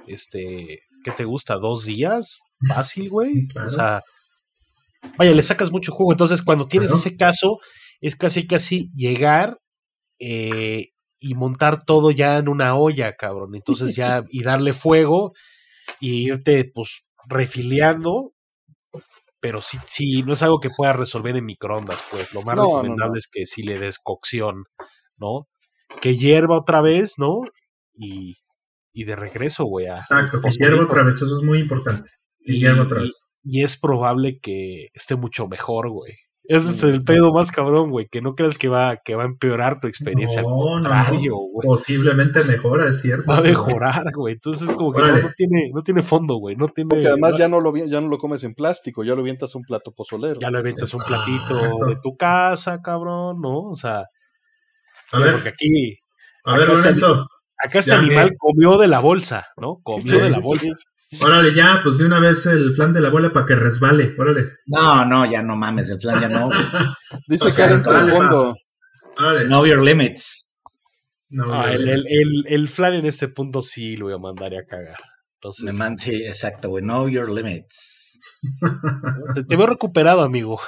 ¿qué te gusta? ¿2 días? Fácil, güey. Claro. O sea, vaya, le sacas mucho jugo. Entonces, cuando tienes Claro. ese caso, es casi llegar y montar todo ya en una olla, cabrón. Entonces ya, y darle fuego y irte, pues, refiliando. Pero sí, no es algo que puedas resolver en microondas, pues. Lo más recomendable es que sí le des cocción, ¿no? Que hierva otra vez, ¿no? Y de regreso, güey. Exacto, que hierva otra vez, eso es muy importante. Que hierva otra vez. Y es probable que esté mucho mejor, güey. Ese es el pedo más cabrón, güey. Que no creas que va a empeorar tu experiencia. Al contrario, güey. Posiblemente mejora, es cierto. Va a mejorar, güey. Entonces, como que no tiene fondo, güey. No tiene. Porque además ya no lo comes en plástico, ya lo avientas a un plato pozolero. Ya lo avientas un platito de tu casa, cabrón, ¿no? O sea. A ver, porque aquí. A ver, Lorenzo. Acá este animal comió de la bolsa, ¿no? Comió de la bolsa. Sí. Órale, ya, pues de una vez el flan de la bola para que resbale, órale. No, ya no mames, el flan ya no. Dice Karen al fondo. Know your limits. El flan en este punto sí lo voy a mandar a cagar. Entonces, sí, exacto, güey. Know your limits. Te veo recuperado, amigo.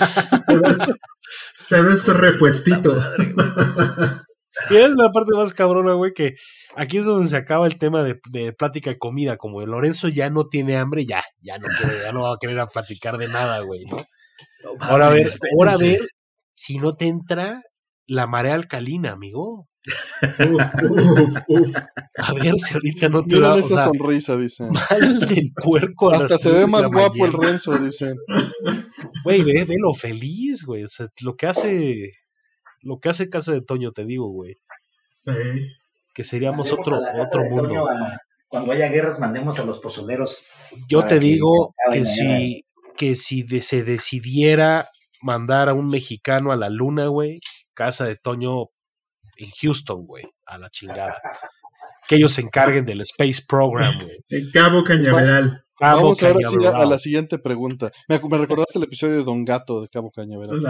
Te ves repuestito. Y es la parte más cabrona, güey, que aquí es donde se acaba el tema de plática de comida. Como Lorenzo ya no tiene hambre, ya no va a querer a platicar de nada, güey, ¿no? Ahora a ver si no te entra la marea alcalina, amigo. Uf. A ver si ahorita no te da esa sonrisa, dicen. Mal del puerco. Hasta se ve más guapo el Renzo, dicen. Güey, ve lo feliz, güey. O sea, lo que hace Casa de Toño, te digo, güey. Que seríamos otro mundo. Cuando haya guerras, mandemos a los pozoleros. Yo te digo que si se decidiera mandar a un mexicano a la luna, güey, Casa de Toño en Houston, güey, a la chingada. Que ellos se encarguen del Space Program, güey. En Cabo Cañaveral. Vamos ahora sí a la siguiente pregunta. Me recordaste el episodio de Don Gato de Cabo Cañaveral.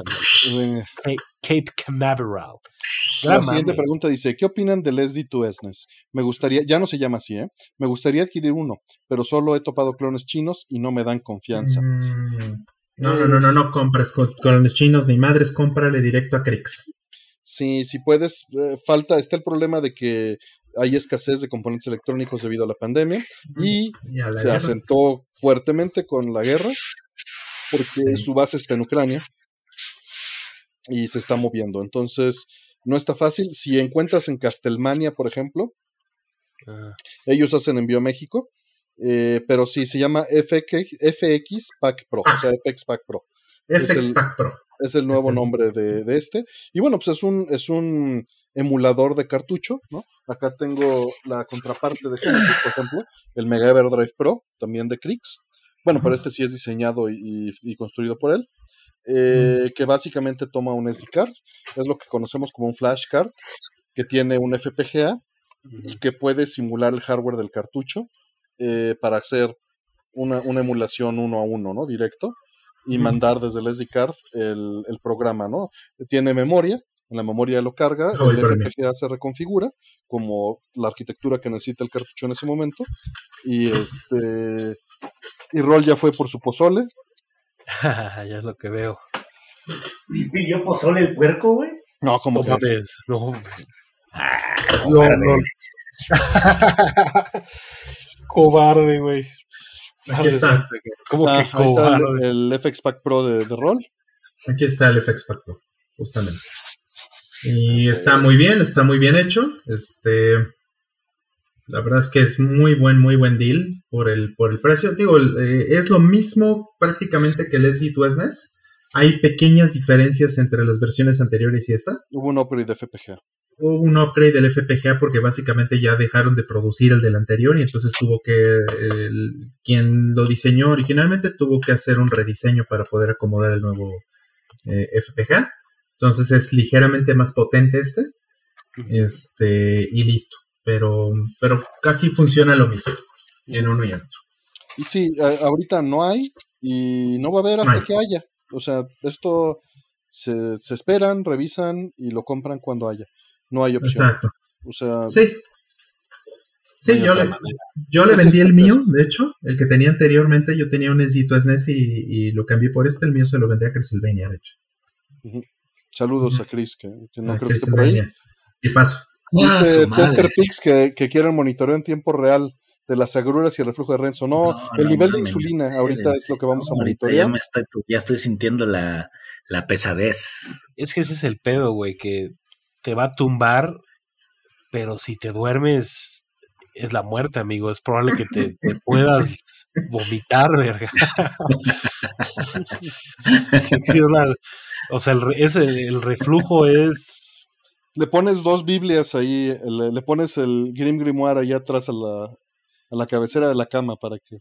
Cape Canaveral. La siguiente pregunta dice: ¿qué opinan del SD2SNES? Me gustaría, ya no se llama así, me gustaría adquirir uno, pero solo he topado clones chinos y no me dan confianza. No compres clones chinos ni madres, cómprale directo a Crix. Sí, si puedes, está el problema de que hay escasez de componentes electrónicos debido a la pandemia y se asentó fuertemente con la guerra porque su base está en Ucrania y se está moviendo. Entonces, no está fácil. Si encuentras en Castlevania, por ejemplo, ellos hacen envío a México, pero sí, se llama FX Pack Pro, o sea, FX Pack Pro. Pack Pro. Es el nuevo nombre de este. Y bueno, pues es un emulador de cartucho, ¿no? Acá tengo la contraparte de Genesis, por ejemplo, el Mega Everdrive Pro, también de Crix. Bueno, pero este sí es diseñado y construido por él. Que básicamente toma un SD card, es lo que conocemos como un flash card, que tiene un FPGA y que puede simular el hardware del cartucho para hacer una emulación 1 a 1, ¿no? Directo. Y mandar desde el SD card el programa, ¿no? Tiene memoria, en la memoria lo carga, el FPGA se reconfigura como la arquitectura que necesita el cartucho en ese momento, y Roll ya fue por su pozole. Ya es lo que veo. ¿Sí pidió pozole el puerco, güey? No, como que es. No. Cobarde, güey. Aquí está. ¿Cómo que ahí está el FX Pack Pro de Roll. Aquí está el FX Pack Pro, justamente. Y está muy bien hecho. La verdad es que es muy buen deal por el precio. Digo, es lo mismo prácticamente que el SD2SNES. Hay pequeñas diferencias entre las versiones anteriores y esta. Hubo un upgrade de FPGA. Hubo un upgrade del FPGA porque básicamente ya dejaron de producir el del anterior y entonces quien lo diseñó originalmente tuvo que hacer un rediseño para poder acomodar el nuevo FPGA. Entonces es ligeramente más potente y listo. Pero casi funciona lo mismo en uno y en otro. Y sí, ahorita no hay y no va a haber hasta que haya. O sea, esto se esperan, revisan y lo compran cuando haya. No hay opción. Exacto. O sea, sí. Sí, No hay otra manera. yo le Pues vendí es el que, mío, de hecho, el que tenía anteriormente, yo tenía un NESito SNES y lo cambié por este, el mío se lo vendí a Castlevania, de hecho. Ujú. Saludos Ujú. a Chris, que no A creo que esté por ahí. Castlevania. Y paso. ¡Ah, su Dice Tester madre! Pix que quiere el monitoreo en tiempo real de las agruras y el reflujo de Renzo. No, No, el no nivel de mames, insulina ahorita es espérense. lo que vamos No, a ahorita monitorear. ya estoy sintiendo la pesadez. Es que ese es el pedo, güey, que te va a tumbar, pero si te duermes es la muerte, amigo. Es probable que te puedas vomitar, verga. Sí, o sea, el reflujo es... Le pones 2 Biblias ahí, le pones el Grim Grimoire allá atrás a la cabecera de la cama para que...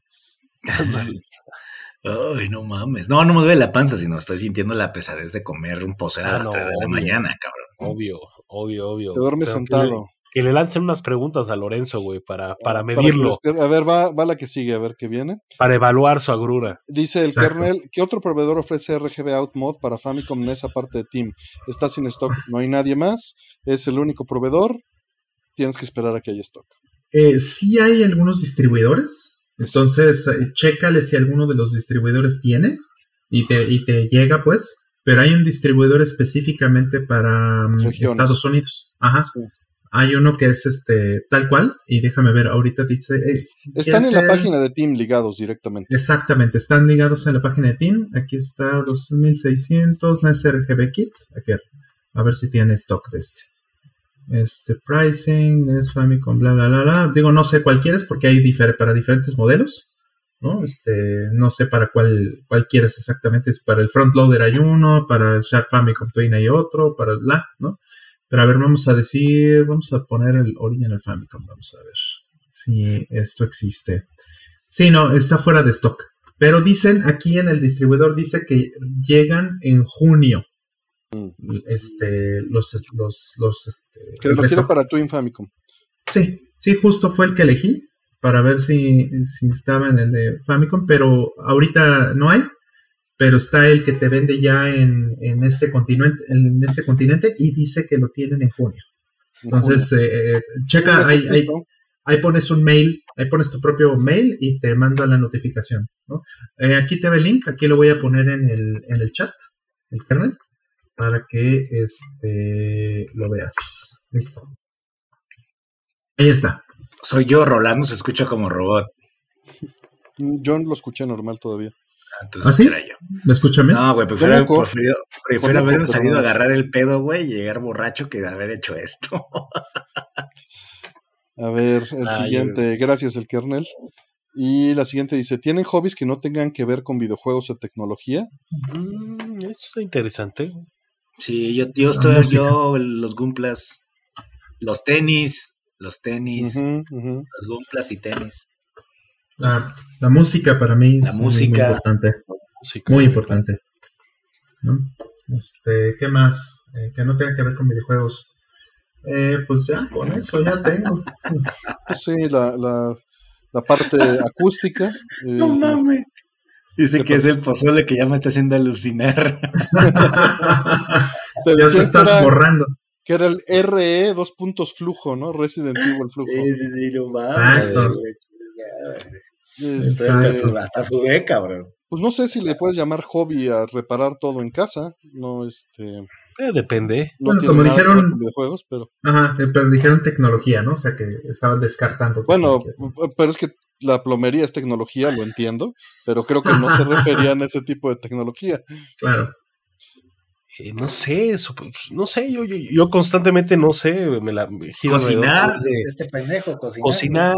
Ay, no mames. No, no me duele la panza, sino estoy sintiendo la pesadez de comer un pozole a las no, 3 de la obvio, mañana, cabrón. obvio. Te duermes Pero sentado. que le lancen unas preguntas a Lorenzo, güey, para Para que medirlo, despierte. A ver, va la que sigue, a ver qué viene. para evaluar su agrura. Dice el Exacto. kernel, ¿qué otro proveedor ofrece RGB Out Mod para Famicom NES aparte de Team? Está sin stock, no hay nadie más, es el único proveedor, tienes que esperar a que haya stock. Sí hay algunos distribuidores, entonces chécale si alguno de los distribuidores tiene y te llega, pues, pero hay un distribuidor específicamente para Regiones. Estados Unidos. Ajá. Sí. Hay uno que es tal cual, y déjame ver, ahorita dice... Están en la el- página de Team ligados directamente. Exactamente, están ligados en la página de Team. Aquí está 2600 NES RGB Kit. Aquí, a ver si tiene stock de pricing, NES Famicom, bla, bla, bla, bla. Digo, no sé cuál quieres porque hay para diferentes modelos, ¿no? No sé para cuál quieres exactamente. Es para el front loader hay uno, para el Sharp Famicom Twin hay otro, para el ¿no? Pero a ver, vamos a poner el Original Famicom, vamos a ver si esto existe. Sí, no, está fuera de stock. Pero dicen, aquí en el distribuidor dice que llegan en junio. Que el lo quiere restock. para Twin Famicom. Sí, justo fue el que elegí para ver si estaba en el de Famicom, pero ahorita no hay, pero está el que te vende ya en este continente y dice que lo tienen en junio. Entonces, checa, ahí pones un mail, ahí pones tu propio mail y te manda la notificación, ¿no? Aquí te ve el link, aquí lo voy a poner en el chat, el kernel, para que lo veas. Listo. Ahí está. Soy yo, Rolando se escucha como robot. Yo lo escuché normal todavía. Entonces ¿Ah, sí? era yo. ¿Me escuchan bien? No, güey, prefiero Conozco, haberme salido a perdón. agarrar el pedo, güey, y llegar borracho que de haber hecho esto. A ver, el siguiente, gracias el kernel. Y la siguiente dice, ¿tienen hobbies que no tengan que ver con videojuegos o tecnología? Esto está interesante. Sí, yo los Gumplas, los tenis, los Gumplas y tenis. La música para mí es muy importante. Música. Muy importante, ¿no? ¿Qué más? Que no tenga que ver con videojuegos. Pues ya, con eso ya tengo. Sí, la parte acústica. No mames. Dice que es el pozole que ya me está haciendo alucinar. Ya te estás borrando. Que era el RE 2 puntos flujo, ¿no? Resident Evil flujo. Sí, no mames. Exacto. Hasta sudé, cabrón. Pues no sé si le puedes llamar hobby a reparar todo en casa. No, depende. No bueno, tiene como nada que ver dijeron, con videojuegos, pero. Ajá, pero dijeron tecnología, ¿no? O sea que estaban descartando. Bueno, pero es que la plomería es tecnología, lo entiendo, pero creo que no se referían a ese tipo de tecnología. Claro. No sé, yo constantemente no sé, me giro cocinar, de este pendejo, cocinar,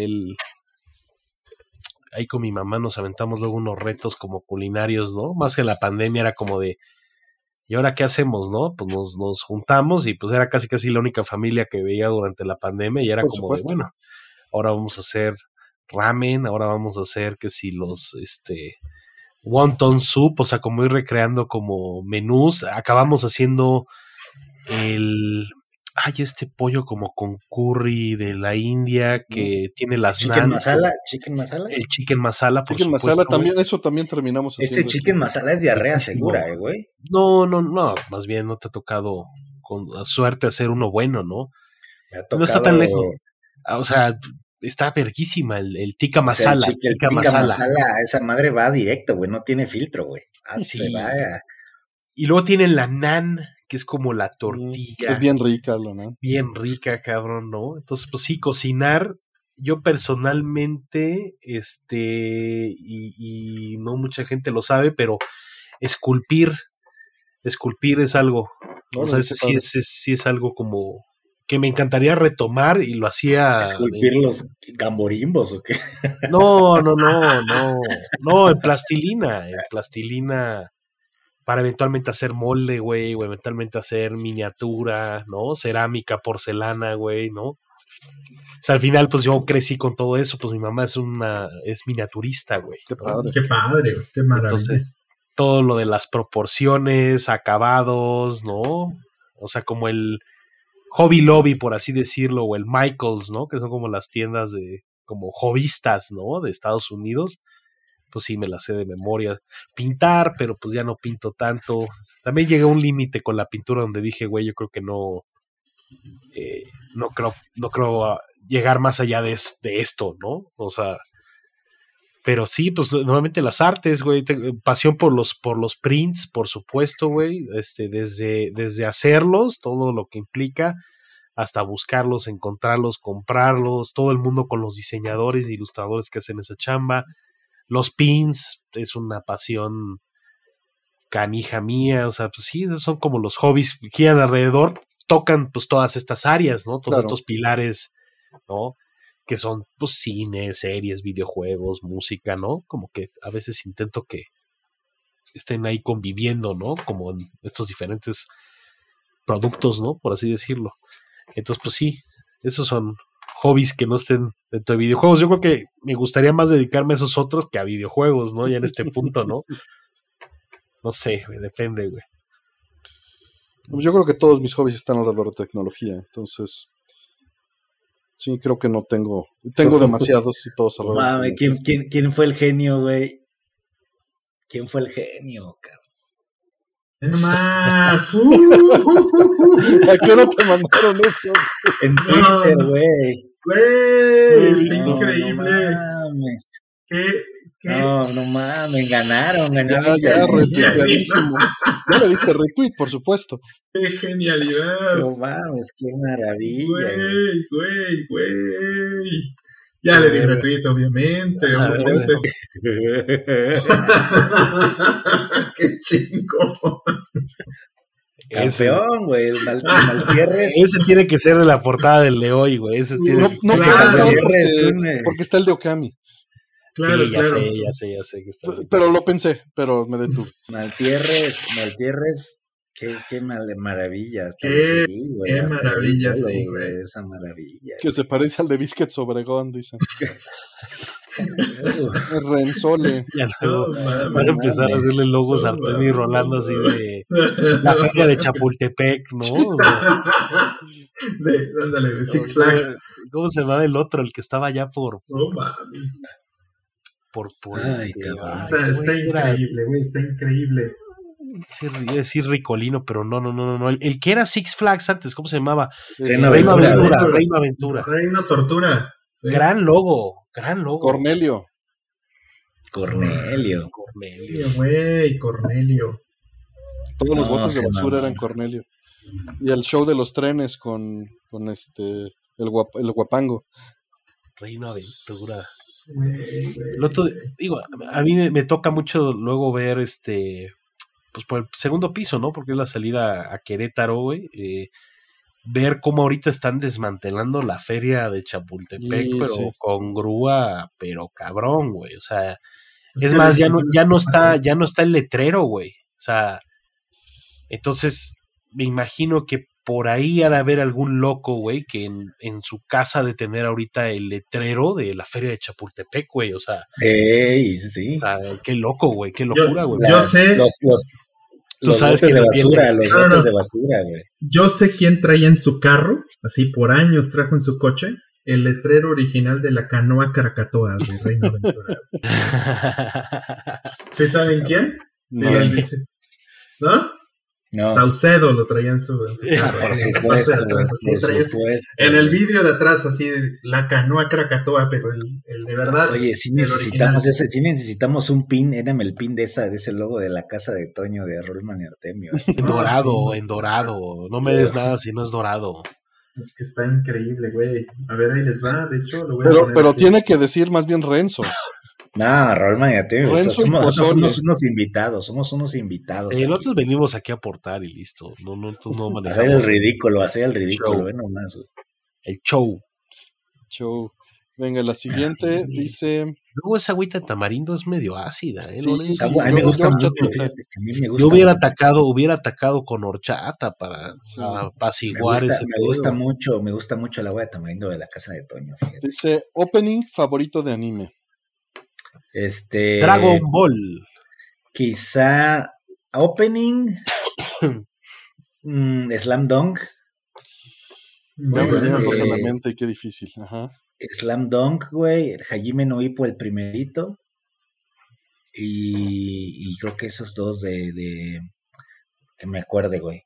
ahí con mi mamá nos aventamos luego unos retos como culinarios, ¿no? Más que en la pandemia era como de, ¿y ahora qué hacemos, no? Pues nos juntamos y pues era casi la única familia que veía durante la pandemia y era Por como supuesto. de, bueno, ahora vamos a hacer ramen, ahora vamos a hacer que si los, wonton soup, o sea, como ir recreando como menús. Acabamos haciendo este pollo como con curry de la India que tiene las chicken naans. Chicken masala. El chicken masala, por Chicken supuesto. masala también, eso también terminamos haciendo. Chicken masala es diarrea segura, güey. No, más bien no te ha tocado con suerte hacer uno bueno, ¿no? Me ha tocado... No está tan lejos. O sea, está verguísima el tikka O sea, masala. el tikka masala, esa madre va directo, güey, no tiene filtro, güey. Sí. Se va. Y luego tienen la naan, que es como la tortilla. Es bien rica la naan. Bien rica, cabrón, ¿no? Entonces, pues sí, cocinar, yo personalmente, y no mucha gente lo sabe, pero esculpir es algo, o sea, sí es algo como que me encantaría retomar y lo hacía. ¿Esculpir los gamborimbos o qué? No, en plastilina para eventualmente hacer molde, güey, o eventualmente hacer miniatura, ¿no? Cerámica, porcelana, güey, ¿no? O sea, al final, pues yo crecí con todo eso, pues mi mamá es miniaturista, güey. Qué ¿no? padre. Qué padre, qué maravilla. Entonces, todo lo de las proporciones, acabados, ¿no? O sea, como el Hobby Lobby, por así decirlo, o el Michaels, ¿no? Que son como las tiendas de, como hobbyistas, ¿no? De Estados Unidos. Pues sí, me las sé de memoria. Pintar, pero pues ya no pinto tanto. También llegué a un límite con la pintura donde dije, güey, yo creo que no creo llegar más allá de esto, ¿no? O sea, pero sí, pues normalmente las artes, güey, pasión por los prints, por supuesto, güey, desde hacerlos, todo lo que implica, hasta buscarlos, encontrarlos, comprarlos, todo el mundo con los diseñadores e ilustradores que hacen esa chamba. Los pins es una pasión canija mía, o sea, pues sí, esos son como los hobbies que giran alrededor, tocan pues todas estas áreas, ¿no? Todos estos pilares, ¿no? Que son pues cine, series, videojuegos, música, ¿no? Como que a veces intento que estén ahí conviviendo, ¿no? Como en estos diferentes productos, ¿no? Por así decirlo. Entonces, pues sí, esos son hobbies que no estén dentro de videojuegos. Yo creo que me gustaría más dedicarme a esos otros que a videojuegos, ¿no? Ya en este punto, ¿no? No sé, güey, depende, güey. Yo creo que todos mis hobbies están alrededor de tecnología, entonces sí, creo que no tengo demasiados y todos alrededor. Mame, ¿quién fue el genio, güey? ¿Quién fue el genio, cabrón? ¡Más! ¿A qué no te mandaron eso? En Twitter, güey. Güey, está increíble. No mames. ¿Qué? No mames, ganaron. Ya, retuiteadísimo. Ya le diste retweet, por supuesto. ¡Qué genialidad! No mames, qué maravilla. Güey. Ya le di retweet, obviamente. ¡Qué chingón! Campeón, güey. Maltierres. Ese tiene que ser de la portada del de hoy, güey. Ese tiene No claro, porque está el de Okami. Claro, sí, claro. Ya sé que está. Pero lo pensé, pero me detuve. Maltierres. Qué maravilla. Qué Qué maravilla, sí, güey. Esa maravilla. Que se parece al de Biscuits Obregón, dicen. Renzole. Ya luego van a empezar a hacerle logos a Artemio y Rolando así de la feria de Chapultepec, ¿no? Ándale, de Six Flags. ¿Cómo se llama el otro? El que estaba allá por. No mames. Ay, cabrón. Está increíble, güey, está increíble. Iba a decir Ricolino, pero no. El que era Six Flags antes, ¿cómo se llamaba? Reino Aventura. Reino Tortura. Sí. Gran logo. Cornelio. Cornelio. Güey, Cornelio. Todos los botes de basura eran Cornelio. Y el show de los trenes con el guapango. Reino Aventura. Güey. Digo, a mí me toca mucho luego ver pues por el segundo piso, ¿no? Porque es la salida a Querétaro, güey. Ver cómo ahorita están desmantelando la feria de Chapultepec, pero sí, con grúa, pero cabrón, güey. O sea, es más, ya no está el letrero, güey. O sea, entonces me imagino que por ahí ha de haber algún loco, güey, que en su casa ha de tener ahorita el letrero de la feria de Chapultepec, güey. O sea, sí. O sea, qué loco, güey, qué locura, güey. Yo sé. Tú sabes que los botes de basura, güey. Yo sé quién traía en su carro, así por años trajo en su coche, el letrero original de la canoa Krakatoa de Reino Aventura. ¿Sí saben quién? No. Sí, ¿no? No, Saucedo lo traía en su ah, carro, por así, en la parte supuesto, de atrás, así, por traía supuesto. en el vidrio de atrás, así, la canoa Krakatoa, pero el de verdad, Oye, sí el necesitamos original. sí necesitamos un pin, érame el pin de ese logo de la casa de Toño de Rollman y Artemio. En No, dorado, sí, en dorado. No me des nada si no es dorado. es que está increíble, güey. A ver, ahí les va, de hecho, lo voy a Pero, poner pero aquí. tiene que decir más bien Renzo. No, Rollman y Artemio, Renzo y somos pozole. unos invitados, somos unos invitados Sí, aquí. nosotros venimos aquí a aportar y listo. Nosotros no Hacer el manejamos ridículo, show. ve nomás, güey. El show. Show. Venga, la siguiente dice. Luego esa agüita de tamarindo es medio ácida, Sí, Lorenzo? A mí me yo gusta mucho, horchatita. fíjate, que a mí me gusta Yo hubiera mucho. atacado con horchata para Sí. apaciguar ese Me gusta pedo. mucho el agua de tamarindo de la casa de Toño, fíjate. Dice opening favorito de anime. Dragon Ball. Quizá opening Slam Dunk. Muy Ya me bueno, vinieron Este- dos a la mente y qué difícil. Ajá. Slam Dunk, güey. El Hajime no Ippo, el primerito. Y creo que esos dos de que me acuerde, güey.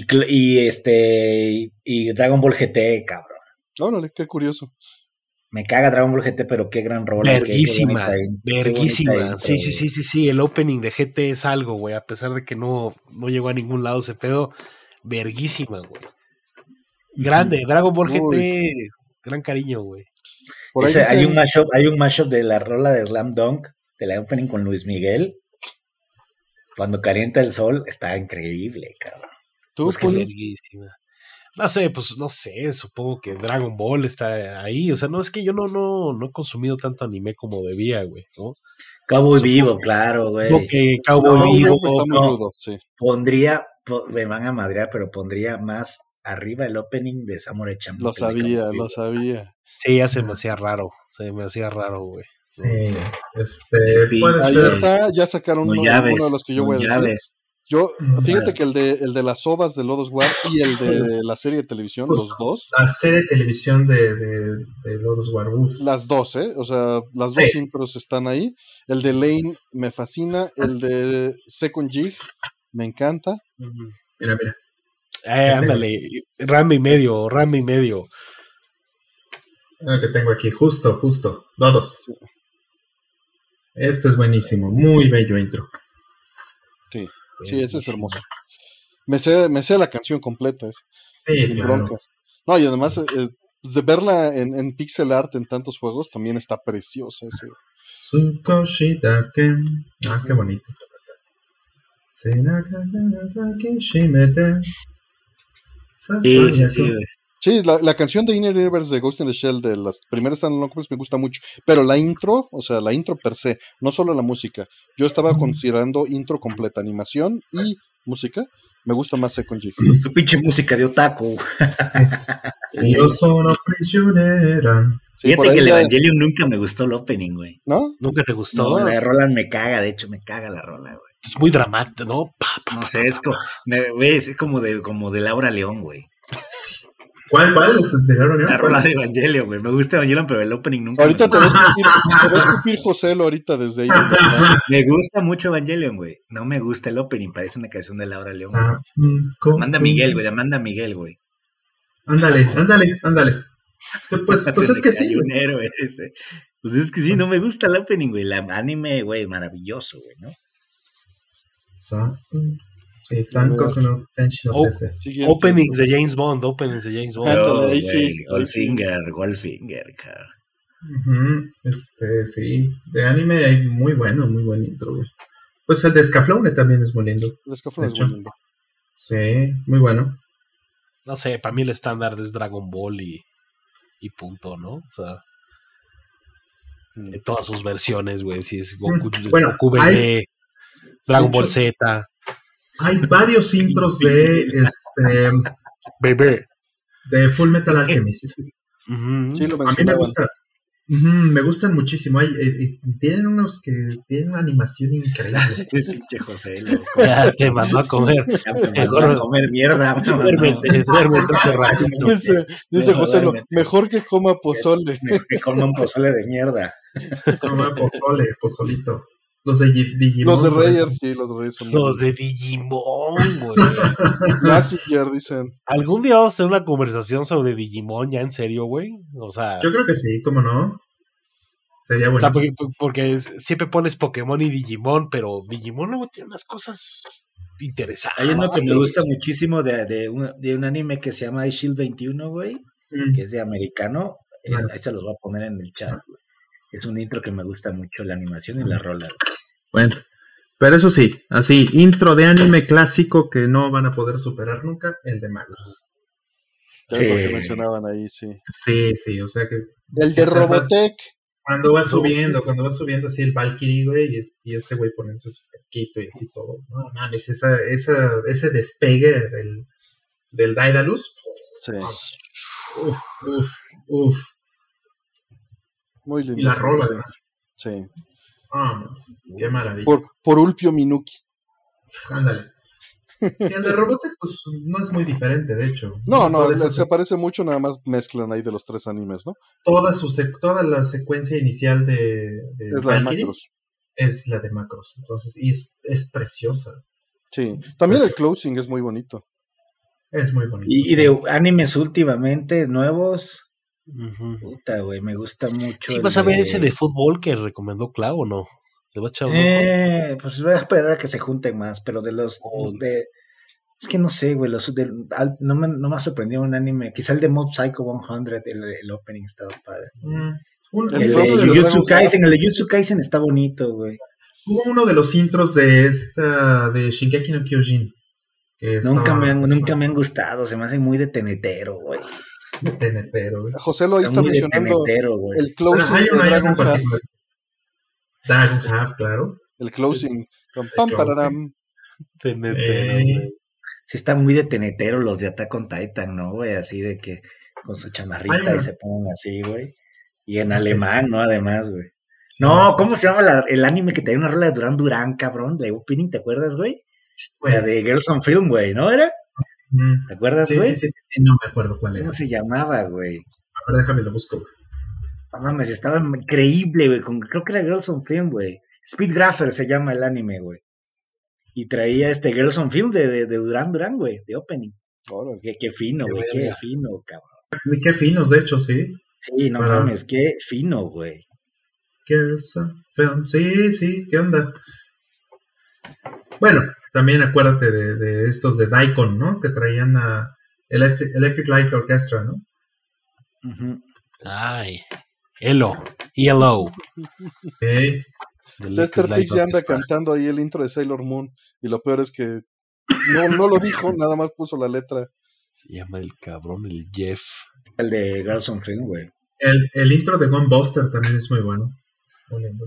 Y Dragon Ball GT, cabrón. Órale, qué curioso. Me caga Dragon Ball GT, pero qué gran rol. Verguísima, Qué bonita verguísima. intro, Sí, sí, güey. sí, sí, sí. El opening de GT es algo, güey. A pesar de que no llegó a ningún lado ese pedo. Verguísima, güey. Grande, Dragon Ball Uy. GT. Gran cariño, güey. Por ahí Hay dicen- un mashup de la rola de Slam Dunk, de la opening con Luis Miguel. Cuando calienta el sol, está increíble, cabrón. ¿Tú, Pues que Julio? Verguísima. No sé, pues no sé, supongo que Dragon Ball está ahí. O sea, no es que yo no he consumido tanto anime como debía, güey, ¿no? Cowboy Supongo- Vivo, claro, güey. Supongo que Cowboy No, Vivo. creo que está muy no. rudo, sí. Me van a madrear, pero pondría más arriba el opening de Samurai Champloo. Lo que el de sabía, Cowboy Vivo. lo sabía. Sí, ya se me hacía raro. Se me hacía raro, güey. Sí, fin. puede Ahí ser. está, ya sacaron No uno llaves, de los que yo no voy a decir. llaves. Yo, fíjate Bueno. que el de las ovas de Lodos War y el de la serie de televisión, Pues, los dos, La serie de televisión de Lodos War. Uf. las dos, o sea, las Sí. dos intros están ahí. El de Lane me fascina, el de Second Jig me encanta. Mira, mira. Ándale, Rambo y medio. Lo que tengo aquí, justo. Lodos. Este es buenísimo. Muy bello intro. Sí, ese es hermoso. Me sé la canción completa, Sí, sin claro. broncas. No, y además de verla en pixel art en tantos juegos también está preciosa ese. Tsukoshitake. Ah, qué bonito esa canción. Senaka Shimete. Sí, güey. Sí, la canción de Inner Universe de Ghost in the Shell de las primeras Standalone Copies me gusta mucho, pero la intro, o sea, la intro per se, no solo la música. Yo estaba considerando intro completa, animación y música. Me gusta más Second Jig. Tu pinche música de otaku. Yo sono prisionera. Sí, por Fíjate ahí que el ya- Evangelion nunca me gustó el opening, güey. ¿No? ¿Nunca te gustó? No, la de Roland me caga, de hecho, me caga la rola, güey. Es muy dramático, ¿no? No sé, es como de Laura León, güey. ¿Cuál? ¿Es de la reunión? La rola de Evangelion, güey. Me gusta Evangelion, pero el opening nunca Ahorita me te gustó. va a escupir José lo ahorita desde ahí. Me gusta mucho Evangelion, güey. No me gusta el opening, parece una canción de Laura León. Güey. Amanda Miguel, güey. Ándale. Pues es que sí, Hay güey. un héroe ese. Pues es que sí, no me gusta el opening, güey. El anime, güey, maravilloso, güey, ¿no? Sí, Sankoku no Tenshi no Oh, Tese. Siguiente. Openings de James Bond. Ándale, ahí Pero, sí, güey, ahí sí. Goldfinger, cara. Ujú, sí. De anime hay muy buen intro, güey. Pues el de Scaflowne también es muy lindo. El escafón De es hecho. muy lindo. Sí, muy bueno. No sé, para mí el estándar es Dragon Ball y punto, ¿no? O sea, en todas sus versiones, güey. Si es Goku, Bueno, Goku BD, hay- Dragon de hecho- Ball Z, Hay varios intros Baby. de Full Metal Alchemist. Ujú. Sí, lo A mí me mencionaban. gusta. Me gustan muchísimo. Tienen unos que tienen una animación increíble. El pinche José, loco. Ya te mandó a comer. Ya me mandó a comer mierda. Duérmete otro ratito. Dice José, duérmete. mejor que coma pozole. Que coma un pozole de mierda. Como pozolito. Los de Digimon. Los de por Rayers, ejemplo. sí, los de Rayers son Los de Digimon, güey. Massinger, dicen. ¿Algún día vamos a tener una conversación sobre Digimon ya en serio, güey? O sea, Yo creo que sí, ¿cómo no? Sería o bueno. sea, porque siempre pones Pokémon y Digimon, pero Digimon luego tiene unas cosas interesantes. Hay uno que me gusta muchísimo de un anime que se llama Ice Shield 21, güey, que es de americano. Ahí se los voy a poner en el chat, güey. Es un intro que me gusta mucho, la animación y la rola. Bueno, pero eso sí, así, intro de anime clásico que no van a poder superar nunca, el de Macross. Ya es lo que mencionaban ahí, sí. Sí, o sea que... El de Robotech. Cuando va subiendo así el Valkyrie, güey, y este güey poniendo su pesquito y así todo. No mames, ese despegue del Daedalus. Sí. Uf. Muy lindo. Y la rola, sí. además. Sí. Qué maravilla. Por Ulpio Minuki. Ándale. Sí, el de Robotech, pues no es muy diferente, de hecho. No, Toda se parece mucho, nada más mezclan ahí de los 3 animes, ¿no? toda la secuencia inicial de Es la de Valkyrie Macross. es la de Macross. Entonces, y es preciosa. Sí. También el closing es muy bonito. Es muy bonito. Y de animes últimamente nuevos, Ujú. puta, güey, me gusta mucho. ¿Sí vas a ver ese de fútbol que recomendó Clau o no? ¿Te vas a echar un ojo? Pues voy a esperar a que se junten más, pero de los es que no sé, güey, no me ha sorprendido un anime, quizá el de Mob Psycho 100, el opening estaba padre. El de Jujutsu Kaisen está bonito, güey. Hubo uno de los intros de Shingeki no Kyojin. Que nunca me han gustado, se me hace muy de tenetero, güey. De tenetero, güey. José lo ahí está mencionando el closing hay de una Dragon Half. Dragon Half, claro. El closing. Con pam, pararam. Tenetero, güey. Sí, está muy de tenetero los de Attack on Titan, ¿no, güey? Así de que con su chamarrita y se ponen así, güey. Y en alemán, ¿no? Además, güey. Sí, no, ¿cómo se llama el anime que tenía una rola de Duran Duran, cabrón? De opening, ¿te acuerdas, güey? Sí, la de Girls on Film, güey, ¿no era? ¿Te acuerdas, güey? Sí, no me acuerdo cuál era. ¿Cómo se llamaba, güey? A ver, déjame lo busco, güey. No mames, estaba increíble, güey. Creo que era Girls on Film, güey. Speedgrapher se llama el anime, güey. Y traía Girls on Film de Duran Duran, güey, de opening. Qué fino, güey, qué fino, cabrón. Y qué finos, de hecho, sí. Sí, no mames, qué fino, güey. Girls on Film, sí, ¿qué onda? Bueno, también acuérdate de estos de Daikon, ¿no? Que traían a Electric Light Orchestra, ¿no? Uh-huh. Ay, ELO. Okay. Lester Pix ya anda cantando ahí el intro de Sailor Moon. Y lo peor es que no lo dijo, nada más puso la letra. Se llama el cabrón, el Jeff. El de Girls on Film, güey. El intro de Gunbuster también es muy bueno. Muy lindo.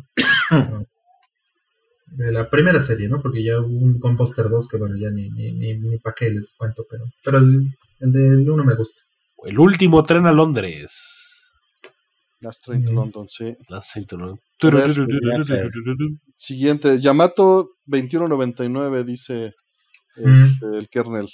De la primera serie, ¿no? Porque ya hubo un Gunbuster 2 que, bueno, ya ni para qué les cuento, pero el del 1 me gusta. El último tren a Londres. Last Train to London, sí. Last Train to London. Siguiente, Yamato 2199 dice el kernel.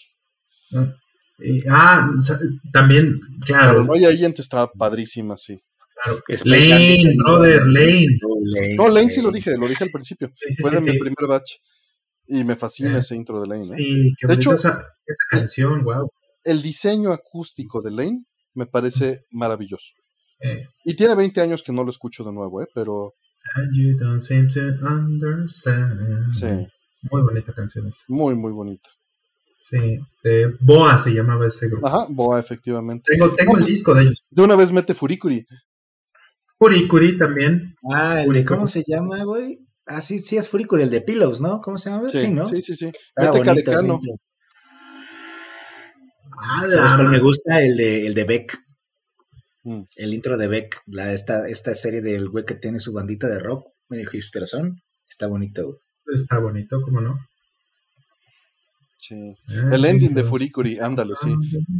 También, claro. No, y ahí estaba padrísima, sí. Claro. Lane, brother, Lane. No, Lane sí lo dije al principio. Fue de mi primer batch. Y me fascina ese intro de Lane. Sí, de hecho, esa canción, wow. El diseño acústico de Lane me parece maravilloso. Y tiene 20 años que no lo escucho de nuevo, pero... And you don't seem to understand. Sí. Muy bonita canción esa. Muy, muy bonita. Sí, Boa se llamaba ese grupo. Ajá, Boa, efectivamente. Tengo el disco de ellos. De una vez mete Furikuri. Furikuri también. El de ¿cómo se llama, güey? Sí, es Furikuri, el de Pillows, ¿no? ¿Cómo se llama? Sí, ¿no? Sí. Mete Carecano. ¿Sabes? Me gusta el de Beck. El intro de Beck, esta serie del güey que tiene su bandita de rock, medio hipsterazón, está bonito, güey. Está bonito, ¿cómo no? Sí. El ending de Furikuri, ándale, sí.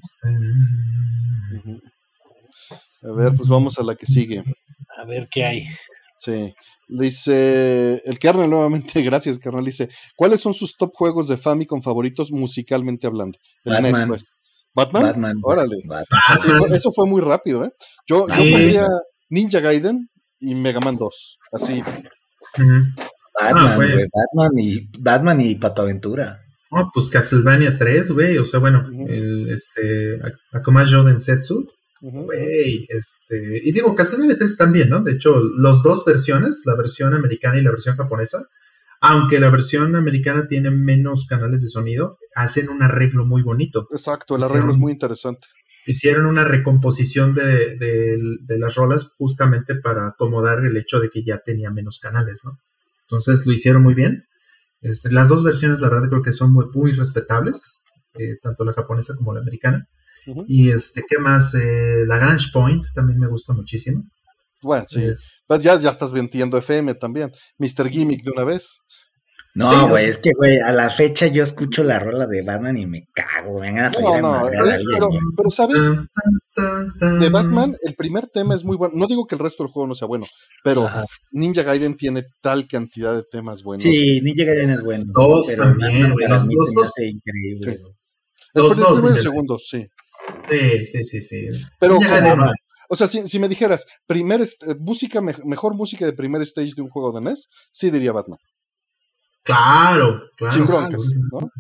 A ver, pues vamos a la que sigue. A ver qué hay. Sí. Dice el kernel nuevamente, gracias kernel, dice, ¿cuáles son sus top juegos de Famicom favoritos musicalmente hablando? El NES, pues. ¿Batman? Órale. Batman. Eso fue muy rápido, ¿eh? Yo pondría Ninja Gaiden y Mega Man 2. Así. Batman, güey. güey. Batman y Pato Aventura. No, pues Castlevania 3, güey. O sea, bueno, Ujú. Akumajo Densetsu. Ujú. Güey, y digo, Castlevania 3 también, ¿no? De hecho, las dos versiones, la versión americana y la versión japonesa, aunque la versión americana tiene menos canales de sonido, hacen un arreglo muy bonito. Exacto, el arreglo es muy interesante. Hicieron una recomposición de las rolas justamente para acomodar el hecho de que ya tenía menos canales, ¿no? Entonces lo hicieron muy bien. Las dos versiones, la verdad, creo que son muy, muy respetables, tanto la japonesa como la americana. Ujú. Y ¿qué más? Lagrange Point también me gusta muchísimo. Bueno, sí. Es- Pues ya estás vendiendo FM también. Mr. Gimmick de una vez. No, Sí, güey, o es que, güey, a la fecha yo escucho la rola de Batman y me cago, me dan ganas de salir a No, madrear a alguien, pero, güey. pero ¿sabes? De Batman, Mm. el primer tema es muy bueno. No digo que el resto del juego no sea bueno, pero Ajá. Ninja Gaiden tiene tal cantidad de temas buenos. Sí, Ninja Gaiden es bueno. Dos pero también, Batman güey, para los mí dos- se me dos- hace increíble, Sí. güey. Los el dos, primero y el Ninja segundo, sí. Sí. Pero, Ninja Gaiden, como- no. o sea, si me dijeras, mejor música de primer stage de un juego de NES, sí diría Batman. Claro. Sin broncas, ¿no?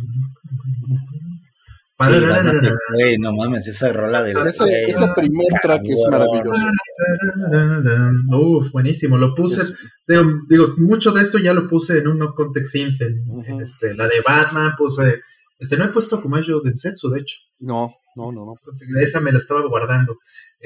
Sí, Batman, güey, no mames, esa rola de Ese primer track es maravilloso. Uf, buenísimo. Lo puse, Es- digo, mucho de esto ya lo puse en un No Context Inf, en Ujú. la de Batman, puse, no he puesto Akumajo Densetsu, de hecho. No. Esa me la estaba guardando.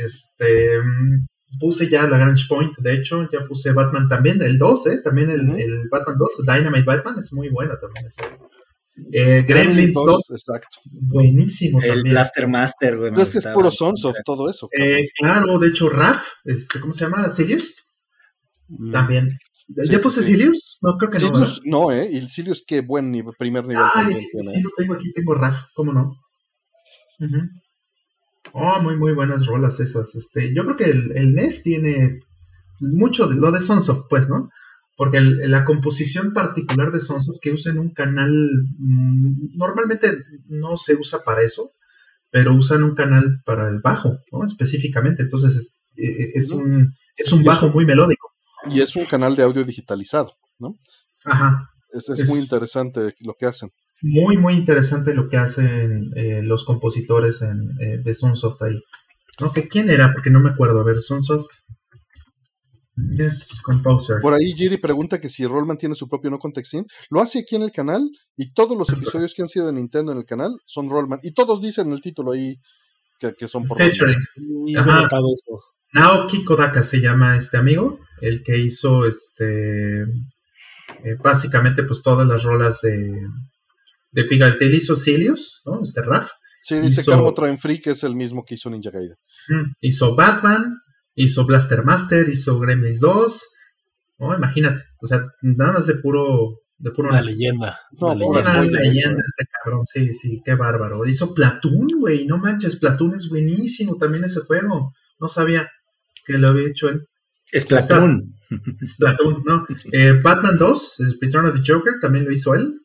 Puse ya Lagrange Point, de hecho, ya puse Batman también, el 2, también Ujú. el Batman 2, Dynamite Batman, es muy buena también ese. Gremlins 2, Exacto. buenísimo el también. Blaster Master, güey. me Pero es que es gustaba. puro Sons of todo eso. cabrón. Claro, de hecho, Raph, ¿cómo se llama? ¿Sirius? También. Sí, ¿Ya sí, puse sí. Sirius? No, creo que no, ¿verdad? Silius, no, y el Silius, qué buen primer nivel Ay, también tiene. sí, lo tengo aquí, tengo Raph, ¿cómo no? Ujú. Oh, muy, muy buenas rolas esas. Yo creo que el NES tiene mucho de lo de Sunsoft, pues, ¿no? Porque la composición particular de Sunsoft que usan un canal, normalmente no se usa para eso, pero usan un canal para el bajo, ¿no? Específicamente. Entonces es un bajo muy melódico. Y es un canal de audio digitalizado, ¿no? Ajá. Es muy interesante lo que hacen. Muy, muy interesante lo que hacen los compositores de Sunsoft ahí. ¿No? ¿Quién era? Porque no me acuerdo. A ver, Sunsoft. Yes, Composer. Por ahí Jiri pregunta que si Rollman tiene su propio No Context In. Lo hace aquí en el canal y todos los episodios que han sido de Nintendo en el canal son Rollman. Y todos dicen en el título ahí que son por Rollman. Featuring. Y Ajá. he notado eso. Naoki Kodaka se llama este amigo, el que hizo básicamente pues todas las rolas fíjate, él hizo Silius, ¿no? Raph. Sí, dice Hizo- Carmo Train Free que es el mismo que hizo Ninja Gaiden. Hizo Batman, hizo Blaster Master, hizo Gremlins 2. No, imagínate, o sea, nada más de puro Una NES. leyenda. No, una pura Una leyenda. joya. leyenda este cabrón, sí, qué bárbaro. Hizo Platoon, güey, no manches, Platoon es buenísimo también ese juego. No sabía que lo había hecho él. Splatoon. Splatoon, ¿no? Batman 2, Return of the Joker, también lo hizo él.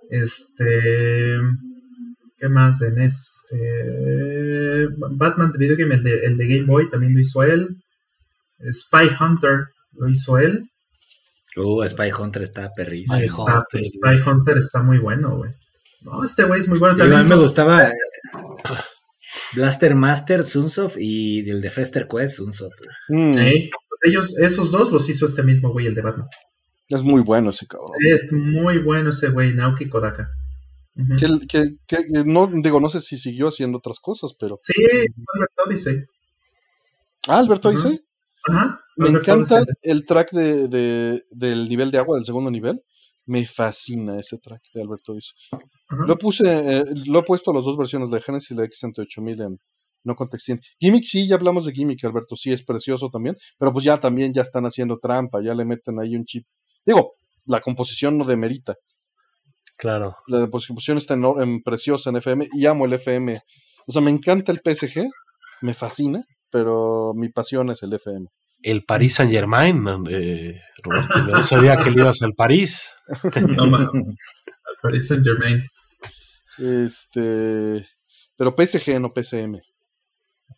¿Qué más de NES? Batman de Video Game, el de Game Boy, también lo hizo él. Spy Hunter lo hizo él. Spy Hunter está perrísimo. Spy Hunter. Spy Hunter está muy bueno, güey. No, este güey es muy bueno. Y a mí También me hizo- gustaba Blaster Master, Sunsoft y el de Fester Quest, Sunsoft. Sí, pues esos dos los hizo este mismo güey, el de Batman. Es muy bueno ese cabrón. Es muy bueno ese güey, Naoki Kodaka. Ujú. No sé si siguió haciendo otras cosas, pero. Sí, Albert Odyssey. Alberto Ajá. dice. Ajá. Me Albert encanta Odyssey. el track del nivel de agua, del segundo nivel. Me fascina ese track de Alberto dice. Ajá. Lo he puesto a las dos versiones de Genesis y la X68000 en No Context In. Gimmick, sí, ya hablamos de Gimmick, Alberto, sí, es precioso también, pero pues también ya están haciendo trampa, ya le meten ahí un chip. Digo, la composición no demerita. Claro. La composición está preciosa en FM y amo el FM. O sea, me encanta el PSG, me fascina, pero mi pasión es el FM. El Paris Saint Germain, Roberto, yo no sabía que le ibas al París. No, Paris Saint Germain. Pero PSG, no PCM.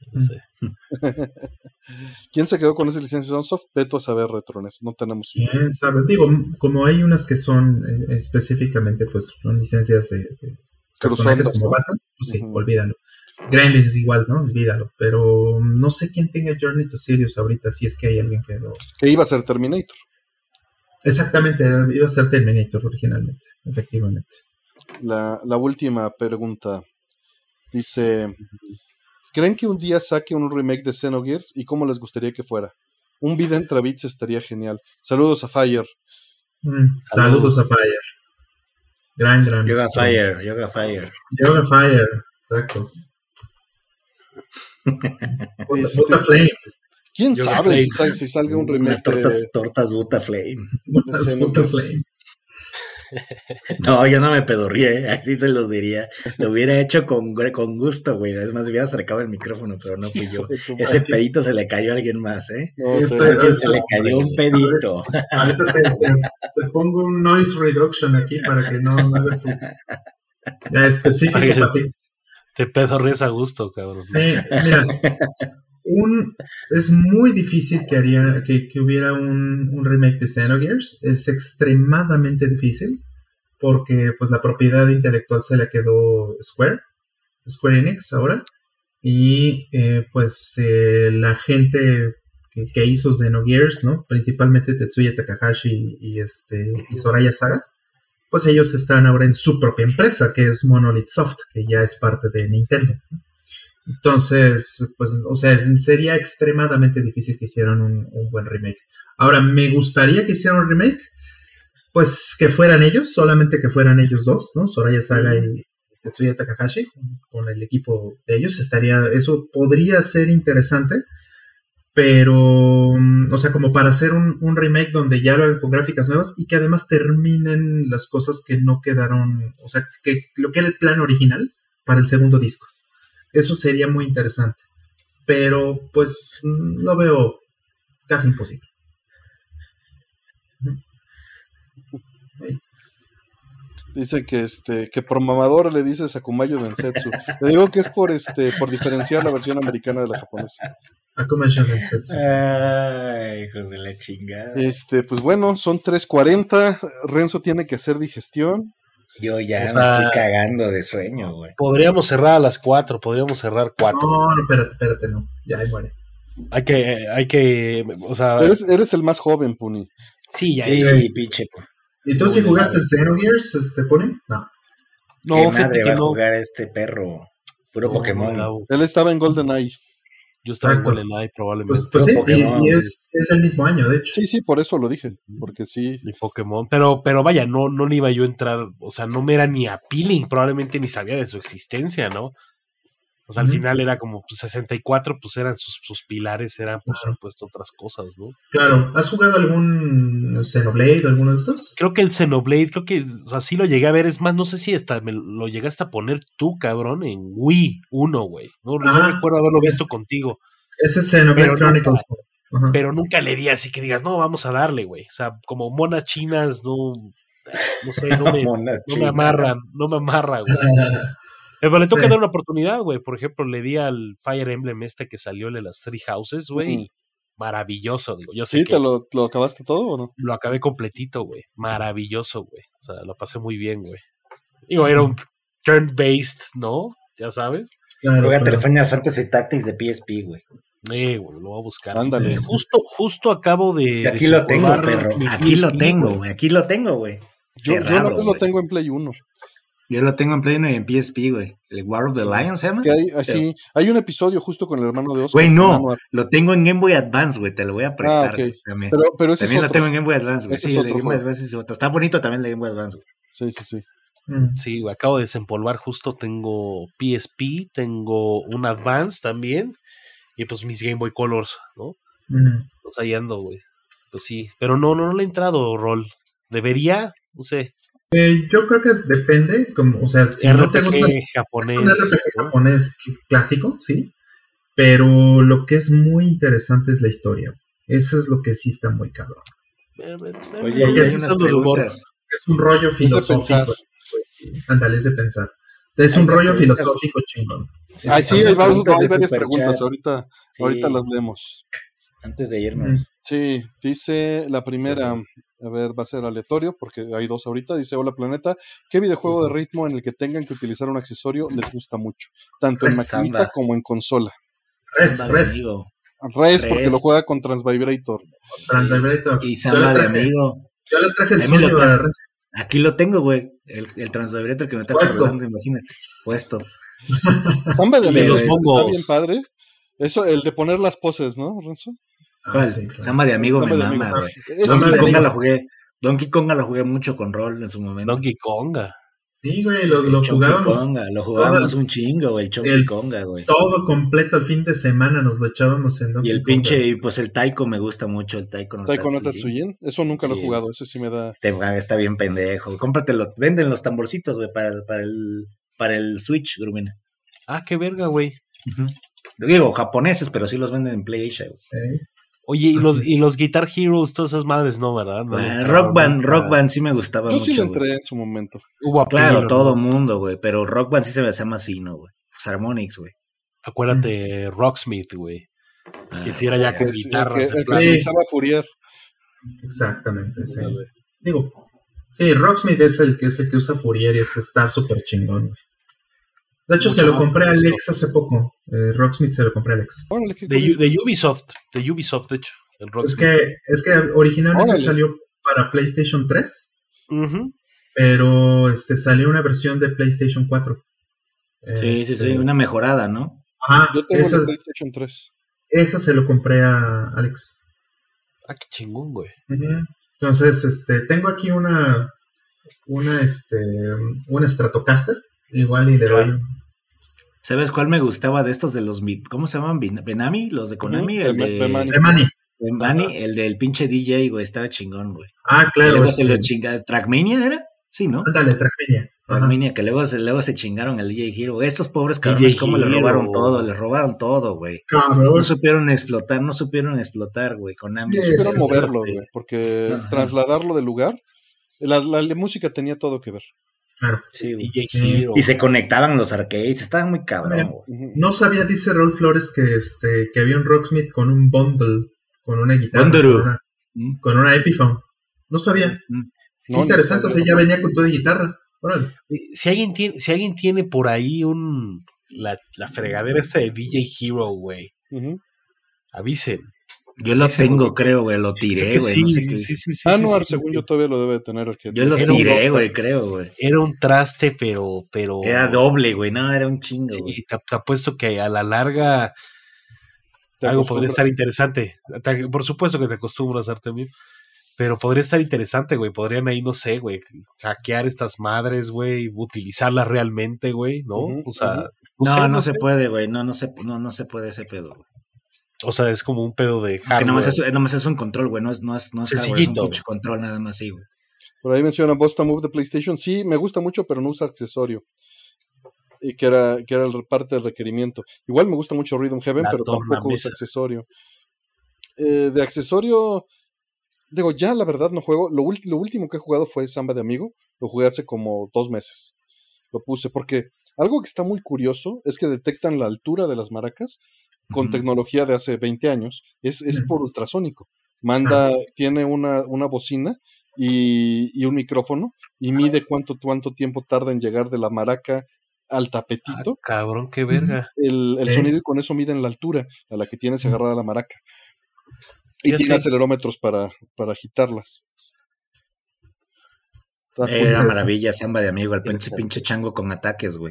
No sé. ¿Quién se quedó con esa licencia Sunsoft? Veto a saber, Retrones. No tenemos idea. ¿Quién sabe? Digo, como hay unas que son específicamente, pues son licencias de personajes Cruzadas, como ¿no? Batman, pues sí, Ujú. olvídalo. Gremlins es igual, ¿no? Olvídalo. Pero no sé quién tenga Journey to Sirius ahorita, si es que hay alguien que lo... Que iba a ser Terminator. Exactamente, iba a ser Terminator originalmente, efectivamente. La última pregunta. Dice: ¿creen que un día saque un remake de Xenogears? ¿Y cómo les gustaría que fuera? Un video entre bits estaría genial. Saludos a Fire. Saludos a Fire. Gran. Yoga Fire. Yoga Fire, exacto. Buta Flame. ¿Quién Yoga sabe Flame. si salga un Unas remake de tortas Buta Flame. Buta Xenogears? Flame. No, yo no me pedorría, así se los diría. Lo hubiera hecho con gusto, güey. Es más, hubiera acercado el micrófono, pero no fui yo. Ese pedito se le cayó a alguien más, ¿eh? No sé. A alguien se le cayó un pedito. Ahorita te pongo un noise reduction aquí para que no hagas tu... Ya, específico Oye. para ti. Te pedorreas a gusto, cabrón. Sí, mira, es muy difícil que hubiera un remake de Xenogears. Es extremadamente difícil porque pues la propiedad intelectual se la quedó Square Enix ahora, y la gente que hizo Xenogears, ¿no? Principalmente Tetsuya Takahashi y Soraya Saga, pues ellos están ahora en su propia empresa, que es Monolith Soft, que ya es parte de Nintendo. Entonces, pues, o sea, sería extremadamente difícil que hicieran un buen remake. Ahora, ¿me gustaría que hicieran un remake? Pues que fueran ellos, solamente que fueran ellos dos, ¿no? Soraya Saga y Tetsuya Takahashi, con el equipo de ellos. Eso podría ser interesante, pero, o sea, como para hacer un remake donde ya lo hagan con gráficas nuevas y que además terminen las cosas que no quedaron, o sea, que lo que era el plan original para el segundo disco. Eso sería muy interesante, pero pues lo veo casi imposible. Dice que por mamador le dice Sakumayo Densetsu. Le digo que es por diferenciar la versión americana de la japonesa. Akuma-sho Densetsu. Ay, hijos de la chingada. Pues bueno, son 3:40. Renzo tiene que hacer digestión. Yo ya O me sea, estoy cagando de sueño, güey. Podríamos cerrar a las 4, podríamos cerrar 4. No, espérate, no. Ya, ahí muere. Hay que, o sea, Eres el más joven, Puni. sí, ya. Sí, pinche. ¿Y tú si jugaste Xenogears, Pony? No. No, ¿Qué fíjate madre que va a no. jugar este perro? Puro No, Pokémon. no, Él estaba en GoldenEye. yo estaba en Exacto. GoldenEye probablemente. Pues sí, Pokémon. y es el mismo año, de hecho. Sí, por eso lo dije. Porque sí. Ni Pokémon, pero vaya, no le iba yo a entrar, o sea, no me era ni appealing, probablemente ni sabía de su existencia, ¿no? O sea, al final era como 64, pues eran sus pilares, eran por supuesto otras cosas, ¿no? Claro, ¿has jugado algún Xenoblade o alguno de estos? Creo que el Xenoblade, o sea, sí lo llegué a ver, es más, no sé si hasta me lo llegaste a poner tú, cabrón, en Wii 1, güey. No recuerdo haberlo visto contigo. Ese es Xenoblade Chronicles. Pero nunca le di así que digas, no, vamos a darle, güey. O sea, como monas chinas, no sé, no me amarran, güey. Pero le toca dar una oportunidad, güey. Por ejemplo, le di al Fire Emblem que salió de las Three Houses, güey. Maravilloso, digo. Yo sé ¿Sí? que ¿Te lo acabaste todo o no? lo acabé completito, güey. Maravilloso, güey. O sea, lo pasé muy bien, güey. Digo, era un turn-based, ¿no? Ya sabes. Juégate el Final Fantasy Tactics de PSP, güey. Güey, lo voy a buscar. Ándale. Justo acabo de... Aquí lo tengo, perro. Aquí lo tengo, güey. Yo no lo tengo en Play 1. Yo lo tengo en Play 1 y en PSP, güey. ¿El War of the Lion se llama? Que hay un episodio justo con el hermano de Oscar. Güey, no. Lo tengo en Game Boy Advance, güey. Te lo voy a prestar. Okay. También. Pero ese también es lo tengo en Game Boy Advance, güey. Ese Sí, es el de Game Boy Advance es otro. Está bonito también el de Game Boy Advance, güey. Sí. Sí, güey, acabo de desempolvar justo. Tengo PSP, tengo un Advance también. Y pues mis Game Boy Colors, ¿no? Pues ahí ando, güey. Pues sí. Pero no le he entrado, Rol. ¿Debería? No sé. Yo creo que depende, como, o sea, si RPG no te gusta japonés, es un RPG ¿no? japonés clásico, sí, pero lo que es muy interesante es la historia. Eso es lo que sí está muy cabrón. Oye, hay unas preguntas. Es un rollo filosófico. Ándale, es de pensar. Es un Hay rollo preguntas. filosófico chingón. Sí, Ay, sí, sí, hay hay preguntas de varias Superchat. preguntas. Ahorita Sí. las leemos. Antes de irnos. Sí, dice la primera, a ver, va a ser aleatorio porque hay dos ahorita. Dice, hola planeta, ¿qué videojuego de ritmo en el que tengan que utilizar un accesorio les gusta mucho? Tanto en Res, maquinita Samba. como en consola. Samba de Res, amigo. Res, porque Res. lo juega con Transvibrator. Transvibrator. Y Yo Samba le de traje, amigo. yo le traje el Ahí me lo suyo traje. a Renzo. Aquí lo tengo, güey. El Transvibrator que me está Puesto. cargando, imagínate. Puesto. Samba de Y de amigos los está hongos. bien padre. Eso, el de poner las poses, ¿no, Renzo? ¿Cuál? Sí, claro. Samba de amigo Samba me de mama, amigo. güey. Ese Samba Donkey de Konga amigos. lo jugué. Donkey Konga lo jugué mucho con rol en su momento. Donkey Konga. Sí, güey, lo Chonky jugábamos Konga, lo jugábamos todo un chingo, güey. Chonky el- Konga, güey. todo completo el fin de semana, nos lo echábamos en Y Donkey el Konga. pinche, y pues el Taiko me gusta mucho, el Taiko no Taiko no Tatsujin. Tatsujin. Eso nunca lo he Sí. jugado. Eso sí me da. Está bien pendejo. Cómpratelo, venden los tamborcitos, güey, para el Switch, Grumina. Ah, qué verga, güey. Digo, japoneses, pero sí los venden en PlayStation, güey. ¿Eh? Oye, Así es. y los Guitar Heroes, todas esas madres, no, ¿verdad? No le entraron Rock Band sí me gustaba Yo mucho, sí le güey. entré en su momento. Hubo Claro, appeal, todo ¿no? mundo, güey, pero Rock Band sí se me hacía más fino, güey. Pues Harmonix, güey. Acuérdate, Rocksmith, güey. Que si era ya con El guitarras. en que plan, utilizaba Fourier. Exactamente, sí. güey. Digo, sí, Rocksmith es el que usa Fourier y ese está súper chingón, güey. De hecho, Mucho se lo más compré a modesto. Alex hace poco. Rocksmith se lo compré a Alex. Órale, qué De, curioso. de Ubisoft, de hecho. El Es Rocksmith. que originalmente Órale. salió para PlayStation 3, Ujú. pero salió una versión de PlayStation 4. Sí, una mejorada, ¿no? Ajá, Yo tengo esa, el PlayStation 3. esa se lo compré a Alex. Ah, qué chingón, güey. Ujú. Entonces, tengo aquí una Stratocaster, igual y le doy. ¿Sabes cuál me gustaba de estos de los, ¿cómo se llaman? ¿Benami? Los de Konami, Ujú, el de Bemani. Remani. Benami, el del pinche DJ, güey, estaba chingón, güey. Ah, Y claro. luego se lo chingaron. ¿Trackmania era? Sí, ¿no? Ándale, Trackmania. Ajá. Trackmania, que luego se chingaron al DJ Hero. Estos pobres DJ cabrones, ¿cómo le Hero. robaron todo, güey? Cabrón. No supieron explotar, güey, Konami. Sí, Supieron sí, moverlo, sí. güey, porque Ajá. trasladarlo del lugar, la música tenía todo que ver. Claro. Sí, güey. DJ Sí. Hero. Y se conectaban los arcades, estaban muy cabrón, güey. Ujú. No sabía, dice Raúl Flores, que había un Rocksmith con un bundle, con una guitarra, Bundle. con una Epiphone. No sabía. Qué No, interesante, no o sea, ya venía con todo de guitarra. Órale. Si alguien tiene por ahí la fregadera esta de DJ Hero, güey, Ujú. avisen. Yo lo Ese, tengo, güey. creo, güey, lo tiré, Que güey. sí, no sé qué sí, hice. sí, Anuar, sí. según yo, todavía lo debe de tener. Yo lo Era un tiré, rockstar. güey, creo, güey. Era un traste, pero Era doble, güey, no, era un chingo, güey. sí, te apuesto que a la larga Te algo podría acostumbras. estar interesante. Por supuesto que te acostumbras, Artemio. Pero podría estar interesante, güey. Podrían ahí, no sé, güey, hackear estas madres, güey, utilizarlas realmente, güey, ¿no? Ujú, O sea, ujú. No sé. se puede, güey, no se puede ese pedo, güey. O sea, es como un pedo de Que hardware. nomás es un control, güey, no es hardware, es un Sencillito. pinche control nada más, sí, güey. Por ahí menciona Bosta Move de PlayStation. Sí, me gusta mucho, pero no usa accesorio. Y que era parte del requerimiento. Igual me gusta mucho Rhythm Heaven, La pero tampoco tornamesa. usa accesorio. De accesorio, digo, ya la verdad no juego. Lo último que he jugado fue Samba de Amigo. Lo jugué hace como 2 meses. Lo puse porque algo que está muy curioso es que detectan la altura de las maracas con Ujú. tecnología de hace 20 años. Es Ujú. por ultrasónico. Tiene una bocina y un micrófono y mide cuánto tiempo tarda en llegar de la maraca al Ah, tapetito cabrón, qué verga. el Sí. sonido, y con eso miden la altura a la que tienes agarrada la maraca. Y Fíjate. tiene acelerómetros para agitarlas. Está Era curioso. maravilla, Samba de amigo, el pinche chango con ataques, güey.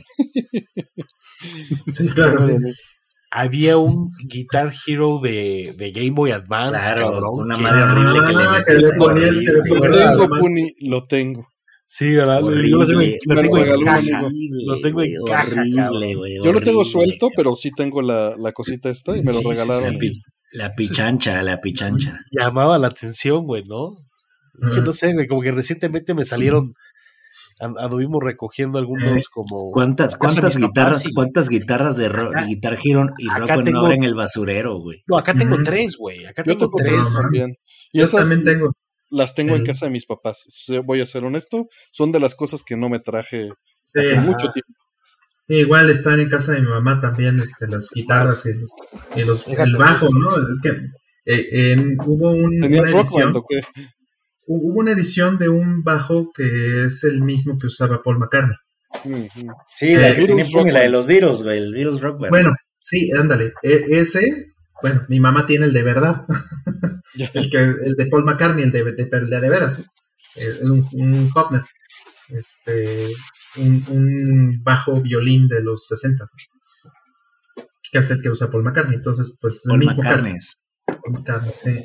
Sí, claro, sí. Había un Guitar Hero de Game Boy Advance, Claro, cabrón. una que- madre horrible que le Ah, metías que le ahí, ponías, que le horrible, Lo ponías güey. la tengo, mano. Puni, lo tengo. Sí, ¿verdad? Yo Horrible, lo tengo en me lo regaló un caja. amigo. Lo tengo en güey, caja, horrible, cabrón. güey, Yo lo tengo horrible. suelto, pero sí tengo la cosita esta y me lo Sí, sí, regalaron. sí. La pichancha. Llamaba la atención, güey, ¿no? Es que Ajá. no sé, güey, como que recientemente me salieron, anduvimos recogiendo algunos como... ¿Cuántas casa de mis guitarras, papás y- cuántas guitarras de Acá- Guitar Hero y acá Rock Band tengo- no en el basurero, güey? No, acá tengo Ujú. 3, güey. Acá Yo tengo tengo 3. tres también. Y Yo esas también tengo. las tengo en el- casa de mis papás. Voy a ser honesto, son de las cosas que no me traje Sí, hace mucho tiempo. Igual están en casa de mi mamá también las guitarras el bajo, ¿no? Es que hubo ¿Tenía una Rock edición. Band o qué? Hubo una edición de un bajo que es el mismo que usaba Paul McCartney. Ujú. Sí, la que Beatles tiene Rock Puni, la de Band. los Beatles, güey, el Beatles Rock Band. Bueno, sí, ándale. Bueno, mi mamá tiene el de verdad. El de Paul McCartney, el de veras. Un Hofner. Un bajo violín de los 60, que es el que usa Paul McCartney. Entonces, pues, Paul el mismo McCartney. caso. Paul McCartney, sí.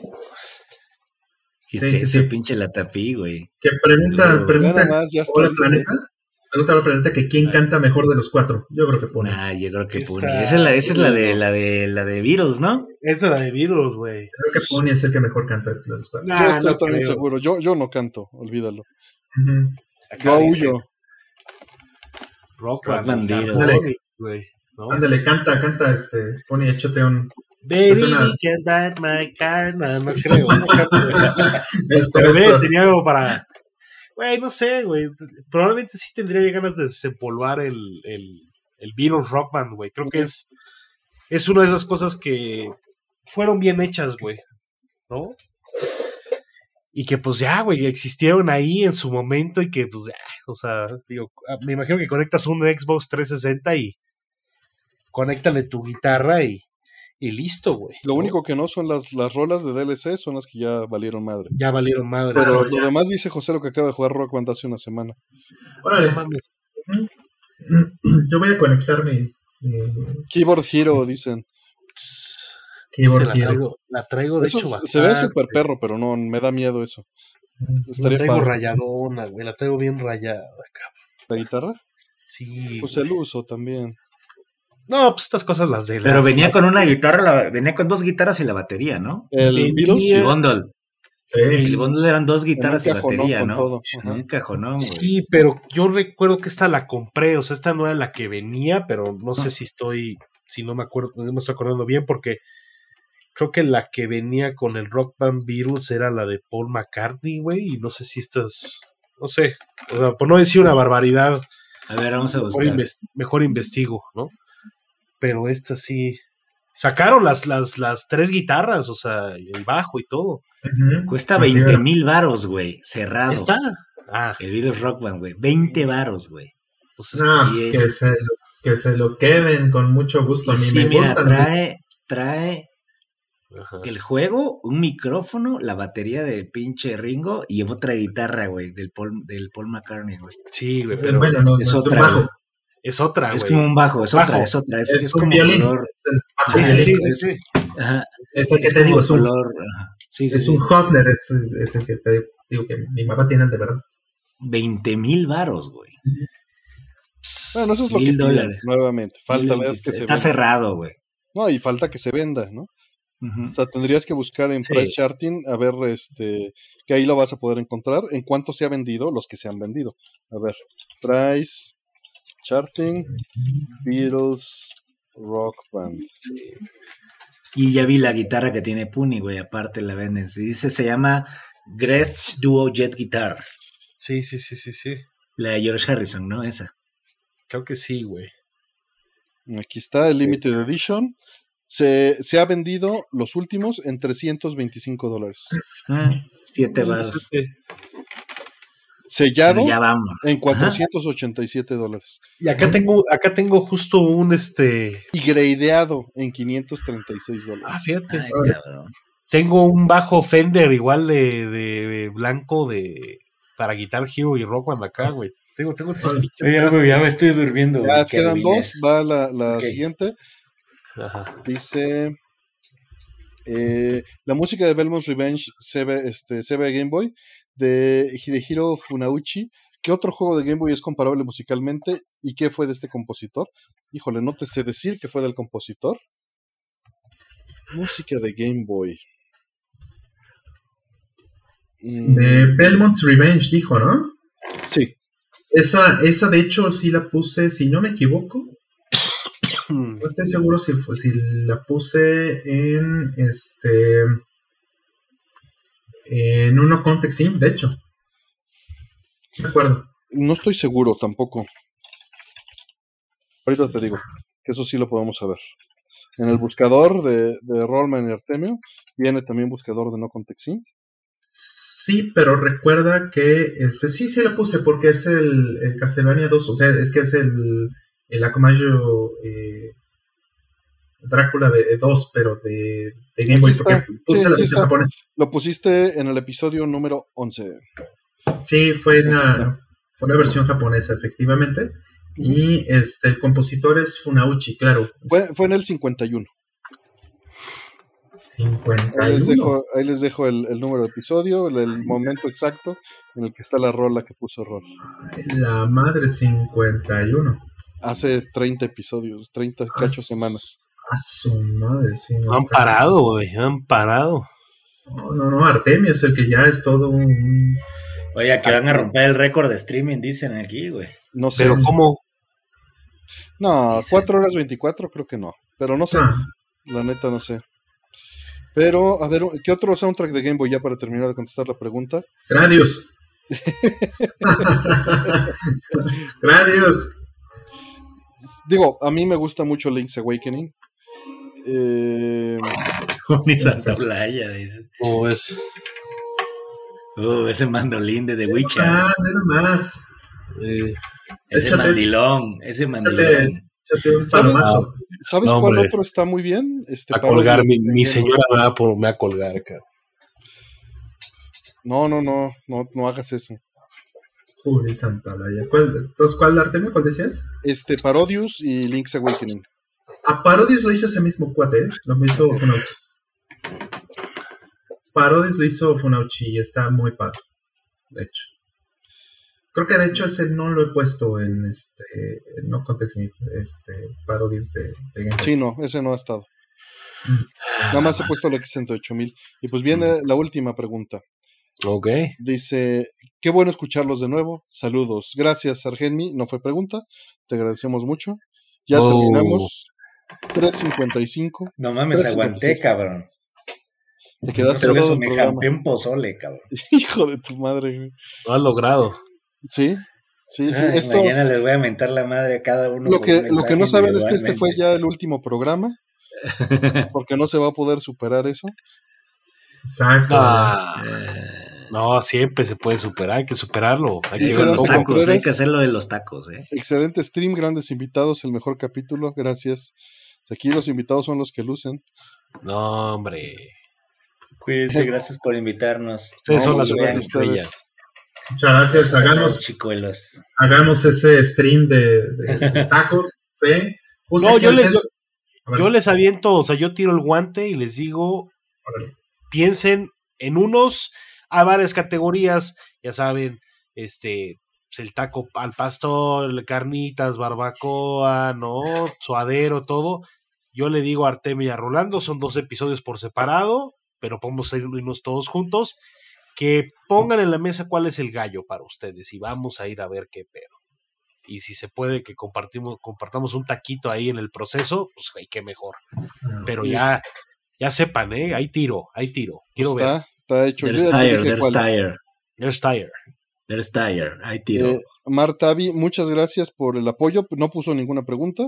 ¿Qué Sí, es sí, eso, sí. pinche la tapí, güey? Que pregunta, Ya nomás, ya está hola listo. planeta. Pregunta a la planeta que quién canta mejor de los 4. Yo creo que pone. Nah, yo creo que Esta- Puni. Esa es la de Beatles, ¿no? Esa es la de Beatles, güey. Creo que Pony es el que mejor canta de los 4. Yo Nah, estoy no también creo. seguro. Yo no canto, olvídalo. Ujú. Acá Yo dice huyo. Rock Rock Band, Band Beatles. Harmonics, güey. ¿no? Ándale, canta, Pony, échate un. Baby, Una- we can ride my car. No, no creo. No canto, güey. Eso, Pero eso. tenía algo para. Güey, no sé, güey. Probablemente sí tendría ganas de desempolvar el Beatles Rock Band, güey. Creo que es una de esas cosas que fueron bien hechas, güey. ¿No? Y que pues ya, güey, existieron ahí en su momento y que pues ya, o sea, digo, me imagino que conectas un Xbox 360 y conéctale tu guitarra y listo, güey. Lo ¿no? único que no son las rolas de DLC, son las que ya valieron madre. Ya valieron madre. Pero ya. lo demás dice José lo que acaba de jugar Rock Band hace una semana. Órale. No mames. Yo voy a conectar mi Keyboard Hero, dicen. Keyboard La Hero. traigo de Eso hecho se ve bastante. súper perro, pero no, me da miedo eso. La Estaría traigo padre. rayadona, güey. La traigo bien rayada, cabrón. ¿La guitarra? Sí. Pues güey. el uso también. No, pues estas cosas las de Pero las- venía con una guitarra, venía con 2 guitarras y la batería, ¿no? El Venía- Beatles El bundle. Sí. El bundle eran 2 en un guitarras y cajonón batería, con ¿no? todo. En Ajá. un cajonón, güey. Sí, pero yo recuerdo que esta la compré, o sea, esta no era la que venía, pero no sé si no me acuerdo, no me estoy acordando bien, porque creo que la que venía con el Rock Band Beatles era la de Paul McCartney, güey, y no sé si estas, no sé, o sea, por no decir una barbaridad, A ver, vamos a mejor, buscar. mejor investigo, ¿no? Pero esta sí, sacaron las 3 guitarras, o sea, y el bajo y todo. Ujú. Cuesta Así 20,000 varos, güey. Cerrado. ¿Está? Ah, El Beatles Rock Band, güey. 20 varos, güey. pues es No, que pues sí que, que se lo queden con mucho gusto. A Y mí sí, me mira, gustan. trae ajá. el juego, un micrófono, la batería de pinche Ringo y otra guitarra, güey, del Paul McCartney, güey. Sí, güey, pero Bueno, no, es es un otra, bajo. güey. es otra, Es güey. como un bajo, es Bajo. otra. Es Es un como violín. color. Es el bajo Ajá, violín. Sí. Ajá. Es el que Es te digo, como es un, color. Ajá. Sí, es un Hofner, es el que te digo que mi mamá tiene el de verdad. 20,000 varos, güey. Bueno, eso es lo que $1,000. piden, nuevamente. Falta ver que se Está venda. cerrado, güey. No, y falta que se venda, ¿no? Ujú. O sea, tendrías que buscar en Sí. Price Charting, a ver, que ahí lo vas a poder encontrar, en cuánto se ha vendido, los que se han vendido. A ver, Price Charting, Beatles, Rock Band. Y ya vi la guitarra que tiene Puni, güey. Aparte la venden. Se llama Gretsch Duo Jet Guitar. Sí. La de George Harrison, ¿no? Esa. Creo que sí, güey. Aquí está el Limited Edition. Se ha vendido los últimos en $325. 7 varos. Sellado Pero ya vamos. en $487. Y acá tengo justo un Y gradeado en $536. fíjate. Ay, cabrón. Tengo un bajo Fender igual de blanco para Guitar Hero y Rock Band acá, güey. Tengo estos pinches. ya me estoy durmiendo. Ya Qué quedan dos, ruines. va la Ok. siguiente. Ajá. Dice la música de Belmont's Revenge CB Game Boy de Hidehiro Funauchi. ¿Qué otro juego de Game Boy es comparable musicalmente? ¿Y qué fue de este compositor? Híjole, no te sé decir que fue del compositor. Música de Game Boy. De Belmont's Revenge, dijo, ¿no? Sí. Esa de hecho sí la puse, si no me equivoco. No estoy seguro si la puse en uno Context Sim, de hecho. No me acuerdo. No estoy seguro tampoco. Ahorita te digo, que eso sí lo podemos saber. En el buscador de Rollman y Artemio viene también buscador de No Context Inc. Sí, pero recuerda que sí lo puse porque es el Castlevania 2, o sea, es que es el Akumayo Drácula de 2, pero de Game Boy, porque puse la versión japonesa. Lo pusiste en el episodio número 11. Sí, fue la versión japonesa, efectivamente. Y el compositor es Funauchi, claro. Fue en el 51. 51. Ahí les dejo el número de episodio, el momento exacto en el que está la rola que puso Rol. La madre, 51. Hace 30 episodios, 30 semanas. A su madre, sí. No han parado, güey, han parado. No, Artemio es el que ya es todo un... Oye, que van a romper el récord de streaming, dicen aquí, güey. No sé. ¿Pero cómo? No, 4 horas 24 creo que no. Pero no sé, la neta no sé. Pero, a ver, ¿qué otro soundtrack de Game Boy ya para terminar de contestar la pregunta? Gradius. Gradius. Digo, a mí me gusta mucho Link's Awakening. Ni Santa Blaya, dice. Ese mandolín de The Witcher. Cero más. Ese mandilón. Échate un palomazo. ¿Sabes cuál otro está muy bien? A colgar, mi señora me va a colgar, cara. No hagas eso. Uy, Santa Blaya. ¿Cuál, Artemio? ¿Cuál decías? Parodius y Link's Awakening. A Parodius lo hizo ese mismo cuate, lo hizo Funauchi. Parodius lo hizo Funauchi y está muy padre, de hecho. Creo que de hecho ese no lo he puesto en No Context Parodius de Game Boy. Sí, no, ese no ha estado. Nada más he puesto el X68000. Y pues viene la última pregunta. Ok. Dice, qué bueno escucharlos de nuevo. Saludos. Gracias, Argenmi. No fue pregunta. Te agradecemos mucho. Ya terminamos. 3:55. No mames, aguanté, cabrón. Te quedaste todo todo el me programa. jampé un pozole, cabrón. Hijo de tu madre, güey. Lo has logrado. Sí. Esto, mañana les voy a mentar la madre a cada uno. Lo que no saben es que este fue ya el último programa. Porque no se va a poder superar eso. Exacto. No, siempre se puede superar, hay que superarlo. Hay que ver los tacos, hay que hacerlo de los tacos, Excelente stream, grandes invitados, el mejor capítulo, gracias. Aquí los invitados son los que lucen. No, hombre. Cuídense, gracias por invitarnos. Ustedes son las gracias a ustedes. Muchas gracias, hagamos ese stream de tacos, ¿sí? No, yo les aviento, o sea, yo tiro el guante y les digo, piensen en hay varias categorías, ya saben, el taco al pastor, carnitas, barbacoa, ¿no? Suadero, todo. Yo le digo a Artemio y a Rolando, son 2 episodios por separado, pero podemos irnos todos juntos, que pongan en la mesa cuál es el gallo para ustedes y vamos a ir a ver qué pedo. Y si se puede que compartamos un taquito ahí en el proceso, pues qué mejor. Pero ya sepan, hay tiro. Quiero ver. Está hecho. There's tire, hay tiro. Martavi, muchas gracias por el apoyo. No puso ninguna pregunta.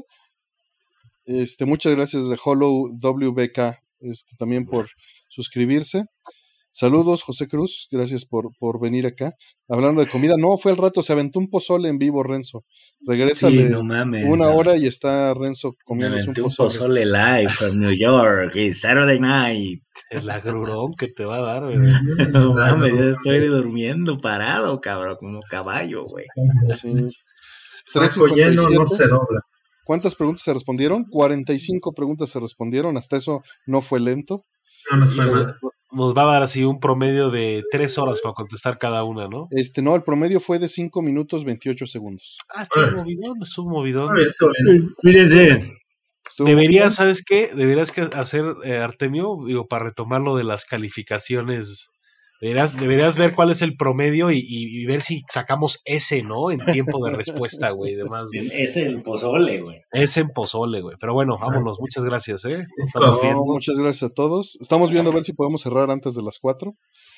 Muchas gracias de Hollow WBK, también por suscribirse. Saludos, José Cruz, gracias por venir acá. Hablando de comida, no, fue al rato, se aventó un pozole en vivo, Renzo. Regrésale una hora y está Renzo comiendo un pozole live from New York, it's Saturday night. El agrurón que te va a dar, güey. No mames, ya estoy durmiendo parado, cabrón, como caballo, güey. Sí. Saco lleno no se dobla. ¿Cuántas preguntas se respondieron? 45 preguntas se respondieron, hasta eso no fue lento. No fue mal. Nos va a dar así un promedio de 3 horas para contestar cada una, ¿no? No, el promedio fue de 5 minutos 28 segundos. Estuvo movidón. Cuídense. Deberías, ¿sabes qué? Deberías hacer, Artemio, digo, para retomar lo de las calificaciones, deberías ver cuál es el promedio y ver si sacamos ese, ¿no? En tiempo de respuesta, güey, demás. Es el pozole, güey. Es en pozole, güey. Pero bueno, vámonos. Muchas gracias, muchas gracias a todos. Estamos viendo a ver si podemos cerrar antes de las 4.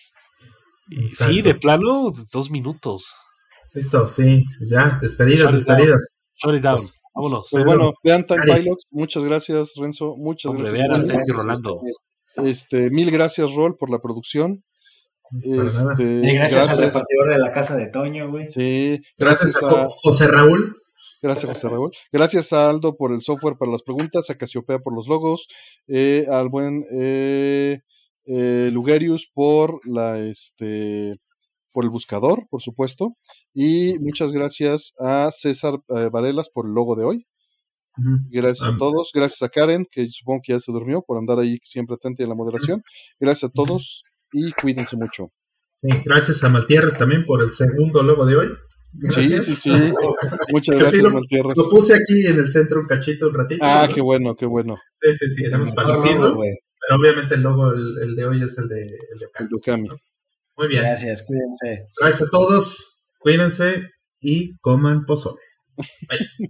Sí, de plano, 2 minutos. Listo, sí. Ya, despedidas. Shut it down. Vámonos. Pues bueno, vean Time Dale. Pilots. Muchas gracias, Renzo. Muchas Hombre, gracias. vean a Julio. Sergio Rolando. Mil gracias, Rol, por la producción. Para nada. Y gracias al repartidor de la casa de Toño, güey. Sí, Gracias a José Raúl. Gracias, José Raúl. Gracias a Aldo por el software para las preguntas, a Casiopea por los logos, al buen Lugerius por por el buscador, por supuesto, y muchas gracias a César Varelas por el logo de hoy. Gracias a todos, gracias a Karen, que supongo que ya se durmió por andar ahí siempre atenta en la moderación. Gracias a todos y cuídense mucho. Sí, gracias a Maltierres también por el segundo logo de hoy. Gracias. Sí. Muchas Yo gracias, sí Maltierras. lo puse aquí en el centro un cachito, un ratito. Ah, qué bueno, qué bueno. Sí, éramos para lucirlo. Pero obviamente el logo, el de hoy es el de El Yukami. Muy bien. Gracias, cuídense. Gracias a todos. Cuídense y coman pozole. Bye.